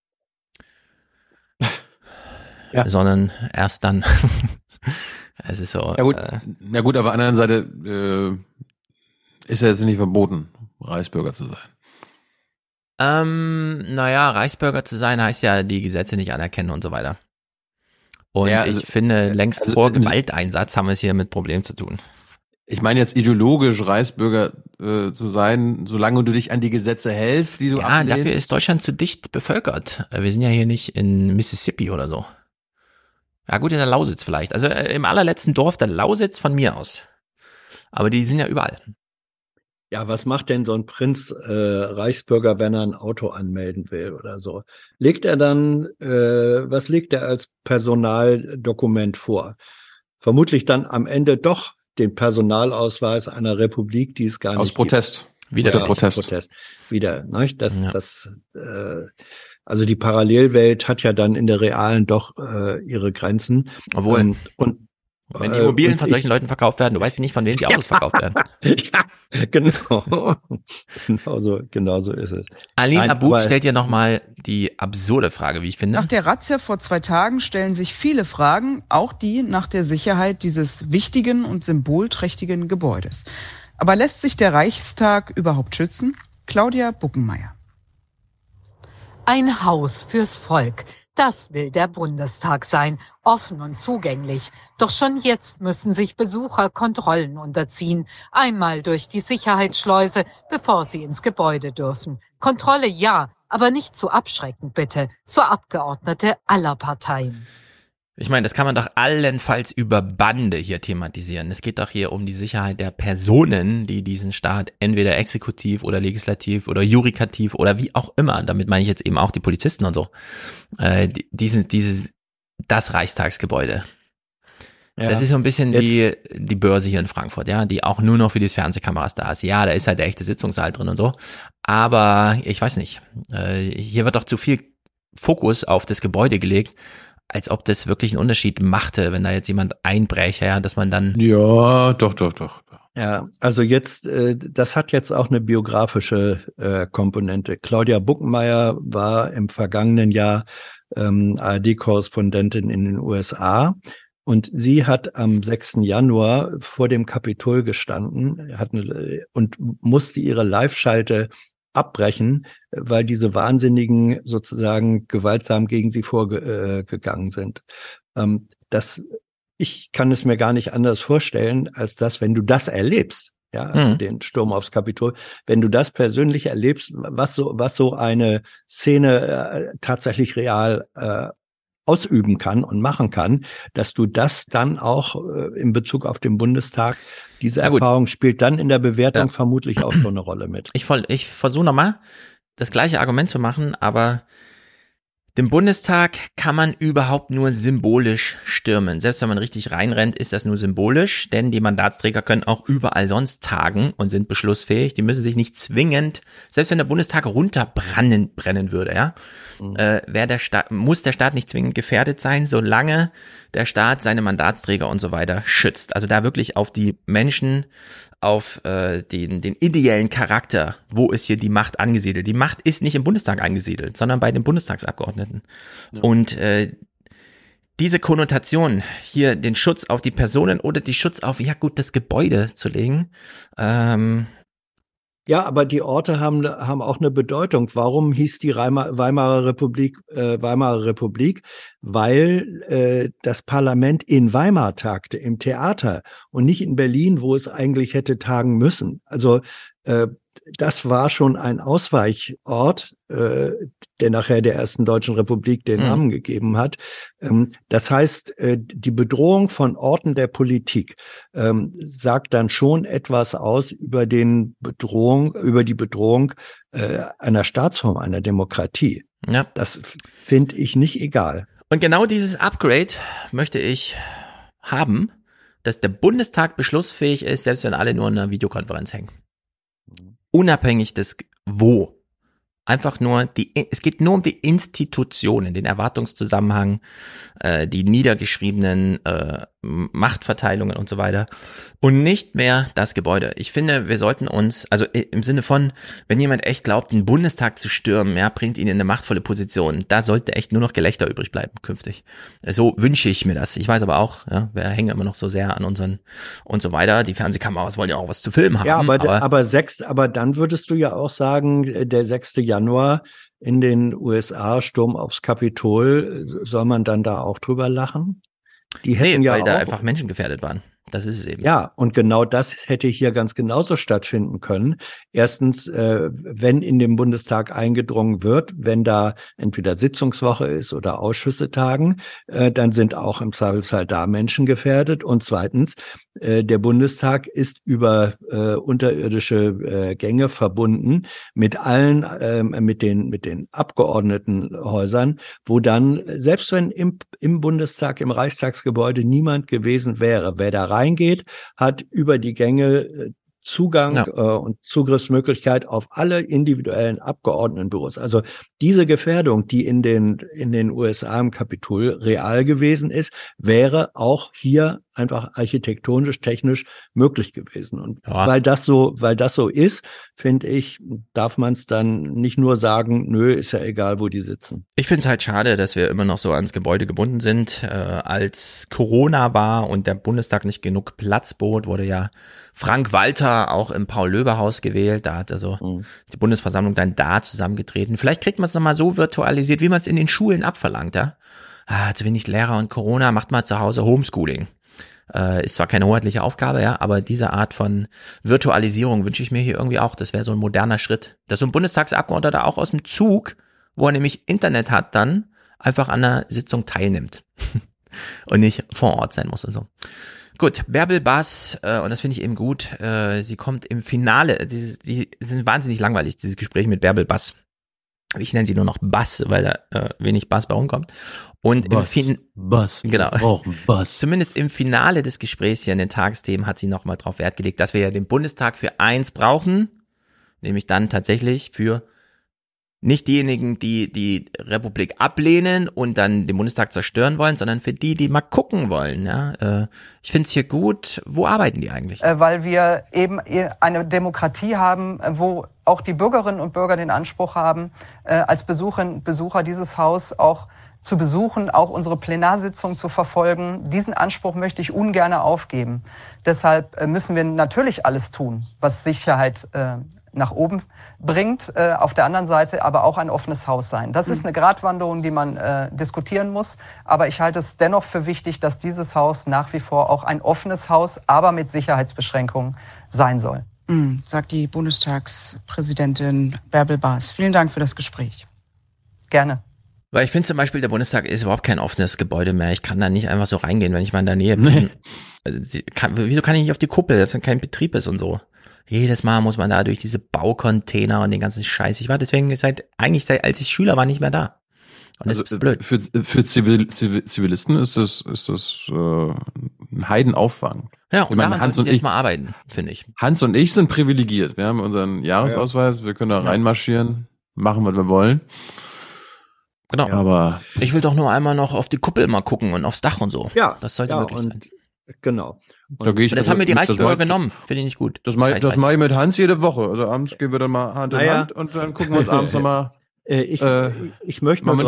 Sondern erst dann. Es ist so. Ja gut, aber auf der anderen Seite ist ja jetzt nicht verboten, Reichsbürger zu sein. Reichsbürger zu sein heißt ja, die Gesetze nicht anerkennen und so weiter. Und ich finde, längst vor Gewalteinsatz haben wir es hier mit Problemen zu tun. Ich meine jetzt ideologisch Reichsbürger zu sein, solange du dich an die Gesetze hältst, die du ablehnst. Ja, dafür ist Deutschland zu dicht bevölkert. Wir sind ja hier nicht in Mississippi oder so. Ja gut, in der Lausitz vielleicht. Also im allerletzten Dorf der Lausitz von mir aus. Aber die sind ja überall. Ja, was macht denn so ein Prinz Reichsbürger, wenn er ein Auto anmelden will oder so? Legt er dann, was legt er als Personaldokument vor? Vermutlich dann am Ende doch den Personalausweis einer Republik, die es gar nicht aus Protest. Gibt. Wieder Protest. Wieder, ne? Also die Parallelwelt hat ja dann in der realen doch ihre Grenzen. Obwohl, wenn die Immobilien von solchen Leuten verkauft werden, du weißt nicht, von wem die Autos verkauft werden. Ja, genau. Genau so ist es. Aline Abuk stellt dir nochmal die absurde Frage, wie ich finde. Nach der Razzia vor 2 Tagen stellen sich viele Fragen, auch die nach der Sicherheit dieses wichtigen und symbolträchtigen Gebäudes. Aber lässt sich der Reichstag überhaupt schützen? Claudia Buckenmeier. Ein Haus fürs Volk. Das will der Bundestag sein, offen und zugänglich. Doch schon jetzt müssen sich Besucher Kontrollen unterziehen. Einmal durch die Sicherheitsschleuse, bevor sie ins Gebäude dürfen. Kontrolle ja, aber nicht zu abschreckend bitte. So Abgeordnete aller Parteien. Ich meine, das kann man doch allenfalls über Bande hier thematisieren. Es geht doch hier um die Sicherheit der Personen, die diesen Staat entweder exekutiv oder legislativ oder judikativ oder wie auch immer, damit meine ich jetzt eben auch die Polizisten und so, das Reichstagsgebäude. Ja, das ist so ein bisschen die Börse hier in Frankfurt, ja, die auch nur noch für die Fernsehkameras da ist. Ja, da ist halt der echte Sitzungssaal drin und so. Aber ich weiß nicht, hier wird doch zu viel Fokus auf das Gebäude gelegt, als ob das wirklich einen Unterschied machte, wenn da jetzt jemand einbräche, ja, dass man dann... Ja, doch. Ja, also jetzt, das hat jetzt auch eine biografische Komponente. Claudia Buckenmeier war im vergangenen Jahr ARD-Korrespondentin in den USA und sie hat am 6. Januar vor dem Kapitol gestanden und musste ihre Live-Schalte abbrechen, weil diese Wahnsinnigen sozusagen gewaltsam gegen sie vorgegangen sind. Ich kann es mir gar nicht anders vorstellen, als dass, wenn du das erlebst, ja, den Sturm aufs Kapitol, wenn du das persönlich erlebst, was so eine Szene tatsächlich real ausüben kann und machen kann, dass du das dann auch in Bezug auf den Bundestag, diese Erfahrung spielt dann in der Bewertung vermutlich auch schon eine Rolle mit. Ich versuche nochmal das gleiche Argument zu machen, aber den Bundestag kann man überhaupt nur symbolisch stürmen. Selbst wenn man richtig reinrennt, ist das nur symbolisch, denn die Mandatsträger können auch überall sonst tagen und sind beschlussfähig. Die müssen sich nicht zwingend, selbst wenn der Bundestag brennen würde, ja, muss der Staat nicht zwingend gefährdet sein, solange der Staat seine Mandatsträger und so weiter schützt. Also da wirklich auf die Menschen, auf den ideellen Charakter, wo ist hier die Macht angesiedelt. Die Macht ist nicht im Bundestag angesiedelt, sondern bei den Bundestagsabgeordneten. Ja. Und diese Konnotation, hier den Schutz auf die Personen oder die Schutz auf, das Gebäude zu legen. Ja, aber die Orte haben auch eine Bedeutung. Warum hieß die Weimarer Republik Weimarer Republik? Weil das Parlament in Weimar tagte, im Theater und nicht in Berlin, wo es eigentlich hätte tagen müssen. Also das war schon ein Ausweichort, der nachher der ersten Deutschen Republik den Namen gegeben hat. Das heißt, die Bedrohung von Orten der Politik sagt dann schon etwas aus über die Bedrohung einer Staatsform, einer Demokratie. Ja. Das finde ich nicht egal. Und genau dieses Upgrade möchte ich haben, dass der Bundestag beschlussfähig ist, selbst wenn alle nur in einer Videokonferenz hängen. Unabhängig des wo. Einfach nur es geht nur um die Institutionen, den Erwartungszusammenhang, die niedergeschriebenen Machtverteilungen und so weiter und nicht mehr das Gebäude. Ich finde, wir sollten uns, also im Sinne von, wenn jemand echt glaubt, den Bundestag zu stürmen, ja, bringt ihn in eine machtvolle Position, da sollte echt nur noch Gelächter übrig bleiben künftig. So wünsche ich mir das. Ich weiß aber auch, ja, wir hängen immer noch so sehr an unseren und so weiter. Die Fernsehkameras wollen ja auch was zu filmen haben. Ja, aber dann würdest du ja auch sagen, der 6. Januar in den USA, Sturm aufs Kapitol, soll man dann da auch drüber lachen? Die hätten weil da einfach Menschen gefährdet waren. Das ist es eben. Ja, und genau das hätte hier ganz genauso stattfinden können. Erstens, wenn in den Bundestag eingedrungen wird, wenn da entweder Sitzungswoche ist oder Ausschüsse tagen, dann sind auch im Zweifelsfall da Menschen gefährdet. Und zweitens, der Bundestag ist über unterirdische Gänge verbunden mit allen, mit den Abgeordnetenhäusern, wo dann, selbst wenn im Bundestag, im Reichstagsgebäude niemand gewesen wäre, wer da reingeht, hat über die Gänge Zugang und Zugriffsmöglichkeit auf alle individuellen Abgeordnetenbüros. Also diese Gefährdung, die in den USA im Kapitol real gewesen ist, wäre auch hier einfach architektonisch, technisch möglich gewesen. Und weil das so ist, finde ich, darf man es dann nicht nur sagen, nö, ist ja egal, wo die sitzen. Ich finde es halt schade, dass wir immer noch so ans Gebäude gebunden sind. Als Corona war und der Bundestag nicht genug Platz bot, wurde ja Frank Walter auch im Paul-Löbe-Haus gewählt. Da hat also die Bundesversammlung dann da zusammengetreten. Vielleicht kriegt man es nochmal so virtualisiert, wie man es in den Schulen abverlangt. Ja? Zu wenig Lehrer und Corona, macht mal zu Hause Homeschooling. Ist zwar keine hoheitliche Aufgabe, ja, aber diese Art von Virtualisierung wünsche ich mir hier irgendwie auch. Das wäre so ein moderner Schritt. Dass so ein Bundestagsabgeordneter auch aus dem Zug, wo er nämlich Internet hat, dann einfach an der Sitzung teilnimmt und nicht vor Ort sein muss und so. Gut, Bärbel Bass, und das finde ich eben gut, sie kommt im Finale, die sind wahnsinnig langweilig, dieses Gespräch mit Bärbel Bass. Ich nenne sie nur noch Bass, weil da wenig Bass bei rumkommt. Und Bass, genau. Brauchen Bass. Zumindest im Finale des Gesprächs hier in den Tagesthemen hat sie nochmal drauf Wert gelegt, dass wir ja den Bundestag für eins brauchen, nämlich dann tatsächlich für nicht diejenigen, die die Republik ablehnen und dann den Bundestag zerstören wollen, sondern für die mal gucken wollen. Ja? Ich finde es hier gut. Wo arbeiten die eigentlich? Weil wir eben eine Demokratie haben, wo auch die Bürgerinnen und Bürger den Anspruch haben, als Besucher dieses Haus auch zu besuchen, auch unsere Plenarsitzung zu verfolgen. Diesen Anspruch möchte ich ungern aufgeben. Deshalb müssen wir natürlich alles tun, was Sicherheit nach oben bringt, auf der anderen Seite aber auch ein offenes Haus sein. Das ist eine Gratwanderung, die man diskutieren muss, aber ich halte es dennoch für wichtig, dass dieses Haus nach wie vor auch ein offenes Haus, aber mit Sicherheitsbeschränkungen sein soll. Sagt die Bundestagspräsidentin Bärbel Baas. Vielen Dank für das Gespräch. Gerne. Weil ich finde zum Beispiel, der Bundestag ist überhaupt kein offenes Gebäude mehr. Ich kann da nicht einfach so reingehen, wenn ich mal in der Nähe bin. Wieso kann ich nicht auf die Kuppel, wenn kein Betrieb ist und so? Jedes Mal muss man da durch diese Baucontainer und den ganzen Scheiß. Ich war deswegen als ich Schüler war, nicht mehr da. Und das ist blöd. Für Zivilisten ist das ein Heidenaufwand. Ja, und daran Hans und ich mal arbeiten, finde ich. Hans und ich sind privilegiert. Wir haben unseren Jahresausweis, wir können da reinmarschieren, machen, was wir wollen. Genau. Ja, aber ich will doch nur einmal noch auf die Kuppel mal gucken und aufs Dach und so. Ja, das sollte möglich sein. Genau. Und das haben mir die Reichsbürger genommen. Finde ich nicht gut. Das mache ich mit Hans jede Woche. Also abends gehen wir dann mal Hand in Hand und dann gucken wir uns abends nochmal. Ich möchte nur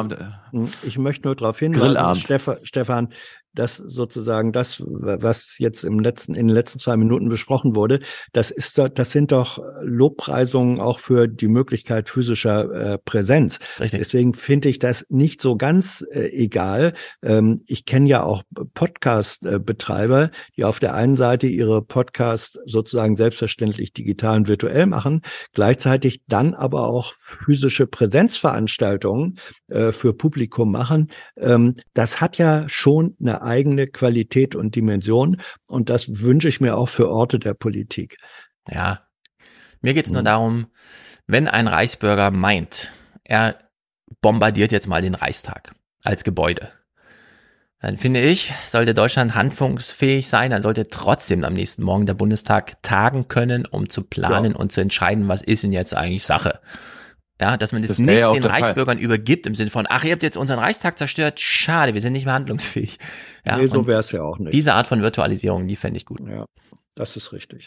darauf hinweisen, Stefan, dass sozusagen das, was jetzt in den letzten 2 Minuten besprochen wurde, das sind doch Lobpreisungen auch für die Möglichkeit physischer Präsenz. Richtig. Deswegen finde ich das nicht so ganz egal. Ich kenne ja auch Podcast-Betreiber, die auf der einen Seite ihre Podcasts sozusagen selbstverständlich digital und virtuell machen, gleichzeitig dann aber auch physische Präsenzveranstaltungen für Publikum machen. Das hat ja schon eine eigene Qualität und Dimension und das wünsche ich mir auch für Orte der Politik. Ja, mir geht's nur darum, wenn ein Reichsbürger meint, er bombardiert jetzt mal den Reichstag als Gebäude, dann finde ich, sollte Deutschland handlungsfähig sein, dann sollte trotzdem am nächsten Morgen der Bundestag tagen können, um zu planen und zu entscheiden, was ist denn jetzt eigentlich Sache. Ja, dass man das nicht den Reichsbürgern übergibt im Sinne von, ach, ihr habt jetzt unseren Reichstag zerstört, schade, wir sind nicht mehr handlungsfähig. Ja, nee, so wäre es ja auch nicht. Diese Art von Virtualisierung, die fände ich gut. Ja, das ist richtig.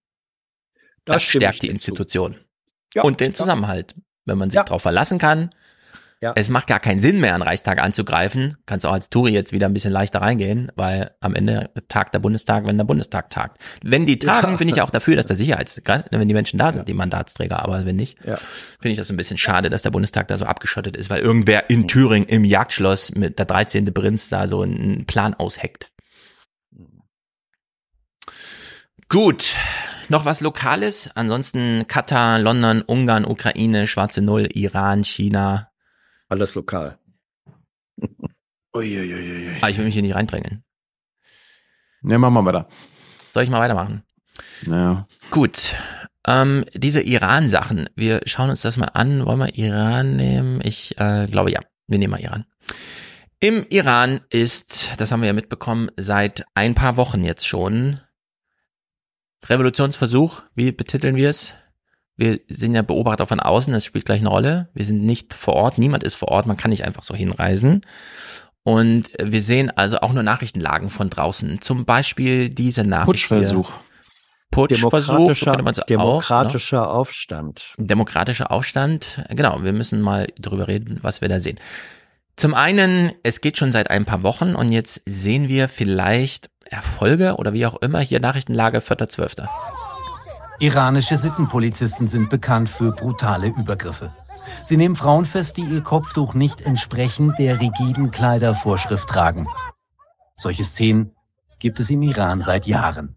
Das stärkt die Institution und den Zusammenhalt, wenn man sich darauf verlassen kann. Ja. Es macht gar keinen Sinn mehr, einen Reichstag anzugreifen. Kannst auch als Touri jetzt wieder ein bisschen leichter reingehen, weil am Ende tagt der Bundestag, wenn der Bundestag tagt. Wenn die tagen, bin ich auch dafür, dass der wenn die Menschen da sind, die Mandatsträger, aber wenn nicht, finde ich das ein bisschen schade, dass der Bundestag da so abgeschottet ist, weil irgendwer in Thüringen im Jagdschloss mit der 13. Prinz da so einen Plan ausheckt. Gut, noch was Lokales? Ansonsten Katar, London, Ungarn, Ukraine, Schwarze Null, Iran, China. Alles lokal. Uiuiui. Aber ich will mich hier nicht reindrängeln. Ne, machen wir weiter. Soll ich mal weitermachen? Ja. Gut. Diese Iran-Sachen, wir schauen uns das mal an. Wollen wir Iran nehmen? Ich glaube ja, wir nehmen mal Iran. Im Iran ist, das haben wir ja mitbekommen, seit ein paar Wochen jetzt schon Revolutionsversuch, wie betiteln wir es? Wir sind ja Beobachter von außen, das spielt gleich eine Rolle. Wir sind nicht vor Ort, niemand ist vor Ort, man kann nicht einfach so hinreisen. Und wir sehen also auch nur Nachrichtenlagen von draußen. Zum Beispiel diese Nachricht Putschversuch. Demokratischer Aufstand. Demokratischer Aufstand, genau, wir müssen mal drüber reden, was wir da sehen. Zum einen, es geht schon seit ein paar Wochen und jetzt sehen wir vielleicht Erfolge oder wie auch immer, hier Nachrichtenlage 4.12. Iranische Sittenpolizisten sind bekannt für brutale Übergriffe. Sie nehmen Frauen fest, die ihr Kopftuch nicht entsprechend der rigiden Kleidervorschrift tragen. Solche Szenen gibt es im Iran seit Jahren.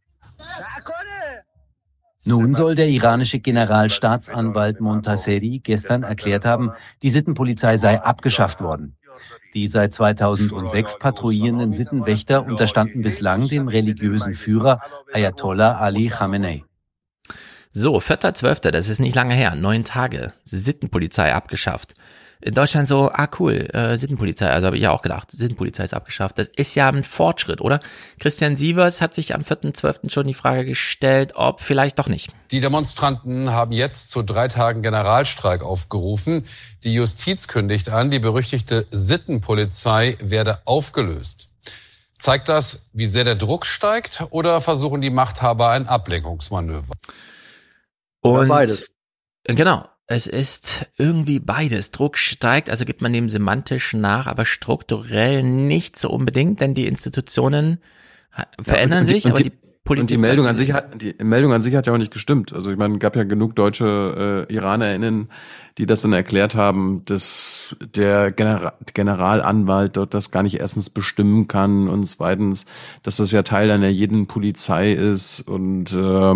Nun soll der iranische Generalstaatsanwalt Montasseri gestern erklärt haben, die Sittenpolizei sei abgeschafft worden. Die seit 2006 patrouillierenden Sittenwächter unterstanden bislang dem religiösen Führer Ayatollah Ali Khamenei. So, 4.12., das ist nicht lange her, 9 Tage, Sittenpolizei abgeschafft. In Deutschland so, cool, Sittenpolizei, also habe ich ja auch gedacht, Sittenpolizei ist abgeschafft. Das ist ja ein Fortschritt, oder? Christian Sievers hat sich am 4.12. schon die Frage gestellt, ob vielleicht doch nicht. Die Demonstranten haben jetzt zu 3 Tagen Generalstreik aufgerufen. Die Justiz kündigt an, die berüchtigte Sittenpolizei werde aufgelöst. Zeigt das, wie sehr der Druck steigt, oder versuchen die Machthaber ein Ablenkungsmanöver? Und beides. Genau. Es ist irgendwie beides. Druck steigt, also gibt man dem semantisch nach, aber strukturell nicht so unbedingt, denn die Institutionen verändern sich, aber die Politik. Und die Meldung an sich hat ja auch nicht gestimmt. Also ich meine, es gab ja genug deutsche IranerInnen, die das dann erklärt haben, dass der Generalanwalt dort das gar nicht erstens bestimmen kann und zweitens, dass das ja Teil einer jeden Polizei ist und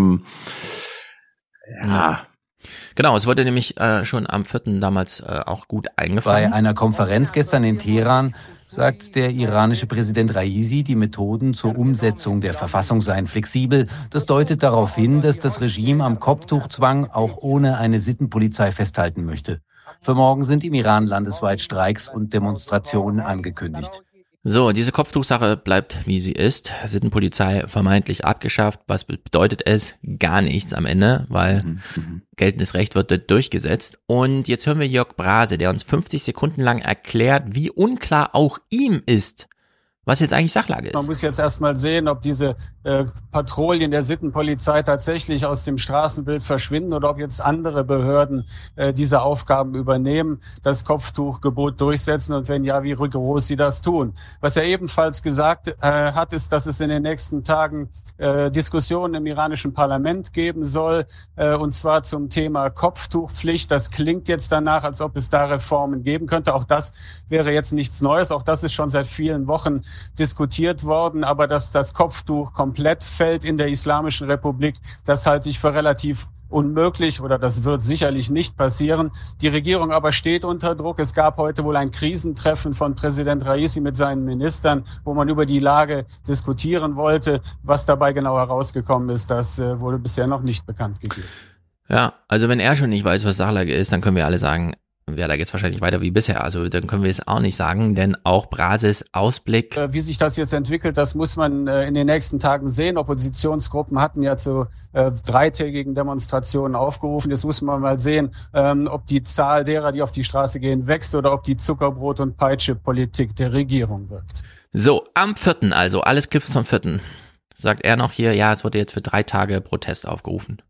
ja. Genau, es wurde nämlich schon am 4. damals auch gut eingefangen. Bei einer Konferenz gestern in Teheran sagt der iranische Präsident Raisi, die Methoden zur Umsetzung der Verfassung seien flexibel. Das deutet darauf hin, dass das Regime am Kopftuchzwang auch ohne eine Sittenpolizei festhalten möchte. Für morgen sind im Iran landesweit Streiks und Demonstrationen angekündigt. So, diese Kopftuchsache bleibt, wie sie ist. Sittenpolizei vermeintlich abgeschafft. Was bedeutet es? Gar nichts am Ende, weil geltendes Recht wird durchgesetzt. Und jetzt hören wir Jörg Brase, der uns 50 Sekunden lang erklärt, wie unklar auch ihm ist, was jetzt eigentlich Sachlage ist. Man muss jetzt erstmal sehen, ob diese Patrouillen der Sittenpolizei tatsächlich aus dem Straßenbild verschwinden oder ob jetzt andere Behörden diese Aufgaben übernehmen, das Kopftuchgebot durchsetzen und wenn ja, wie rigoros sie das tun. Was er ebenfalls gesagt hat, ist, dass es in den nächsten Tagen Diskussionen im iranischen Parlament geben soll, und zwar zum Thema Kopftuchpflicht. Das klingt jetzt danach, als ob es da Reformen geben könnte. Auch das wäre jetzt nichts Neues. Auch das ist schon seit vielen Wochen diskutiert worden, aber dass das Kopftuch komplett fällt in der Islamischen Republik, das halte ich für relativ unmöglich oder das wird sicherlich nicht passieren. Die Regierung aber steht unter Druck. Es gab heute wohl ein Krisentreffen von Präsident Raisi mit seinen Ministern, wo man über die Lage diskutieren wollte. Was dabei genau herausgekommen ist, das wurde bisher noch nicht bekannt gegeben. Ja, also wenn er schon nicht weiß, was Sachlage ist, dann können wir alle sagen, ja, da geht's wahrscheinlich weiter wie bisher. Also dann können wir es auch nicht sagen, denn auch Brases Ausblick. Wie sich das jetzt entwickelt, das muss man in den nächsten Tagen sehen. Oppositionsgruppen hatten ja zu 3-tägigen Demonstrationen aufgerufen. Jetzt muss man mal sehen, ob die Zahl derer, die auf die Straße gehen, wächst oder ob die Zuckerbrot- und Peitsche-Politik der Regierung wirkt. So, am 4., also alles Clips vom 4. sagt er noch hier, ja, es wurde jetzt für 3 Tage Protest aufgerufen.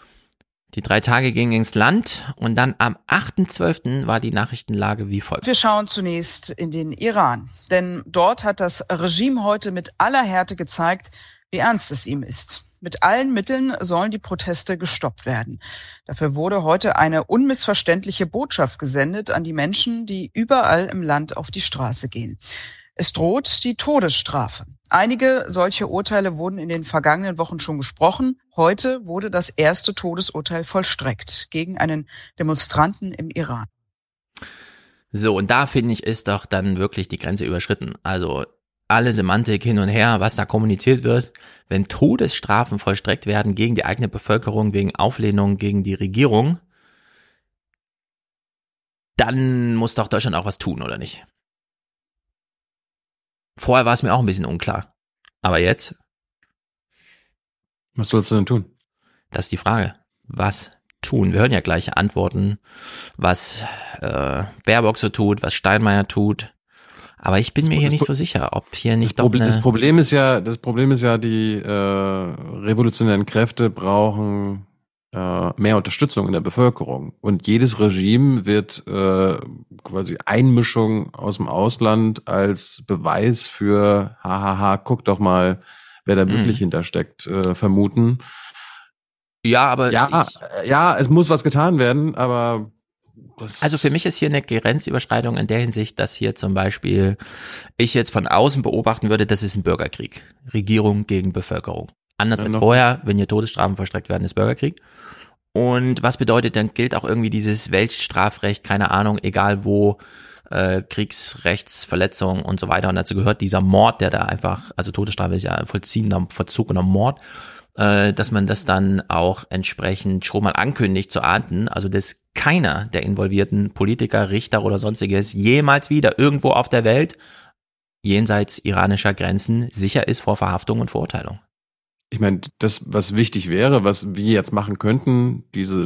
Die 3 Tage gingen ins Land und dann am 8.12. war die Nachrichtenlage wie folgt. Wir schauen zunächst in den Iran, denn dort hat das Regime heute mit aller Härte gezeigt, wie ernst es ihm ist. Mit allen Mitteln sollen die Proteste gestoppt werden. Dafür wurde heute eine unmissverständliche Botschaft gesendet an die Menschen, die überall im Land auf die Straße gehen. Es droht die Todesstrafe. Einige solche Urteile wurden in den vergangenen Wochen schon gesprochen. Heute wurde das erste Todesurteil vollstreckt gegen einen Demonstranten im Iran. So, und da finde ich, ist doch dann wirklich die Grenze überschritten. Also alle Semantik hin und her, was da kommuniziert wird. Wenn Todesstrafen vollstreckt werden gegen die eigene Bevölkerung wegen Auflehnung gegen die Regierung, dann muss doch Deutschland auch was tun, oder nicht? Vorher war es mir auch ein bisschen unklar. Aber jetzt? Was sollst du denn tun? Das ist die Frage. Was tun? Wir hören ja gleich Antworten, was Baerbock so tut, was Steinmeier tut. Aber ich bin mir hier nicht so sicher, ob hier nicht doch das Problem ist ja, die revolutionären Kräfte brauchen mehr Unterstützung in der Bevölkerung. Und jedes Regime wird quasi Einmischung aus dem Ausland als Beweis für, guck doch mal, wer da wirklich hintersteckt, vermuten. Ja, aber ja, es muss was getan werden, aber also für mich ist hier eine Grenzüberschreitung in der Hinsicht, dass hier zum Beispiel ich jetzt von außen beobachten würde, das ist ein Bürgerkrieg. Regierung gegen Bevölkerung. Anders als vorher, wenn hier Todesstrafen vollstreckt werden, ist Bürgerkrieg. Und was bedeutet, dann gilt auch irgendwie dieses Weltstrafrecht, keine Ahnung, egal wo, Kriegsrechtsverletzungen und so weiter. Und dazu gehört dieser Mord, der da einfach, also Todesstrafe ist ja vollzogener Mord, dass man das dann auch entsprechend schon mal ankündigt zu ahnden, also dass keiner der involvierten Politiker, Richter oder sonstiges jemals wieder irgendwo auf der Welt jenseits iranischer Grenzen sicher ist vor Verhaftung und Verurteilung. Ich meine, das, was wichtig wäre, was wir jetzt machen könnten, diese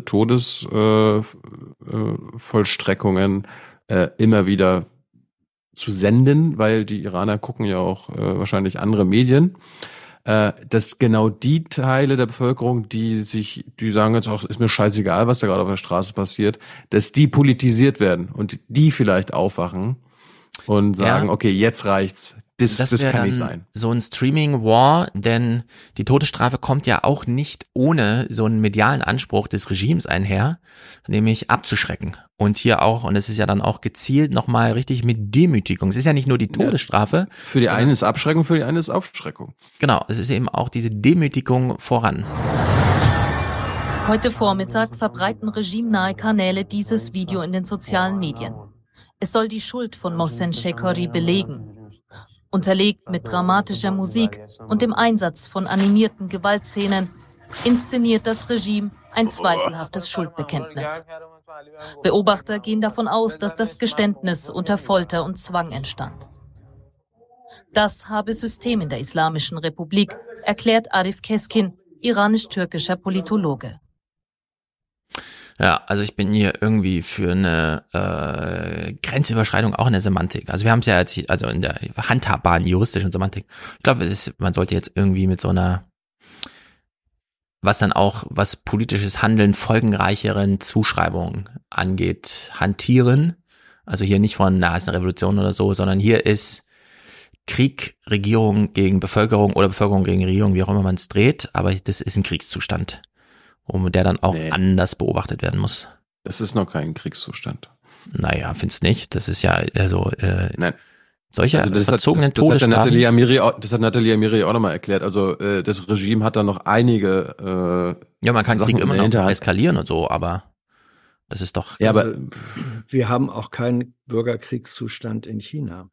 Todesvollstreckungen immer wieder zu senden, weil die Iraner gucken ja auch wahrscheinlich andere Medien, dass genau die Teile der Bevölkerung, die sagen jetzt auch, ist mir scheißegal, was da gerade auf der Straße passiert, dass die politisiert werden und die vielleicht aufwachen und sagen, okay, jetzt reicht's. Das kann nicht sein. So ein Streaming-War, denn die Todesstrafe kommt ja auch nicht ohne so einen medialen Anspruch des Regimes einher, nämlich abzuschrecken. Und hier auch, und es ist ja dann auch gezielt nochmal richtig mit Demütigung. Es ist ja nicht nur die Todesstrafe. Für die eine ist Abschreckung, für die eine ist Aufschreckung. Genau, es ist eben auch diese Demütigung voran. Heute Vormittag verbreiten regimenahe Kanäle dieses Video in den sozialen Medien. Es soll die Schuld von Mohsen Shekori belegen. Unterlegt mit dramatischer Musik und dem Einsatz von animierten Gewaltszenen inszeniert das Regime ein zweifelhaftes Schuldbekenntnis. Beobachter gehen davon aus, dass das Geständnis unter Folter und Zwang entstand. Das habe System in der Islamischen Republik, erklärt Arif Keskin, iranisch-türkischer Politologe. Ja, also ich bin hier irgendwie für eine Grenzüberschreitung auch in der Semantik. Also wir haben es ja jetzt, also in der handhabbaren juristischen Semantik. Ich glaube, man sollte jetzt irgendwie mit so einer, was dann auch, was politisches Handeln folgenreicheren Zuschreibungen angeht, hantieren. Also hier nicht von, ist eine Revolution oder so, sondern hier ist Krieg, Regierung gegen Bevölkerung oder Bevölkerung gegen Regierung, wie auch immer man es dreht, aber das ist ein Kriegszustand, der dann auch anders beobachtet werden muss. Das ist noch kein Kriegszustand. Naja, findest nicht? Das ist ja Nein. Solche verzogenen Todesstrafen. Das hat Nathalie Amiri auch nochmal erklärt. Also das Regime hat da noch einige man kann Krieg immer noch eskalieren und so, aber das ist doch... Ja, aber wir haben auch keinen Bürgerkriegszustand in China.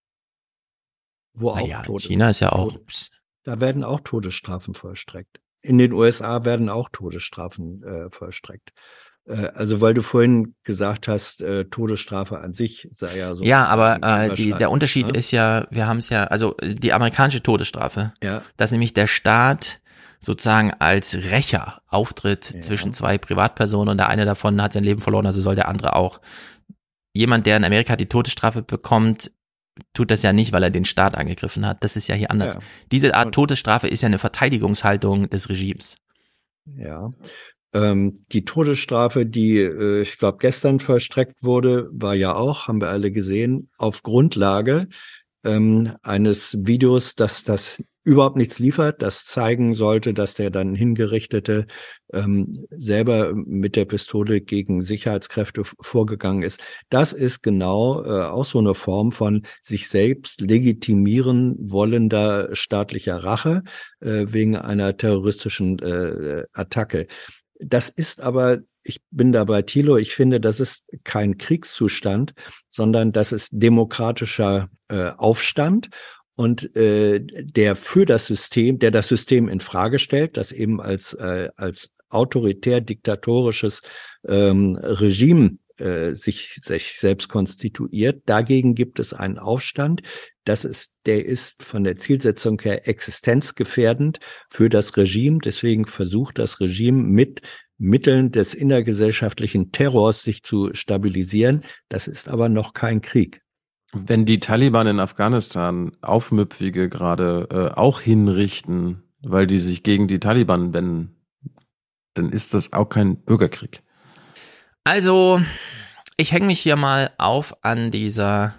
Wo auch China ist ja auch... Da werden auch Todesstrafen vollstreckt. In den USA werden auch Todesstrafen vollstreckt. Also weil du vorhin gesagt hast, Todesstrafe an sich sei ja so. Ja, aber der Unterschied ist ja, wir haben es ja, also die amerikanische Todesstrafe, dass nämlich der Staat sozusagen als Rächer auftritt zwischen zwei Privatpersonen und der eine davon hat sein Leben verloren, also soll der andere auch. Jemand, der in Amerika die Todesstrafe bekommt, tut das ja nicht, weil er den Staat angegriffen hat. Das ist ja hier anders. Ja. Diese Art Todesstrafe ist ja eine Verteidigungshaltung des Regimes. Ja. Die Todesstrafe, die, ich glaube, gestern vollstreckt wurde, war ja auch, haben wir alle gesehen, auf Grundlage eines Videos, dass das überhaupt nichts liefert, das zeigen sollte, dass der dann Hingerichtete selber mit der Pistole gegen Sicherheitskräfte vorgegangen ist. Das ist genau auch so eine Form von sich selbst legitimieren wollender staatlicher Rache wegen einer terroristischen Attacke. Das ist aber, ich bin da bei Thilo, ich finde, das ist kein Kriegszustand, sondern das ist demokratischer Aufstand. Und der für das System, der das System in Frage stellt, das eben als autoritär diktatorisches Regime sich selbst konstituiert. Dagegen gibt es einen Aufstand. Der ist von der Zielsetzung her existenzgefährdend für das Regime. Deswegen versucht das Regime mit Mitteln des innergesellschaftlichen Terrors sich zu stabilisieren. Das ist aber noch kein Krieg. Wenn die Taliban in Afghanistan Aufmüpfige gerade auch hinrichten, weil die sich gegen die Taliban wenden, dann ist das auch kein Bürgerkrieg. Also, ich hänge mich hier mal auf an dieser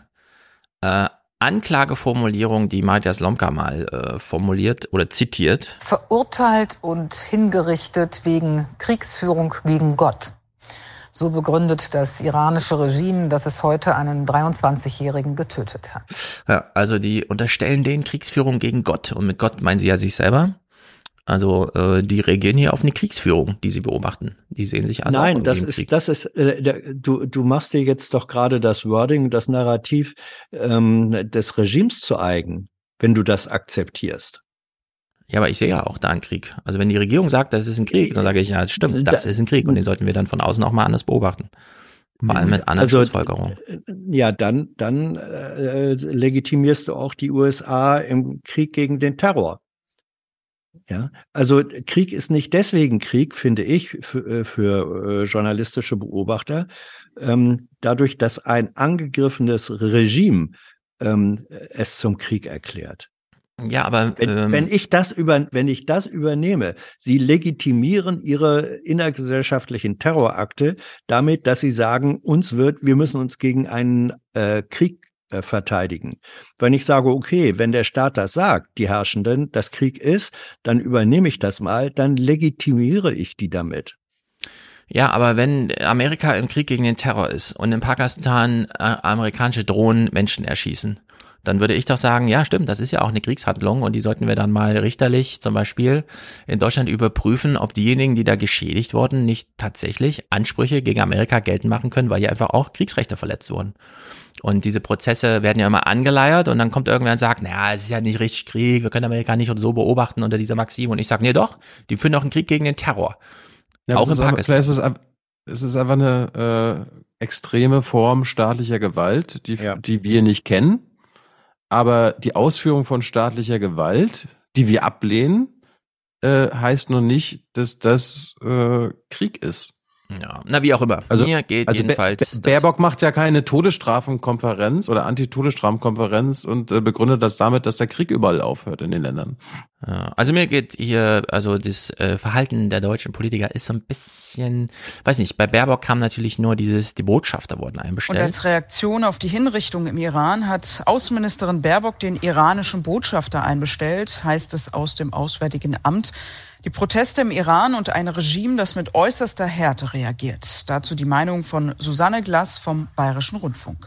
Anklageformulierung, die Matthias Slomka mal formuliert oder zitiert. Verurteilt und hingerichtet wegen Kriegsführung gegen Gott. So begründet das iranische Regime, dass es heute einen 23-Jährigen getötet hat. Ja, also die unterstellen denen Kriegsführung gegen Gott. Und mit Gott meinen sie ja sich selber. Also die reagieren hier auf eine Kriegsführung, die sie beobachten. Die sehen sich alle. Nein, das ist du machst dir jetzt doch gerade das Wording, das Narrativ des Regimes zu eigen, wenn du das akzeptierst. Ja, aber ich sehe ja auch da einen Krieg. Also wenn die Regierung sagt, das ist ein Krieg, dann sage ich, ja, das stimmt, das ist ein Krieg. Und den sollten wir dann von außen auch mal anders beobachten. Vor allem mit anderen Schlussfolgerungen. Ja, dann legitimierst du auch die USA im Krieg gegen den Terror. Ja, also Krieg ist nicht deswegen Krieg, finde ich, für journalistische Beobachter, dadurch, dass ein angegriffenes Regime es zum Krieg erklärt. Ja, aber wenn ich das übernehme, sie legitimieren ihre innergesellschaftlichen Terrorakte damit, dass sie sagen, wir müssen uns gegen einen Krieg verteidigen. Wenn ich sage, okay, wenn der Staat das sagt, die Herrschenden, dass Krieg ist, dann übernehme ich das mal, dann legitimiere ich die damit. Ja, aber wenn Amerika im Krieg gegen den Terror ist und in Pakistan amerikanische Drohnen Menschen erschießen, dann würde ich doch sagen, ja stimmt, das ist ja auch eine Kriegshandlung und die sollten wir dann mal richterlich zum Beispiel in Deutschland überprüfen, ob diejenigen, die da geschädigt wurden, nicht tatsächlich Ansprüche gegen Amerika geltend machen können, weil hier einfach auch Kriegsrechte verletzt wurden. Und diese Prozesse werden ja immer angeleiert und dann kommt irgendwer und sagt, naja, es ist ja nicht richtig Krieg, wir können Amerika nicht und so beobachten unter dieser Maxime. Und ich sage, nee doch, die führen auch einen Krieg gegen den Terror. Ja, auch in Pakistan. Es ist einfach eine extreme Form staatlicher Gewalt, die wir nicht kennen. Aber die Ausführung von staatlicher Gewalt, die wir ablehnen, heißt noch nicht, dass das Krieg ist. Ja, na wie auch immer. Also, mir geht jedenfalls. Baerbock macht ja keine Todesstrafenkonferenz oder Antitodesstrafenkonferenz und begründet das damit, dass der Krieg überall aufhört in den Ländern. Ja, also mir geht hier, also das Verhalten der deutschen Politiker ist so ein bisschen, weiß nicht, bei Baerbock kam natürlich nur die Botschafter wurden einbestellt. Und als Reaktion auf die Hinrichtung im Iran hat Außenministerin Baerbock den iranischen Botschafter einbestellt, heißt es aus dem Auswärtigen Amt. Die Proteste im Iran und ein Regime, das mit äußerster Härte reagiert. Dazu die Meinung von Susanne Glass vom Bayerischen Rundfunk.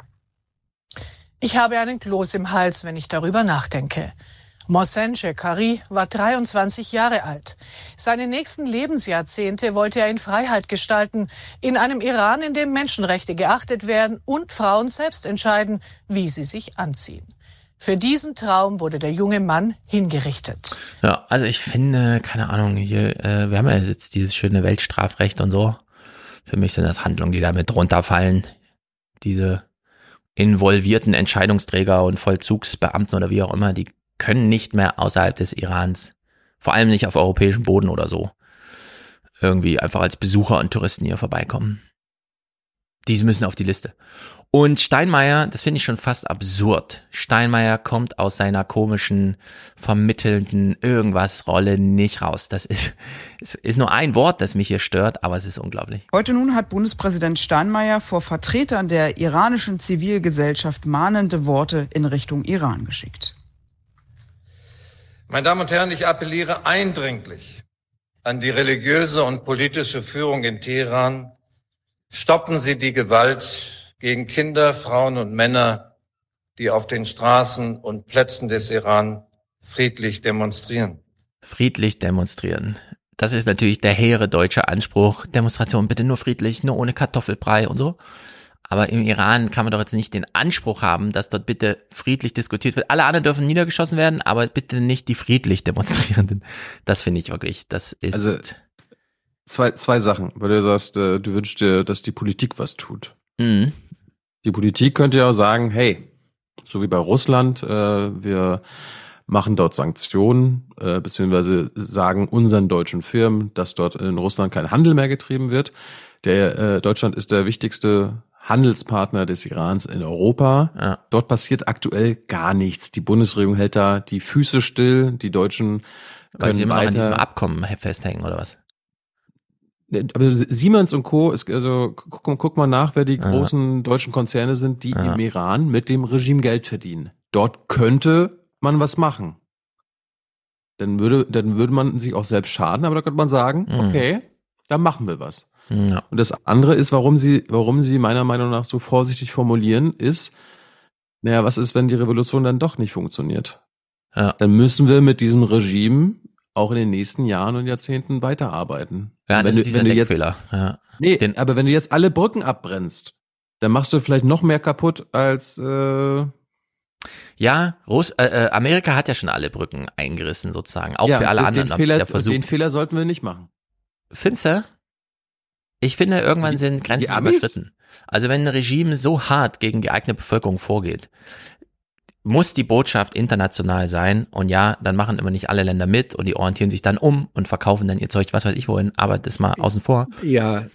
Ich habe einen Kloß im Hals, wenn ich darüber nachdenke. Mohsen Shekhari war 23 Jahre alt. Seine nächsten Lebensjahrzehnte wollte er in Freiheit gestalten, in einem Iran, in dem Menschenrechte geachtet werden und Frauen selbst entscheiden, wie sie sich anziehen. Für diesen Traum wurde der junge Mann hingerichtet. Ja, also ich finde, keine Ahnung, hier, wir haben ja jetzt dieses schöne Weltstrafrecht und so. Für mich sind das Handlungen, die damit runterfallen. Diese involvierten Entscheidungsträger und Vollzugsbeamten oder wie auch immer, die können nicht mehr außerhalb des Irans, vor allem nicht auf europäischem Boden oder so, irgendwie einfach als Besucher und Touristen hier vorbeikommen. Die müssen auf die Liste. Und Steinmeier, das finde ich schon fast absurd. Steinmeier kommt aus seiner komischen, vermittelnden Irgendwas-Rolle nicht raus. Das ist nur ein Wort, das mich hier stört, aber es ist unglaublich. Heute nun hat Bundespräsident Steinmeier vor Vertretern der iranischen Zivilgesellschaft mahnende Worte in Richtung Iran geschickt. Meine Damen und Herren, ich appelliere eindringlich an die religiöse und politische Führung in Teheran. Stoppen Sie die Gewalt gegen Kinder, Frauen und Männer, die auf den Straßen und Plätzen des Iran friedlich demonstrieren. Friedlich demonstrieren. Das ist natürlich der hehre deutsche Anspruch. Demonstration bitte nur friedlich, nur ohne Kartoffelbrei und so. Aber im Iran kann man doch jetzt nicht den Anspruch haben, dass dort bitte friedlich diskutiert wird. Alle anderen dürfen niedergeschossen werden, aber bitte nicht die friedlich Demonstrierenden. Das finde ich wirklich, das ist... Also zwei Sachen, weil du sagst, du wünschst dir, dass die Politik was tut. Mhm. Die Politik könnte ja auch sagen, hey, so wie bei Russland, wir machen dort Sanktionen, beziehungsweise sagen unseren deutschen Firmen, dass dort in Russland kein Handel mehr getrieben wird. Deutschland ist der wichtigste Handelspartner des Irans in Europa. Ja. Dort passiert aktuell gar nichts. Die Bundesregierung hält da die Füße still, die Deutschen weil sie immer weiter noch an diesem Abkommen festhängen, oder was? Aber Siemens und Co. ist, also guck mal nach, wer die großen deutschen Konzerne sind, die im Iran mit dem Regime Geld verdienen. Dort könnte man was machen. Dann würde man sich auch selbst schaden, aber da könnte man sagen, okay, dann machen wir was. Ja. Und das andere ist, warum sie meiner Meinung nach so vorsichtig formulieren, ist, naja, was ist, wenn die Revolution dann doch nicht funktioniert? Ja. Dann müssen wir mit diesem Regime auch in den nächsten Jahren und Jahrzehnten weiterarbeiten. Ja, das ist dieser Denkfehler. Ja. Nee, aber wenn du jetzt alle Brücken abbrennst, dann machst du vielleicht noch mehr kaputt als Ja, Amerika hat ja schon alle Brücken eingerissen sozusagen, auch für alle anderen. Den Fehler sollten wir nicht machen. Findest du? Ich finde, irgendwann sind Grenzen überschritten. Also wenn ein Regime so hart gegen die eigene Bevölkerung vorgeht, muss die Botschaft international sein. Und ja, dann machen immer nicht alle Länder mit und die orientieren sich dann um und verkaufen dann ihr Zeug, was weiß ich wohin, aber das mal außen vor. Ja,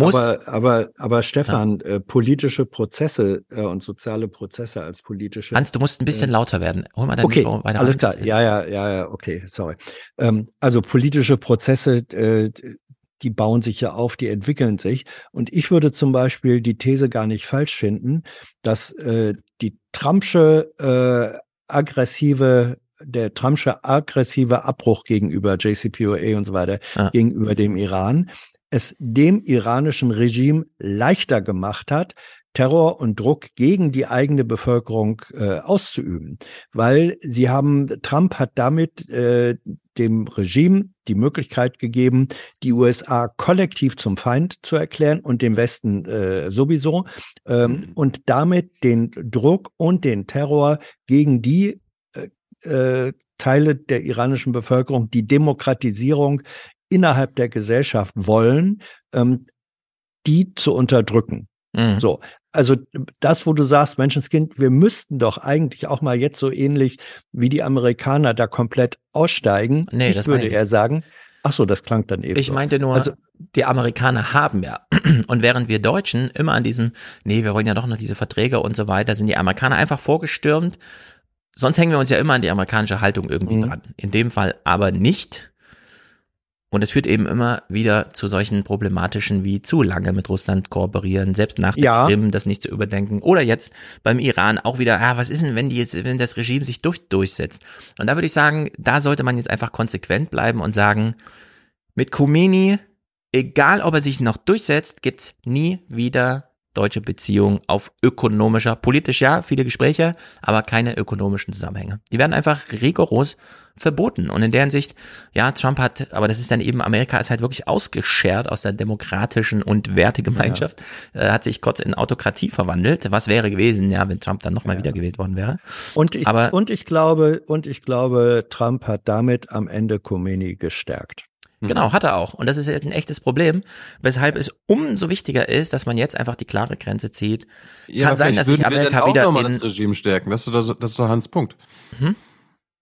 aber Stefan, politische Prozesse und soziale Prozesse als politische. Hans, du musst ein bisschen lauter werden. Hol mal dein Mikro weiter. Alles klar. Ja, okay, sorry. Also politische Prozesse, die bauen sich ja auf, die entwickeln sich. Und ich würde zum Beispiel die These gar nicht falsch finden, dass der Trumpsche aggressive Abbruch gegenüber JCPOA und so weiter, gegenüber dem Iran, es dem iranischen Regime leichter gemacht hat, Terror und Druck gegen die eigene Bevölkerung auszuüben. Weil Trump hat damit dem Regime die Möglichkeit gegeben, die USA kollektiv zum Feind zu erklären und dem Westen sowieso und damit den Druck und den Terror gegen die Teile der iranischen Bevölkerung, die Demokratisierung innerhalb der Gesellschaft wollen, die zu unterdrücken. So. Also das, wo du sagst, Menschenskind, wir müssten doch eigentlich auch mal jetzt so ähnlich wie die Amerikaner da komplett aussteigen. Nee, ich würde eher sagen, ach so, das klang dann eben. Ich meinte nur, die Amerikaner haben ja, und während wir Deutschen immer an diesem, wir wollen ja doch noch diese Verträge und so weiter, sind die Amerikaner einfach vorgestürmt. Sonst hängen wir uns ja immer an die amerikanische Haltung irgendwie dran. In dem Fall aber nicht. Und es führt eben immer wieder zu solchen problematischen wie zu lange mit Russland kooperieren, selbst nach der Krim das nicht zu überdenken. Oder jetzt beim Iran auch wieder, was ist denn, wenn das Regime sich durchsetzt? Und da würde ich sagen, da sollte man jetzt einfach konsequent bleiben und sagen, mit Khomeini, egal ob er sich noch durchsetzt, gibt's nie wieder deutsche Beziehungen auf ökonomischer, politisch ja, viele Gespräche, aber keine ökonomischen Zusammenhänge. Die werden einfach rigoros verboten. Und in der Hinsicht, Trump aber das ist dann eben, Amerika ist halt wirklich ausgeschert aus der demokratischen und Wertegemeinschaft, hat sich kurz in Autokratie verwandelt. Was wäre gewesen, wenn Trump dann nochmal wiedergewählt worden wäre. Und ich glaube, Trump hat damit am Ende Khomeini gestärkt. Genau, hat er auch. Und das ist jetzt ein echtes Problem, weshalb es umso wichtiger ist, dass man jetzt einfach die klare Grenze zieht. Kann sein, dass sich Amerika wieder das Regime stärken. Das ist doch Hans Punkt.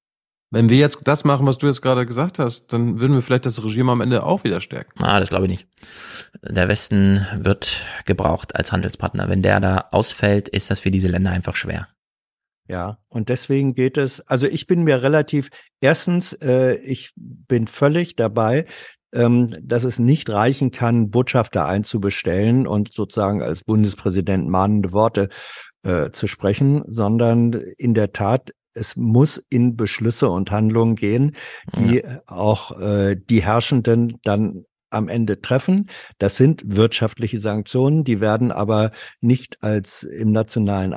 Wenn wir jetzt das machen, was du jetzt gerade gesagt hast, dann würden wir vielleicht das Regime am Ende auch wieder stärken. Das glaube ich nicht. Der Westen wird gebraucht als Handelspartner. Wenn der da ausfällt, ist das für diese Länder einfach schwer. Ja, und deswegen geht es, also ich bin mir erstens, ich bin völlig dabei, dass es nicht reichen kann, Botschafter einzubestellen und sozusagen als Bundespräsident mahnende Worte zu sprechen, sondern in der Tat, es muss in Beschlüsse und Handlungen gehen, die auch die Herrschenden dann am Ende treffen. Das sind wirtschaftliche Sanktionen, die werden aber nicht als im nationalen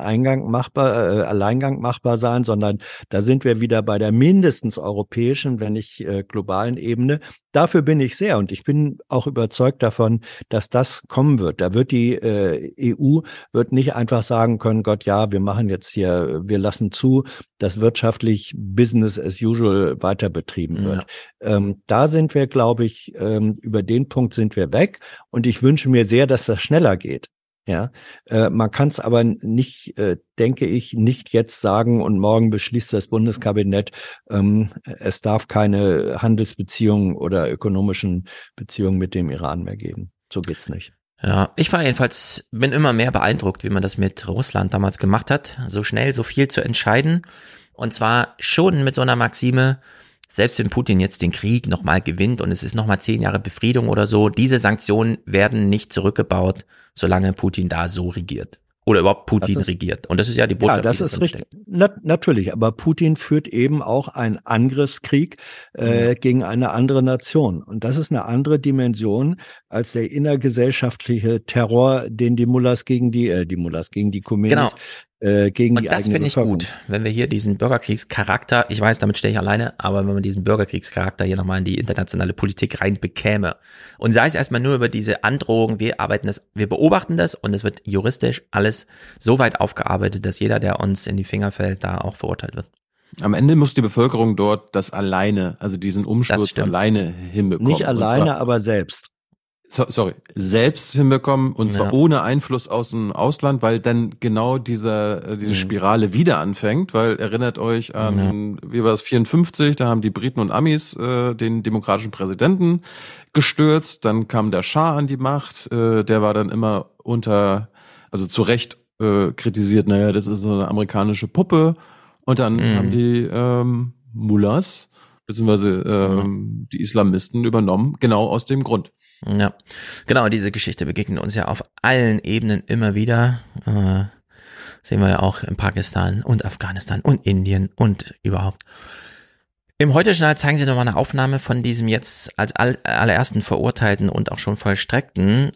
Alleingang machbar sein, sondern da sind wir wieder bei der mindestens europäischen, wenn nicht globalen Ebene. Dafür bin ich sehr und ich bin auch überzeugt davon, dass das kommen wird. Da wird die EU wird nicht einfach sagen können, Gott, ja, wir machen jetzt hier, wir lassen zu, dass wirtschaftlich Business as usual weiter betrieben wird. Da sind wir, glaube ich, über den Punkt sind wir weg und ich wünsche mir sehr, dass das schneller geht. Ja, man kann es aber nicht, denke ich, nicht jetzt sagen und morgen beschließt das Bundeskabinett, es darf keine Handelsbeziehungen oder ökonomischen Beziehungen mit dem Iran mehr geben. So geht's nicht. Ja, ich bin immer mehr beeindruckt, wie man das mit Russland damals gemacht hat, so schnell, so viel zu entscheiden. Und zwar schon mit so einer Maxime, selbst wenn Putin jetzt den Krieg nochmal gewinnt und es ist nochmal 10 Jahre Befriedung oder so, diese Sanktionen werden nicht zurückgebaut, solange Putin da so regiert. Oder überhaupt Putin regiert. Und das ist ja die Botschaft. Ja, das ist richtig. Natürlich, aber Putin führt eben auch einen Angriffskrieg gegen eine andere Nation. Und das ist eine andere Dimension als der innergesellschaftliche Terror, den die Mullahs gegen die Khomeinis gegen und die das eigene finde ich Bevölkerung. gut, wenn wir hier diesen Bürgerkriegscharakter, ich weiß, damit stehe ich alleine, aber wenn man diesen Bürgerkriegscharakter hier nochmal in die internationale Politik reinbekäme und sei es erstmal nur über diese Androhung, wir beobachten das und es wird juristisch alles so weit aufgearbeitet, dass jeder, der uns in die Finger fällt, da auch verurteilt wird. Am Ende muss die Bevölkerung dort das alleine, also diesen Umsturz alleine hinbekommen. Nicht alleine, aber selbst. Selbst hinbekommen und zwar ohne Einfluss aus dem Ausland, weil dann genau diese Spirale wieder anfängt, weil erinnert euch an, wie war es, 54, da haben die Briten und Amis den demokratischen Präsidenten gestürzt, dann kam der Schah an die Macht, der war dann immer zu Recht kritisiert, naja, das ist so eine amerikanische Puppe und dann haben die Mullahs beziehungsweise die Islamisten übernommen, genau aus dem Grund. Ja, genau, diese Geschichte begegnet uns ja auf allen Ebenen immer wieder. Sehen wir ja auch in Pakistan und Afghanistan und Indien und überhaupt. Im Heute-Journal zeigen sie nochmal eine Aufnahme von diesem jetzt als allerersten Verurteilten und auch schon vollstreckten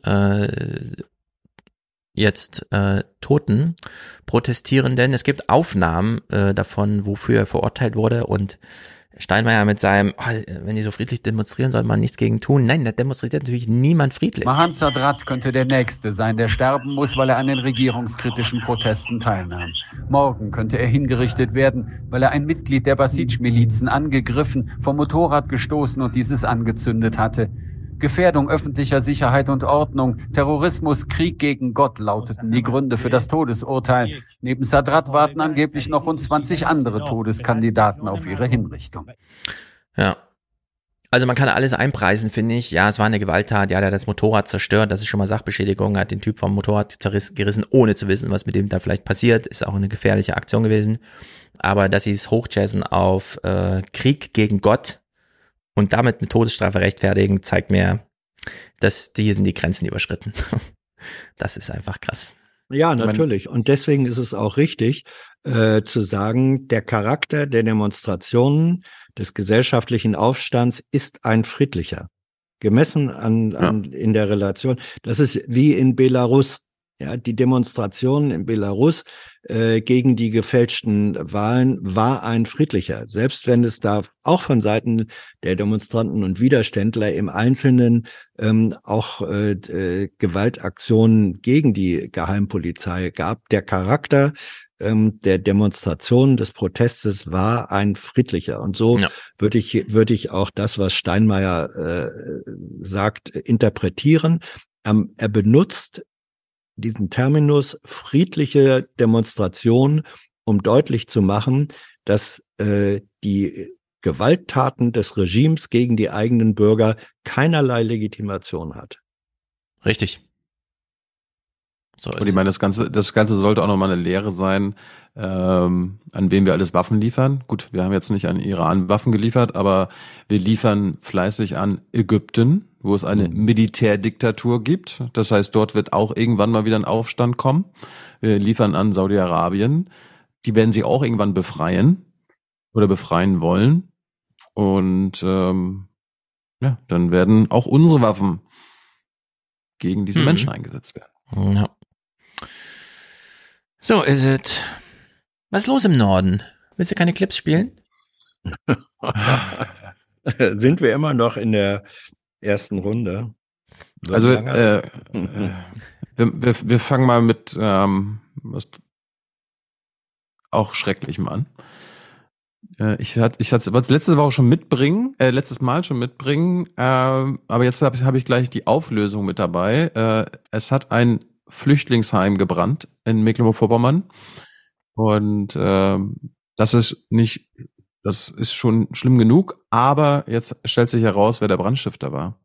toten Protestierenden. Es gibt Aufnahmen davon, wofür er verurteilt wurde und Steinmeier mit seinem, wenn die so friedlich demonstrieren, soll man nichts gegen tun. Nein, da demonstriert natürlich niemand friedlich. Mahan Sadrat könnte der Nächste sein, der sterben muss, weil er an den regierungskritischen Protesten teilnahm. Morgen könnte er hingerichtet werden, weil er ein Mitglied der Basij-Milizen angegriffen, vom Motorrad gestoßen und dieses angezündet hatte. Gefährdung öffentlicher Sicherheit und Ordnung, Terrorismus, Krieg gegen Gott lauteten die Gründe für das Todesurteil. Neben Sadrat warten angeblich noch rund 20 andere Todeskandidaten auf ihre Hinrichtung. Ja. Also man kann alles einpreisen, finde ich. Ja, es war eine Gewalttat. Ja, der hat das Motorrad zerstört. Das ist schon mal Sachbeschädigung. Er hat den Typ vom Motorrad gerissen, ohne zu wissen, was mit dem da vielleicht passiert. Ist auch eine gefährliche Aktion gewesen. Aber dass sie es hochjazzen auf Krieg gegen Gott und damit eine Todesstrafe rechtfertigen, zeigt mir, dass die Grenzen überschritten. Das ist einfach krass. Ja, natürlich. Und deswegen ist es auch richtig, zu sagen, der Charakter der Demonstrationen, des gesellschaftlichen Aufstands ist ein friedlicher. Gemessen in der Relation. Das ist wie in Belarus. Ja, die Demonstration in Belarus gegen die gefälschten Wahlen war ein friedlicher. Selbst wenn es da auch von Seiten der Demonstranten und Widerständler im Einzelnen auch Gewaltaktionen gegen die Geheimpolizei gab, der Charakter der Demonstration, des Protestes war ein friedlicher. Und so würde ich auch das, was Steinmeier sagt, interpretieren. Er benutzt diesen Terminus friedliche Demonstration, um deutlich zu machen, dass die Gewalttaten des Regimes gegen die eigenen Bürger keinerlei Legitimation hat. Richtig. So, und ich meine, das Ganze sollte auch nochmal eine Lehre sein, an wen wir alles Waffen liefern. Gut, wir haben jetzt nicht an Iran Waffen geliefert, aber wir liefern fleißig an Ägypten, wo es eine Militärdiktatur gibt. Das heißt, dort wird auch irgendwann mal wieder ein Aufstand kommen. Wir liefern an Saudi-Arabien. Die werden sich auch irgendwann befreien oder befreien wollen. Und dann werden auch unsere Waffen gegen diese Menschen eingesetzt werden. Ja. So ist es. Was ist los im Norden? Willst du keine Clips spielen? Sind wir immer noch in der ersten Runde? So also wir fangen mal mit was auch Schrecklichem an. Ich wollte es letztes Mal schon mitbringen, aber jetzt habe ich gleich die Auflösung mit dabei. Es hat ein Flüchtlingsheim gebrannt in Mecklenburg-Vorpommern und das ist schon schlimm genug, aber jetzt stellt sich heraus, wer der Brandstifter war.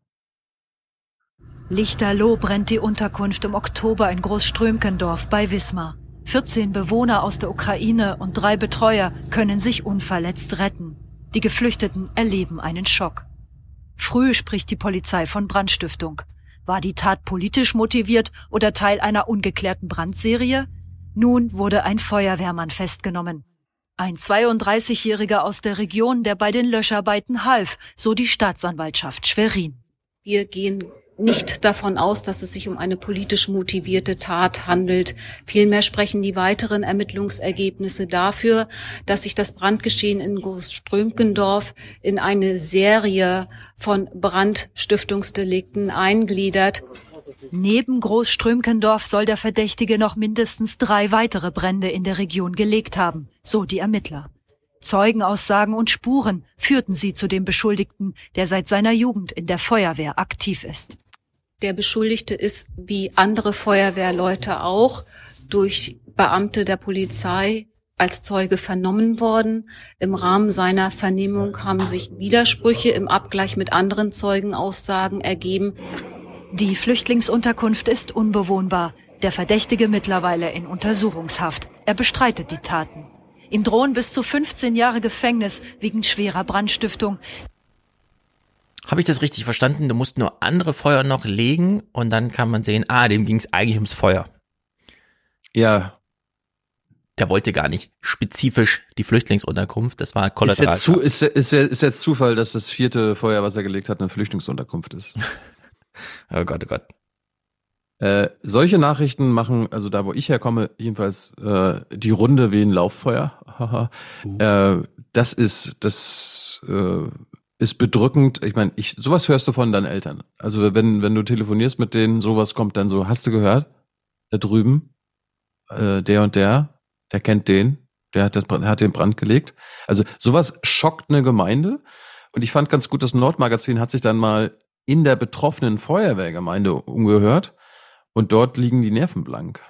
Lichterloh brennt die Unterkunft im Oktober in Großströmkendorf bei Wismar. 14 Bewohner aus der Ukraine und 3 Betreuer können sich unverletzt retten. Die Geflüchteten erleben einen Schock. Früh spricht die Polizei von Brandstiftung. War die Tat politisch motiviert oder Teil einer ungeklärten Brandserie? Nun wurde ein Feuerwehrmann festgenommen. Ein 32-Jähriger aus der Region, der bei den Löscharbeiten half, so die Staatsanwaltschaft Schwerin. Wir gehen nicht davon aus, dass es sich um eine politisch motivierte Tat handelt. Vielmehr sprechen die weiteren Ermittlungsergebnisse dafür, dass sich das Brandgeschehen in Großströmkendorf in eine Serie von Brandstiftungsdelikten eingliedert. Neben Großströmkendorf soll der Verdächtige noch mindestens 3 weitere Brände in der Region gelegt haben, so die Ermittler. Zeugenaussagen und Spuren führten sie zu dem Beschuldigten, der seit seiner Jugend in der Feuerwehr aktiv ist. Der Beschuldigte ist, wie andere Feuerwehrleute auch, durch Beamte der Polizei als Zeuge vernommen worden. Im Rahmen seiner Vernehmung haben sich Widersprüche im Abgleich mit anderen Zeugenaussagen ergeben. Die Flüchtlingsunterkunft ist unbewohnbar. Der Verdächtige mittlerweile in Untersuchungshaft. Er bestreitet die Taten. Ihm drohen bis zu 15 Jahre Gefängnis wegen schwerer Brandstiftung. Habe ich das richtig verstanden? Du musst nur andere Feuer noch legen und dann kann man sehen, dem ging es eigentlich ums Feuer. Ja. Der wollte gar nicht spezifisch die Flüchtlingsunterkunft, das war Kollateral. Ist jetzt Zufall, dass das 4. Feuer, was er gelegt hat, eine Flüchtlingsunterkunft ist. Oh Gott, oh Gott. Solche Nachrichten machen, also da wo ich herkomme, jedenfalls die Runde wie ein Lauffeuer. Das ist bedrückend. Ich meine, sowas hörst du von deinen Eltern. Also wenn du telefonierst mit denen, sowas kommt dann so, hast du gehört? Da drüben, der und der kennt den, der hat den Brand gelegt. Also sowas schockt eine Gemeinde. Und ich fand ganz gut, das Nordmagazin hat sich dann mal in der betroffenen Feuerwehrgemeinde umgehört. Und dort liegen die Nerven blank.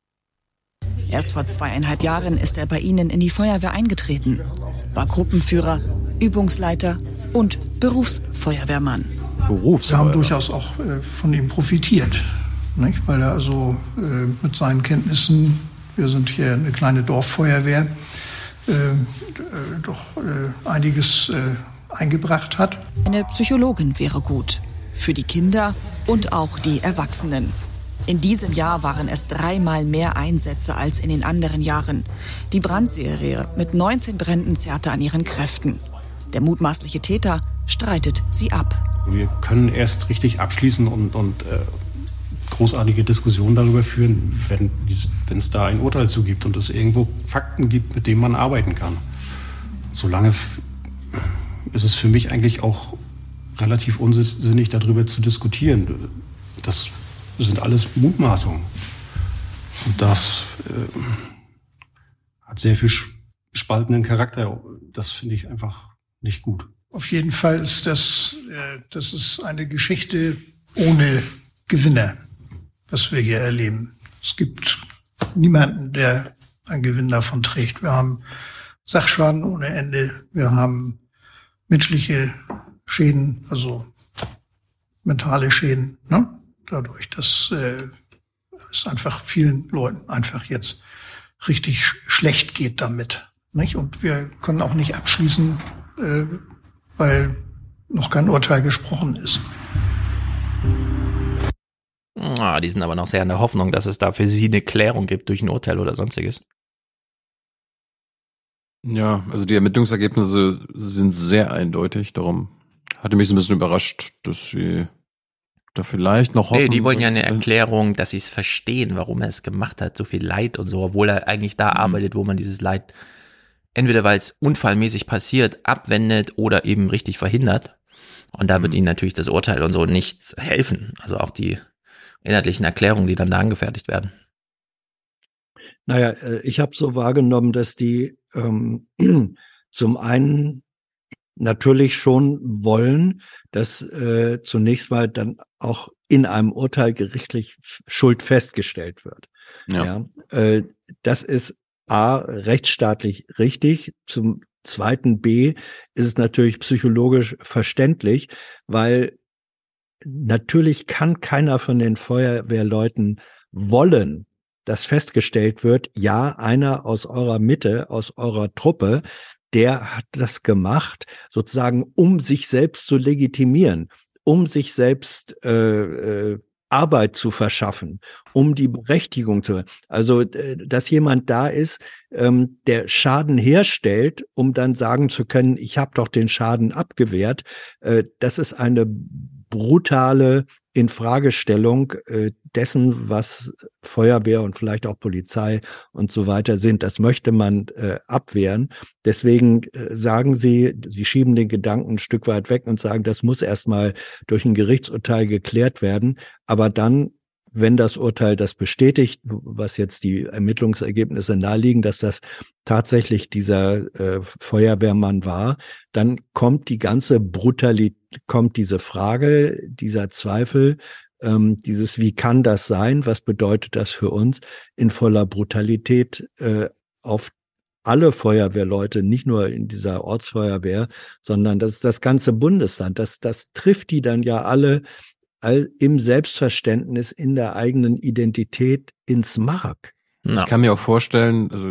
Erst vor 2,5 Jahren ist er bei ihnen in die Feuerwehr eingetreten. War Gruppenführer, Übungsleiter und Berufsfeuerwehrmann. Wir haben durchaus auch von ihm profitiert, nicht? Weil er also mit seinen Kenntnissen, wir sind hier eine kleine Dorffeuerwehr, doch einiges eingebracht hat. Eine Psychologin wäre gut. Für die Kinder und auch die Erwachsenen. In diesem Jahr waren es 3-mal mehr Einsätze als in den anderen Jahren. Die Brandserie mit 19 Bränden zerrte an ihren Kräften. Der mutmaßliche Täter streitet sie ab. Wir können erst richtig abschließen und großartige Diskussionen darüber führen, wenn es da ein Urteil zu gibt und es irgendwo Fakten gibt, mit denen man arbeiten kann. Solange ist es für mich eigentlich auch relativ unsinnig, darüber zu diskutieren. Das sind alles Mutmaßungen. Und das hat sehr viel spaltenden Charakter. Das finde ich einfach nicht gut. Auf jeden Fall ist das ist eine Geschichte ohne Gewinner, was wir hier erleben. Es gibt niemanden, der einen Gewinn davon trägt. Wir haben Sachschaden ohne Ende. Wir haben menschliche Schäden, also mentale Schäden, ne? Dadurch, dass es einfach vielen Leuten einfach jetzt richtig schlecht geht damit, nicht? Und wir können auch nicht abschließen, weil noch kein Urteil gesprochen ist. Die sind aber noch sehr in der Hoffnung, dass es da für sie eine Klärung gibt durch ein Urteil oder sonstiges. Ja, also die Ermittlungsergebnisse sind sehr eindeutig. Darum hatte mich so ein bisschen überrascht, dass sie da vielleicht noch hoffen. Nee, die wollen ja eine Erklärung, dass sie es verstehen, warum er es gemacht hat, so viel Leid und so, obwohl er eigentlich da arbeitet, wo man dieses Leid entweder weil es unfallmäßig passiert, abwendet oder eben richtig verhindert. Und da wird ihnen natürlich das Urteil und so nichts helfen. Also auch die inhaltlichen Erklärungen, die dann da angefertigt werden. Naja, ich habe so wahrgenommen, dass die zum einen natürlich schon wollen, dass zunächst mal dann auch in einem Urteil gerichtlich Schuld festgestellt wird. Ja. Das ist A, rechtsstaatlich richtig. Zum zweiten B ist es natürlich psychologisch verständlich, weil natürlich kann keiner von den Feuerwehrleuten wollen, dass festgestellt wird, ja, einer aus eurer Mitte, aus eurer Truppe, der hat das gemacht, sozusagen, um sich selbst zu legitimieren, um sich selbst Arbeit zu verschaffen, um die Berechtigung zu, also dass jemand da ist, der Schaden herstellt, um dann sagen zu können, ich habe doch den Schaden abgewehrt, das ist eine brutale Infragestellung dessen, was Feuerwehr und vielleicht auch Polizei und so weiter sind. Das möchte man abwehren. Deswegen sagen sie schieben den Gedanken ein Stück weit weg und sagen, das muss erstmal durch ein Gerichtsurteil geklärt werden. Aber dann, wenn das Urteil das bestätigt, was jetzt die Ermittlungsergebnisse naheliegen, dass das tatsächlich dieser Feuerwehrmann war, dann kommt die ganze Brutalität, kommt diese Frage, dieser Zweifel, dieses wie kann das sein, was bedeutet das für uns, in voller Brutalität auf alle Feuerwehrleute, nicht nur in dieser Ortsfeuerwehr, sondern das ist das ganze Bundesland. Das trifft die dann ja alle im Selbstverständnis, in der eigenen Identität ins Mark. Ja. Ich kann mir auch vorstellen, also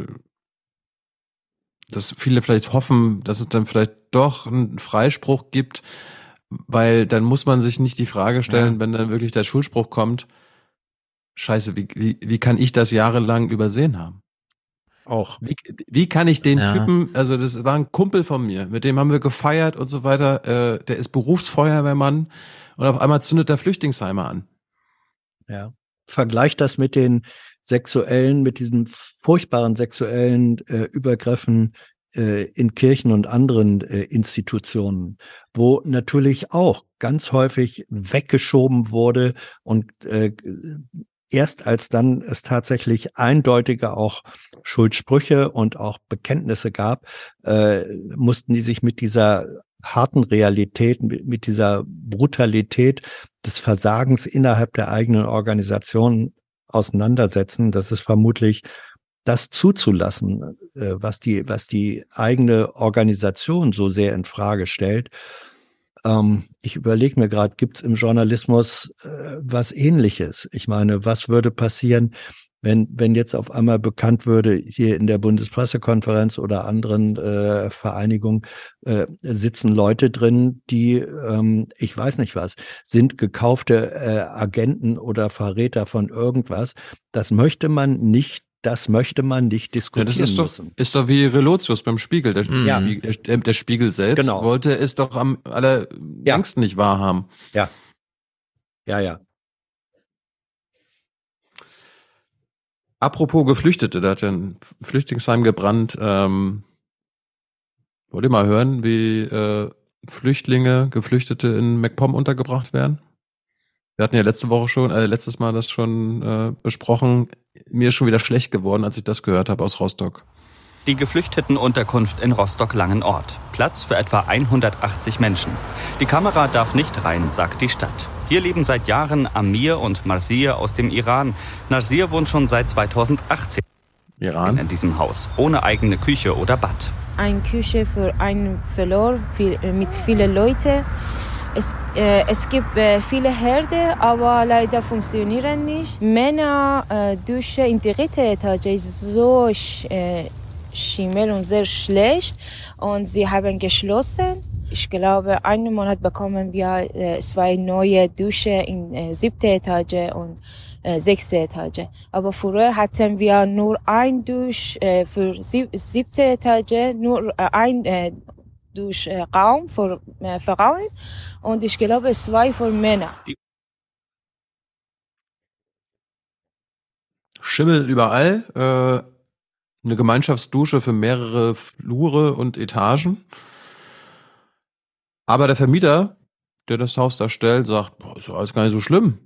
dass viele vielleicht hoffen, dass es dann vielleicht doch einen Freispruch gibt, weil dann muss man sich nicht die Frage stellen, wenn dann wirklich der Schuldspruch kommt, scheiße, wie kann ich das jahrelang übersehen haben? Auch. Wie kann ich den Typen, also das war ein Kumpel von mir, mit dem haben wir gefeiert und so weiter, der ist Berufsfeuerwehrmann und auf einmal zündet der Flüchtlingsheimer an. Ja. Vergleicht das mit den mit diesen furchtbaren sexuellen Übergriffen in Kirchen und anderen Institutionen, wo natürlich auch ganz häufig weggeschoben wurde und erst als dann es tatsächlich eindeutige auch Schuldsprüche und auch Bekenntnisse gab, mussten die sich mit dieser harten Realität, mit dieser Brutalität des Versagens innerhalb der eigenen Organisation auseinandersetzen. Das ist vermutlich das zuzulassen, was die eigene Organisation so sehr in Frage stellt. Ich überlege mir gerade, gibt es im Journalismus was Ähnliches? Ich meine, was würde passieren, wenn jetzt auf einmal bekannt würde, hier in der Bundespressekonferenz oder anderen Vereinigungen sitzen Leute drin, die, ich weiß nicht was, sind gekaufte Agenten oder Verräter von irgendwas. Das möchte man nicht diskutieren müssen. Ist doch wie Relotius beim Spiegel. Der Spiegel selbst wollte es doch am allerlängsten nicht wahrhaben. Ja. Apropos Geflüchtete, da hat ja ein Flüchtlingsheim gebrannt. Wollt ihr mal hören, wie Geflüchtete in MacPom untergebracht werden? Wir hatten ja letztes Mal das schon besprochen. Mir ist schon wieder schlecht geworden, als ich das gehört habe aus Rostock. Die Geflüchtetenunterkunft in Rostock-Langenort. Platz für etwa 180 Menschen. Die Kamera darf nicht rein, sagt die Stadt. Hier leben seit Jahren Amir und Marsir aus dem Iran. Narsir wohnt schon seit 2018 in diesem Haus, ohne eigene Küche oder Bad. eine Küche für einen Verlor mit vielen Leuten. Es gibt viele Herde, aber leider funktionieren nicht. Männer duschen in der dritten Etage ist so schimmel und sehr schlecht und sie haben geschlossen. Ich glaube, einen Monat bekommen wir 2 neue Duschen in 7. Etage und 6. Etage. Aber früher hatten wir nur ein Dusch für 7. Etage, nur ein Duschraum für Frauen und ich glaube 2 für Männer. Schimmel überall, eine Gemeinschaftsdusche für mehrere Flure und Etagen. Aber der Vermieter, der das Haus da stellt, sagt, boah, ist doch alles gar nicht so schlimm.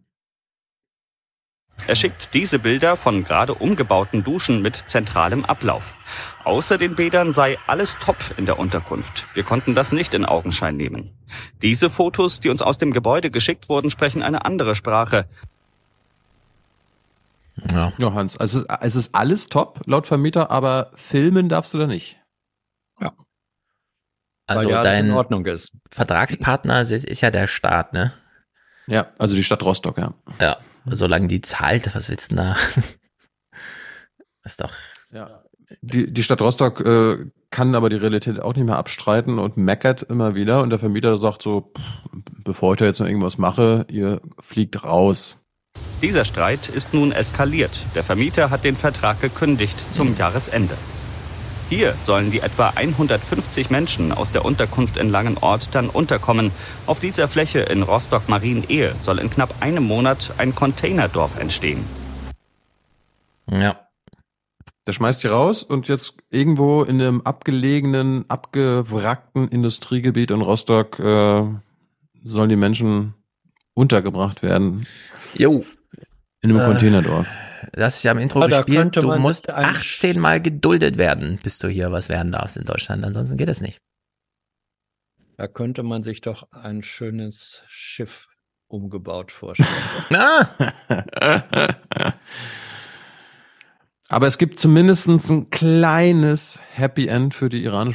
Er schickt diese Bilder von gerade umgebauten Duschen mit zentralem Ablauf. Außer den Bädern sei alles top in der Unterkunft. Wir konnten das nicht in Augenschein nehmen. Diese Fotos, die uns aus dem Gebäude geschickt wurden, sprechen eine andere Sprache. Ja, Hans, also es ist alles top, laut Vermieter, aber filmen darfst du da nicht. Ja. Also weil ja dein in Ordnung ist. Vertragspartner ist ja der Staat, ne? Ja, also die Stadt Rostock, ja. Ja, solange die zahlt, was willst du denn da? Ist doch... Ja. Die Stadt Rostock kann aber die Realität auch nicht mehr abstreiten und meckert immer wieder. Und der Vermieter sagt so, bevor ich da jetzt noch irgendwas mache, ihr fliegt raus. Dieser Streit ist nun eskaliert. Der Vermieter hat den Vertrag gekündigt zum Jahresende. Hier sollen die etwa 150 Menschen aus der Unterkunft in Langenort dann unterkommen. Auf dieser Fläche in Rostock-Marienehe soll in knapp einem Monat ein Containerdorf entstehen. Ja. Der schmeißt die raus und jetzt irgendwo in einem abgelegenen, abgewrackten Industriegebiet in Rostock sollen die Menschen untergebracht werden. Jo. In einem Containerdorf. Das ist ja im Intro gespielt. Du musst 18 Mal geduldet werden, bis du hier was werden darfst in Deutschland. Ansonsten geht es nicht. Da könnte man sich doch ein schönes Schiff umgebaut vorstellen. Aber es gibt zumindest ein kleines Happy End für die iranische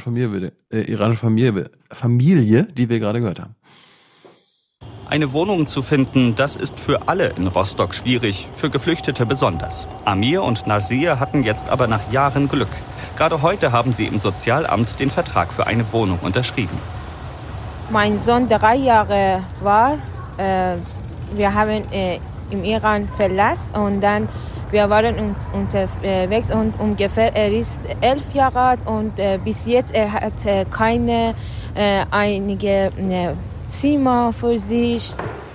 Familie, die wir gerade gehört haben. Eine Wohnung zu finden, das ist für alle in Rostock schwierig, für Geflüchtete besonders. Amir und Nasir hatten jetzt aber nach Jahren Glück. Gerade heute haben sie im Sozialamt den Vertrag für eine Wohnung unterschrieben. Mein Sohn 3 Jahre war, wir haben im Iran verlassen und dann wir waren unterwegs und ungefähr er ist 11 Jahre alt und bis jetzt er hat keine einige Zimmer für sich.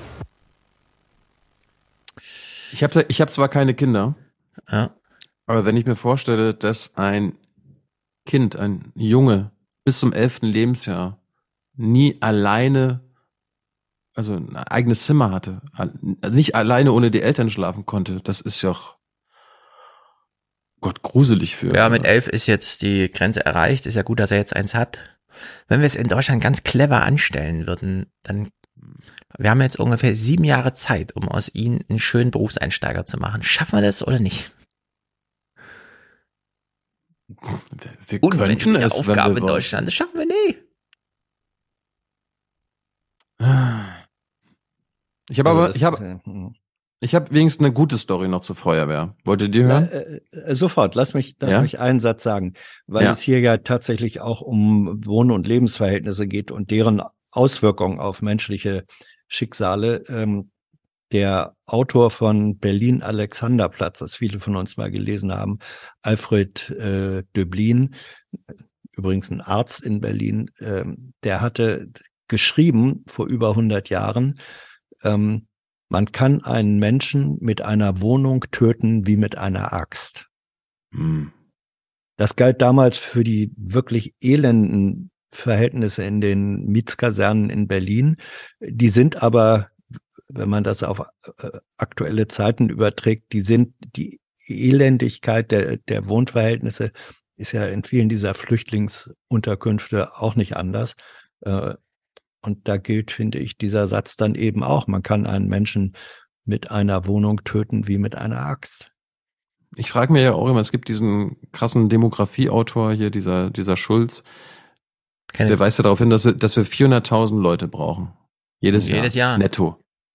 Ich hab zwar keine Kinder, ja, aber wenn ich mir vorstelle, dass ein Kind, ein Junge bis zum 11. Lebensjahr nie alleine, also ein eigenes Zimmer hatte, nicht alleine ohne die Eltern schlafen konnte, das ist ja auch Gott gruselig für. Ja, mit 11 ist jetzt die Grenze erreicht, ist ja gut, dass er jetzt eins hat. Wenn wir es in Deutschland ganz clever anstellen würden, dann, wir haben jetzt ungefähr 7 Jahre Zeit, um aus ihnen einen schönen Berufseinsteiger zu machen. Schaffen wir das oder nicht? Wir könnten es, Aufgabe in Deutschland, das schaffen wir nie. Ich habe wenigstens eine gute Story noch zur Feuerwehr. Wollt ihr die hören? Sofort, lass mich einen Satz sagen, weil es hier ja tatsächlich auch um Wohn- und Lebensverhältnisse geht und deren Auswirkungen auf menschliche Schicksale. Der Autor von Berlin Alexanderplatz, das viele von uns mal gelesen haben, Alfred Döblin, übrigens ein Arzt in Berlin, der hatte geschrieben vor über 100 Jahren, man kann einen Menschen mit einer Wohnung töten wie mit einer Axt. Das galt damals für die wirklich elenden Verhältnisse in den Mietskasernen in Berlin. Die sind aber, wenn man das auf aktuelle Zeiten überträgt, die Elendigkeit der Wohnverhältnisse ist ja in vielen dieser Flüchtlingsunterkünfte auch nicht anders. Und da gilt, finde ich, dieser Satz dann eben auch. Man kann einen Menschen mit einer Wohnung töten wie mit einer Axt. Ich frage mir ja auch immer, es gibt diesen krassen Demografieautor hier, dieser Schulz. Der weist ja darauf hin, dass wir 400.000 Leute brauchen. Jedes Jahr. Netto.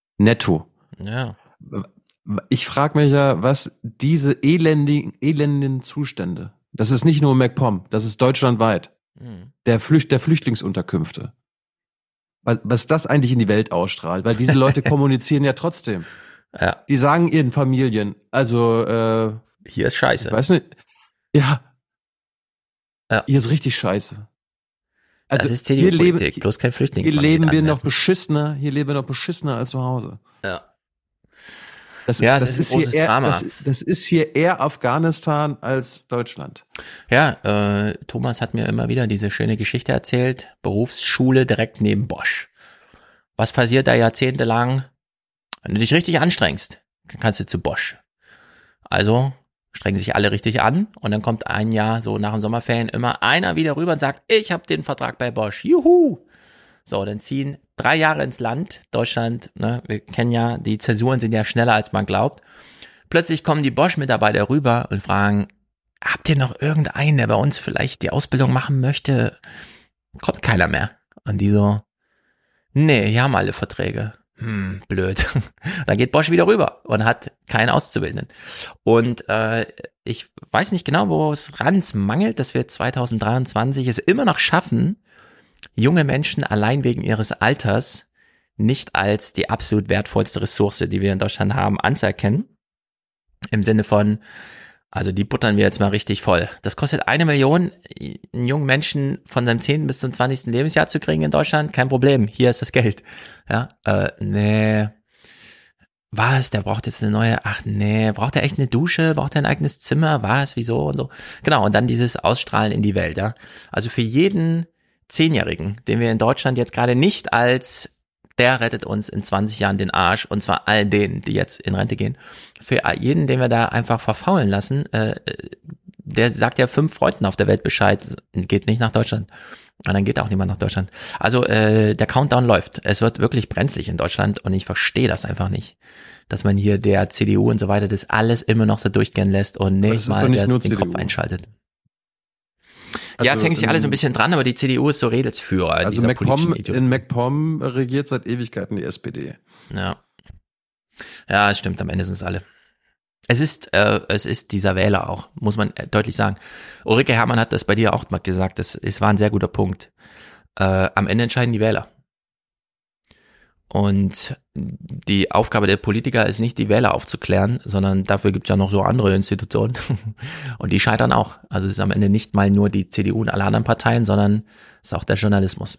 Ja. Ich frage mich ja, was diese elenden Zustände, das ist nicht nur MacPom, das ist deutschlandweit, der Flüchtlingsunterkünfte. Was das eigentlich in die Welt ausstrahlt, weil diese Leute kommunizieren ja trotzdem. Ja. Die sagen ihren Familien, also hier ist scheiße. Ich weiß nicht. Ja. Hier ist richtig scheiße. Also das ist CDU-Politik, bloß kein Flüchtling. Hier leben wir noch beschissener als zu Hause. Ja. Das ist ein großes Drama. Das ist hier eher Afghanistan als Deutschland. Ja, Thomas hat mir immer wieder diese schöne Geschichte erzählt. Berufsschule direkt neben Bosch. Was passiert da jahrzehntelang? Wenn du dich richtig anstrengst, dann kannst du zu Bosch. Also strengen sich alle richtig an und dann kommt ein Jahr so nach den Sommerferien immer einer wieder rüber und sagt, ich habe den Vertrag bei Bosch. Juhu! So, dann ziehen 3 Jahre ins Land. Deutschland, ne, wir kennen ja, die Zäsuren sind ja schneller, als man glaubt. Plötzlich kommen die Bosch-Mitarbeiter rüber und fragen, habt ihr noch irgendeinen, der bei uns vielleicht die Ausbildung machen möchte? Kommt keiner mehr. Und die so, nee, hier haben alle Verträge. Blöd. Dann geht Bosch wieder rüber und hat keinen Auszubildenden. Und ich weiß nicht genau, wo es Ranz mangelt, dass wir 2023 es immer noch schaffen, junge Menschen allein wegen ihres Alters nicht als die absolut wertvollste Ressource, die wir in Deutschland haben, anzuerkennen. Im Sinne von, also die buttern wir jetzt mal richtig voll. Das kostet 1 Million, einen jungen Menschen von seinem 10. bis zum 20. Lebensjahr zu kriegen in Deutschland, kein Problem, hier ist das Geld. Ja, nee, was, der braucht jetzt eine neue, ach nee, braucht er echt eine Dusche, braucht er ein eigenes Zimmer, was, wieso und so. Genau, und dann dieses Ausstrahlen in die Welt, ja. Also für jeden 10-Jährigen, den wir in Deutschland jetzt gerade nicht als der rettet uns in 20 Jahren den Arsch, und zwar all denen, die jetzt in Rente gehen. Für jeden, den wir da einfach verfaulen lassen, der sagt ja 5 Freunden auf der Welt Bescheid, geht nicht nach Deutschland. Und dann geht auch niemand nach Deutschland. Also der Countdown läuft. Es wird wirklich brenzlig in Deutschland und ich verstehe das einfach nicht, dass man hier der CDU und so weiter das alles immer noch so durchgehen lässt und nicht mal den CDU. Kopf einschaltet. Also, ja, es hängt sich alle so ein bisschen dran, aber die CDU ist so Redelsführer. Also in MacPom regiert seit Ewigkeiten die SPD. Ja. Ja, es stimmt, am Ende sind es alle. Es ist dieser Wähler auch, muss man deutlich sagen. Ulrike Herrmann hat das bei dir auch mal gesagt, es war ein sehr guter Punkt. Am Ende entscheiden die Wähler. Und die Aufgabe der Politiker ist nicht, die Wähler aufzuklären, sondern dafür gibt es ja noch so andere Institutionen. Und die scheitern auch. Also es ist am Ende nicht mal nur die CDU und alle anderen Parteien, sondern es ist auch der Journalismus.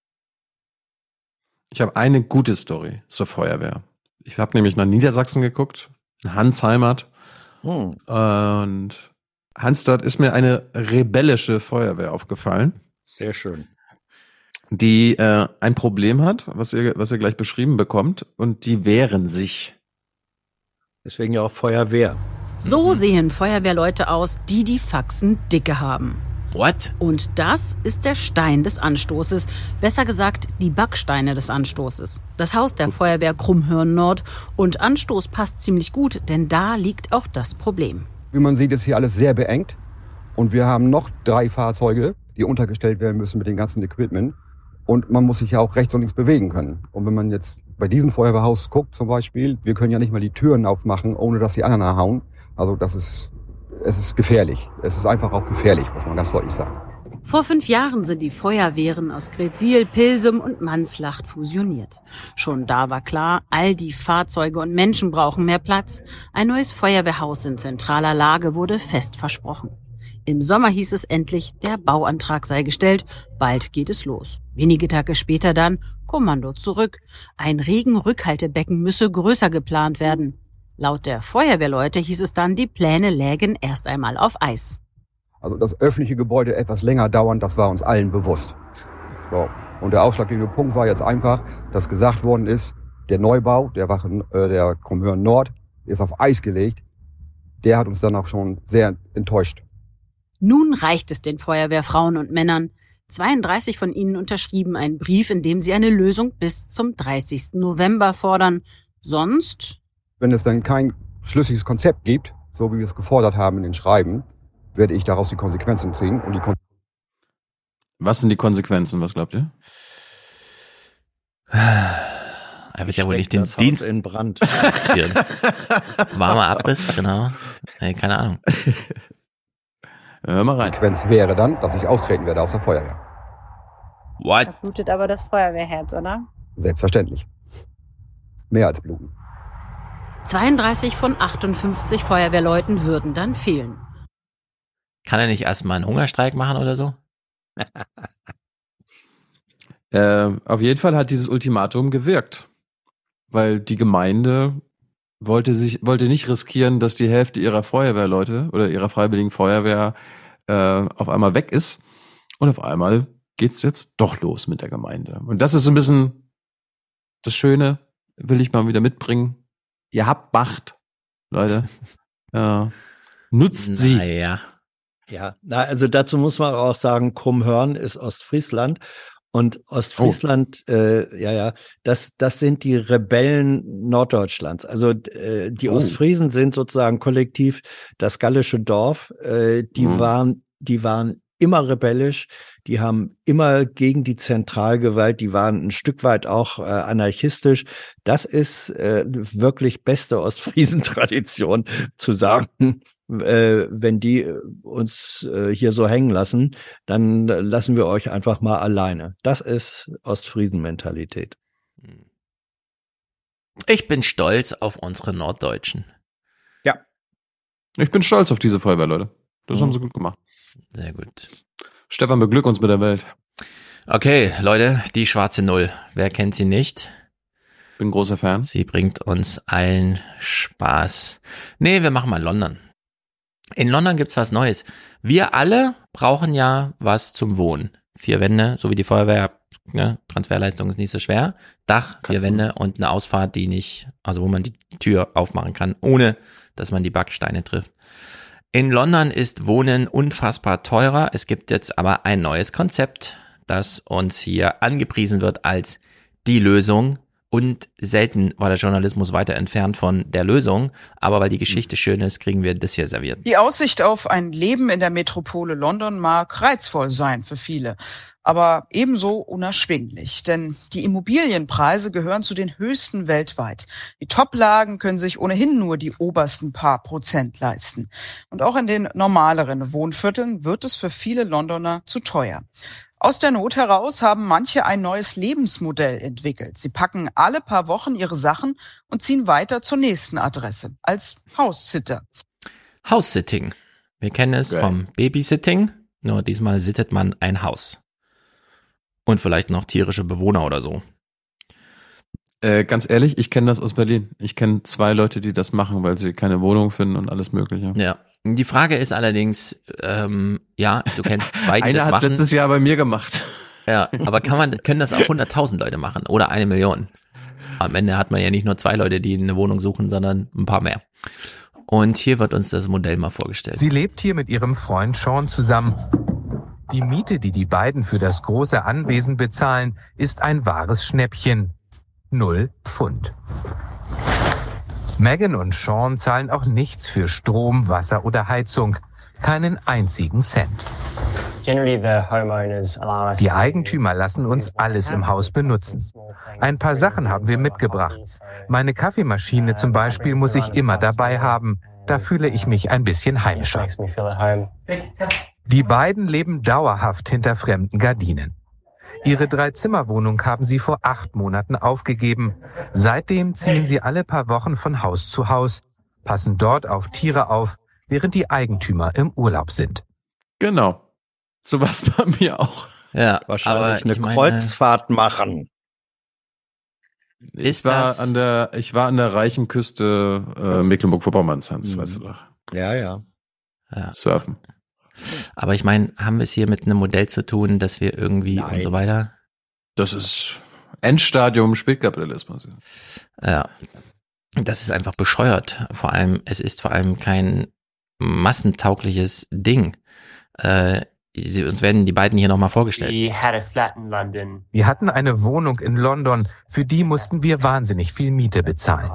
Ich habe eine gute Story zur Feuerwehr. Ich habe nämlich nach Niedersachsen geguckt, in Hans Heimat. Und Hans, dort ist mir eine rebellische Feuerwehr aufgefallen. Sehr schön. Die ein Problem hat, was ihr gleich beschrieben bekommt, und die wehren sich. Deswegen ja auch Feuerwehr. So sehen Feuerwehrleute aus, die die Faxen dicke haben. What? Und das ist der Stein des Anstoßes, besser gesagt die Backsteine des Anstoßes. Das Haus der Feuerwehr Krummhörn Nord, und Anstoß passt ziemlich gut, denn da liegt auch das Problem. Wie man sieht, ist hier alles sehr beengt und wir haben noch 3 Fahrzeuge, die untergestellt werden müssen mit dem ganzen Equipment. Und man muss sich ja auch rechts und links bewegen können. Und wenn man jetzt bei diesem Feuerwehrhaus guckt zum Beispiel, wir können ja nicht mal die Türen aufmachen, ohne dass die anderen hauen. Also es ist gefährlich. Es ist einfach auch gefährlich, muss man ganz deutlich sagen. Vor 5 Jahren sind die Feuerwehren aus Gretzsiel, Pilsum und Manslacht fusioniert. Schon da war klar, all die Fahrzeuge und Menschen brauchen mehr Platz. Ein neues Feuerwehrhaus in zentraler Lage wurde fest versprochen. Im Sommer hieß es endlich, der Bauantrag sei gestellt, bald geht es los. Wenige Tage später dann, Kommando zurück. Ein Regenrückhaltebecken müsse größer geplant werden. Laut der Feuerwehrleute hieß es dann, die Pläne lägen erst einmal auf Eis. Also das öffentliche Gebäude etwas länger dauern, das war uns allen bewusst. So. Und der ausschlaggebende Punkt war jetzt einfach, dass gesagt worden ist, der Neubau der Krummhörn Nord ist auf Eis gelegt. Der hat uns dann auch schon sehr enttäuscht. Nun reicht es den Feuerwehrfrauen und Männern. 32 von ihnen unterschrieben einen Brief, in dem sie eine Lösung bis zum 30. November fordern. Sonst? Wenn es dann kein schlüssiges Konzept gibt, so wie wir es gefordert haben in den Schreiben, werde ich daraus die Konsequenzen ziehen. Und was sind die Konsequenzen, was glaubt ihr? Er wird ja wohl nicht den Dienst in Brand. Warmer Abriss, genau. Nee, keine Ahnung. Hör mal rein. Die Konsequenz wäre dann, dass ich austreten werde aus der Feuerwehr. What? Da blutet aber das Feuerwehrherz, oder? Selbstverständlich. Mehr als bluten. 32 von 58 Feuerwehrleuten würden dann fehlen. Kann er nicht erstmal einen Hungerstreik machen oder so? Auf jeden Fall hat dieses Ultimatum gewirkt. Weil die Gemeinde wollte nicht riskieren, dass die Hälfte ihrer Feuerwehrleute oder ihrer freiwilligen Feuerwehr auf einmal weg ist. Und auf einmal geht's jetzt doch los mit der Gemeinde. Und das ist so ein bisschen das Schöne, will ich mal wieder mitbringen. Ihr habt Macht, Leute. Nutzt sie. Ja. Ja, also dazu muss man auch sagen, Krummhörn ist Ostfriesland. Und Ostfriesland, das sind die Rebellen Norddeutschlands. Also die Ostfriesen sind sozusagen kollektiv das gallische Dorf. Die waren immer rebellisch, die haben immer gegen die Zentralgewalt, die waren ein Stück weit auch anarchistisch. Das ist wirklich beste Ostfriesen-Tradition zu sagen, wenn die uns hier so hängen lassen, dann lassen wir euch einfach mal alleine. Das ist Ostfriesen-Mentalität. Ich bin stolz auf unsere Norddeutschen. Ja. Ich bin stolz auf diese Feuerwehr, Leute. Das haben sie gut gemacht. Sehr gut. Stefan, beglück uns mit der Welt. Okay, Leute, die schwarze Null. Wer kennt sie nicht? Bin großer Fan. Sie bringt uns allen Spaß. Nee, wir machen mal London. In London gibt's was Neues. Wir alle brauchen ja was zum Wohnen. 4 Wände, so wie die Feuerwehr, ne? Transferleistung ist nicht so schwer. Dach, 4 Wände und eine Ausfahrt, die nicht, also wo man die Tür aufmachen kann, ohne dass man die Backsteine trifft. In London ist Wohnen unfassbar teurer. Es gibt jetzt aber ein neues Konzept, das uns hier angepriesen wird als die Lösung. Und selten war der Journalismus weiter entfernt von der Lösung. Aber weil die Geschichte schön ist, kriegen wir das hier serviert. Die Aussicht auf ein Leben in der Metropole London mag reizvoll sein für viele, aber ebenso unerschwinglich. Denn die Immobilienpreise gehören zu den höchsten weltweit. Die Toplagen können sich ohnehin nur die obersten paar Prozent leisten. Und auch in den normaleren Wohnvierteln wird es für viele Londoner zu teuer. Aus der Not heraus haben manche ein neues Lebensmodell entwickelt. Sie packen alle paar Wochen ihre Sachen und ziehen weiter zur nächsten Adresse als House-Sitter. House-Sitting. Wir kennen es vom Babysitting, nur diesmal sittet man ein Haus. Und vielleicht noch tierische Bewohner oder so. Ganz ehrlich, ich kenne das aus Berlin. Ich kenne 2 Leute, die das machen, weil sie keine Wohnung finden und alles Mögliche. Ja. Die Frage ist allerdings, ja, du kennst 2, die Einer das hat machen. letztes Jahr bei mir gemacht. Ja, aber können das auch 100.000 Leute machen oder 1 Million? Am Ende hat man ja nicht nur 2 Leute, die eine Wohnung suchen, sondern ein paar mehr. Und hier wird uns das Modell mal vorgestellt. Sie lebt hier mit ihrem Freund Sean zusammen. Die Miete, die die beiden für das große Anwesen bezahlen, ist ein wahres Schnäppchen. 0 Pfund. Megan und Sean zahlen auch nichts für Strom, Wasser oder Heizung. Keinen einzigen Cent. Die Eigentümer lassen uns alles im Haus benutzen. Ein paar Sachen haben wir mitgebracht. Meine Kaffeemaschine zum Beispiel muss ich immer dabei haben. Da fühle ich mich ein bisschen heimischer. Die beiden leben dauerhaft hinter fremden Gardinen. Ihre 3-Zimmer-Wohnung haben sie vor 8 Monaten aufgegeben. Seitdem ziehen sie alle paar Wochen von Haus zu Haus, passen dort auf Tiere auf, während die Eigentümer im Urlaub sind. Genau. So was bei mir auch. Ja, wahrscheinlich eine Kreuzfahrt machen. Ich war an der reichen Küste Mecklenburg-Vorpommerns, Hans, weißt du doch. Ja. Surfen. Aber ich meine, haben wir es hier mit einem Modell zu tun, dass wir irgendwie und so weiter? Das ist Endstadium Spätkapitalismus. Ja, das ist einfach bescheuert. Es ist vor allem kein massentaugliches Ding. uns werden die beiden hier nochmal vorgestellt. Wir hatten eine Wohnung in London, für die mussten wir wahnsinnig viel Miete bezahlen.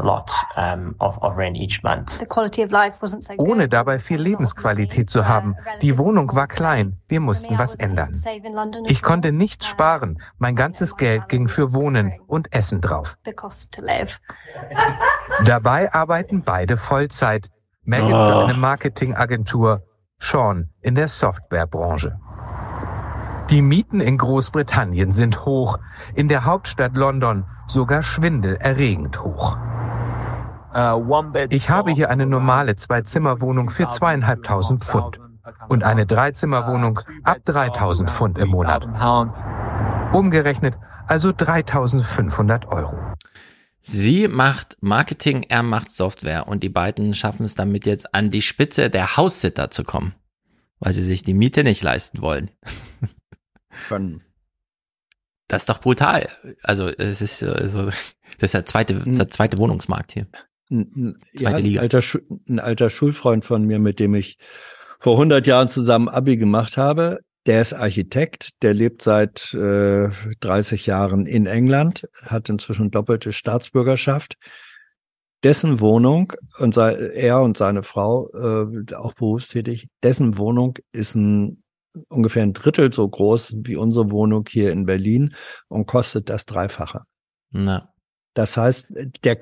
Ohne dabei viel Lebensqualität zu haben. Die Wohnung war klein, wir mussten was ändern. Ich konnte nichts sparen, mein ganzes Geld ging für Wohnen und Essen drauf. Dabei arbeiten beide Vollzeit. Megan für eine Marketingagentur, Sean in der Softwarebranche. Die Mieten in Großbritannien sind hoch, in der Hauptstadt London sogar schwindelerregend hoch. Ich habe hier eine normale 2-Zimmer-Wohnung für 2.500 Pfund und eine 3-Zimmer-Wohnung ab 3.000 Pfund im Monat. Umgerechnet also 3.500 Euro. Sie macht Marketing, er macht Software und die beiden schaffen es damit jetzt an die Spitze der Haussitter zu kommen, weil sie sich die Miete nicht leisten wollen. Das ist doch brutal. Also es ist so, das ist der zweite Wohnungsmarkt hier. Zweite Liga. Ein alter Schulfreund von mir, mit dem ich vor 100 Jahren zusammen Abi gemacht habe, der ist Architekt, der lebt seit 30 Jahren in England, hat inzwischen doppelte Staatsbürgerschaft. Dessen Wohnung, und er und seine Frau, auch berufstätig, dessen Wohnung ist ungefähr ein Drittel so groß wie unsere Wohnung hier in Berlin und kostet das Dreifache. Na. Das heißt, der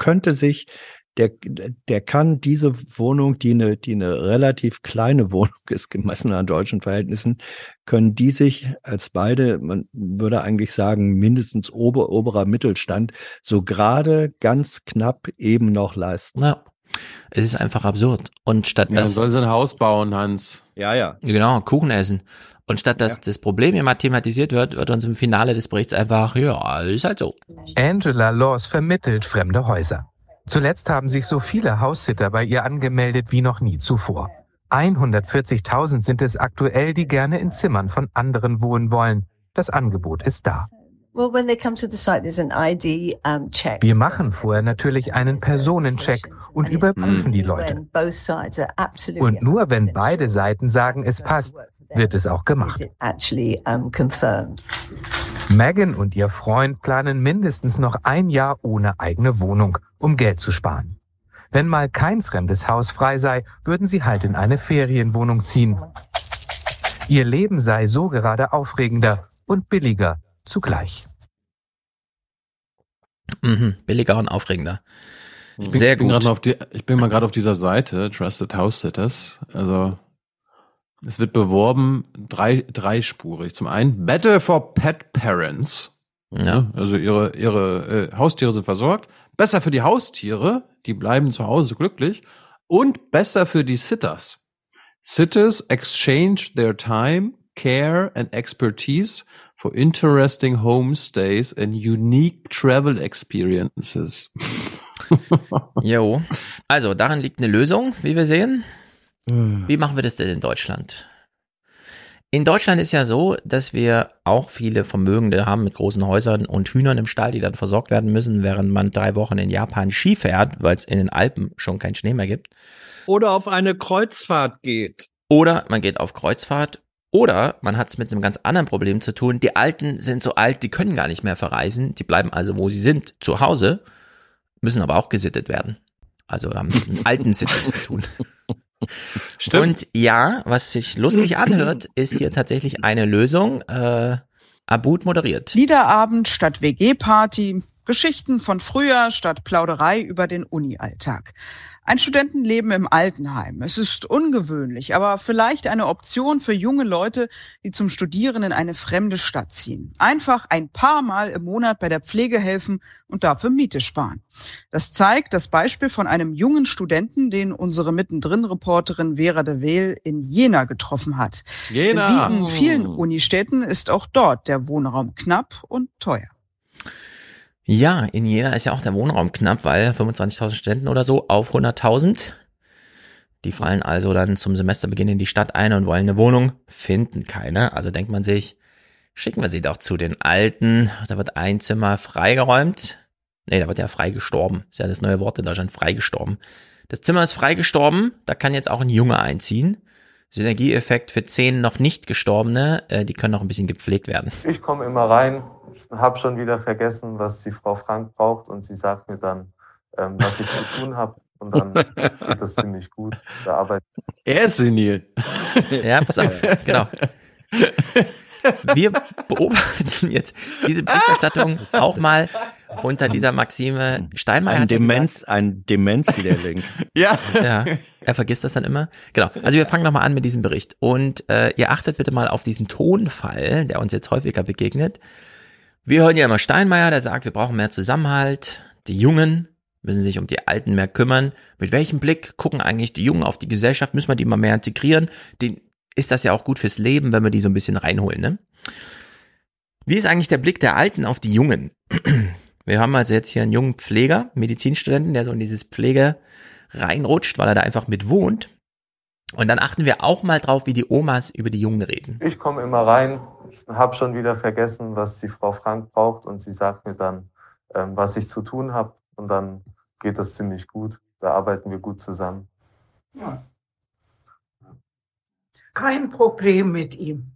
kann diese Wohnung, die eine relativ kleine Wohnung ist, gemessen an deutschen Verhältnissen, können die sich als beide, man würde eigentlich sagen, mindestens oberer Mittelstand, so gerade ganz knapp eben noch leisten. Ja, es ist einfach absurd. Und statt man soll so ein Haus bauen, Hans. Ja. Genau, Kuchen essen. Und statt dass das Problem immer thematisiert wird uns im Finale des Berichts einfach, ja, ist halt so. Angela Laws vermittelt fremde Häuser. Zuletzt haben sich so viele Haussitter bei ihr angemeldet wie noch nie zuvor. 140.000 sind es aktuell, die gerne in Zimmern von anderen wohnen wollen. Das Angebot ist da. Wir machen vorher natürlich einen Personencheck und überprüfen die Leute. Und nur wenn beide Seiten sagen, es passt, wird es auch gemacht. Megan und ihr Freund planen mindestens noch ein Jahr ohne eigene Wohnung, um Geld zu sparen. Wenn mal kein fremdes Haus frei sei, würden sie halt in eine Ferienwohnung ziehen. Ihr Leben sei so gerade aufregender und billiger zugleich. Billiger und aufregender. Sehr gut. Ich bin mal gerade auf dieser Seite, Trusted House Sitters. Also es wird beworben, dreispurig. Zum einen Better for Pet Parents. Ja. Also ihre Haustiere sind versorgt. Besser für die Haustiere, die bleiben zu Hause glücklich. Und besser für die Sitters. Sitters exchange their time, care and expertise for interesting homestays and unique travel experiences. Jo, also darin liegt eine Lösung, wie wir sehen. Wie machen wir das denn in Deutschland? In Deutschland ist ja so, dass wir auch viele Vermögende haben mit großen Häusern und Hühnern im Stall, die dann versorgt werden müssen, während man 3 Wochen in Japan Ski fährt, weil es in den Alpen schon keinen Schnee mehr gibt. Oder auf eine Kreuzfahrt geht. Oder man geht auf Kreuzfahrt. Oder man hat es mit einem ganz anderen Problem zu tun. Die Alten sind so alt, die können gar nicht mehr verreisen. Die bleiben also, wo sie sind, zu Hause, müssen aber auch gesittet werden. Also haben mit einem alten Sitter zu tun. Stimmt. Und ja, was sich lustig anhört, ist hier tatsächlich eine Lösung. Abud moderiert. Liederabend statt WG-Party, Geschichten von früher statt Plauderei über den Uni-Alltag. Ein Studentenleben im Altenheim. Es ist ungewöhnlich, aber vielleicht eine Option für junge Leute, die zum Studieren in eine fremde Stadt ziehen. Einfach ein paar Mal im Monat bei der Pflege helfen und dafür Miete sparen. Das zeigt das Beispiel von einem jungen Studenten, den unsere Mittendrin-Reporterin Vera de Wael in Jena getroffen hat. Jena. Wie in vielen Unistädten ist auch dort der Wohnraum knapp und teuer. Ja, in Jena ist ja auch der Wohnraum knapp, weil 25.000 Studenten oder so auf 100.000. Die fallen also dann zum Semesterbeginn in die Stadt ein und wollen eine Wohnung, finden keine. Also denkt man sich, schicken wir sie doch zu den Alten. Da wird ein Zimmer freigeräumt. Nee, da wird ja freigestorben. Ist ja das neue Wort in Deutschland, freigestorben. Das Zimmer ist freigestorben, da kann jetzt auch ein Junge einziehen. Synergieeffekt für 10 noch nicht Gestorbene, die können noch ein bisschen gepflegt werden. Ich komme immer rein, habe schon wieder vergessen, was die Frau Frank braucht und sie sagt mir dann, was ich zu tun habe und dann geht das ziemlich gut. Da arbeitet. Er ist senil. Ja, pass auf, genau. Wir beobachten jetzt diese Berichterstattung auch mal unter dieser Maxime. Steinmeier ein Demenzlehrling. Ja, er vergisst das dann immer. Genau, also wir fangen nochmal an mit diesem Bericht. Und ihr achtet bitte mal auf diesen Tonfall, der uns jetzt häufiger begegnet. Wir hören ja immer Steinmeier, der sagt, wir brauchen mehr Zusammenhalt. Die Jungen müssen sich um die Alten mehr kümmern. Mit welchem Blick gucken eigentlich die Jungen auf die Gesellschaft? Müssen wir die mal mehr integrieren? Ist das ja auch gut fürs Leben, wenn wir die so ein bisschen reinholen, ne? Wie ist eigentlich der Blick der Alten auf die Jungen? Wir haben also jetzt hier einen jungen Pfleger, Medizinstudenten, der so in dieses Pflege reinrutscht, weil er da einfach mit wohnt. Und dann achten wir auch mal drauf, wie die Omas über die Jungen reden. Ich komme immer rein, habe schon wieder vergessen, was die Frau Frank braucht und sie sagt mir dann, was ich zu tun habe und dann geht das ziemlich gut. Da arbeiten wir gut zusammen. Ja. Kein Problem mit ihm.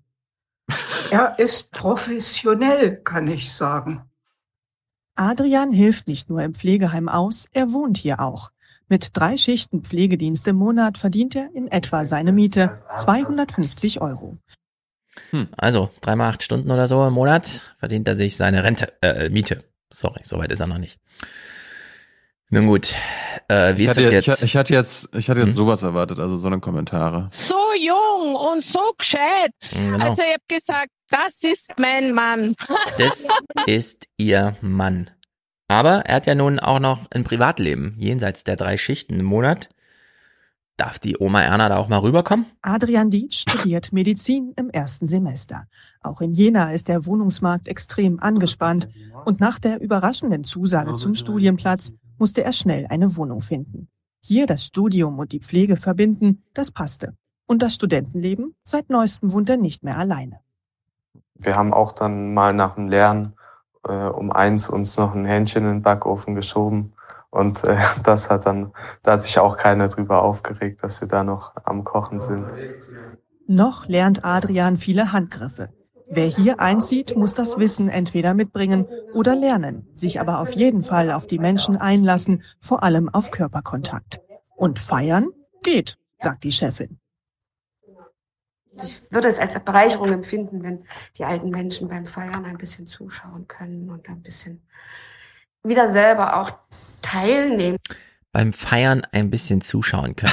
Er ist professionell, kann ich sagen. Adrian hilft nicht nur im Pflegeheim aus, er wohnt hier auch. Mit 3 Schichten Pflegedienst im Monat verdient er in etwa seine Miete, 250 €. Also 3 mal 8 Stunden oder so im Monat verdient er sich seine Miete. Sorry, soweit ist er noch nicht. Nun gut, wie ist das jetzt? Ich hatte jetzt sowas erwartet, also so eine Kommentare. So jung und so gescheit. Genau. Also ich habe gesagt, das ist mein Mann. Das ist ihr Mann. Aber er hat ja nun auch noch ein Privatleben, jenseits der 3 Schichten im Monat. Darf die Oma Erna da auch mal rüberkommen? Adrian Dietsch studiert Medizin im 1. Semester. Auch in Jena ist der Wohnungsmarkt extrem angespannt. Und nach der überraschenden Zusage zum Studienplatz musste er schnell eine Wohnung finden. Hier das Studium und die Pflege verbinden, das passte. Und das Studentenleben? Seit neuestem wohnt er nicht mehr alleine. Wir haben auch dann mal nach dem Lernen um 1 uns noch ein Hähnchen in den Backofen geschoben. Und da hat sich auch keiner drüber aufgeregt, dass wir da noch am Kochen sind. Noch lernt Adrian viele Handgriffe. Wer hier einzieht, muss das Wissen entweder mitbringen oder lernen, sich aber auf jeden Fall auf die Menschen einlassen, vor allem auf Körperkontakt. Und feiern geht, sagt die Chefin. Ich würde es als Bereicherung empfinden, wenn die alten Menschen beim Feiern ein bisschen zuschauen können und ein bisschen wieder selber auch teilnehmen. Beim Feiern ein bisschen zuschauen können.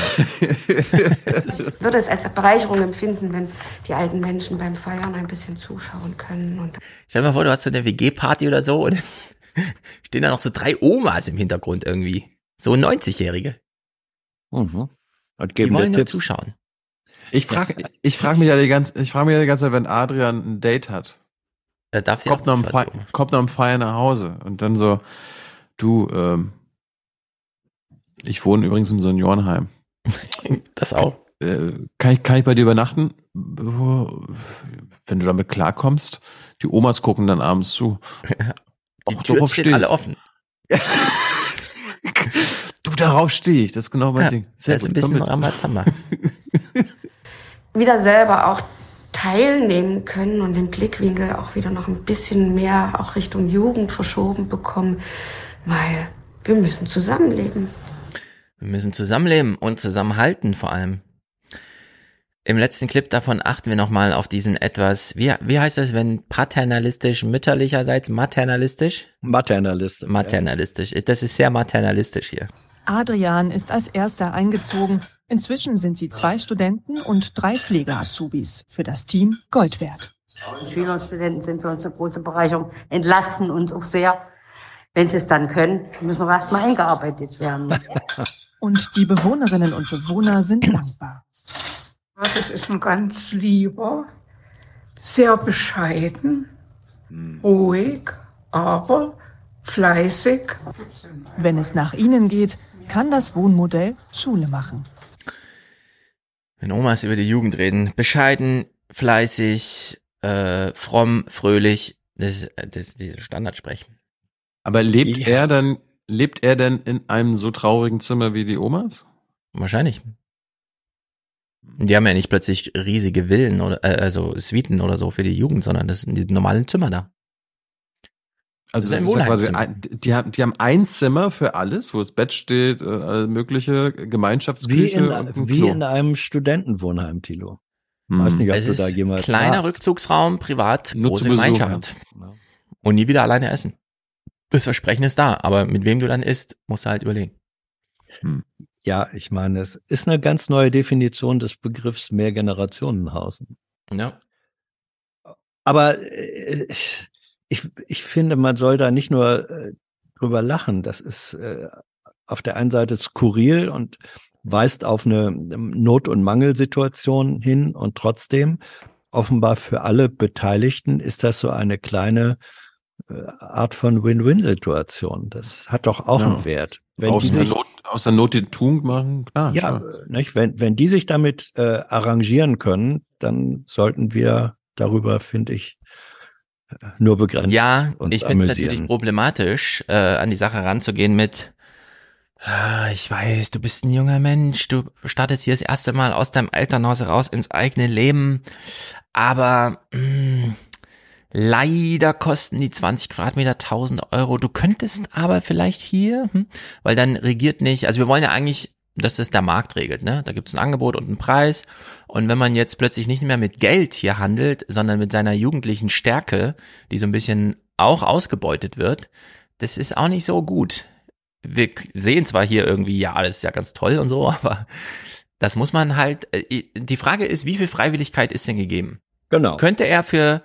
Ich würde es als Bereicherung empfinden, wenn die alten Menschen beim Feiern ein bisschen zuschauen können. Und Stell dir mal vor, du hast so eine WG-Party oder so und stehen da noch so 3 Omas im Hintergrund irgendwie. So 90-Jährige. Mhm. Die wollen nur zuschauen. Ich frage mich ja die ganze Zeit, wenn Adrian ein Date hat. Darf sie kommt noch am Feiern nach Hause und dann so, du, ich wohne übrigens im Seniorenheim. Das auch. Kann ich bei dir übernachten? Wenn du damit klarkommst, die Omas gucken dann abends zu. Die Türen stehen alle offen. Du, darauf stehe ich. Das ist genau mein Ding. Sehr gut. Ein bisschen Rambazamba. wieder selber auch teilnehmen können und den Blickwinkel auch wieder noch ein bisschen mehr auch Richtung Jugend verschoben bekommen, weil wir müssen zusammenleben. Wir müssen zusammenleben und zusammenhalten vor allem. Im letzten Clip davon achten wir nochmal auf diesen etwas, wie heißt das, wenn paternalistisch mütterlicherseits maternalistisch? Maternalistisch. Maternalistisch. Ja. Das ist sehr maternalistisch hier. Adrian ist als erster eingezogen. Inzwischen sind sie 2 Studenten und 3 Pflege-Azubis. Für das Team Gold wert. Schüler und Studenten sind für uns eine große Bereicherung, entlasten uns auch sehr. Wenn sie es dann können, müssen wir erstmal eingearbeitet werden. Und die Bewohnerinnen und Bewohner sind dankbar. Das ist ein ganz lieber, sehr bescheiden, ruhig, aber fleißig. Wenn es nach ihnen geht, kann das Wohnmodell Schule machen. Wenn Omas über die Jugend reden, bescheiden, fleißig, fromm, fröhlich, das ist diese Standardsprech. Aber lebt er denn in einem so traurigen Zimmer wie die Omas? Wahrscheinlich. Die haben ja nicht plötzlich riesige Villen oder also Suiten oder so für die Jugend, sondern das sind die normalen Zimmer da. Also das ist ja quasi die haben ein Zimmer für alles, wo das Bett steht, alle mögliche Gemeinschaftsküche. Wie in einem Studentenwohnheim, Thilo. Weiß nicht, ob es du ist da jemals kleiner warst. Rückzugsraum, privat, Nur große zu Besuch, Gemeinschaft. Ja. Und nie wieder alleine essen. Das Versprechen ist da, aber mit wem du dann isst, musst du halt überlegen. Ja, ich meine, es ist eine ganz neue Definition des Begriffs Mehrgenerationenhausen. Ja. Aber ich finde, man soll da nicht nur drüber lachen. Das ist auf der einen Seite skurril und weist auf eine Not- und Mangelsituation hin und trotzdem offenbar für alle Beteiligten ist das so eine kleine Art von Win-Win-Situation. Das hat doch auch einen Wert. Wenn aus der Not die Tugend machen, klar. Ja, nicht? Wenn die sich damit arrangieren können, dann sollten wir darüber, finde ich, nur begrenzt. Ja, ich finde es natürlich problematisch, an die Sache ranzugehen mit, ich weiß, du bist ein junger Mensch, du startest hier das erste Mal aus deinem Elternhaus raus ins eigene Leben, aber leider kosten die 20 Quadratmeter 1.000 Euro. Du könntest aber vielleicht hier, weil dann regiert nicht, also wir wollen ja eigentlich, dass das der Markt regelt, ne? Da gibt es ein Angebot und einen Preis. Und wenn man jetzt plötzlich nicht mehr mit Geld hier handelt, sondern mit seiner jugendlichen Stärke, die so ein bisschen auch ausgebeutet wird, das ist auch nicht so gut. Wir sehen zwar hier irgendwie, ja, das ist ja ganz toll und so, aber das muss man halt, die Frage ist, wie viel Freiwilligkeit ist denn gegeben? Genau. Könnte er für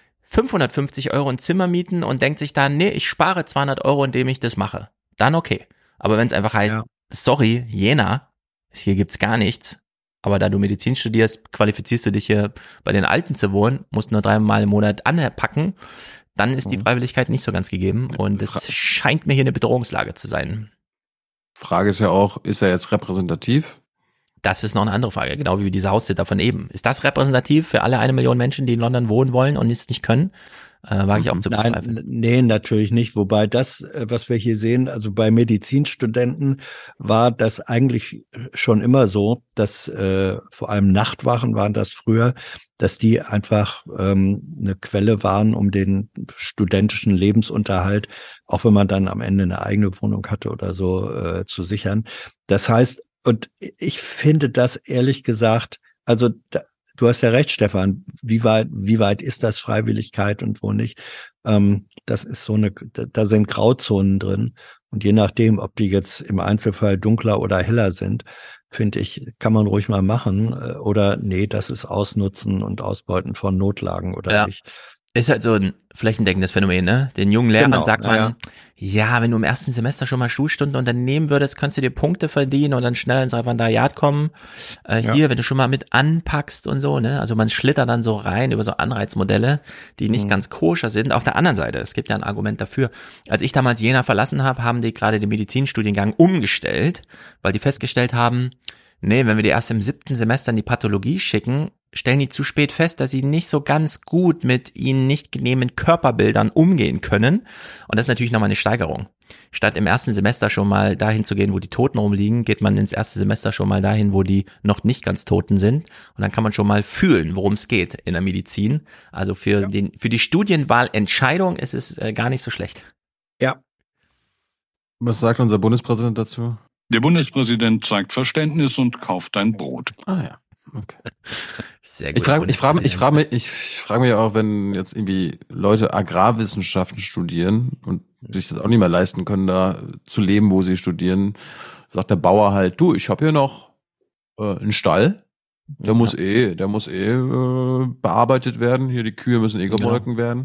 550 Euro ein Zimmer mieten und denkt sich dann, nee, ich spare 200 Euro, indem ich das mache. Dann okay. Aber wenn es einfach heißt, sorry, Jena, hier gibt's gar nichts, aber da du Medizin studierst, qualifizierst du dich hier bei den Alten zu wohnen, musst nur 3-mal im Monat anpacken, dann ist die Freiwilligkeit nicht so ganz gegeben und es scheint mir hier eine Bedrohungslage zu sein. Frage ist ja auch, ist er jetzt repräsentativ? Das ist noch eine andere Frage, genau wie diese Haussitter von eben. Ist das repräsentativ für alle 1 Million Menschen, die in London wohnen wollen und es nicht können? Wage ich auch zu bezweifeln. Nein, nee, natürlich nicht. Wobei das, was wir hier sehen, also bei Medizinstudenten war das eigentlich schon immer so, dass vor allem Nachtwachen waren das früher, dass die einfach eine Quelle waren, um den studentischen Lebensunterhalt, auch wenn man dann am Ende eine eigene Wohnung hatte oder so, zu sichern. Das heißt, und ich finde das ehrlich gesagt, also du hast ja recht, Stefan, wie weit ist das Freiwilligkeit und wo nicht? Das ist so da sind Grauzonen drin. Und je nachdem, ob die jetzt im Einzelfall dunkler oder heller sind, finde ich, kann man ruhig mal machen. Oder nee, das ist Ausnutzen und Ausbeuten von Notlagen oder nicht. Ist halt so ein flächendeckendes Phänomen, ne? Den jungen Lehrern sagt man, ja, wenn du im ersten Semester schon mal Schulstunden unternehmen würdest, kannst du dir Punkte verdienen und dann schnell ins Referendariat kommen. Hier, wenn du schon mal mit anpackst und so, ne? Also man schlittert dann so rein über so Anreizmodelle, die nicht ganz koscher sind. Auf der anderen Seite, es gibt ja ein Argument dafür. Als ich damals Jena verlassen habe, haben die gerade den Medizinstudiengang umgestellt, weil die festgestellt haben, nee, wenn wir die erst im 7. Semester in die Pathologie schicken, stellen die zu spät fest, dass sie nicht so ganz gut mit ihnen nicht genehmen Körperbildern umgehen können. Und das ist natürlich nochmal eine Steigerung. Statt im ersten Semester schon mal dahin zu gehen, wo die Toten rumliegen, geht man ins erste Semester schon mal dahin, wo die noch nicht ganz Toten sind. Und dann kann man schon mal fühlen, worum es geht in der Medizin. Also für die Studienwahlentscheidung ist es gar nicht so schlecht. Ja. Was sagt unser Bundespräsident dazu? Der Bundespräsident zeigt Verständnis und kauft ein Brot. Ah ja. Okay. Sehr gut. Ich frage mich auch, wenn jetzt irgendwie Leute Agrarwissenschaften studieren und sich das auch nicht mehr leisten können, da zu leben, wo sie studieren, sagt der Bauer halt, du, ich habe hier noch einen Stall, der muss bearbeitet werden, hier die Kühe müssen gemolken werden.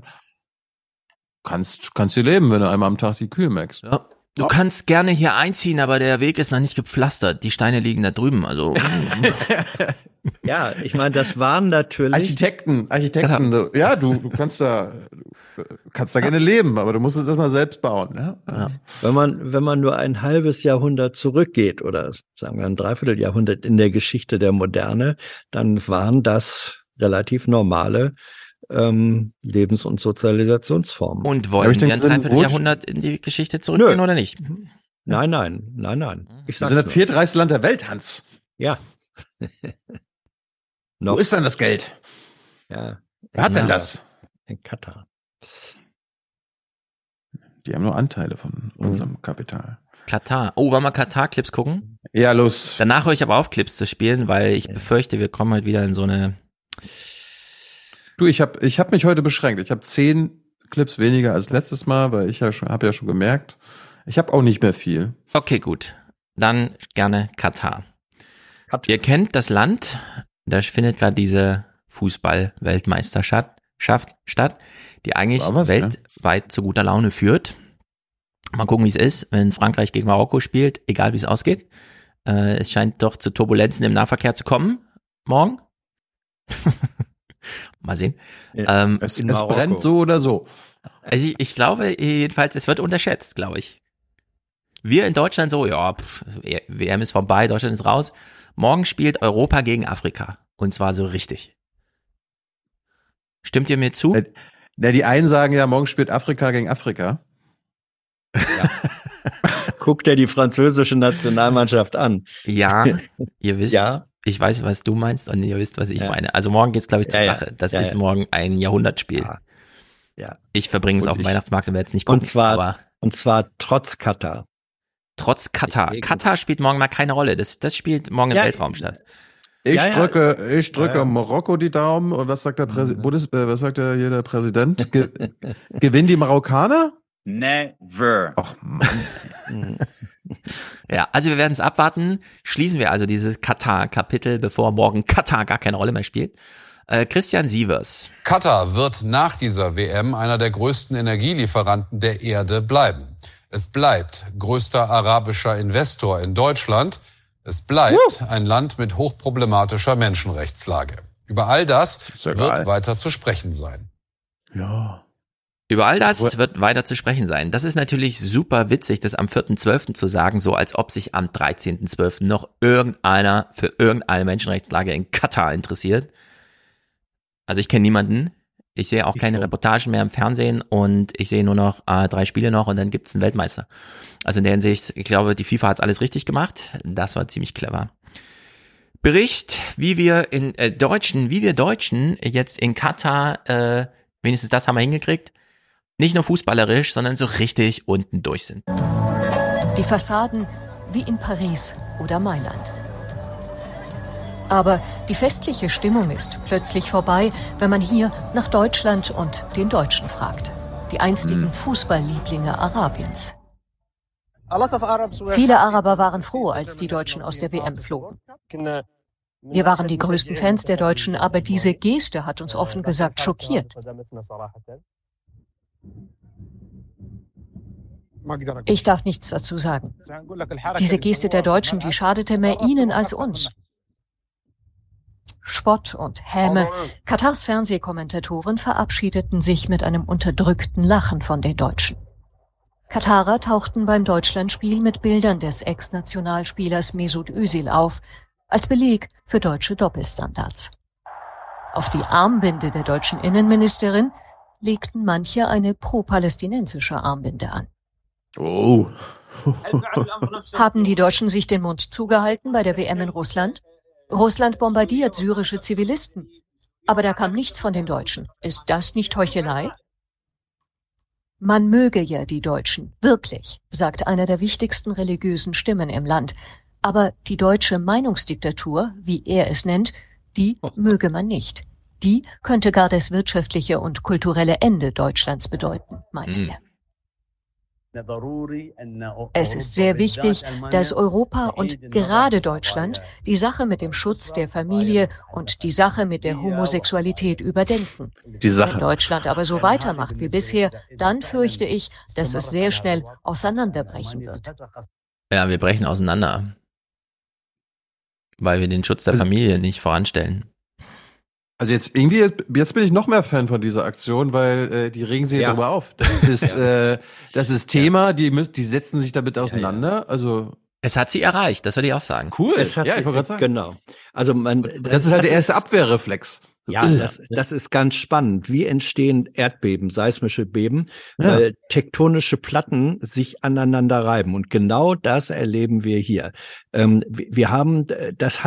Kannst hier leben, wenn du einmal am Tag die Kühe melkst. Ja. Du kannst gerne hier einziehen, aber der Weg ist noch nicht gepflastert. Die Steine liegen da drüben, also. Ja, ich meine, das waren natürlich Architekten. Ja, du kannst da gerne leben, aber du musst es erstmal selbst bauen. Ja? Wenn man nur ein halbes Jahrhundert zurückgeht oder sagen wir ein Dreivierteljahrhundert in der Geschichte der Moderne, dann waren das relativ normale Lebens- und Sozialisationsformen. Und wollen wir ein Dreivierteljahrhundert in die Geschichte zurückgehen oder nicht? Nein. Wir sind das viertreichste Land der Welt, Hans. Ja. Wo ist denn das Geld? Ja. Wer hat denn das? In Katar. Die haben nur Anteile von unserem Kapital. Katar. Oh, wollen wir Katar-Clips gucken? Ja, los. Danach höre ich aber auf, Clips zu spielen, weil ich befürchte, wir kommen halt wieder in so eine... Du, ich hab mich heute beschränkt. Ich habe 10 Clips weniger als letztes Mal, weil ich habe ja schon gemerkt, ich habe auch nicht mehr viel. Okay, gut. Dann gerne Katar. Ihr kennt das Land, da findet gerade diese Fußball-Weltmeisterschaft statt, die eigentlich weltweit zu guter Laune führt. Mal gucken, wie es ist, wenn Frankreich gegen Marokko spielt, egal wie es ausgeht. Es scheint doch zu Turbulenzen im Nahverkehr zu kommen, morgen. Mal sehen. Es brennt so oder so. Also ich glaube jedenfalls, es wird unterschätzt, glaube ich. Wir in Deutschland so, WM ist vorbei, Deutschland ist raus. Morgen spielt Europa gegen Afrika. Und zwar so richtig. Stimmt ihr mir zu? Ja, die einen sagen ja, morgen spielt Afrika gegen Afrika. Ja. Guckt dir die französische Nationalmannschaft an. Ja, ihr wisst, ich weiß, was du meinst und ihr wisst, was ich meine. Also morgen geht's, glaube ich, zur Sache. Das ist morgen ein Jahrhundertspiel. Ja. Ich verbringe es auf dem Weihnachtsmarkt und werde es nicht gucken. Und zwar trotz Katar. Trotz Katar. Katar spielt morgen mal keine Rolle. Das spielt morgen im Weltraum statt. Ich drücke Marokko die Daumen. Und was sagt der was sagt hier der Präsident? Gewinnen die Marokkaner? Never. Ach Mann. Ja, also wir werden es abwarten. Schließen wir also dieses Katar-Kapitel, bevor morgen Katar gar keine Rolle mehr spielt. Christian Sievers. Katar wird nach dieser WM einer der größten Energielieferanten der Erde bleiben. Es bleibt größter arabischer Investor in Deutschland. Es bleibt ein Land mit hochproblematischer Menschenrechtslage. Über all das wird weiter zu sprechen sein. Ja. Über all das wird weiter zu sprechen sein. Das ist natürlich super witzig, das am 4.12. zu sagen, so als ob sich am 13.12. noch irgendeiner für irgendeine Menschenrechtslage in Katar interessiert. Also ich kenne niemanden. Ich sehe auch keine Reportagen mehr im Fernsehen und ich sehe nur noch 3 Spiele noch und dann gibt's einen Weltmeister. Also in der Hinsicht, ich glaube, die FIFA hat's alles richtig gemacht. Das war ziemlich clever. Bericht, wie wir Deutschen jetzt in Katar, wenigstens das haben wir hingekriegt, nicht nur fußballerisch, sondern so richtig unten durch sind. Die Fassaden wie in Paris oder Mailand. Aber die festliche Stimmung ist plötzlich vorbei, wenn man hier nach Deutschland und den Deutschen fragt. Die einstigen Fußballlieblinge Arabiens. Viele Araber waren froh, als die Deutschen aus der WM flogen. Wir waren die größten Fans der Deutschen, aber diese Geste hat uns offen gesagt schockiert. Ich darf nichts dazu sagen. Diese Geste der Deutschen, die schadete mehr ihnen als uns. Spott und Häme. Katars Fernsehkommentatoren verabschiedeten sich mit einem unterdrückten Lachen von den Deutschen. Katarer tauchten beim Deutschlandspiel mit Bildern des Ex-Nationalspielers Mesut Özil auf, als Beleg für deutsche Doppelstandards. Auf die Armbinde der deutschen Innenministerin legten manche eine pro-palästinensische Armbinde an. Oh. Haben die Deutschen sich den Mund zugehalten bei der WM in Russland? Russland bombardiert syrische Zivilisten. Aber da kam nichts von den Deutschen. Ist das nicht Heuchelei? Man möge ja die Deutschen, wirklich, sagt einer der wichtigsten religiösen Stimmen im Land. Aber die deutsche Meinungsdiktatur, wie er es nennt, die möge man nicht. Die könnte gar das wirtschaftliche und kulturelle Ende Deutschlands bedeuten, meinte er. Es ist sehr wichtig, dass Europa und gerade Deutschland die Sache mit dem Schutz der Familie und die Sache mit der Homosexualität überdenken. Wenn Deutschland aber so weitermacht wie bisher, dann fürchte ich, dass es sehr schnell auseinanderbrechen wird. Ja, wir brechen auseinander, weil wir den Schutz der Familie nicht voranstellen. Also jetzt bin ich noch mehr Fan von dieser Aktion, weil die regen sich darüber auf. Das ist Thema, die setzen sich damit auseinander. Also es hat sie erreicht, das würde ich auch sagen. Cool. Ich wollte gerade sagen. Genau. Also das ist halt der erste Abwehrreflex. Ja, das ist ganz spannend. Wie entstehen Erdbeben, seismische Beben, weil tektonische Platten sich aneinander reiben. Und genau das erleben wir hier. Wir haben, das hat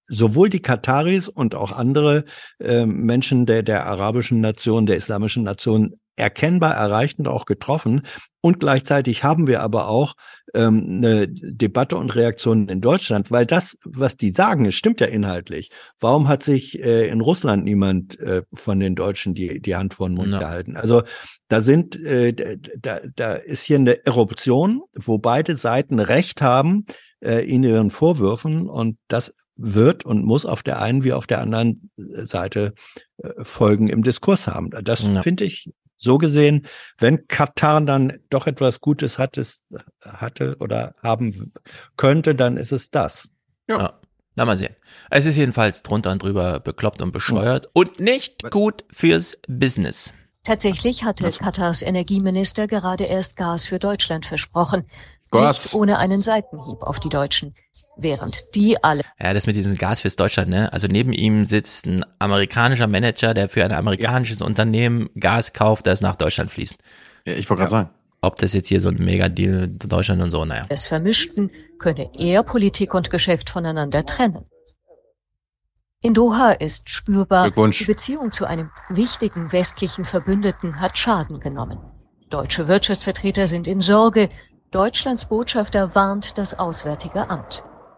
sowohl die Kataris und auch andere Menschen der arabischen Nation, der islamischen Nation erkennbar erreicht und auch getroffen. Und gleichzeitig haben wir aber auch eine Debatte und Reaktionen in Deutschland, weil das, was die sagen, es stimmt ja inhaltlich. Warum hat sich in Russland niemand von den Deutschen die Hand vor den Mund gehalten? Also da ist hier eine Eruption, wo beide Seiten Recht haben in ihren Vorwürfen, und das wird und muss auf der einen wie auf der anderen Seite Folgen im Diskurs haben. Das finde ich so gesehen, wenn Katar dann doch etwas Gutes hatte oder haben könnte, dann ist es das. Ja. Na, mal sehen. Es ist jedenfalls drunter und drüber bekloppt und bescheuert und nicht gut fürs Business. Tatsächlich hatte Katars Energieminister gerade erst Gas für Deutschland versprochen. Nicht ohne einen Seitenhieb auf die Deutschen. Während die alle... Ja, das mit diesem Gas fürs Deutschland, ne? Also neben ihm sitzt ein amerikanischer Manager, der für ein amerikanisches Unternehmen Gas kauft, das nach Deutschland fließt. Ja, ich wollte gerade sagen. Ob das jetzt hier so ein Mega-Deal Deutschland und so, naja. Es vermischten, könne er Politik und Geschäft voneinander trennen. In Doha ist spürbar, die Beziehung zu einem wichtigen westlichen Verbündeten hat Schaden genommen. Deutsche Wirtschaftsvertreter sind in Sorge. Deutschlands Botschafter warnt das Auswärtige Amt.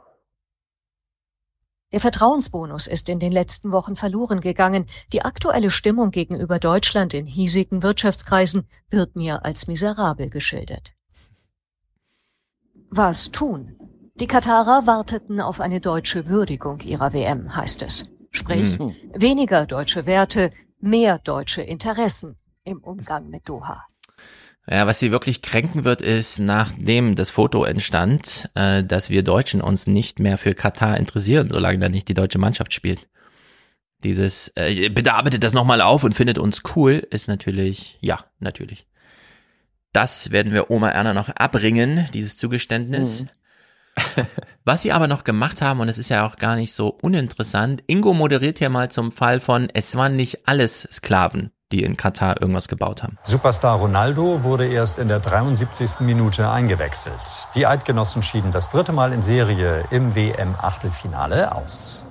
Der Vertrauensbonus ist in den letzten Wochen verloren gegangen. Die aktuelle Stimmung gegenüber Deutschland in hiesigen Wirtschaftskreisen wird mir als miserabel geschildert. Was tun? Die Katarer warteten auf eine deutsche Würdigung ihrer WM, heißt es. Sprich, weniger deutsche Werte, mehr deutsche Interessen im Umgang mit Doha. Ja, was sie wirklich kränken wird, ist, nachdem das Foto entstand, dass wir Deutschen uns nicht mehr für Katar interessieren, solange da nicht die deutsche Mannschaft spielt. Dieses, bitte arbeitet das nochmal auf und findet uns cool, ist natürlich, ja, natürlich. Das werden wir Oma Erna noch abbringen, dieses Zugeständnis. Was sie aber noch gemacht haben, und es ist ja auch gar nicht so uninteressant, Ingo moderiert hier mal zum Fall von, es waren nicht alles Sklaven, die in Katar irgendwas gebaut haben. Superstar Ronaldo wurde erst in der 73. Minute eingewechselt. Die Eidgenossen schieden das 3. Mal in Serie im WM-Achtelfinale aus.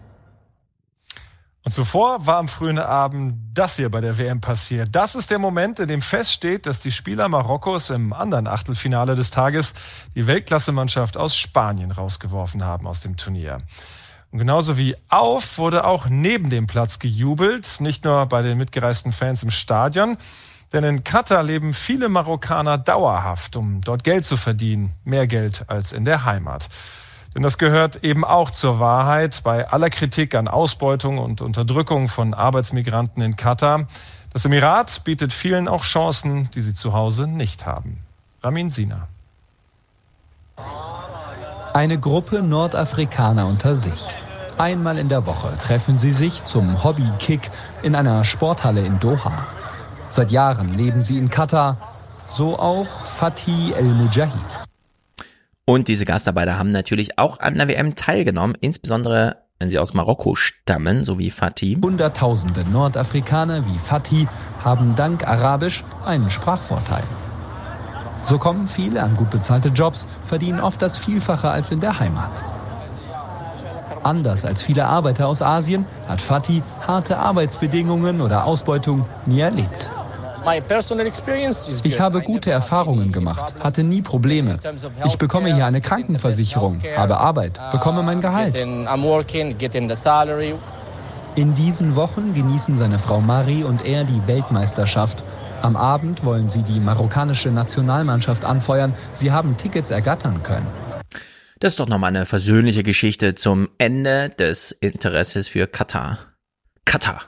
Und zuvor war am frühen Abend das hier bei der WM passiert. Das ist der Moment, in dem feststeht, dass die Spieler Marokkos im anderen Achtelfinale des Tages die Weltklasse-Mannschaft aus Spanien rausgeworfen haben aus dem Turnier. Und genauso wie auf wurde auch neben dem Platz gejubelt, nicht nur bei den mitgereisten Fans im Stadion, denn in Katar leben viele Marokkaner dauerhaft, um dort Geld zu verdienen, mehr Geld als in der Heimat. Denn das gehört eben auch zur Wahrheit bei aller Kritik an Ausbeutung und Unterdrückung von Arbeitsmigranten in Katar. Das Emirat bietet vielen auch Chancen, die sie zu Hause nicht haben. Ramin Sina. Eine Gruppe Nordafrikaner unter sich. Einmal in der Woche treffen sie sich zum Hobby-Kick in einer Sporthalle in Doha. Seit Jahren leben sie in Katar, so auch Fatih El-Mujahid. Und diese Gastarbeiter haben natürlich auch an der WM teilgenommen, insbesondere wenn sie aus Marokko stammen, so wie Fatih. Hunderttausende Nordafrikaner wie Fatih haben dank Arabisch einen Sprachvorteil. So kommen viele an gut bezahlte Jobs, verdienen oft das Vielfache als in der Heimat. Anders als viele Arbeiter aus Asien hat Fatih harte Arbeitsbedingungen oder Ausbeutung nie erlebt. Ich habe gute Erfahrungen gemacht, hatte nie Probleme. Ich bekomme hier eine Krankenversicherung, habe Arbeit, bekomme mein Gehalt. In diesen Wochen genießen seine Frau Mari und er die Weltmeisterschaft. Am Abend wollen sie die marokkanische Nationalmannschaft anfeuern. Sie haben Tickets ergattern können. Das ist doch nochmal eine versöhnliche Geschichte zum Ende des Interesses für Katar. Katar.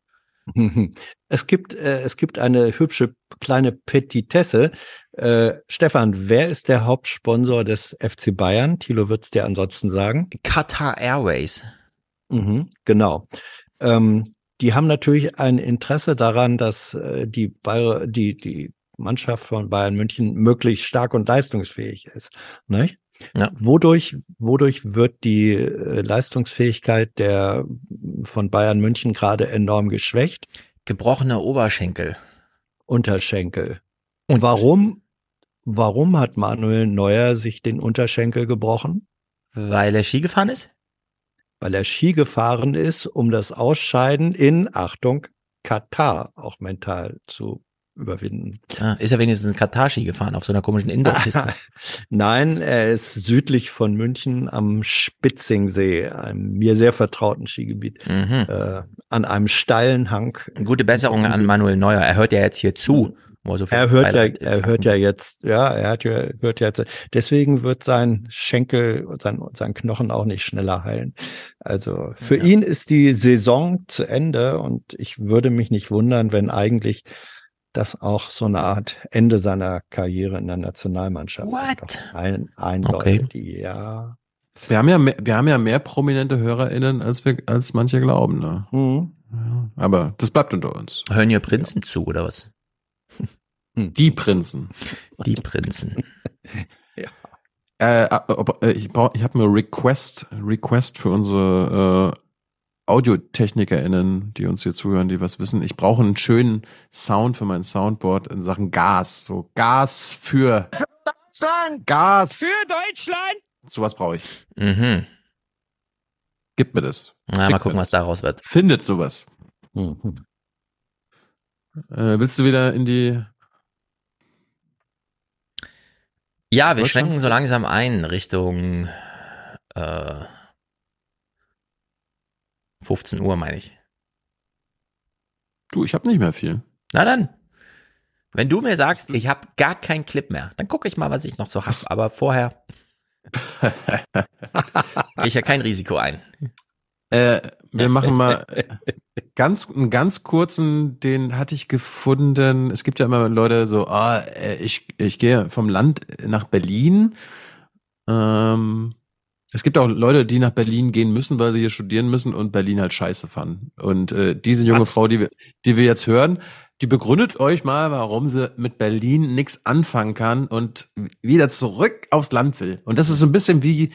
Es gibt eine hübsche kleine Petitesse. Stefan, wer ist der Hauptsponsor des FC Bayern? Thilo wird es dir ansonsten sagen. Qatar Airways. Genau. Die haben natürlich ein Interesse daran, dass die Mannschaft von Bayern München möglichst stark und leistungsfähig ist. Nicht? Ja. Wodurch wird die Leistungsfähigkeit von Bayern München gerade enorm geschwächt? Gebrochene Oberschenkel. Unterschenkel. Und warum hat Manuel Neuer sich den Unterschenkel gebrochen? Weil er Ski gefahren ist? weil er Ski gefahren ist, um das Ausscheiden in, Achtung, Katar auch mental zu überwinden. Ist er wenigstens in Katar-Ski gefahren, auf so einer komischen Indoor-Piste? Nein, er ist südlich von München am Spitzingsee, einem mir sehr vertrauten Skigebiet, an einem steilen Hang. Gute Besserung an Manuel Neuer. Er hört ja jetzt hier zu. Er hört ja jetzt. Deswegen wird sein Schenkel und sein Knochen auch nicht schneller heilen. Also für ihn ist die Saison zu Ende und ich würde mich nicht wundern, wenn eigentlich das auch so eine Art Ende seiner Karriere in der Nationalmannschaft eindeutig. Ja. Wir haben ja mehr prominente HörerInnen, als manche glauben. Ne? Ja, aber das bleibt unter uns. Hören hier Prinzen zu, oder was? Die Prinzen. Die Prinzen. Ja. Ich habe eine Request für unsere AudiotechnikerInnen, die uns hier zuhören, die was wissen. Ich brauche einen schönen Sound für mein Soundboard in Sachen Gas. So Gas für Deutschland! Gas! Für Deutschland! Sowas brauche ich. Gib mir das. Na, mal gucken, was daraus wird. Findet sowas. Willst du wieder in die... Ja, wir schwenken so langsam ein Richtung 15 Uhr, meine ich. Du, ich habe nicht mehr viel. Na dann. Wenn du mir sagst, ich habe gar keinen Clip mehr, dann gucke ich mal, was ich noch so habe. Aber vorher gehe ich ja kein Risiko ein. Wir machen mal einen ganz kurzen, den hatte ich gefunden. Es gibt ja immer Leute so, ich gehe vom Land nach Berlin. Es gibt auch Leute, die nach Berlin gehen müssen, weil sie hier studieren müssen und Berlin halt scheiße fanden. Und diese junge Frau, die wir jetzt hören, die begründet euch mal, warum sie mit Berlin nichts anfangen kann und wieder zurück aufs Land will. Und das ist so ein bisschen wie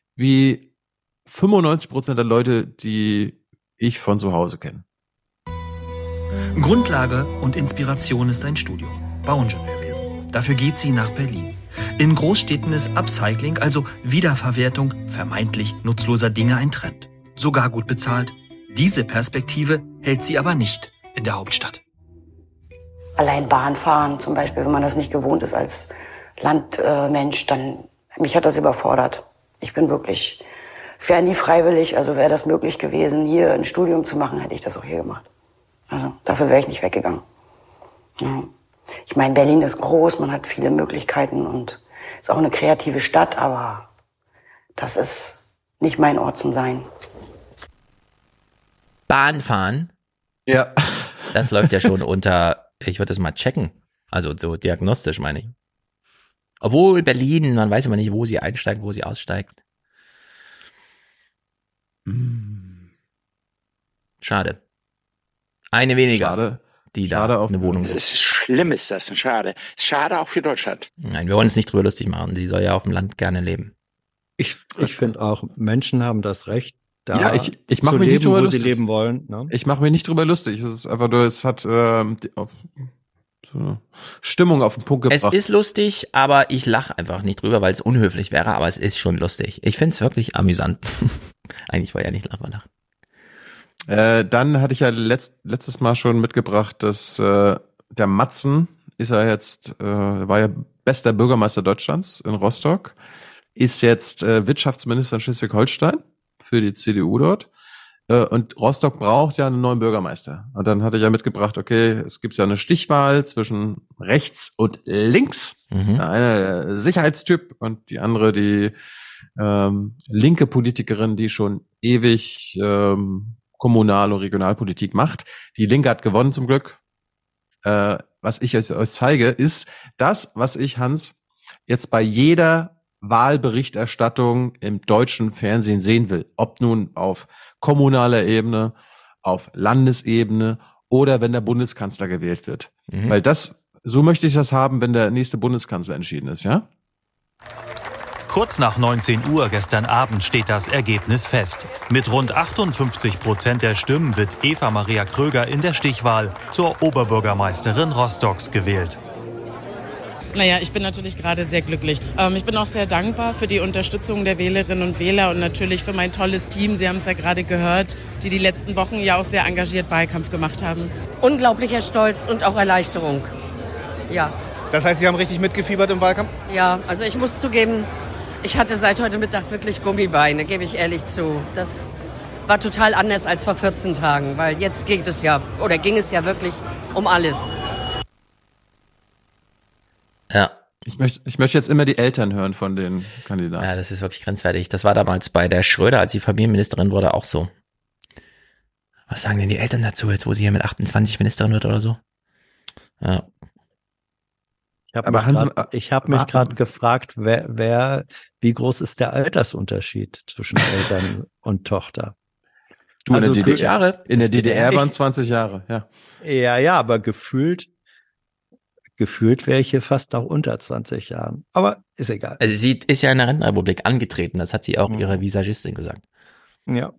95% der Leute, die ich von zu Hause kenne. Grundlage und Inspiration ist ein Studium, Bauingenieurwesen. Dafür geht sie nach Berlin. In Großstädten ist Upcycling, also Wiederverwertung vermeintlich nutzloser Dinge, ein Trend. Sogar gut bezahlt. Diese Perspektive hält sie aber nicht in der Hauptstadt. Allein Bahnfahren zum Beispiel, wenn man das nicht gewohnt ist als Landmensch, dann mich hat das überfordert. Ich bin wirklich, wäre nie freiwillig, also wäre das möglich gewesen, hier ein Studium zu machen, hätte ich das auch hier gemacht. Also dafür wäre ich nicht weggegangen. Ja. Ich meine, Berlin ist groß, man hat viele Möglichkeiten und ist auch eine kreative Stadt, aber das ist nicht mein Ort zum Sein. Bahnfahren? Ja. Das läuft ja schon unter, ich würde das mal checken, also so diagnostisch meine ich. Obwohl Berlin, man weiß immer nicht, wo sie einsteigt, wo sie aussteigt. Schade. Eine weniger. Schade. Die da auf eine Wohnung sucht. Das ist schlimm, ist das. Schade. Schade auch für Deutschland. Nein, wir wollen uns nicht drüber lustig machen. Die soll ja auf dem Land gerne leben. Ich finde auch, Menschen haben das Recht, da ja, ich mache zu mir leben, nicht drüber wo lustig. sie leben wollen. Ne? Ich mache mir nicht drüber lustig. Es ist einfach nur, es hat so Stimmung auf den Punkt gebracht. Es ist lustig, aber ich lache einfach nicht drüber, weil es unhöflich wäre, aber es ist schon lustig. Ich finde es wirklich amüsant. Eigentlich war ja nicht lachen. Dann hatte ich ja letztes Mal schon mitgebracht, dass der Matzen ist ja jetzt, war ja bester Bürgermeister Deutschlands in Rostock, ist jetzt Wirtschaftsminister in Schleswig-Holstein für die CDU dort. Und Rostock braucht ja einen neuen Bürgermeister. Und dann hatte ich ja mitgebracht, okay, es gibt ja eine Stichwahl zwischen rechts und links. Der eine der Sicherheitstyp und die andere die linke Politikerin, die schon ewig Kommunal- und Regionalpolitik macht. Die Linke hat gewonnen zum Glück. Was ich euch zeige, ist das, was ich, Hans, jetzt bei jeder Wahlberichterstattung im deutschen Fernsehen sehen will. Ob nun auf kommunaler Ebene, auf Landesebene oder wenn der Bundeskanzler gewählt wird. Weil so möchte ich das haben, wenn der nächste Bundeskanzler entschieden ist, ja? Kurz nach 19 Uhr gestern Abend steht das Ergebnis fest. Mit rund 58% der Stimmen wird Eva Maria Kröger in der Stichwahl zur Oberbürgermeisterin Rostocks gewählt. Naja, ich bin natürlich gerade sehr glücklich. Ich bin auch sehr dankbar für die Unterstützung der Wählerinnen und Wähler und natürlich für mein tolles Team. Sie haben es ja gerade gehört, die letzten Wochen ja auch sehr engagiert Wahlkampf gemacht haben. Unglaublicher Stolz und auch Erleichterung. Ja. Das heißt, Sie haben richtig mitgefiebert im Wahlkampf? Ja, also ich muss zugeben, ich hatte seit heute Mittag wirklich Gummibeine, gebe ich ehrlich zu. Das war total anders als vor 14 Tagen, weil jetzt ging es ja wirklich um alles. Ja. Ich möchte jetzt immer die Eltern hören von den Kandidaten. Ja, das ist wirklich grenzwertig. Das war damals bei der Schröder, als sie Familienministerin wurde, auch so. Was sagen denn die Eltern dazu jetzt, wo sie hier mit 28 Ministerin wird oder so? Ja. Ich habe mich gerade gefragt, wie groß ist der Altersunterschied zwischen Eltern und Tochter? Du, also in der DDR waren es 20 Jahre, ja. Ja, aber gefühlt wäre ich hier fast noch unter 20 Jahren. Aber ist egal. Also sie ist ja in der Rentenrepublik angetreten, das hat sie auch ihrer Visagistin gesagt. Ja.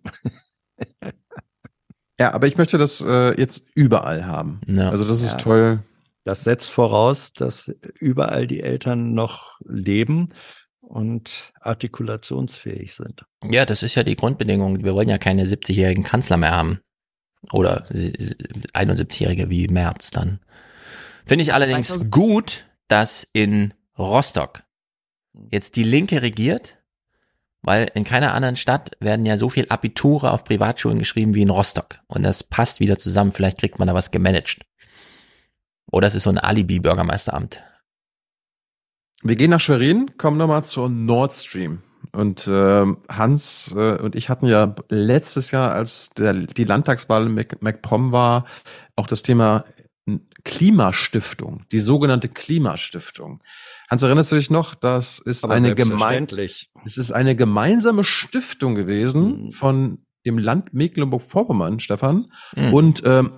Ja, aber ich möchte das jetzt überall haben. Ja. Also das ist toll. Das setzt voraus, dass überall die Eltern noch leben und artikulationsfähig sind. Ja, das ist ja die Grundbedingung. Wir wollen ja keine 70-jährigen Kanzler mehr haben. Oder 71-Jährige wie Merz dann. Finde ich allerdings gut, dass in Rostock jetzt die Linke regiert, weil in keiner anderen Stadt werden ja so viel Abiture auf Privatschulen geschrieben wie in Rostock. Und das passt wieder zusammen. Vielleicht kriegt man da was gemanagt. Oder es ist so ein Alibi-Bürgermeisteramt. Wir gehen nach Schwerin, kommen nochmal zur Nord Stream. Und Hans und ich hatten ja letztes Jahr, als die Landtagswahl in MacPom war, auch das Thema Klimastiftung, die sogenannte Klimastiftung. Hans, erinnerst du dich noch? Das ist eine gemeinsame Stiftung gewesen von dem Land Mecklenburg-Vorpommern, Stefan, und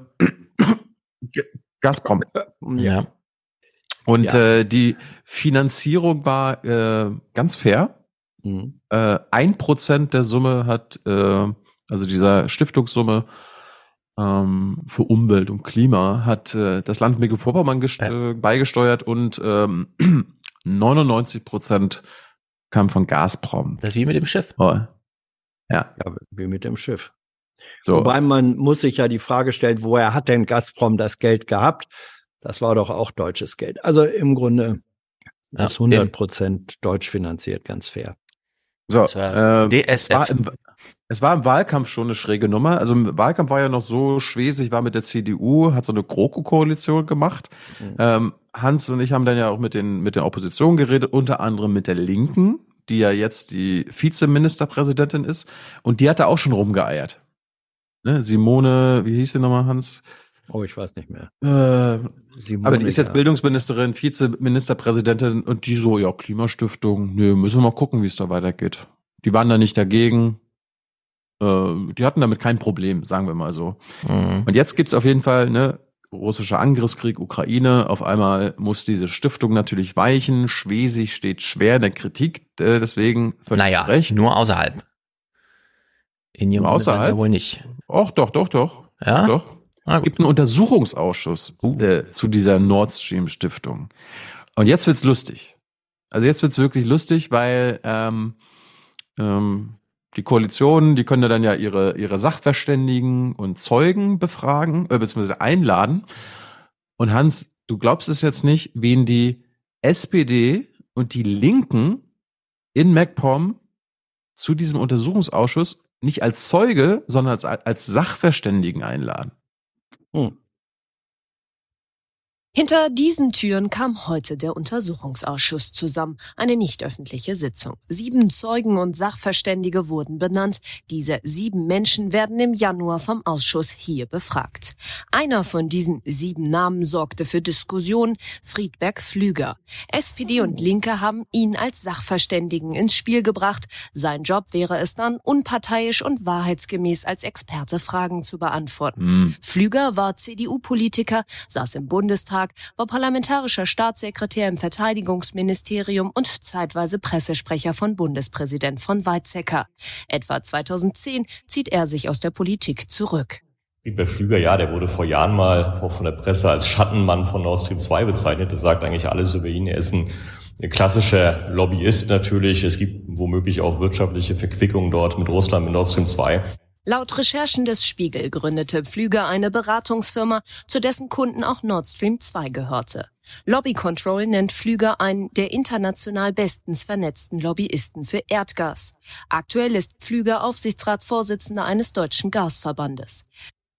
Gazprom. Ja. Und die Finanzierung war ganz fair. 1% der Summe hat, also dieser Stiftungssumme für Umwelt und Klima, hat das Land Mecklenburg-Vorpommern beigesteuert und 99% kam von Gazprom. Das ist wie mit dem Schiff. Oh. Ja, wie mit dem Schiff. So. Wobei man muss sich ja die Frage stellen, woher hat denn Gazprom das Geld gehabt? Das war doch auch deutsches Geld. Also im Grunde ist 100% deutsch finanziert, ganz fair. So, es war im Wahlkampf schon eine schräge Nummer. Also im Wahlkampf war ja noch so Schwesig, war mit der CDU, hat so eine GroKo-Koalition gemacht. Hans und ich haben dann ja auch mit der Opposition geredet, unter anderem mit der Linken, die ja jetzt die Vizeministerpräsidentin ist. Und die hat da auch schon rumgeeiert. Ne? Simone, wie hieß sie nochmal, Hans? Oh, ich weiß nicht mehr. Simone, aber die ist jetzt Bildungsministerin, Vizeministerpräsidentin und die so, ja, Klimastiftung, nö, müssen wir mal gucken, wie es da weitergeht. Die waren da nicht dagegen. Die hatten damit kein Problem, sagen wir mal so. Und jetzt gibt's auf jeden Fall, ne, russischer Angriffskrieg, Ukraine. Auf einmal muss diese Stiftung natürlich weichen. Schwesig steht schwer in der Kritik, deswegen völlig recht. Nur außerhalb. In ihrem außerhalb wohl nicht. Och, doch. Ja? Doch. Es gibt einen Untersuchungsausschuss zu dieser Nord Stream Stiftung. Und jetzt wird's lustig. Also jetzt wird's wirklich lustig, weil die Koalitionen, die können dann ja ihre Sachverständigen und Zeugen befragen, beziehungsweise einladen. Und Hans, du glaubst es jetzt nicht, wen die SPD und die Linken in MacPom zu diesem Untersuchungsausschuss nicht als Zeuge, sondern als Sachverständigen einladen. Hinter diesen Türen kam heute der Untersuchungsausschuss zusammen, eine nicht öffentliche Sitzung. 7 Zeugen und Sachverständige wurden benannt. Diese 7 Menschen werden im Januar vom Ausschuss hier befragt. Einer von diesen 7 Namen sorgte für Diskussionen, Friedberg Flüger. SPD und Linke haben ihn als Sachverständigen ins Spiel gebracht. Sein Job wäre es dann, unparteiisch und wahrheitsgemäß als Experte Fragen zu beantworten. Flüger war CDU-Politiker, saß im Bundestag, war parlamentarischer Staatssekretär im Verteidigungsministerium und zeitweise Pressesprecher von Bundespräsident von Weizsäcker. Etwa 2010 zieht er sich aus der Politik zurück. Friedbert Pflüger, ja, der wurde vor Jahren mal von der Presse als Schattenmann von Nord Stream 2 bezeichnet. Das sagt eigentlich alles über ihn. Er ist ein klassischer Lobbyist natürlich. Es gibt womöglich auch wirtschaftliche Verquickungen dort mit Russland, mit Nord Stream 2. Laut Recherchen des Spiegel gründete Pflüger eine Beratungsfirma, zu dessen Kunden auch Nord Stream 2 gehörte. Lobby Control nennt Pflüger einen der international bestens vernetzten Lobbyisten für Erdgas. Aktuell ist Pflüger Aufsichtsratsvorsitzender eines deutschen Gasverbandes.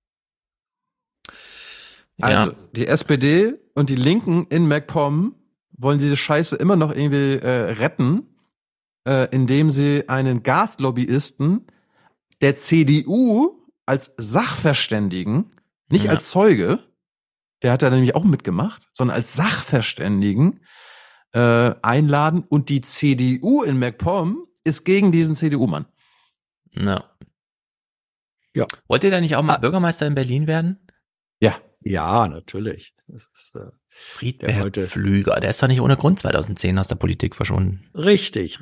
Also, die SPD und die Linken in MacPom wollen diese Scheiße immer noch irgendwie retten, indem sie einen Gaslobbyisten der CDU als Sachverständigen, nicht als Zeuge, der hat da nämlich auch mitgemacht, sondern als Sachverständigen einladen. Und die CDU in MacPom ist gegen diesen CDU-Mann. Ja. Wollt ihr da nicht auch mal Bürgermeister in Berlin werden? Ja, natürlich. Das ist, Friedbert Pflüger, der ist doch nicht ohne Grund 2010 aus der Politik verschwunden. Richtig.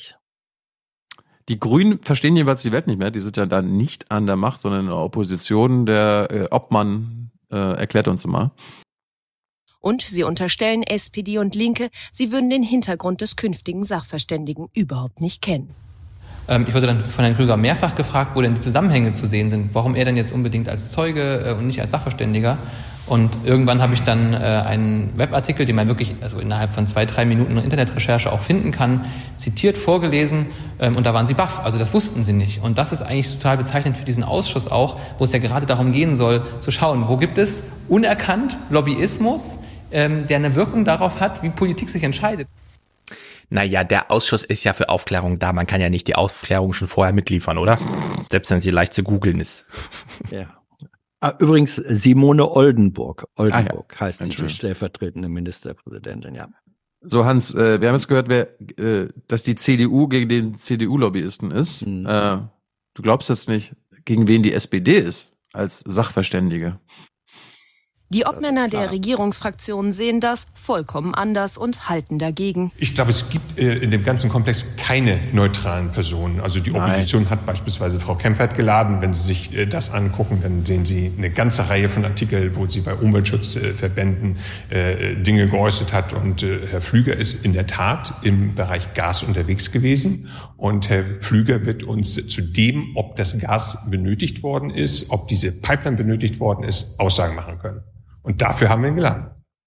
Die Grünen verstehen jeweils die Welt nicht mehr. Die sind ja da nicht an der Macht, sondern in der Opposition. Der Obmann erklärt uns immer. Und sie unterstellen SPD und Linke, sie würden den Hintergrund des künftigen Sachverständigen überhaupt nicht kennen. Ich wurde dann von Herrn Krüger mehrfach gefragt, wo denn die Zusammenhänge zu sehen sind. Warum er denn jetzt unbedingt als Zeuge und nicht als Sachverständiger? Und irgendwann habe ich dann einen Webartikel, den man wirklich innerhalb von 2-3 Minuten Internetrecherche auch finden kann, zitiert, vorgelesen und da waren sie baff. Also das wussten sie nicht. Und das ist eigentlich total bezeichnend für diesen Ausschuss auch, wo es ja gerade darum gehen soll, zu schauen, wo gibt es unerkannt Lobbyismus, der eine Wirkung darauf hat, wie Politik sich entscheidet. Naja, der Ausschuss ist ja für Aufklärung da. Man kann ja nicht die Aufklärung schon vorher mitliefern, oder? Selbst wenn sie leicht zu googeln ist. Ja. Übrigens, Simone Oldenburg heißt sie, die stellvertretende Ministerpräsidentin, ja. So, Hans, wir haben jetzt gehört, dass die CDU gegen den CDU-Lobbyisten ist. Du glaubst jetzt nicht, gegen wen die SPD ist als Sachverständige. Die Obmänner der Regierungsfraktionen sehen das vollkommen anders und halten dagegen. Ich glaube, es gibt in dem ganzen Komplex keine neutralen Personen. Also die Opposition hat beispielsweise Frau Kempfert geladen. Wenn Sie sich das angucken, dann sehen Sie eine ganze Reihe von Artikeln, wo sie bei Umweltschutzverbänden Dinge geäußert hat. Und Herr Pflüger ist in der Tat im Bereich Gas unterwegs gewesen. Und Herr Pflüger wird uns zu dem, ob das Gas benötigt worden ist, ob diese Pipeline benötigt worden ist, Aussagen machen können. Und dafür haben wir ihn geladen.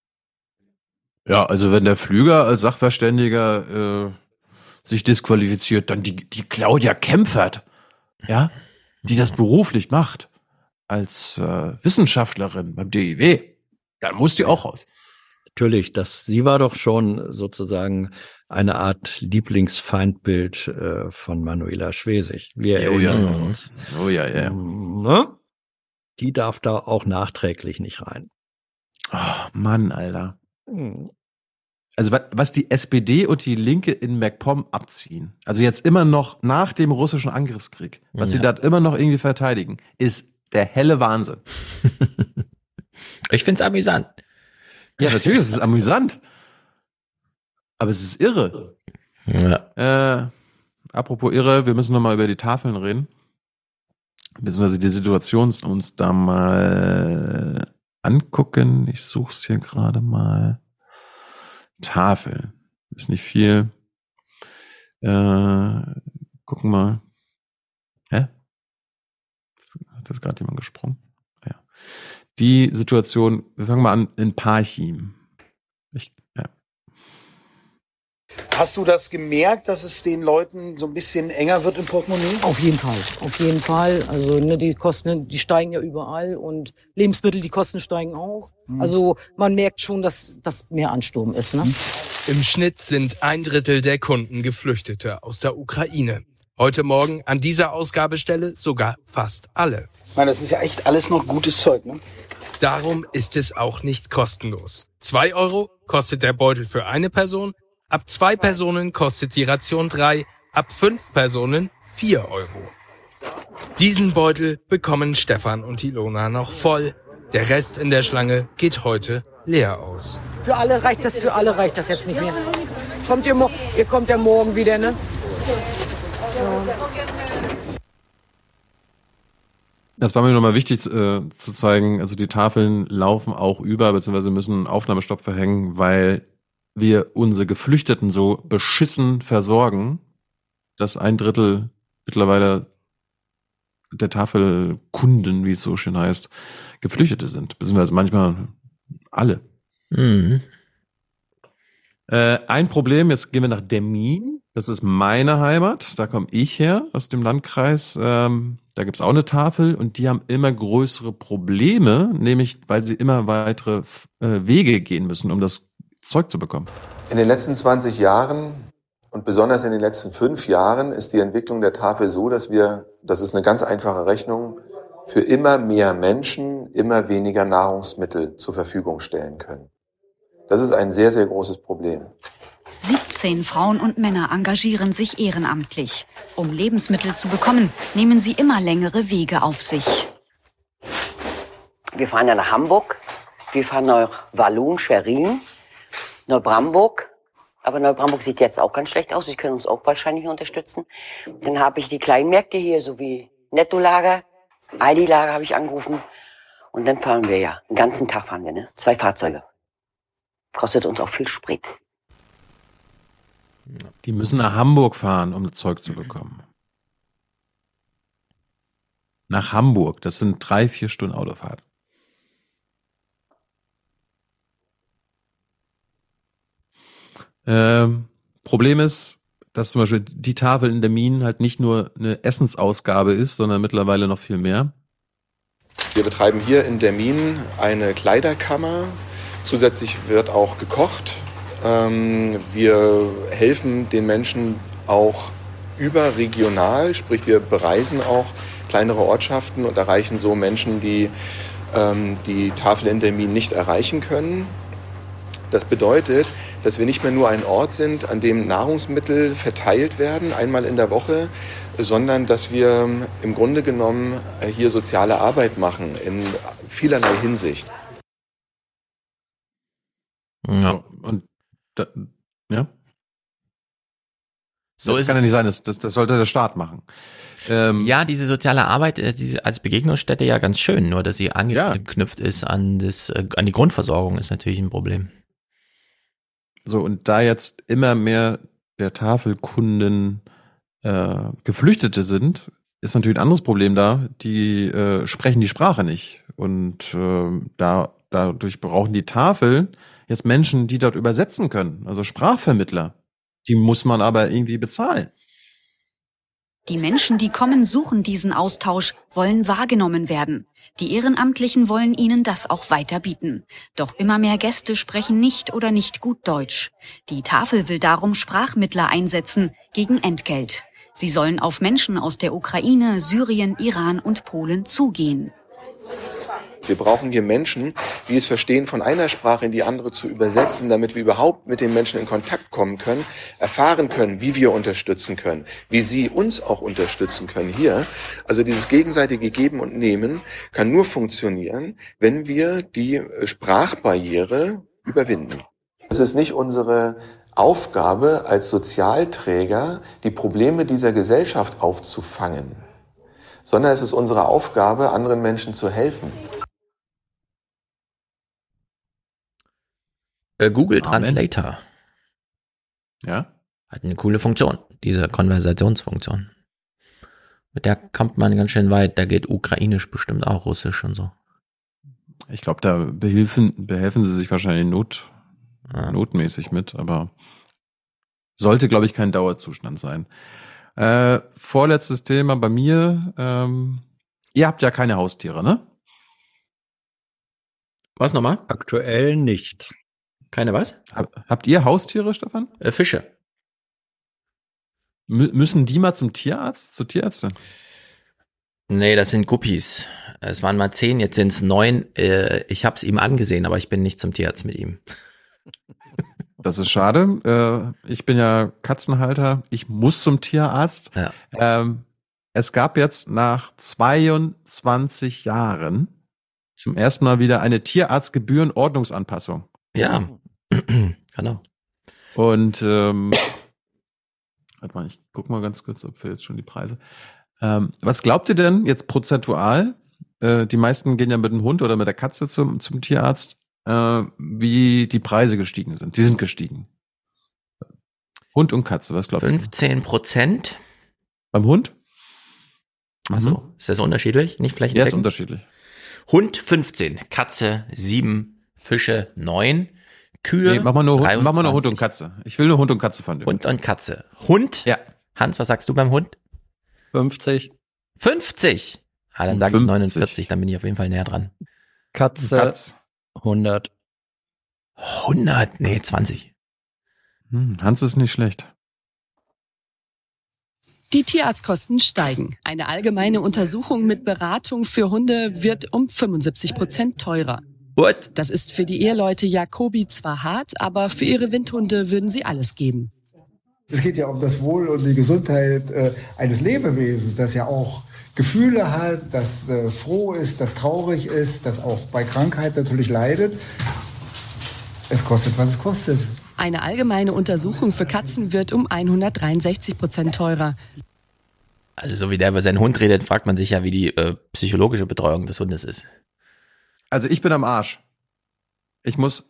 Ja, also wenn der Pflüger als Sachverständiger sich disqualifiziert, dann die Claudia Kempfert, ja, die das beruflich macht, als Wissenschaftlerin beim DIW, dann muss die auch raus. Natürlich, sie war doch schon sozusagen eine Art Lieblingsfeindbild von Manuela Schwesig. Wir erinnern uns. Oh ja. Ne? Die darf da auch nachträglich nicht rein. Oh, Mann, Alter. Also was die SPD und die Linke in MacPom abziehen, also jetzt immer noch nach dem russischen Angriffskrieg, was sie da immer noch irgendwie verteidigen, ist der helle Wahnsinn. Ich find's amüsant. Ja, natürlich ist es amüsant. Aber es ist irre. Ja. Apropos irre, wir müssen nochmal über die Tafeln reden. Beziehungsweise die Situation uns da mal angucken. Ich suche es hier gerade mal. Tafeln. Ist nicht viel. Gucken mal. Hä? Hat das gerade jemand gesprungen? Ja. Die Situation, wir fangen mal an in Parchim. Hast du das gemerkt, dass es den Leuten so ein bisschen enger wird im Portemonnaie? Auf jeden Fall. Also die Kosten, die steigen ja überall und Lebensmittel, die Kosten steigen auch. Also man merkt schon, dass das mehr Ansturm ist. Ne? Im Schnitt sind 1/3 der Kunden Geflüchtete aus der Ukraine. Heute Morgen an dieser Ausgabestelle sogar fast alle. Ich meine, das ist ja echt alles noch gutes Zeug, ne? Darum ist es auch nicht kostenlos. 2 € kostet der Beutel für eine Person. Ab 2 Personen kostet die Ration 3, ab 5 Personen 4 €. Diesen Beutel bekommen Stefan und Ilona noch voll. Der Rest in der Schlange geht heute leer aus. Für alle reicht das jetzt nicht mehr. Ihr kommt ja morgen wieder, ne? Das war mir nochmal wichtig zu zeigen, also die Tafeln laufen auch über, beziehungsweise müssen einen Aufnahmestopp verhängen, weil wir unsere Geflüchteten so beschissen versorgen, dass 1/3 mittlerweile der Tafelkunden, wie es so schön heißt, Geflüchtete sind, beziehungsweise manchmal alle. Mhm. Ein Problem, jetzt gehen wir nach Demmin, das ist meine Heimat, da komme ich her, aus dem Landkreis, da gibt's auch eine Tafel und die haben immer größere Probleme, nämlich weil sie immer weitere Wege gehen müssen, um das Zeug zu bekommen. In den letzten 20 Jahren und besonders in den letzten 5 Jahren ist die Entwicklung der Tafel so, dass das ist eine ganz einfache Rechnung, für immer mehr Menschen immer weniger Nahrungsmittel zur Verfügung stellen können. Das ist ein sehr, sehr großes Problem. 17 Frauen und Männer engagieren sich ehrenamtlich. Um Lebensmittel zu bekommen, nehmen sie immer längere Wege auf sich. Wir fahren ja nach Hamburg, wir fahren nach Walloon, Schwerin, Neubrandenburg. Aber Neubrandenburg sieht jetzt auch ganz schlecht aus. Sie können uns auch wahrscheinlich unterstützen. Dann habe ich die kleinen Märkte hier, so wie Netto-Lager, Aldi-Lager habe ich angerufen. Und dann fahren wir ja. Den ganzen Tag fahren wir, ne? 2 Fahrzeuge. Kostet uns auch viel Sprit. Die müssen nach Hamburg fahren, um das Zeug zu bekommen. Nach Hamburg, das sind 3-4 Stunden Autofahrt. Problem ist, dass zum Beispiel die Tafel in Demmin halt nicht nur eine Essensausgabe ist, sondern mittlerweile noch viel mehr. Wir betreiben hier in Demmin eine Kleiderkammer. Zusätzlich wird auch gekocht. Wir helfen den Menschen auch überregional, sprich wir bereisen auch kleinere Ortschaften und erreichen so Menschen, die die Tafel in Demmin nicht erreichen können. Das bedeutet, dass wir nicht mehr nur ein Ort sind, an dem Nahrungsmittel verteilt werden, einmal in der Woche, sondern dass wir im Grunde genommen hier soziale Arbeit machen, in vielerlei Hinsicht. Ja, und ja. So das kann ja nicht sein, das sollte der Staat machen. Ja, diese soziale Arbeit, als Begegnungsstätte ja ganz schön, nur dass sie angeknüpft ist an die Grundversorgung, ist natürlich ein Problem. So, und da jetzt immer mehr der Tafelkunden Geflüchtete sind, ist natürlich ein anderes Problem da. Die sprechen die Sprache nicht. Und dadurch brauchen die Tafeln jetzt Menschen, die dort übersetzen können, also Sprachvermittler. Die muss man aber irgendwie bezahlen. Die Menschen, die kommen, suchen diesen Austausch, wollen wahrgenommen werden. Die Ehrenamtlichen wollen ihnen das auch weiter bieten. Doch immer mehr Gäste sprechen nicht oder nicht gut Deutsch. Die Tafel will darum Sprachmittler einsetzen, gegen Entgelt. Sie sollen auf Menschen aus der Ukraine, Syrien, Iran und Polen zugehen. Wir brauchen hier Menschen, die es verstehen, von einer Sprache in die andere zu übersetzen, damit wir überhaupt mit den Menschen in Kontakt kommen können, erfahren können, wie wir unterstützen können, wie sie uns auch unterstützen können hier. Also dieses gegenseitige Geben und Nehmen kann nur funktionieren, wenn wir die Sprachbarriere überwinden. Es ist nicht unsere Aufgabe als Sozialträger, die Probleme dieser Gesellschaft aufzufangen, sondern es ist unsere Aufgabe, anderen Menschen zu helfen. Google Translator. Ja. Hat eine coole Funktion, diese Konversationsfunktion. Mit der kommt man ganz schön weit. Da geht Ukrainisch bestimmt auch, Russisch und so. Ich glaube, da behelfen sie sich wahrscheinlich notmäßig mit, aber sollte, glaube ich, kein Dauerzustand sein. Vorletztes Thema bei mir. Ihr habt ja keine Haustiere, ne? Was nochmal? Aktuell nicht. Keine was? Habt ihr Haustiere, Stefan? Fische. Müssen die mal zur Tierärztin? Nee, das sind Guppies. Es waren mal 10, jetzt sind es 9. Ich habe es ihm angesehen, aber ich bin nicht zum Tierarzt mit ihm. Das ist schade. Ich bin ja Katzenhalter. Ich muss zum Tierarzt. Ja. Es gab jetzt nach 22 Jahren zum ersten Mal wieder eine Tierarztgebührenordnungsanpassung. Ja, genau. Und warte mal, ich guck mal ganz kurz, ob wir jetzt schon die Preise. Was glaubt ihr denn jetzt prozentual, die meisten gehen ja mit dem Hund oder mit der Katze zum Tierarzt, wie die Preise gestiegen sind. Die sind gestiegen. Hund und Katze, was glaubst du? 15%. Beim Hund? Achso, ist das unterschiedlich? Nicht vielleicht? Ja, ist unterschiedlich. Hund 15, Katze 7, Fische 9, Kühe. Nee, mach mal nur Hund und Katze. Ich will nur Hund und Katze von dir. Hund und Katze. Hund? Ja. Hans, was sagst du beim Hund? 50. 50? Ah, dann sage ich 49, dann bin ich auf jeden Fall näher dran. Katze 100. 100? Nee, 20. Hans ist nicht schlecht. Die Tierarztkosten steigen. Eine allgemeine Untersuchung mit Beratung für Hunde wird um 75% teurer. What? Das ist für die Eheleute Jacobi zwar hart, aber für ihre Windhunde würden sie alles geben. Es geht ja um das Wohl und die Gesundheit eines Lebewesens, das ja auch Gefühle hat, das froh ist, das traurig ist, das auch bei Krankheit natürlich leidet. Es kostet, was es kostet. Eine allgemeine Untersuchung für Katzen wird um 163% teurer. Also so wie der über seinen Hund redet, fragt man sich ja, wie die psychologische Betreuung des Hundes ist. Also ich bin am Arsch. Ich muss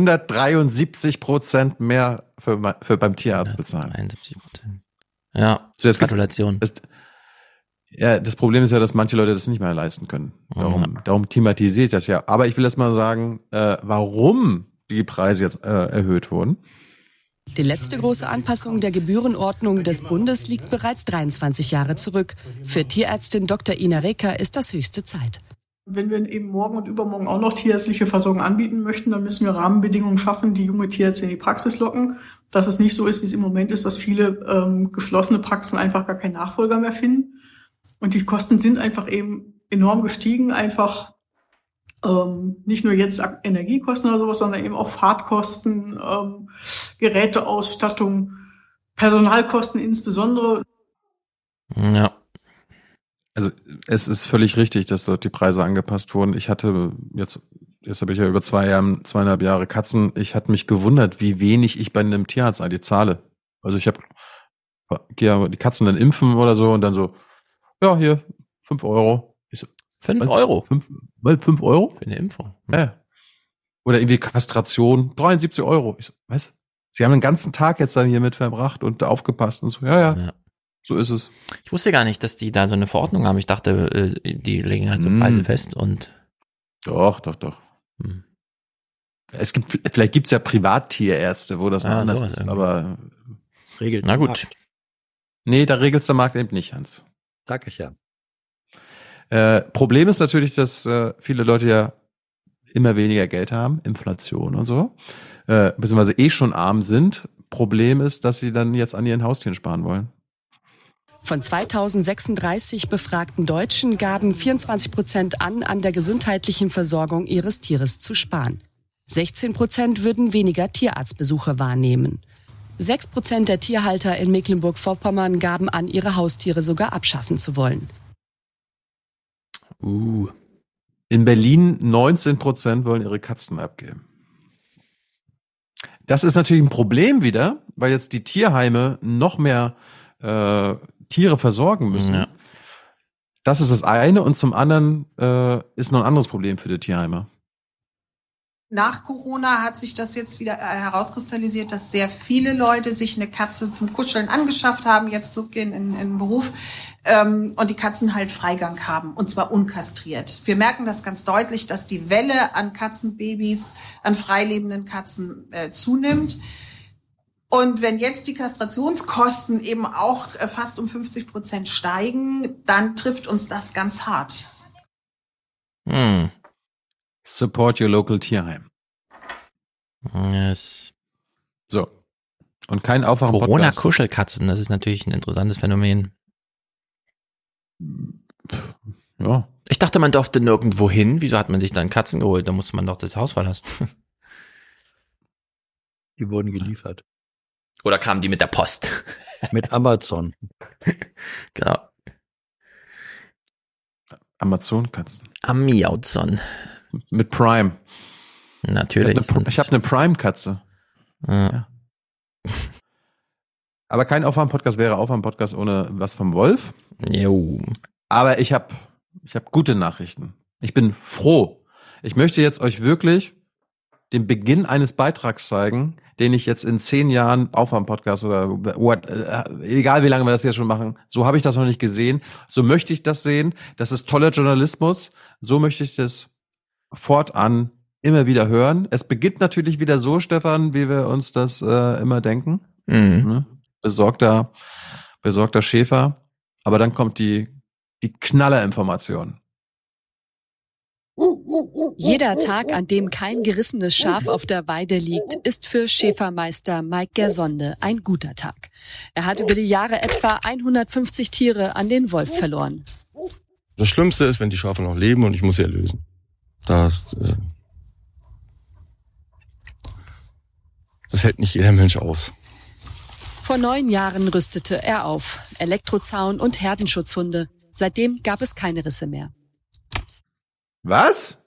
173% mehr für beim Tierarzt bezahlen. 71%. Ja, so, jetzt Gratulation. Das Problem ist ja, dass manche Leute das nicht mehr leisten können. Darum thematisiert das ja. Aber ich will erst mal sagen, warum die Preise jetzt erhöht wurden. Die letzte große Anpassung der Gebührenordnung des Bundes liegt bereits 23 Jahre zurück. Für Tierärztin Dr. Ina Reker ist das höchste Zeit. Wenn wir eben morgen und übermorgen auch noch tierärztliche Versorgung anbieten möchten, dann müssen wir Rahmenbedingungen schaffen, die junge Tierärzte in die Praxis locken. Dass es nicht so ist, wie es im Moment ist, dass viele geschlossene Praxen einfach gar keinen Nachfolger mehr finden. Und die Kosten sind einfach eben enorm gestiegen, einfach nicht nur jetzt Energiekosten oder sowas, sondern eben auch Fahrtkosten, Geräteausstattung, Personalkosten insbesondere. Ja. Also es ist völlig richtig, dass dort die Preise angepasst wurden. Ich hatte jetzt habe ich ja über 2,5 Jahre Katzen. Ich hatte mich gewundert, wie wenig ich bei einem Tierarzt eigentlich zahle. Also ich gehe ja die Katzen dann impfen oder so und dann so, ja, hier, 5 Euro. Ich so, 5 Euro? 5 Euro? Für eine Impfung. Ja. Oder irgendwie Kastration, 73 Euro. Ich so, was? Sie haben den ganzen Tag jetzt dann hier mit verbracht und aufgepasst und so, ja. So ist es. Ich wusste gar nicht, dass die da so eine Verordnung haben. Ich dachte, die legen halt so Preise fest und. Doch. Vielleicht gibt's ja Privattierärzte, wo das anders ist, aber das regelt na gut. Markt. Nee, da regelt's der Markt eben nicht, Hans. Sag ich ja. Problem ist natürlich, dass viele Leute ja immer weniger Geld haben, Inflation und so, beziehungsweise schon arm sind. Problem ist, dass sie dann jetzt an ihren Haustieren sparen wollen. Von 2036 befragten Deutschen gaben 24% an der gesundheitlichen Versorgung ihres Tieres zu sparen. 16% würden weniger Tierarztbesuche wahrnehmen. 6% der Tierhalter in Mecklenburg-Vorpommern gaben an, ihre Haustiere sogar abschaffen zu wollen. In Berlin 19% wollen ihre Katzen abgeben. Das ist natürlich ein Problem wieder, weil jetzt die Tierheime noch mehr Tiere versorgen müssen. Ja. Das ist das eine. Und zum anderen ist noch ein anderes Problem für die Tierheime. Nach Corona hat sich das jetzt wieder herauskristallisiert, dass sehr viele Leute sich eine Katze zum Kuscheln angeschafft haben, jetzt zurückgehen in den Beruf und die Katzen halt Freigang haben, und zwar unkastriert. Wir merken das ganz deutlich, dass die Welle an Katzenbabys, an freilebenden Katzen zunimmt. Und wenn jetzt die Kastrationskosten eben auch fast um 50% steigen, dann trifft uns das ganz hart. Support your local Tierheim. Yes. So. Und kein Aufwachen-Podcast. Corona-Kuschelkatzen, das ist natürlich ein interessantes Phänomen. Ja. Ich dachte, man durfte nirgendwo hin. Wieso hat man sich dann Katzen geholt? Da musste man doch das Haus verlassen. Die wurden geliefert. Oder kamen die mit der Post? Mit Amazon. Genau. Amazon-Katzen. Amiazon. Mit Prime. Natürlich. Ich habe eine Prime-Katze. Ja. Aber kein Aufwachen-Podcast wäre Aufwachen-Podcast ohne was vom Wolf. Jo. Aber ich hab gute Nachrichten. Ich bin froh. Ich möchte jetzt euch wirklich den Beginn eines Beitrags zeigen, den ich jetzt in 10 Jahren Aufwärm-Podcast oder egal wie lange wir das jetzt schon machen, so habe ich das noch nicht gesehen. So möchte ich das sehen. Das ist toller Journalismus. So möchte ich das fortan immer wieder hören. Es beginnt natürlich wieder so, Stefan, wie wir uns das immer denken. Mhm. Besorgter Schäfer. Aber dann kommt die Knallerinformation. Jeder Tag, an dem kein gerissenes Schaf auf der Weide liegt, ist für Schäfermeister Mike Gersonde ein guter Tag. Er hat über die Jahre etwa 150 Tiere an den Wolf verloren. Das Schlimmste ist, wenn die Schafe noch leben und ich muss sie erlösen. Das hält nicht jeder Mensch aus. Vor 9 Jahren rüstete er auf. Elektrozaun und Herdenschutzhunde. Seitdem gab es keine Risse mehr. Was?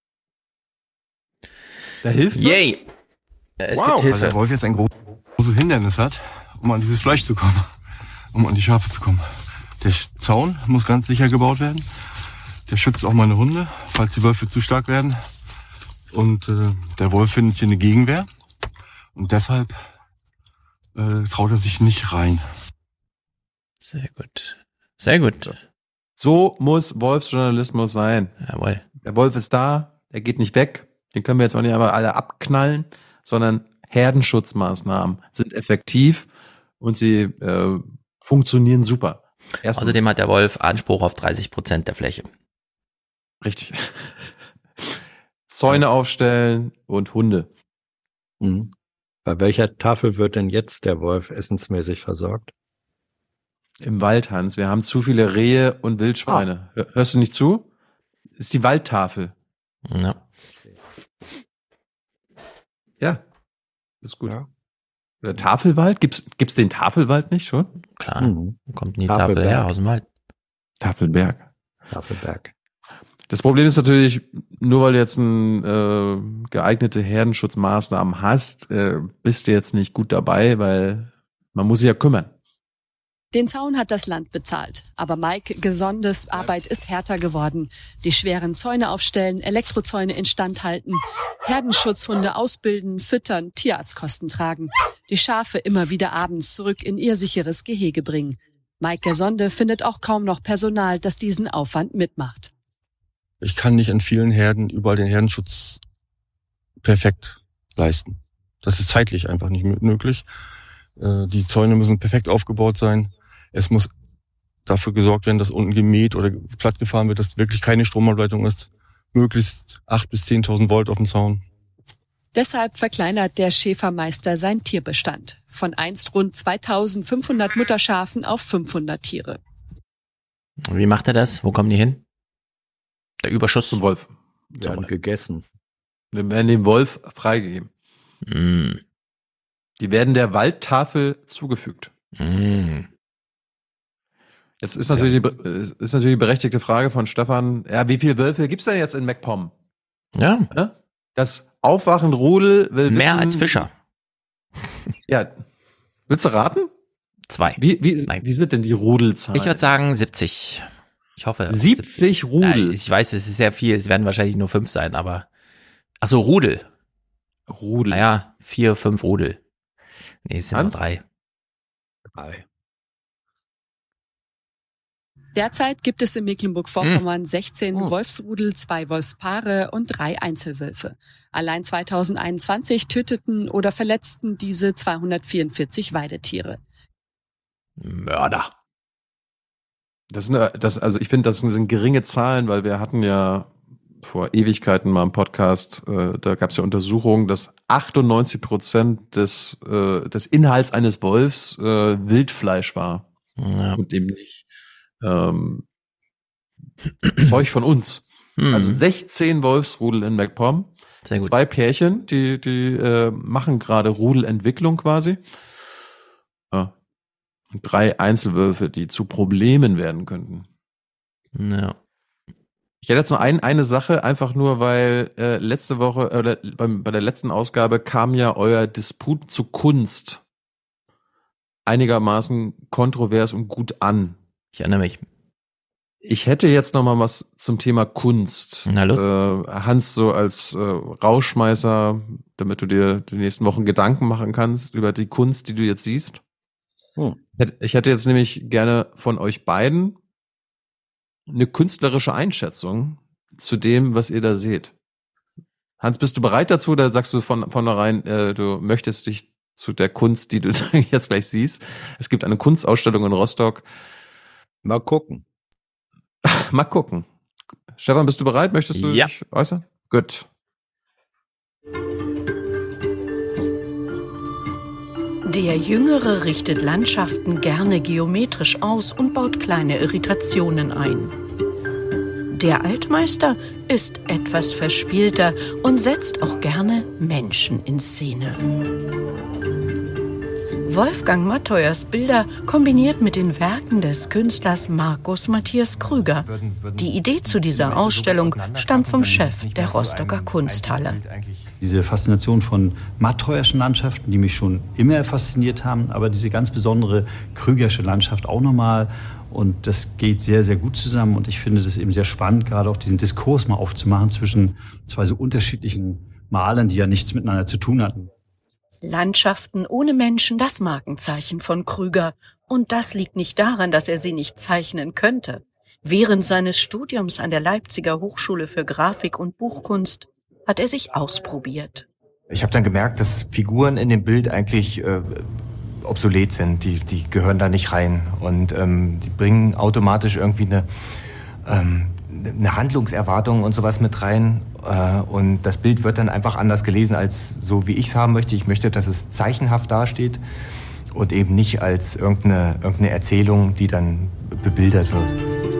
Da hilft man? Yay! Wow, weil der Wolf jetzt ein großes Hindernis hat, um an dieses Fleisch zu kommen, um an die Schafe zu kommen. Der Zaun muss ganz sicher gebaut werden. Der schützt auch meine Hunde, falls die Wölfe zu stark werden. Und der Wolf findet hier eine Gegenwehr. Und deshalb traut er sich nicht rein. Sehr gut. Sehr gut. So muss Wolfsjournalismus sein. Jawohl. Der Wolf ist da, er geht nicht weg. Den können wir jetzt auch nicht einmal alle abknallen, sondern Herdenschutzmaßnahmen sind effektiv und sie funktionieren super. Außerdem hat der Wolf Anspruch auf 30% der Fläche. Richtig. Zäune aufstellen und Hunde. Mhm. Bei welcher Tafel wird denn jetzt der Wolf essensmäßig versorgt? Im Wald, Hans. Wir haben zu viele Rehe und Wildschweine. Hörst du nicht zu? Ist die Waldtafel. Ja. Ja. Ist gut. Ja. Oder Tafelwald? Gibt's den Tafelwald nicht schon? Klar. Kommt die Tafel her aus dem Wald. Tafelberg. Tafelberg. Das Problem ist natürlich, nur weil du jetzt geeignete Herdenschutzmaßnahmen hast, bist du jetzt nicht gut dabei, weil man muss sich ja kümmern. Den Zaun hat das Land bezahlt, aber Mike Gesondes Arbeit ist härter geworden. Die schweren Zäune aufstellen, Elektrozäune instand halten, Herdenschutzhunde ausbilden, füttern, Tierarztkosten tragen, die Schafe immer wieder abends zurück in ihr sicheres Gehege bringen. Mike Gesonde findet auch kaum noch Personal, das diesen Aufwand mitmacht. Ich kann nicht in vielen Herden überall den Herdenschutz perfekt leisten. Das ist zeitlich einfach nicht möglich. Die Zäune müssen perfekt aufgebaut sein. Es muss dafür gesorgt werden, dass unten gemäht oder platt gefahren wird, dass wirklich keine Stromableitung ist. Möglichst 8.000 bis 10.000 Volt auf dem Zaun. Deshalb verkleinert der Schäfermeister sein Tierbestand. Von einst rund 2.500 Mutterschafen auf 500 Tiere. Wie macht er das? Wo kommen die hin? Der Überschuss zum Wolf. Werden gegessen. Wir werden dem Wolf freigegeben. Mm. Die werden der Waldtafel zugefügt. Mm. Jetzt ist natürlich die berechtigte Frage von Stefan, ja, wie viele Wölfe gibt's denn jetzt in MacPom? Ja. Das Aufwachenrudel will mehr wissen, als Fischer. Ja. Willst du raten? 2. Wie sind denn die Rudelzahlen? Ich würde sagen 70. Ich hoffe. 70 Rudel. Ich weiß, es ist sehr viel. Es werden wahrscheinlich nur 5 sein, aber. Ach so, Rudel. Naja, 4, 5 Rudel. Nee, es sind nur 3. 3. Derzeit gibt es in Mecklenburg-Vorpommern 16 Wolfsrudel, 2 Wolfspaare und 3 Einzelwölfe. Allein 2021 töteten oder verletzten diese 244 Weidetiere. Mörder. Also ich finde, das sind geringe Zahlen, weil wir hatten ja vor Ewigkeiten mal im Podcast, da gab es ja Untersuchungen, dass 98% des Inhalts eines Wolfs Wildfleisch war. Ja. Und eben nicht Zeug von uns. Also 16 Wolfsrudel in MacPom. Sehr gut. 2 Pärchen, die machen gerade Rudelentwicklung quasi. Ja. Und 3 Einzelwölfe, die zu Problemen werden könnten. Ja. Ich hätte jetzt noch eine Sache, einfach nur, weil letzte Woche oder bei der letzten Ausgabe kam ja euer Disput zu Kunst einigermaßen kontrovers und gut an. Ich erinnere mich. Ich hätte jetzt noch mal was zum Thema Kunst. Na los. Hans, so als Rauschmeißer, damit du dir die nächsten Wochen Gedanken machen kannst über die Kunst, die du jetzt siehst. Ich hätte jetzt nämlich gerne von euch beiden eine künstlerische Einschätzung zu dem, was ihr da seht. Hans, bist du bereit dazu oder sagst du von vornherein, du möchtest dich zu der Kunst, die du jetzt gleich siehst? Es gibt eine Kunstausstellung in Rostock. Mal gucken. Mal gucken. Stefan, bist du bereit? Möchtest du dich äußern? Gut. Der Jüngere richtet Landschaften gerne geometrisch aus und baut kleine Irritationen ein. Der Altmeister ist etwas verspielter und setzt auch gerne Menschen in Szene. Wolfgang Matteuers Bilder kombiniert mit den Werken des Künstlers Markus Matthias Krüger. Die Idee zu dieser Ausstellung stammt vom Chef der Rostocker Kunsthalle. Diese Faszination von Matteuerschen Landschaften, die mich schon immer fasziniert haben, aber diese ganz besondere Krügersche Landschaft auch nochmal. Und das geht sehr, sehr gut zusammen. Und ich finde das eben sehr spannend, gerade auch diesen Diskurs mal aufzumachen zwischen zwei so unterschiedlichen Malern, die ja nichts miteinander zu tun hatten. Landschaften ohne Menschen, das Markenzeichen von Krüger. Und das liegt nicht daran, dass er sie nicht zeichnen könnte. Während seines Studiums an der Leipziger Hochschule für Grafik und Buchkunst hat er sich ausprobiert. Ich habe dann gemerkt, dass Figuren in dem Bild eigentlich obsolet sind. Die gehören da nicht rein. Und die bringen automatisch irgendwie eine Handlungserwartung und sowas mit rein. Und das Bild wird dann einfach anders gelesen, als so wie ich es haben möchte. Ich möchte, dass es zeichenhaft dasteht und eben nicht als irgendeine Erzählung, die dann bebildert wird.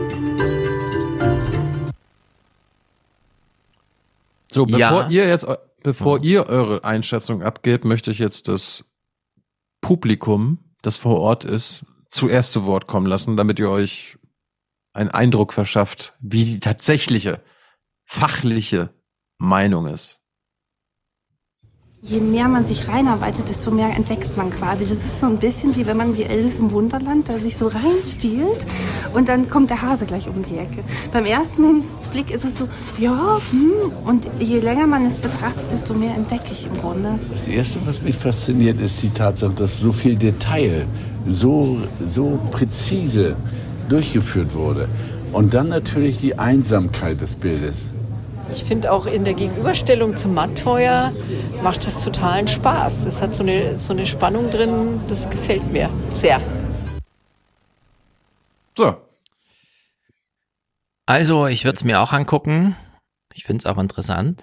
So, bevor ihr eure Einschätzung abgebt, möchte ich jetzt das Publikum, das vor Ort ist, zuerst zu Wort kommen lassen, damit ihr euch einen Eindruck verschafft, wie die tatsächliche, fachliche Meinung ist. Je mehr man sich reinarbeitet, desto mehr entdeckt man quasi. Das ist so ein bisschen wie wenn man wie Alice im Wunderland da sich so reinstiehlt und dann kommt der Hase gleich um die Ecke. Beim ersten Blick ist es so, und je länger man es betrachtet, desto mehr entdecke ich im Grunde. Das Erste, was mich fasziniert, ist die Tatsache, dass so viel Detail so präzise durchgeführt wurde. Und dann natürlich die Einsamkeit des Bildes. Ich finde auch in der Gegenüberstellung zu Matteuer macht es totalen Spaß. Es hat so eine Spannung drin, das gefällt mir sehr. So. Also, ich würde es mir auch angucken. Ich finde es auch interessant.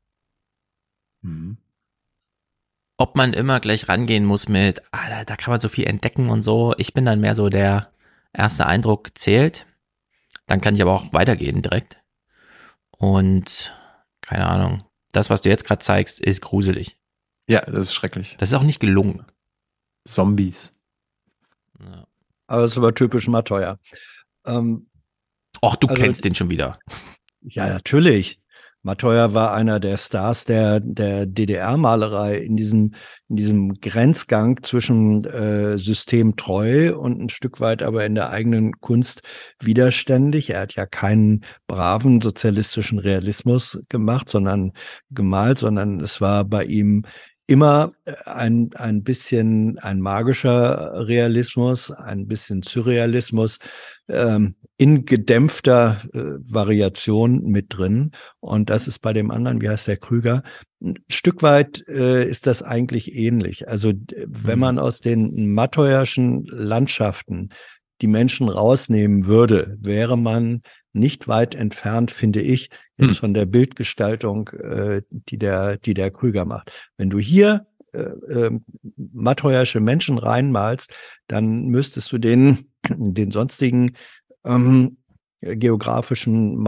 Ob man immer gleich rangehen muss mit, da kann man so viel entdecken und so. Ich bin dann mehr so der erste Eindruck zählt. Dann kann ich aber auch weitergehen direkt. Und, keine Ahnung, das, was du jetzt gerade zeigst, ist gruselig. Ja, das ist schrecklich. Das ist auch nicht gelungen. Zombies. Ja. Aber das ist aber typisch Matteuer. Du kennst den schon wieder. Ja, natürlich. Matteuer war einer der Stars der DDR-Malerei in diesem Grenzgang zwischen systemtreu und ein Stück weit aber in der eigenen Kunst widerständig. Er hat ja keinen braven sozialistischen Realismus gemalt, sondern es war bei ihm immer ein bisschen ein magischer Realismus, ein bisschen Surrealismus, in gedämpfter Variation mit drin. Und das ist bei dem anderen, wie heißt der, Krüger, ein Stück weit ist das eigentlich ähnlich. Also wenn man aus den Matteuerschen Landschaften die Menschen rausnehmen würde, wäre man nicht weit entfernt, finde ich, jetzt von der Bildgestaltung, die der Krüger macht. Wenn du hier Matteuersche Menschen reinmalst, dann müsstest du den sonstigen geografischen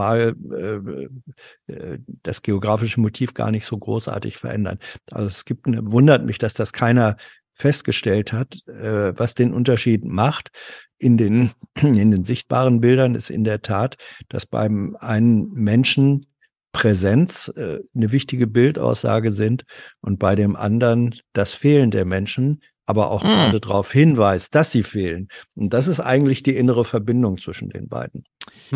das geografische Motiv gar nicht so großartig verändern. Also es wundert mich, dass das keiner festgestellt hat, was den Unterschied macht. In den sichtbaren Bildern ist in der Tat, dass beim einen Menschen Präsenz eine wichtige Bildaussage sind und bei dem anderen das Fehlen der Menschen, aber auch gerade darauf hinweist, dass sie fehlen. Und das ist eigentlich die innere Verbindung zwischen den beiden.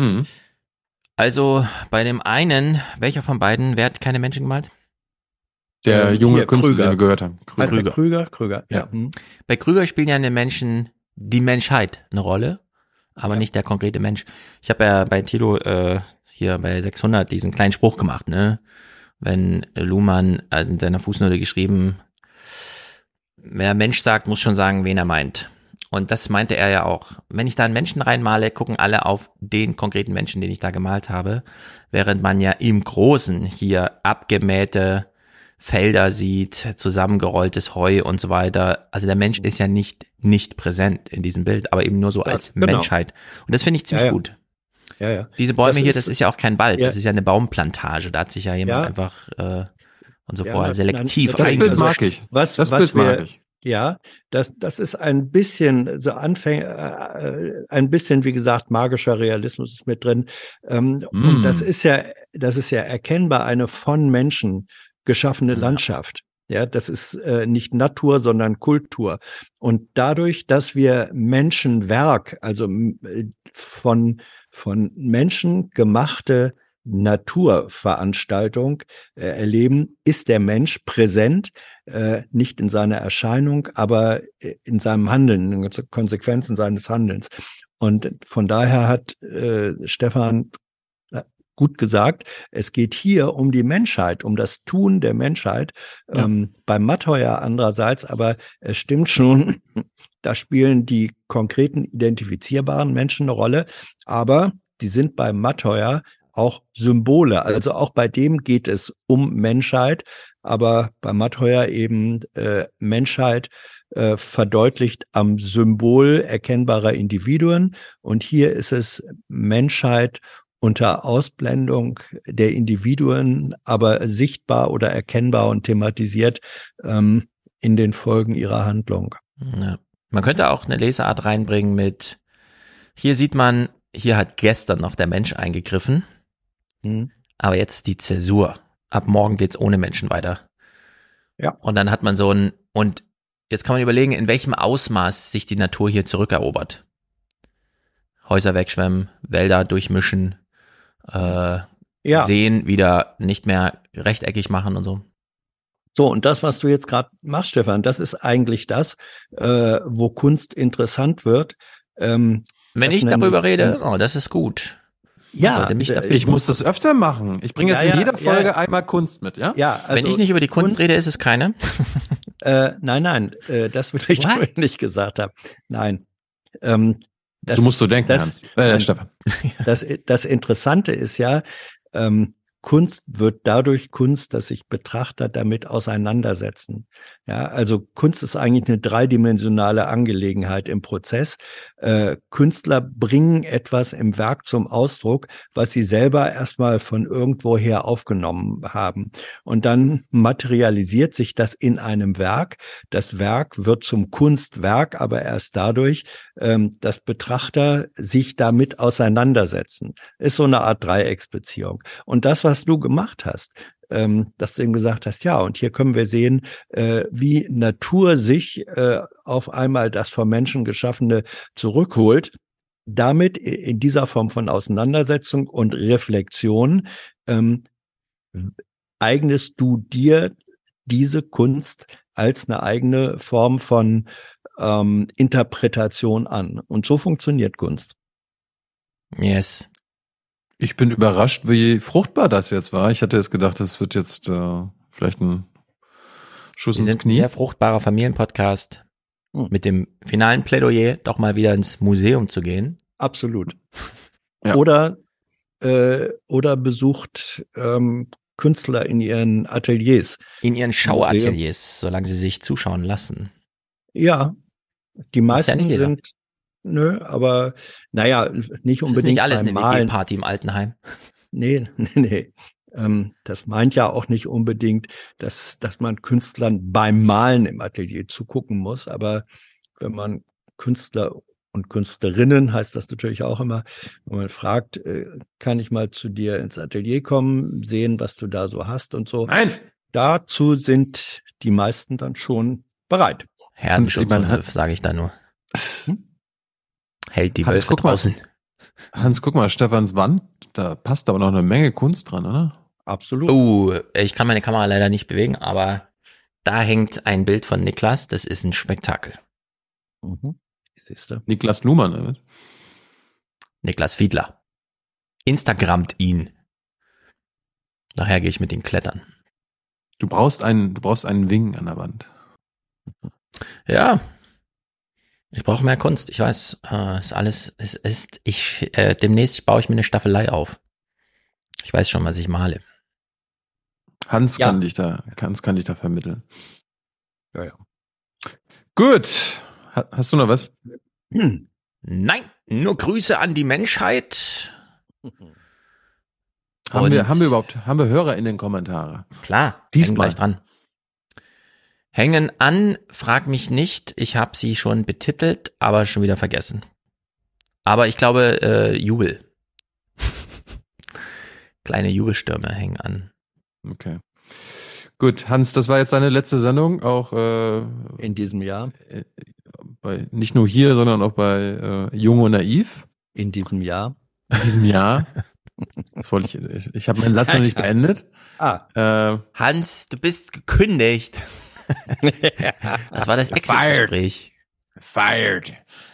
Also bei dem einen, welcher von beiden, wer hat keine Menschen gemalt? Der junge Künstler, den wir gehört haben. Krüger, ja. Bei Krüger spielen ja die Menschheit eine Rolle, aber nicht der konkrete Mensch. Ich habe ja bei Thilo hier bei 600 diesen kleinen Spruch gemacht, ne? Wenn Luhmann in seiner Fußnote geschrieben, wer Mensch sagt, muss schon sagen, wen er meint. Und das meinte er ja auch. Wenn ich da einen Menschen reinmale, gucken alle auf den konkreten Menschen, den ich da gemalt habe, während man ja im Großen hier abgemähte Felder sieht, zusammengerolltes Heu und so weiter. Also der Mensch ist ja nicht präsent in diesem Bild, aber eben nur so als Menschheit. Und das finde ich ziemlich gut. Ja. Diese Bäume hier, das ist ja auch kein Wald, das ist ja eine Baumplantage. Da hat sich ja jemand einfach und so vorher selektiv das Bild mag ich. Das Bild mag ich. Ja, das ist ein bisschen so ein bisschen, wie gesagt, magischer Realismus ist mit drin. Und das ist ja erkennbar eine von Menschen geschaffene Landschaft. Ja, das ist nicht Natur, sondern Kultur. Und dadurch, dass wir Menschenwerk, also von Menschen gemachte Naturveranstaltung erleben, ist der Mensch präsent, nicht in seiner Erscheinung, aber in seinem Handeln, in den Konsequenzen seines Handelns. Und von daher hat Stefan gut gesagt, es geht hier um die Menschheit, um das Tun der Menschheit. Beim Mattheuer andererseits, aber es stimmt schon, da spielen die konkreten identifizierbaren Menschen eine Rolle, aber die sind beim Mattheuer auch Symbole. Also auch bei dem geht es um Menschheit, aber bei Mattheuer eben Menschheit verdeutlicht am Symbol erkennbarer Individuen. Und hier ist es Menschheit unter Ausblendung der Individuen, aber sichtbar oder erkennbar und thematisiert in den Folgen ihrer Handlung. Ja. Man könnte auch eine Lesart reinbringen mit, hier sieht man, hier hat gestern noch der Mensch eingegriffen, aber jetzt die Zäsur. Ab morgen geht's ohne Menschen weiter. Ja. Und dann hat man und jetzt kann man überlegen, in welchem Ausmaß sich die Natur hier zurückerobert. Häuser wegschwemmen, Wälder durchmischen, Seen wieder nicht mehr rechteckig machen und so. So, und das, was du jetzt gerade machst, Stefan, das ist eigentlich das, wo Kunst interessant wird. Wenn ich darüber rede, das ist gut. Ja, ich muss das öfter machen. Ich bringe jetzt in jeder Folge einmal Kunst mit, ja? Ja, also wenn ich nicht über die Kunst rede, ist es keine? Nein, das will ich damit nicht gesagt haben. Nein. Du musst so denken, Hans. Stefan. Das Interessante ist ja, Kunst wird dadurch Kunst, dass sich Betrachter damit auseinandersetzen. Ja, also Kunst ist eigentlich eine dreidimensionale Angelegenheit im Prozess. Künstler bringen etwas im Werk zum Ausdruck, was sie selber erstmal von irgendwoher aufgenommen haben. Und dann materialisiert sich das in einem Werk. Das Werk wird zum Kunstwerk, aber erst dadurch, dass Betrachter sich damit auseinandersetzen. Ist so eine Art Dreiecksbeziehung. Und das, was du gemacht hast, dass du ihm gesagt hast, ja, und hier können wir sehen, wie Natur sich auf einmal das vom Menschen Geschaffene zurückholt. Damit in dieser Form von Auseinandersetzung und Reflexion eignest du dir diese Kunst als eine eigene Form von Interpretation an. Und so funktioniert Kunst. Yes. Ich bin überrascht, wie fruchtbar das jetzt war. Ich hatte jetzt gedacht, das wird jetzt vielleicht ein Schuss ins Knie. Ein sehr fruchtbarer Familienpodcast mit dem finalen Plädoyer, doch mal wieder ins Museum zu gehen. Absolut. Ja. Oder besucht Künstler in ihren Ateliers. In ihren Schauateliers, solange sie sich zuschauen lassen. Ja, die meisten sind... Nö, aber naja, nicht unbedingt das ist nicht alles beim eine WG-Party im Altenheim. Nee. Das meint ja auch nicht unbedingt, dass man Künstlern beim Malen im Atelier zugucken muss. Aber wenn man Künstler und Künstlerinnen heißt das natürlich auch immer. Wenn man fragt, kann ich mal zu dir ins Atelier kommen, sehen, was du da so hast und so. Nein! Dazu sind die meisten dann schon bereit. Herdenschutz, sage ich da nur. Hält die Wölfe draußen. Hans, guck mal, Stefans Wand, da passt aber noch eine Menge Kunst dran, oder? Absolut. Ich kann meine Kamera leider nicht bewegen, aber da hängt ein Bild von Niklas, das ist ein Spektakel. Siehst du? Niklas Luhmann, oder? Niklas Fiedler. Instagrammt ihn. Nachher gehe ich mit ihm klettern. Du brauchst einen Wing an der Wand. Ja. Ich brauche mehr Kunst. Ich weiß, demnächst baue ich mir eine Staffelei auf. Ich weiß schon, was ich male. Hans kann dich da vermitteln. Ja. Gut. Hast du noch was? Nein, nur Grüße an die Menschheit. Haben wir Hörer in den Kommentaren? Klar, diesmal gleich dran. Hängen an, frag mich nicht. Ich habe sie schon betitelt, aber schon wieder vergessen. Aber ich glaube, Jubel. Kleine Jubelstürme hängen an. Okay. Gut, Hans, das war jetzt deine letzte Sendung, auch in diesem Jahr. Nicht nur hier, sondern auch bei Jung und Naiv. In diesem Jahr. In diesem Jahr. Das wollte ich habe meinen Satz noch nicht beendet. Hans, du bist gekündigt. Das war das Exit-Gespräch. Fired.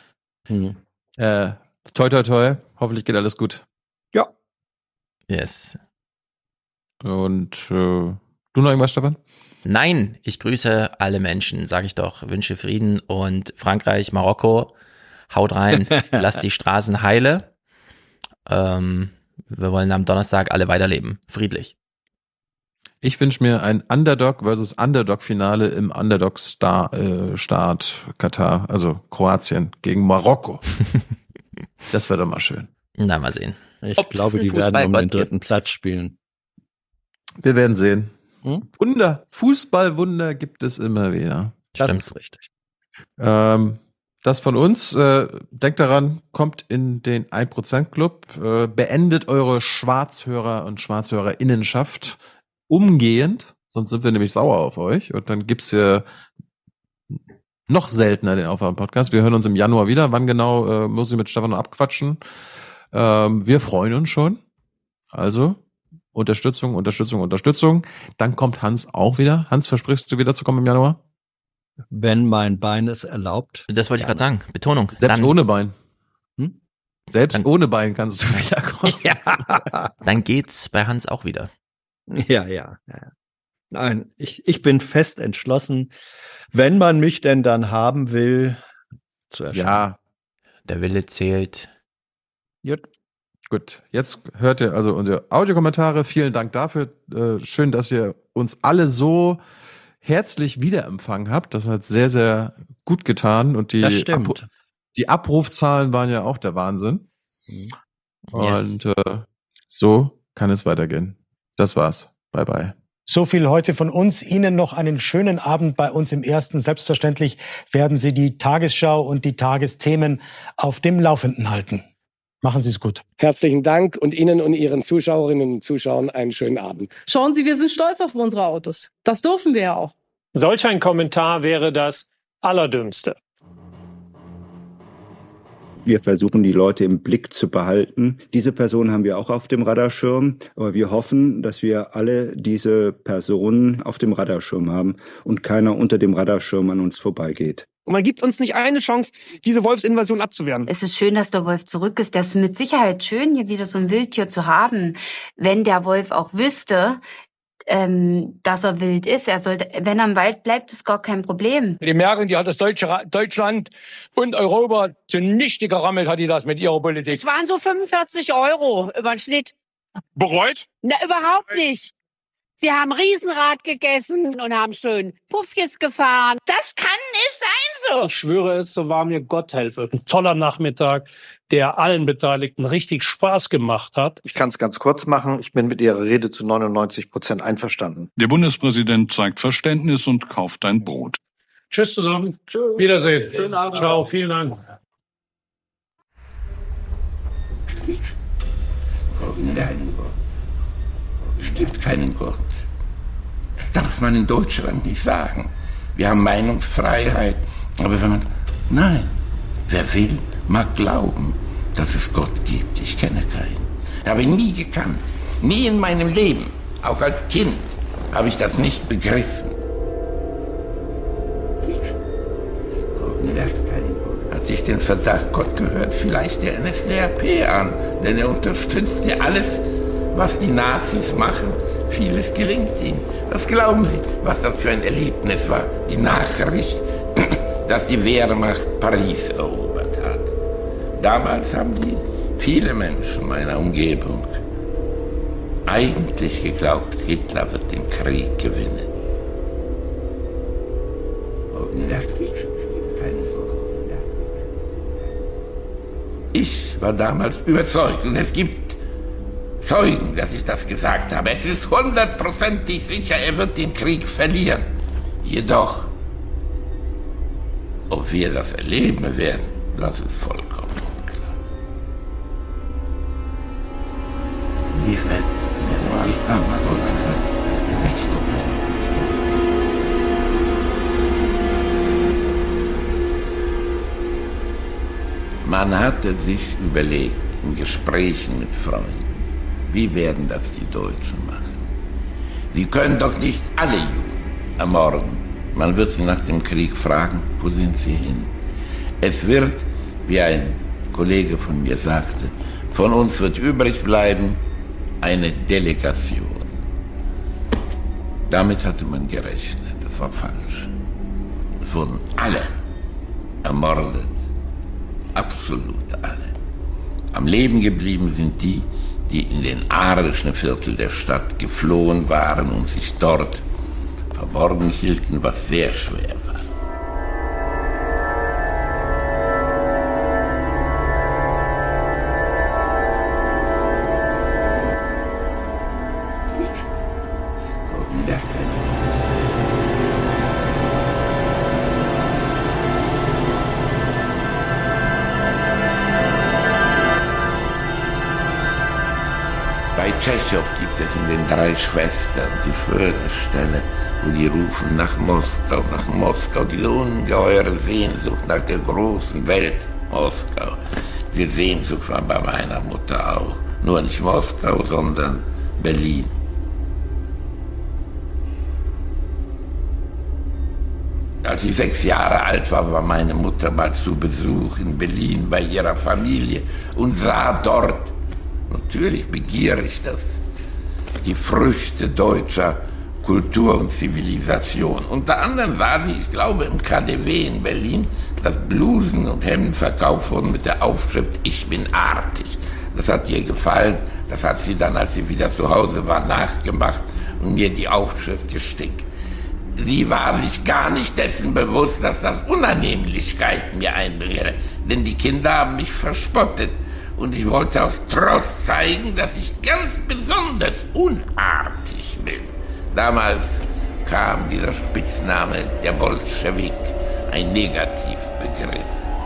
Toi, toi, toi. Hoffentlich geht alles gut. Ja. Yes. Und du noch irgendwas, Stefan? Nein, ich grüße alle Menschen, sage ich doch. Wünsche Frieden und Frankreich, Marokko. Haut rein, lasst die Straßen heile. Wir wollen am Donnerstag alle weiterleben. Friedlich. Ich wünsche mir ein Underdog versus Underdog-Finale im Underdog-Staat Katar, also Kroatien gegen Marokko. Das wäre doch mal schön. Na, mal sehen. Ich glaube, die werden um den dritten Platz spielen. Wir werden sehen. Fußballwunder gibt es immer wieder. Das ist richtig. Das von uns, denkt daran, kommt in den 1% Club, beendet eure Schwarzhörer und Schwarzhörerinnenschaft umgehend, sonst sind wir nämlich sauer auf euch und dann gibt's hier noch seltener den Aufwachen-Podcast. Wir hören uns im Januar wieder. Wann genau, muss ich mit Stefan noch abquatschen. Wir freuen uns schon. Also Unterstützung. Dann kommt Hans auch wieder. Hans, versprichst du wieder zu kommen im Januar? Wenn mein Bein es erlaubt. Das wollte ich gerade sagen. Betonung. Selbst ohne Bein. Selbst ohne Bein kannst du wiederkommen. Ja. Dann geht's bei Hans auch wieder. Ja. Nein, ich bin fest entschlossen, wenn man mich denn dann haben will, zu erscheinen. Ja. Der Wille zählt. Gut, jetzt hört ihr also unsere Audiokommentare. Vielen Dank dafür. Schön, dass ihr uns alle so herzlich wiederempfangen habt. Das hat sehr, sehr gut getan. Und die Abrufzahlen waren ja auch der Wahnsinn. Und so kann es weitergehen. Das war's. Bye, bye. So viel heute von uns. Ihnen noch einen schönen Abend bei uns im Ersten. Selbstverständlich werden Sie die Tagesschau und die Tagesthemen auf dem Laufenden halten. Machen Sie es gut. Herzlichen Dank und Ihnen und Ihren Zuschauerinnen und Zuschauern einen schönen Abend. Schauen Sie, wir sind stolz auf unsere Autos. Das dürfen wir ja auch. Solch ein Kommentar wäre das Allerdümmste. Wir versuchen, die Leute im Blick zu behalten. Diese Person haben wir auch auf dem Radarschirm, aber wir hoffen, dass wir alle diese Personen auf dem Radarschirm haben und keiner unter dem Radarschirm an uns vorbeigeht. Und man gibt uns nicht eine Chance, diese Wolfsinvasion abzuwehren. Es ist schön, dass der Wolf zurück ist. Das ist mit Sicherheit schön, hier wieder so ein Wildtier zu haben. Wenn der Wolf auch wüsste, dass er wild ist, wenn er im Wald bleibt, ist gar kein Problem. Die Merkel, die hat das Deutschland und Europa zunichte gerammelt, hat die das mit ihrer Politik. Es waren so 45 € über den Schnitt. Bereut? Na, überhaupt nicht. Wir haben Riesenrad gegessen und haben schön Puffjes gefahren. Das kann nicht sein so. Ich schwöre es, so war mir Gott helfe. Ein toller Nachmittag, der allen Beteiligten richtig Spaß gemacht hat. Ich kann es ganz kurz machen. Ich bin mit Ihrer Rede zu 99% einverstanden. Der Bundespräsident zeigt Verständnis und kauft ein Brot. Tschüss zusammen. Tschüss. Wiedersehen. Schönen Abend. Ciao, vielen Dank. Es gibt keinen Gott. Das darf man in Deutschland nicht sagen. Wir haben Meinungsfreiheit. Aber wenn man... Nein. Wer will, mag glauben, dass es Gott gibt. Ich kenne keinen. Habe ihn nie gekannt. Nie in meinem Leben. Auch als Kind habe ich das nicht begriffen. Hat sich den Verdacht, Gott gehört vielleicht der NSDAP an, denn er unterstützt ja alles, was die Nazis machen. Vieles gelingt ihnen. Was glauben Sie, was das für ein Erlebnis war? Die Nachricht, dass die Wehrmacht Paris erobert hat. Damals haben die viele Menschen meiner Umgebung eigentlich geglaubt, Hitler wird den Krieg gewinnen. Ich war damals überzeugt und es gibt Zeugen, dass ich das gesagt habe. Es ist 100% sicher, er wird den Krieg verlieren. Jedoch, ob wir das erleben werden, das ist vollkommen unklar. Man hatte sich überlegt, in Gesprächen mit Freunden, wie werden das die Deutschen machen? Sie können doch nicht alle Juden ermorden. Man wird sie nach dem Krieg fragen, wo sind sie hin? Es wird, wie ein Kollege von mir sagte, von uns wird übrig bleiben eine Delegation. Damit hatte man gerechnet, das war falsch. Es wurden alle ermordet, absolut alle. Am Leben geblieben sind die, die in den arischen Viertel der Stadt geflohen waren und sich dort verborgen hielten, was sehr schwer war. Bei Tschechow gibt es in den 3 Schwestern die schöne Stelle, wo die rufen nach Moskau, diese ungeheure Sehnsucht nach der großen Welt Moskau. Die Sehnsucht war bei meiner Mutter auch, nur nicht Moskau, sondern Berlin. Als ich 6 Jahre alt war, war meine Mutter mal zu Besuch in Berlin bei ihrer Familie und sah dort, natürlich begierig das, die Früchte deutscher Kultur und Zivilisation. Unter anderem sah sie, ich glaube, im KaDeWe in Berlin, dass Blusen und Hemden verkauft wurden mit der Aufschrift "Ich bin artig". Das hat ihr gefallen. Das hat sie dann, als sie wieder zu Hause war, nachgemacht und mir die Aufschrift gestickt. Sie war sich gar nicht dessen bewusst, dass das Unannehmlichkeiten mir einbringe. Denn die Kinder haben mich verspottet. Und ich wollte aus Trotz zeigen, dass ich ganz besonders unartig bin. Damals kam dieser Spitzname der Bolschewik, ein Negativbegriff.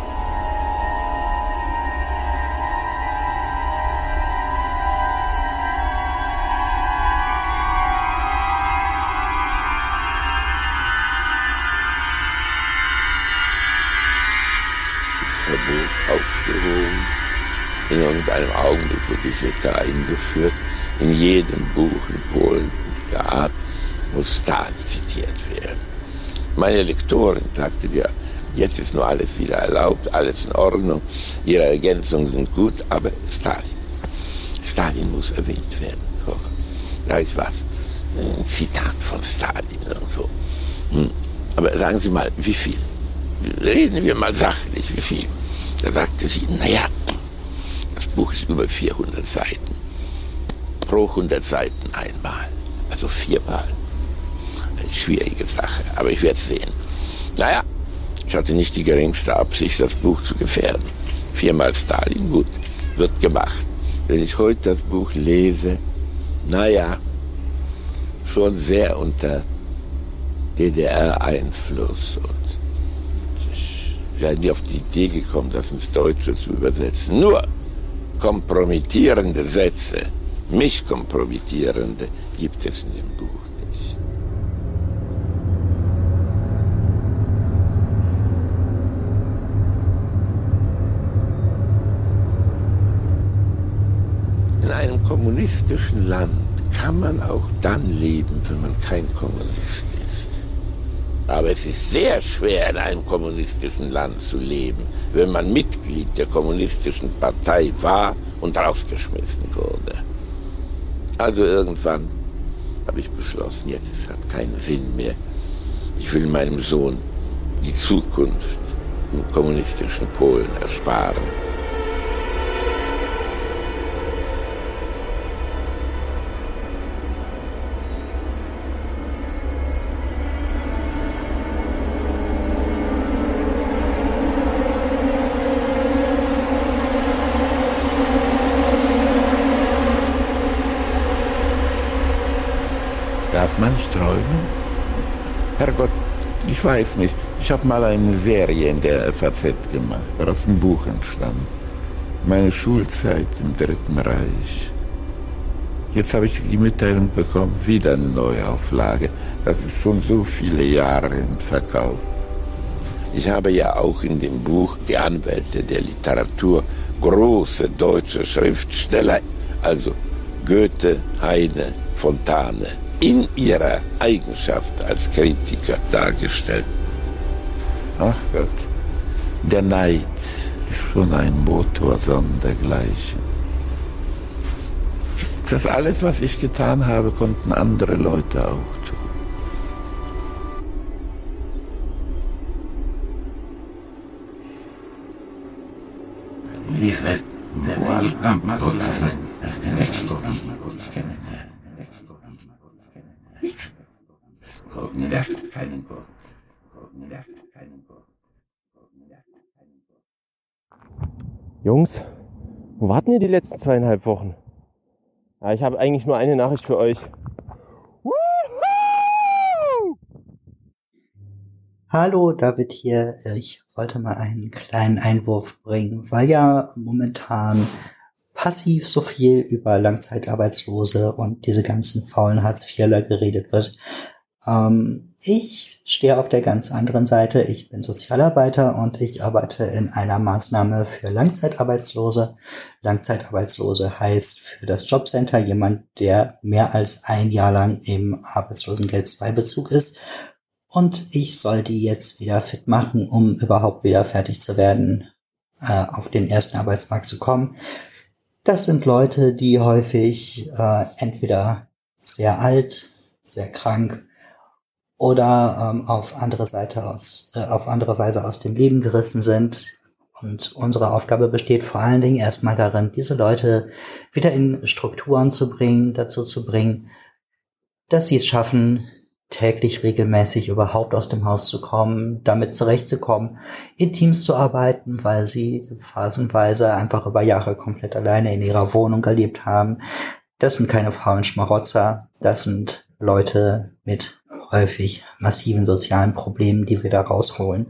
Das Verbot aufgehoben. In irgendeinem Augenblick wird die Sekte eingeführt. In jedem Buch in Polen der Art muss Stalin zitiert werden. Meine Lektorin sagte mir, jetzt ist nur alles wieder erlaubt, alles in Ordnung, ihre Ergänzungen sind gut, aber Stalin muss erwähnt werden. So, da ist was, ein Zitat von Stalin irgendwo. Aber sagen Sie mal, wie viel? Reden wir mal sachlich, wie viel? Da sagte sie, naja, das Buch ist über 400 Seiten. Pro 100 Seiten einmal. Also 4-mal. Eine schwierige Sache, aber ich werde es sehen. Naja, ich hatte nicht die geringste Absicht, das Buch zu gefährden. 4-mal Stalin, gut, wird gemacht. Wenn ich heute das Buch lese, naja, schon sehr unter DDR-Einfluss. Und ich wäre nie auf die Idee gekommen, das ins Deutsche zu übersetzen. Nur, kompromittierende Sätze, mich kompromittierende, gibt es in dem Buch nicht. In einem kommunistischen Land kann man auch dann leben, wenn man kein Kommunist ist. Aber es ist sehr schwer, in einem kommunistischen Land zu leben, wenn man Mitglied der kommunistischen Partei war und rausgeschmissen wurde. Also irgendwann habe ich beschlossen, jetzt es hat keinen Sinn mehr. Ich will meinem Sohn die Zukunft im kommunistischen Polen ersparen. Darf man träumen? Herrgott, ich weiß nicht. Ich habe mal eine Serie in der FAZ gemacht, daraus ein Buch entstand. Meine Schulzeit im Dritten Reich. Jetzt habe ich die Mitteilung bekommen, wieder eine Neuauflage. Das ist schon so viele Jahre im Verkauf. Ich habe ja auch in dem Buch die Anwälte der Literatur, große deutsche Schriftsteller, also Goethe, Heine, Fontane, in ihrer Eigenschaft als Kritiker dargestellt. Ach Gott, der Neid ist schon ein Motor sondergleichen. Das alles, was ich getan habe, konnten andere Leute auch tun. Jungs, wo warten ihr die letzten 2,5 Wochen? Ja, ich habe eigentlich nur eine Nachricht für euch. Hallo, David hier. Ich wollte mal einen kleinen Einwurf bringen, weil ja momentan passiv so viel über Langzeitarbeitslose und diese ganzen faulen Hartz-IVler geredet wird. Ich stehe auf der ganz anderen Seite. Ich bin Sozialarbeiter und ich arbeite in einer Maßnahme für Langzeitarbeitslose. Langzeitarbeitslose heißt für das Jobcenter jemand, der mehr als ein Jahr lang im Arbeitslosengeld II-Bezug ist. Und ich soll die jetzt wieder fit machen, um überhaupt wieder fertig zu werden, auf den ersten Arbeitsmarkt zu kommen. Das sind Leute, die häufig entweder sehr alt, sehr krank oder auf andere Weise aus dem Leben gerissen sind. Und unsere Aufgabe besteht vor allen Dingen erstmal darin, diese Leute wieder in Strukturen zu bringen, dazu zu bringen, dass sie es schaffen, täglich regelmäßig überhaupt aus dem Haus zu kommen, damit zurechtzukommen, in Teams zu arbeiten, weil sie phasenweise einfach über Jahre komplett alleine in ihrer Wohnung gelebt haben. Das sind keine faulen Schmarotzer, das sind Leute mit häufig massiven sozialen Problemen, die wir da rausholen.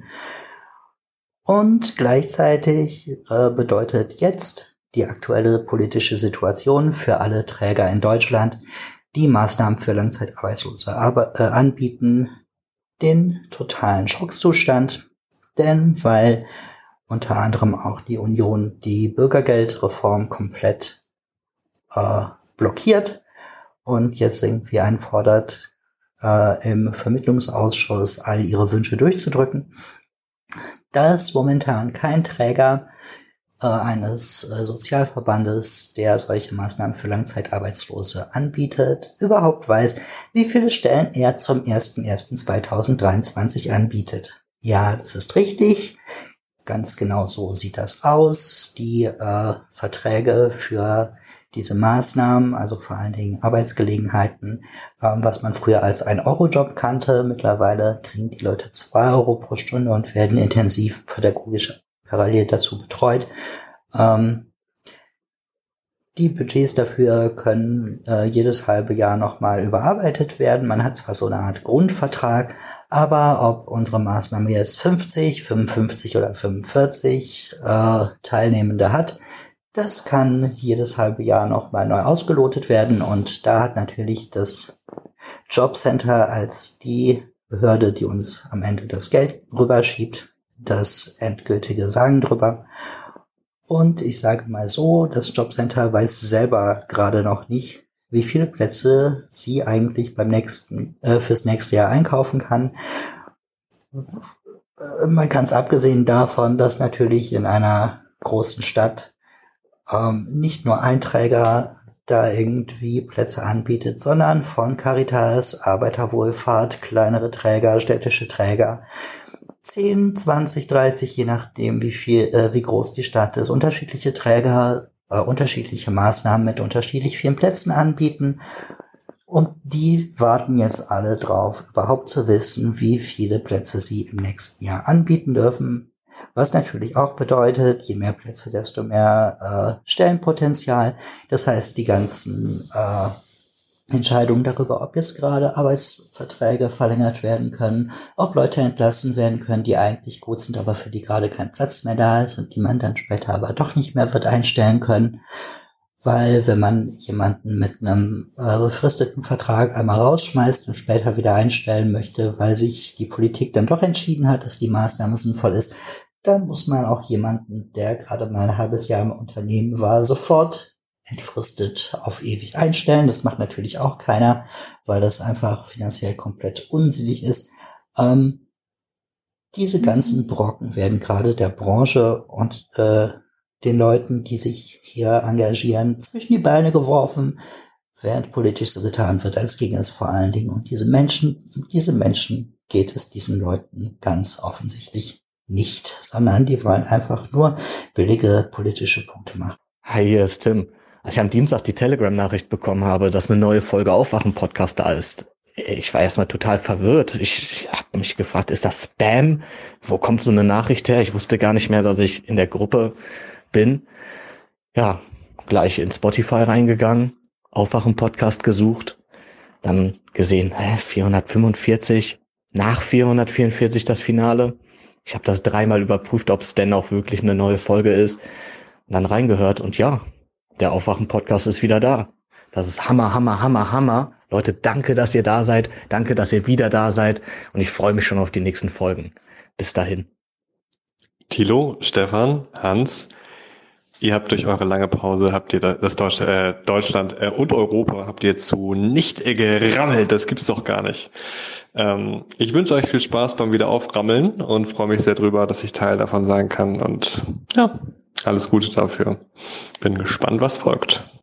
Und gleichzeitig bedeutet jetzt die aktuelle politische Situation für alle Träger in Deutschland, die Maßnahmen für Langzeitarbeitslose anbieten, den totalen Schockzustand. Denn weil unter anderem auch die Union die Bürgergeldreform komplett blockiert und jetzt irgendwie einfordert, im Vermittlungsausschuss all ihre Wünsche durchzudrücken, dass momentan kein Träger eines Sozialverbandes, der solche Maßnahmen für Langzeitarbeitslose anbietet, überhaupt weiß, wie viele Stellen er zum 01.01.2023 anbietet. Ja, das ist richtig. Ganz genau so sieht das aus. Die Verträge für diese Maßnahmen, also vor allen Dingen Arbeitsgelegenheiten, was man früher als 1-Euro-Job kannte, mittlerweile kriegen die Leute 2 Euro pro Stunde und werden intensiv pädagogisch parallel dazu betreut. Die Budgets dafür können jedes halbe Jahr nochmal überarbeitet werden. Man hat zwar so eine Art Grundvertrag, aber ob unsere Maßnahme jetzt 50, 55 oder 45 Teilnehmende hat, Das kann jedes halbe Jahr nochmal neu ausgelotet werden und da hat natürlich das Jobcenter als die Behörde, die uns am Ende das Geld rüberschiebt, das endgültige Sagen drüber. Und ich sage mal so, das Jobcenter weiß selber gerade noch nicht, wie viele Plätze sie eigentlich fürs nächste Jahr einkaufen kann. Mal ganz abgesehen davon, dass natürlich in einer großen Stadt nicht nur ein Träger da irgendwie Plätze anbietet, sondern von Caritas, Arbeiterwohlfahrt, kleinere Träger, städtische Träger, 10, 20, 30, je nachdem wie groß die Stadt ist, unterschiedliche Träger, unterschiedliche Maßnahmen mit unterschiedlich vielen Plätzen anbieten. Und die warten jetzt alle drauf, überhaupt zu wissen, wie viele Plätze sie im nächsten Jahr anbieten dürfen. Was natürlich auch bedeutet, je mehr Plätze, desto mehr Stellenpotenzial. Das heißt, die ganzen Entscheidungen darüber, ob jetzt gerade Arbeitsverträge verlängert werden können, ob Leute entlassen werden können, die eigentlich gut sind, aber für die gerade kein Platz mehr da ist und die man dann später aber doch nicht mehr wird einstellen können. Weil wenn man jemanden mit einem befristeten Vertrag einmal rausschmeißt und später wieder einstellen möchte, weil sich die Politik dann doch entschieden hat, dass die Maßnahme sinnvoll ist, dann muss man auch jemanden, der gerade mal ein halbes Jahr im Unternehmen war, sofort entfristet auf ewig einstellen. Das macht natürlich auch keiner, weil das einfach finanziell komplett unsinnig ist. Diese ganzen Brocken werden gerade der Branche und den Leuten, die sich hier engagieren, zwischen die Beine geworfen, während politisch so getan wird, als ginge es vor allen Dingen um diese Menschen geht es diesen Leuten ganz offensichtlich nicht, sondern die wollen einfach nur billige politische Punkte machen. Hi, hier ist Tim. Als ich am Dienstag die Telegram-Nachricht bekommen habe, dass eine neue Folge Aufwachen-Podcast da ist, ich war erstmal total verwirrt. Ich habe mich gefragt, ist das Spam? Wo kommt so eine Nachricht her? Ich wusste gar nicht mehr, dass ich in der Gruppe bin. Ja, gleich in Spotify reingegangen, Aufwachen-Podcast gesucht, dann gesehen, 445, nach 444 das Finale. Ich habe das 3-mal überprüft, ob es denn auch wirklich eine neue Folge ist. Und dann reingehört und ja, der Aufwachen-Podcast ist wieder da. Das ist Hammer, Hammer, Hammer, Hammer. Leute, danke, dass ihr da seid. Danke, dass ihr wieder da seid. Und ich freue mich schon auf die nächsten Folgen. Bis dahin. Thilo, Stefan, Hans, ihr habt durch eure lange Pause, habt ihr das Deutschland und Europa habt ihr zu nicht gerammelt. Das gibt's doch gar nicht. Ich wünsche euch viel Spaß beim Wiederauframmeln und freue mich sehr drüber, dass ich Teil davon sein kann. Und ja, alles Gute dafür. Bin gespannt, was folgt.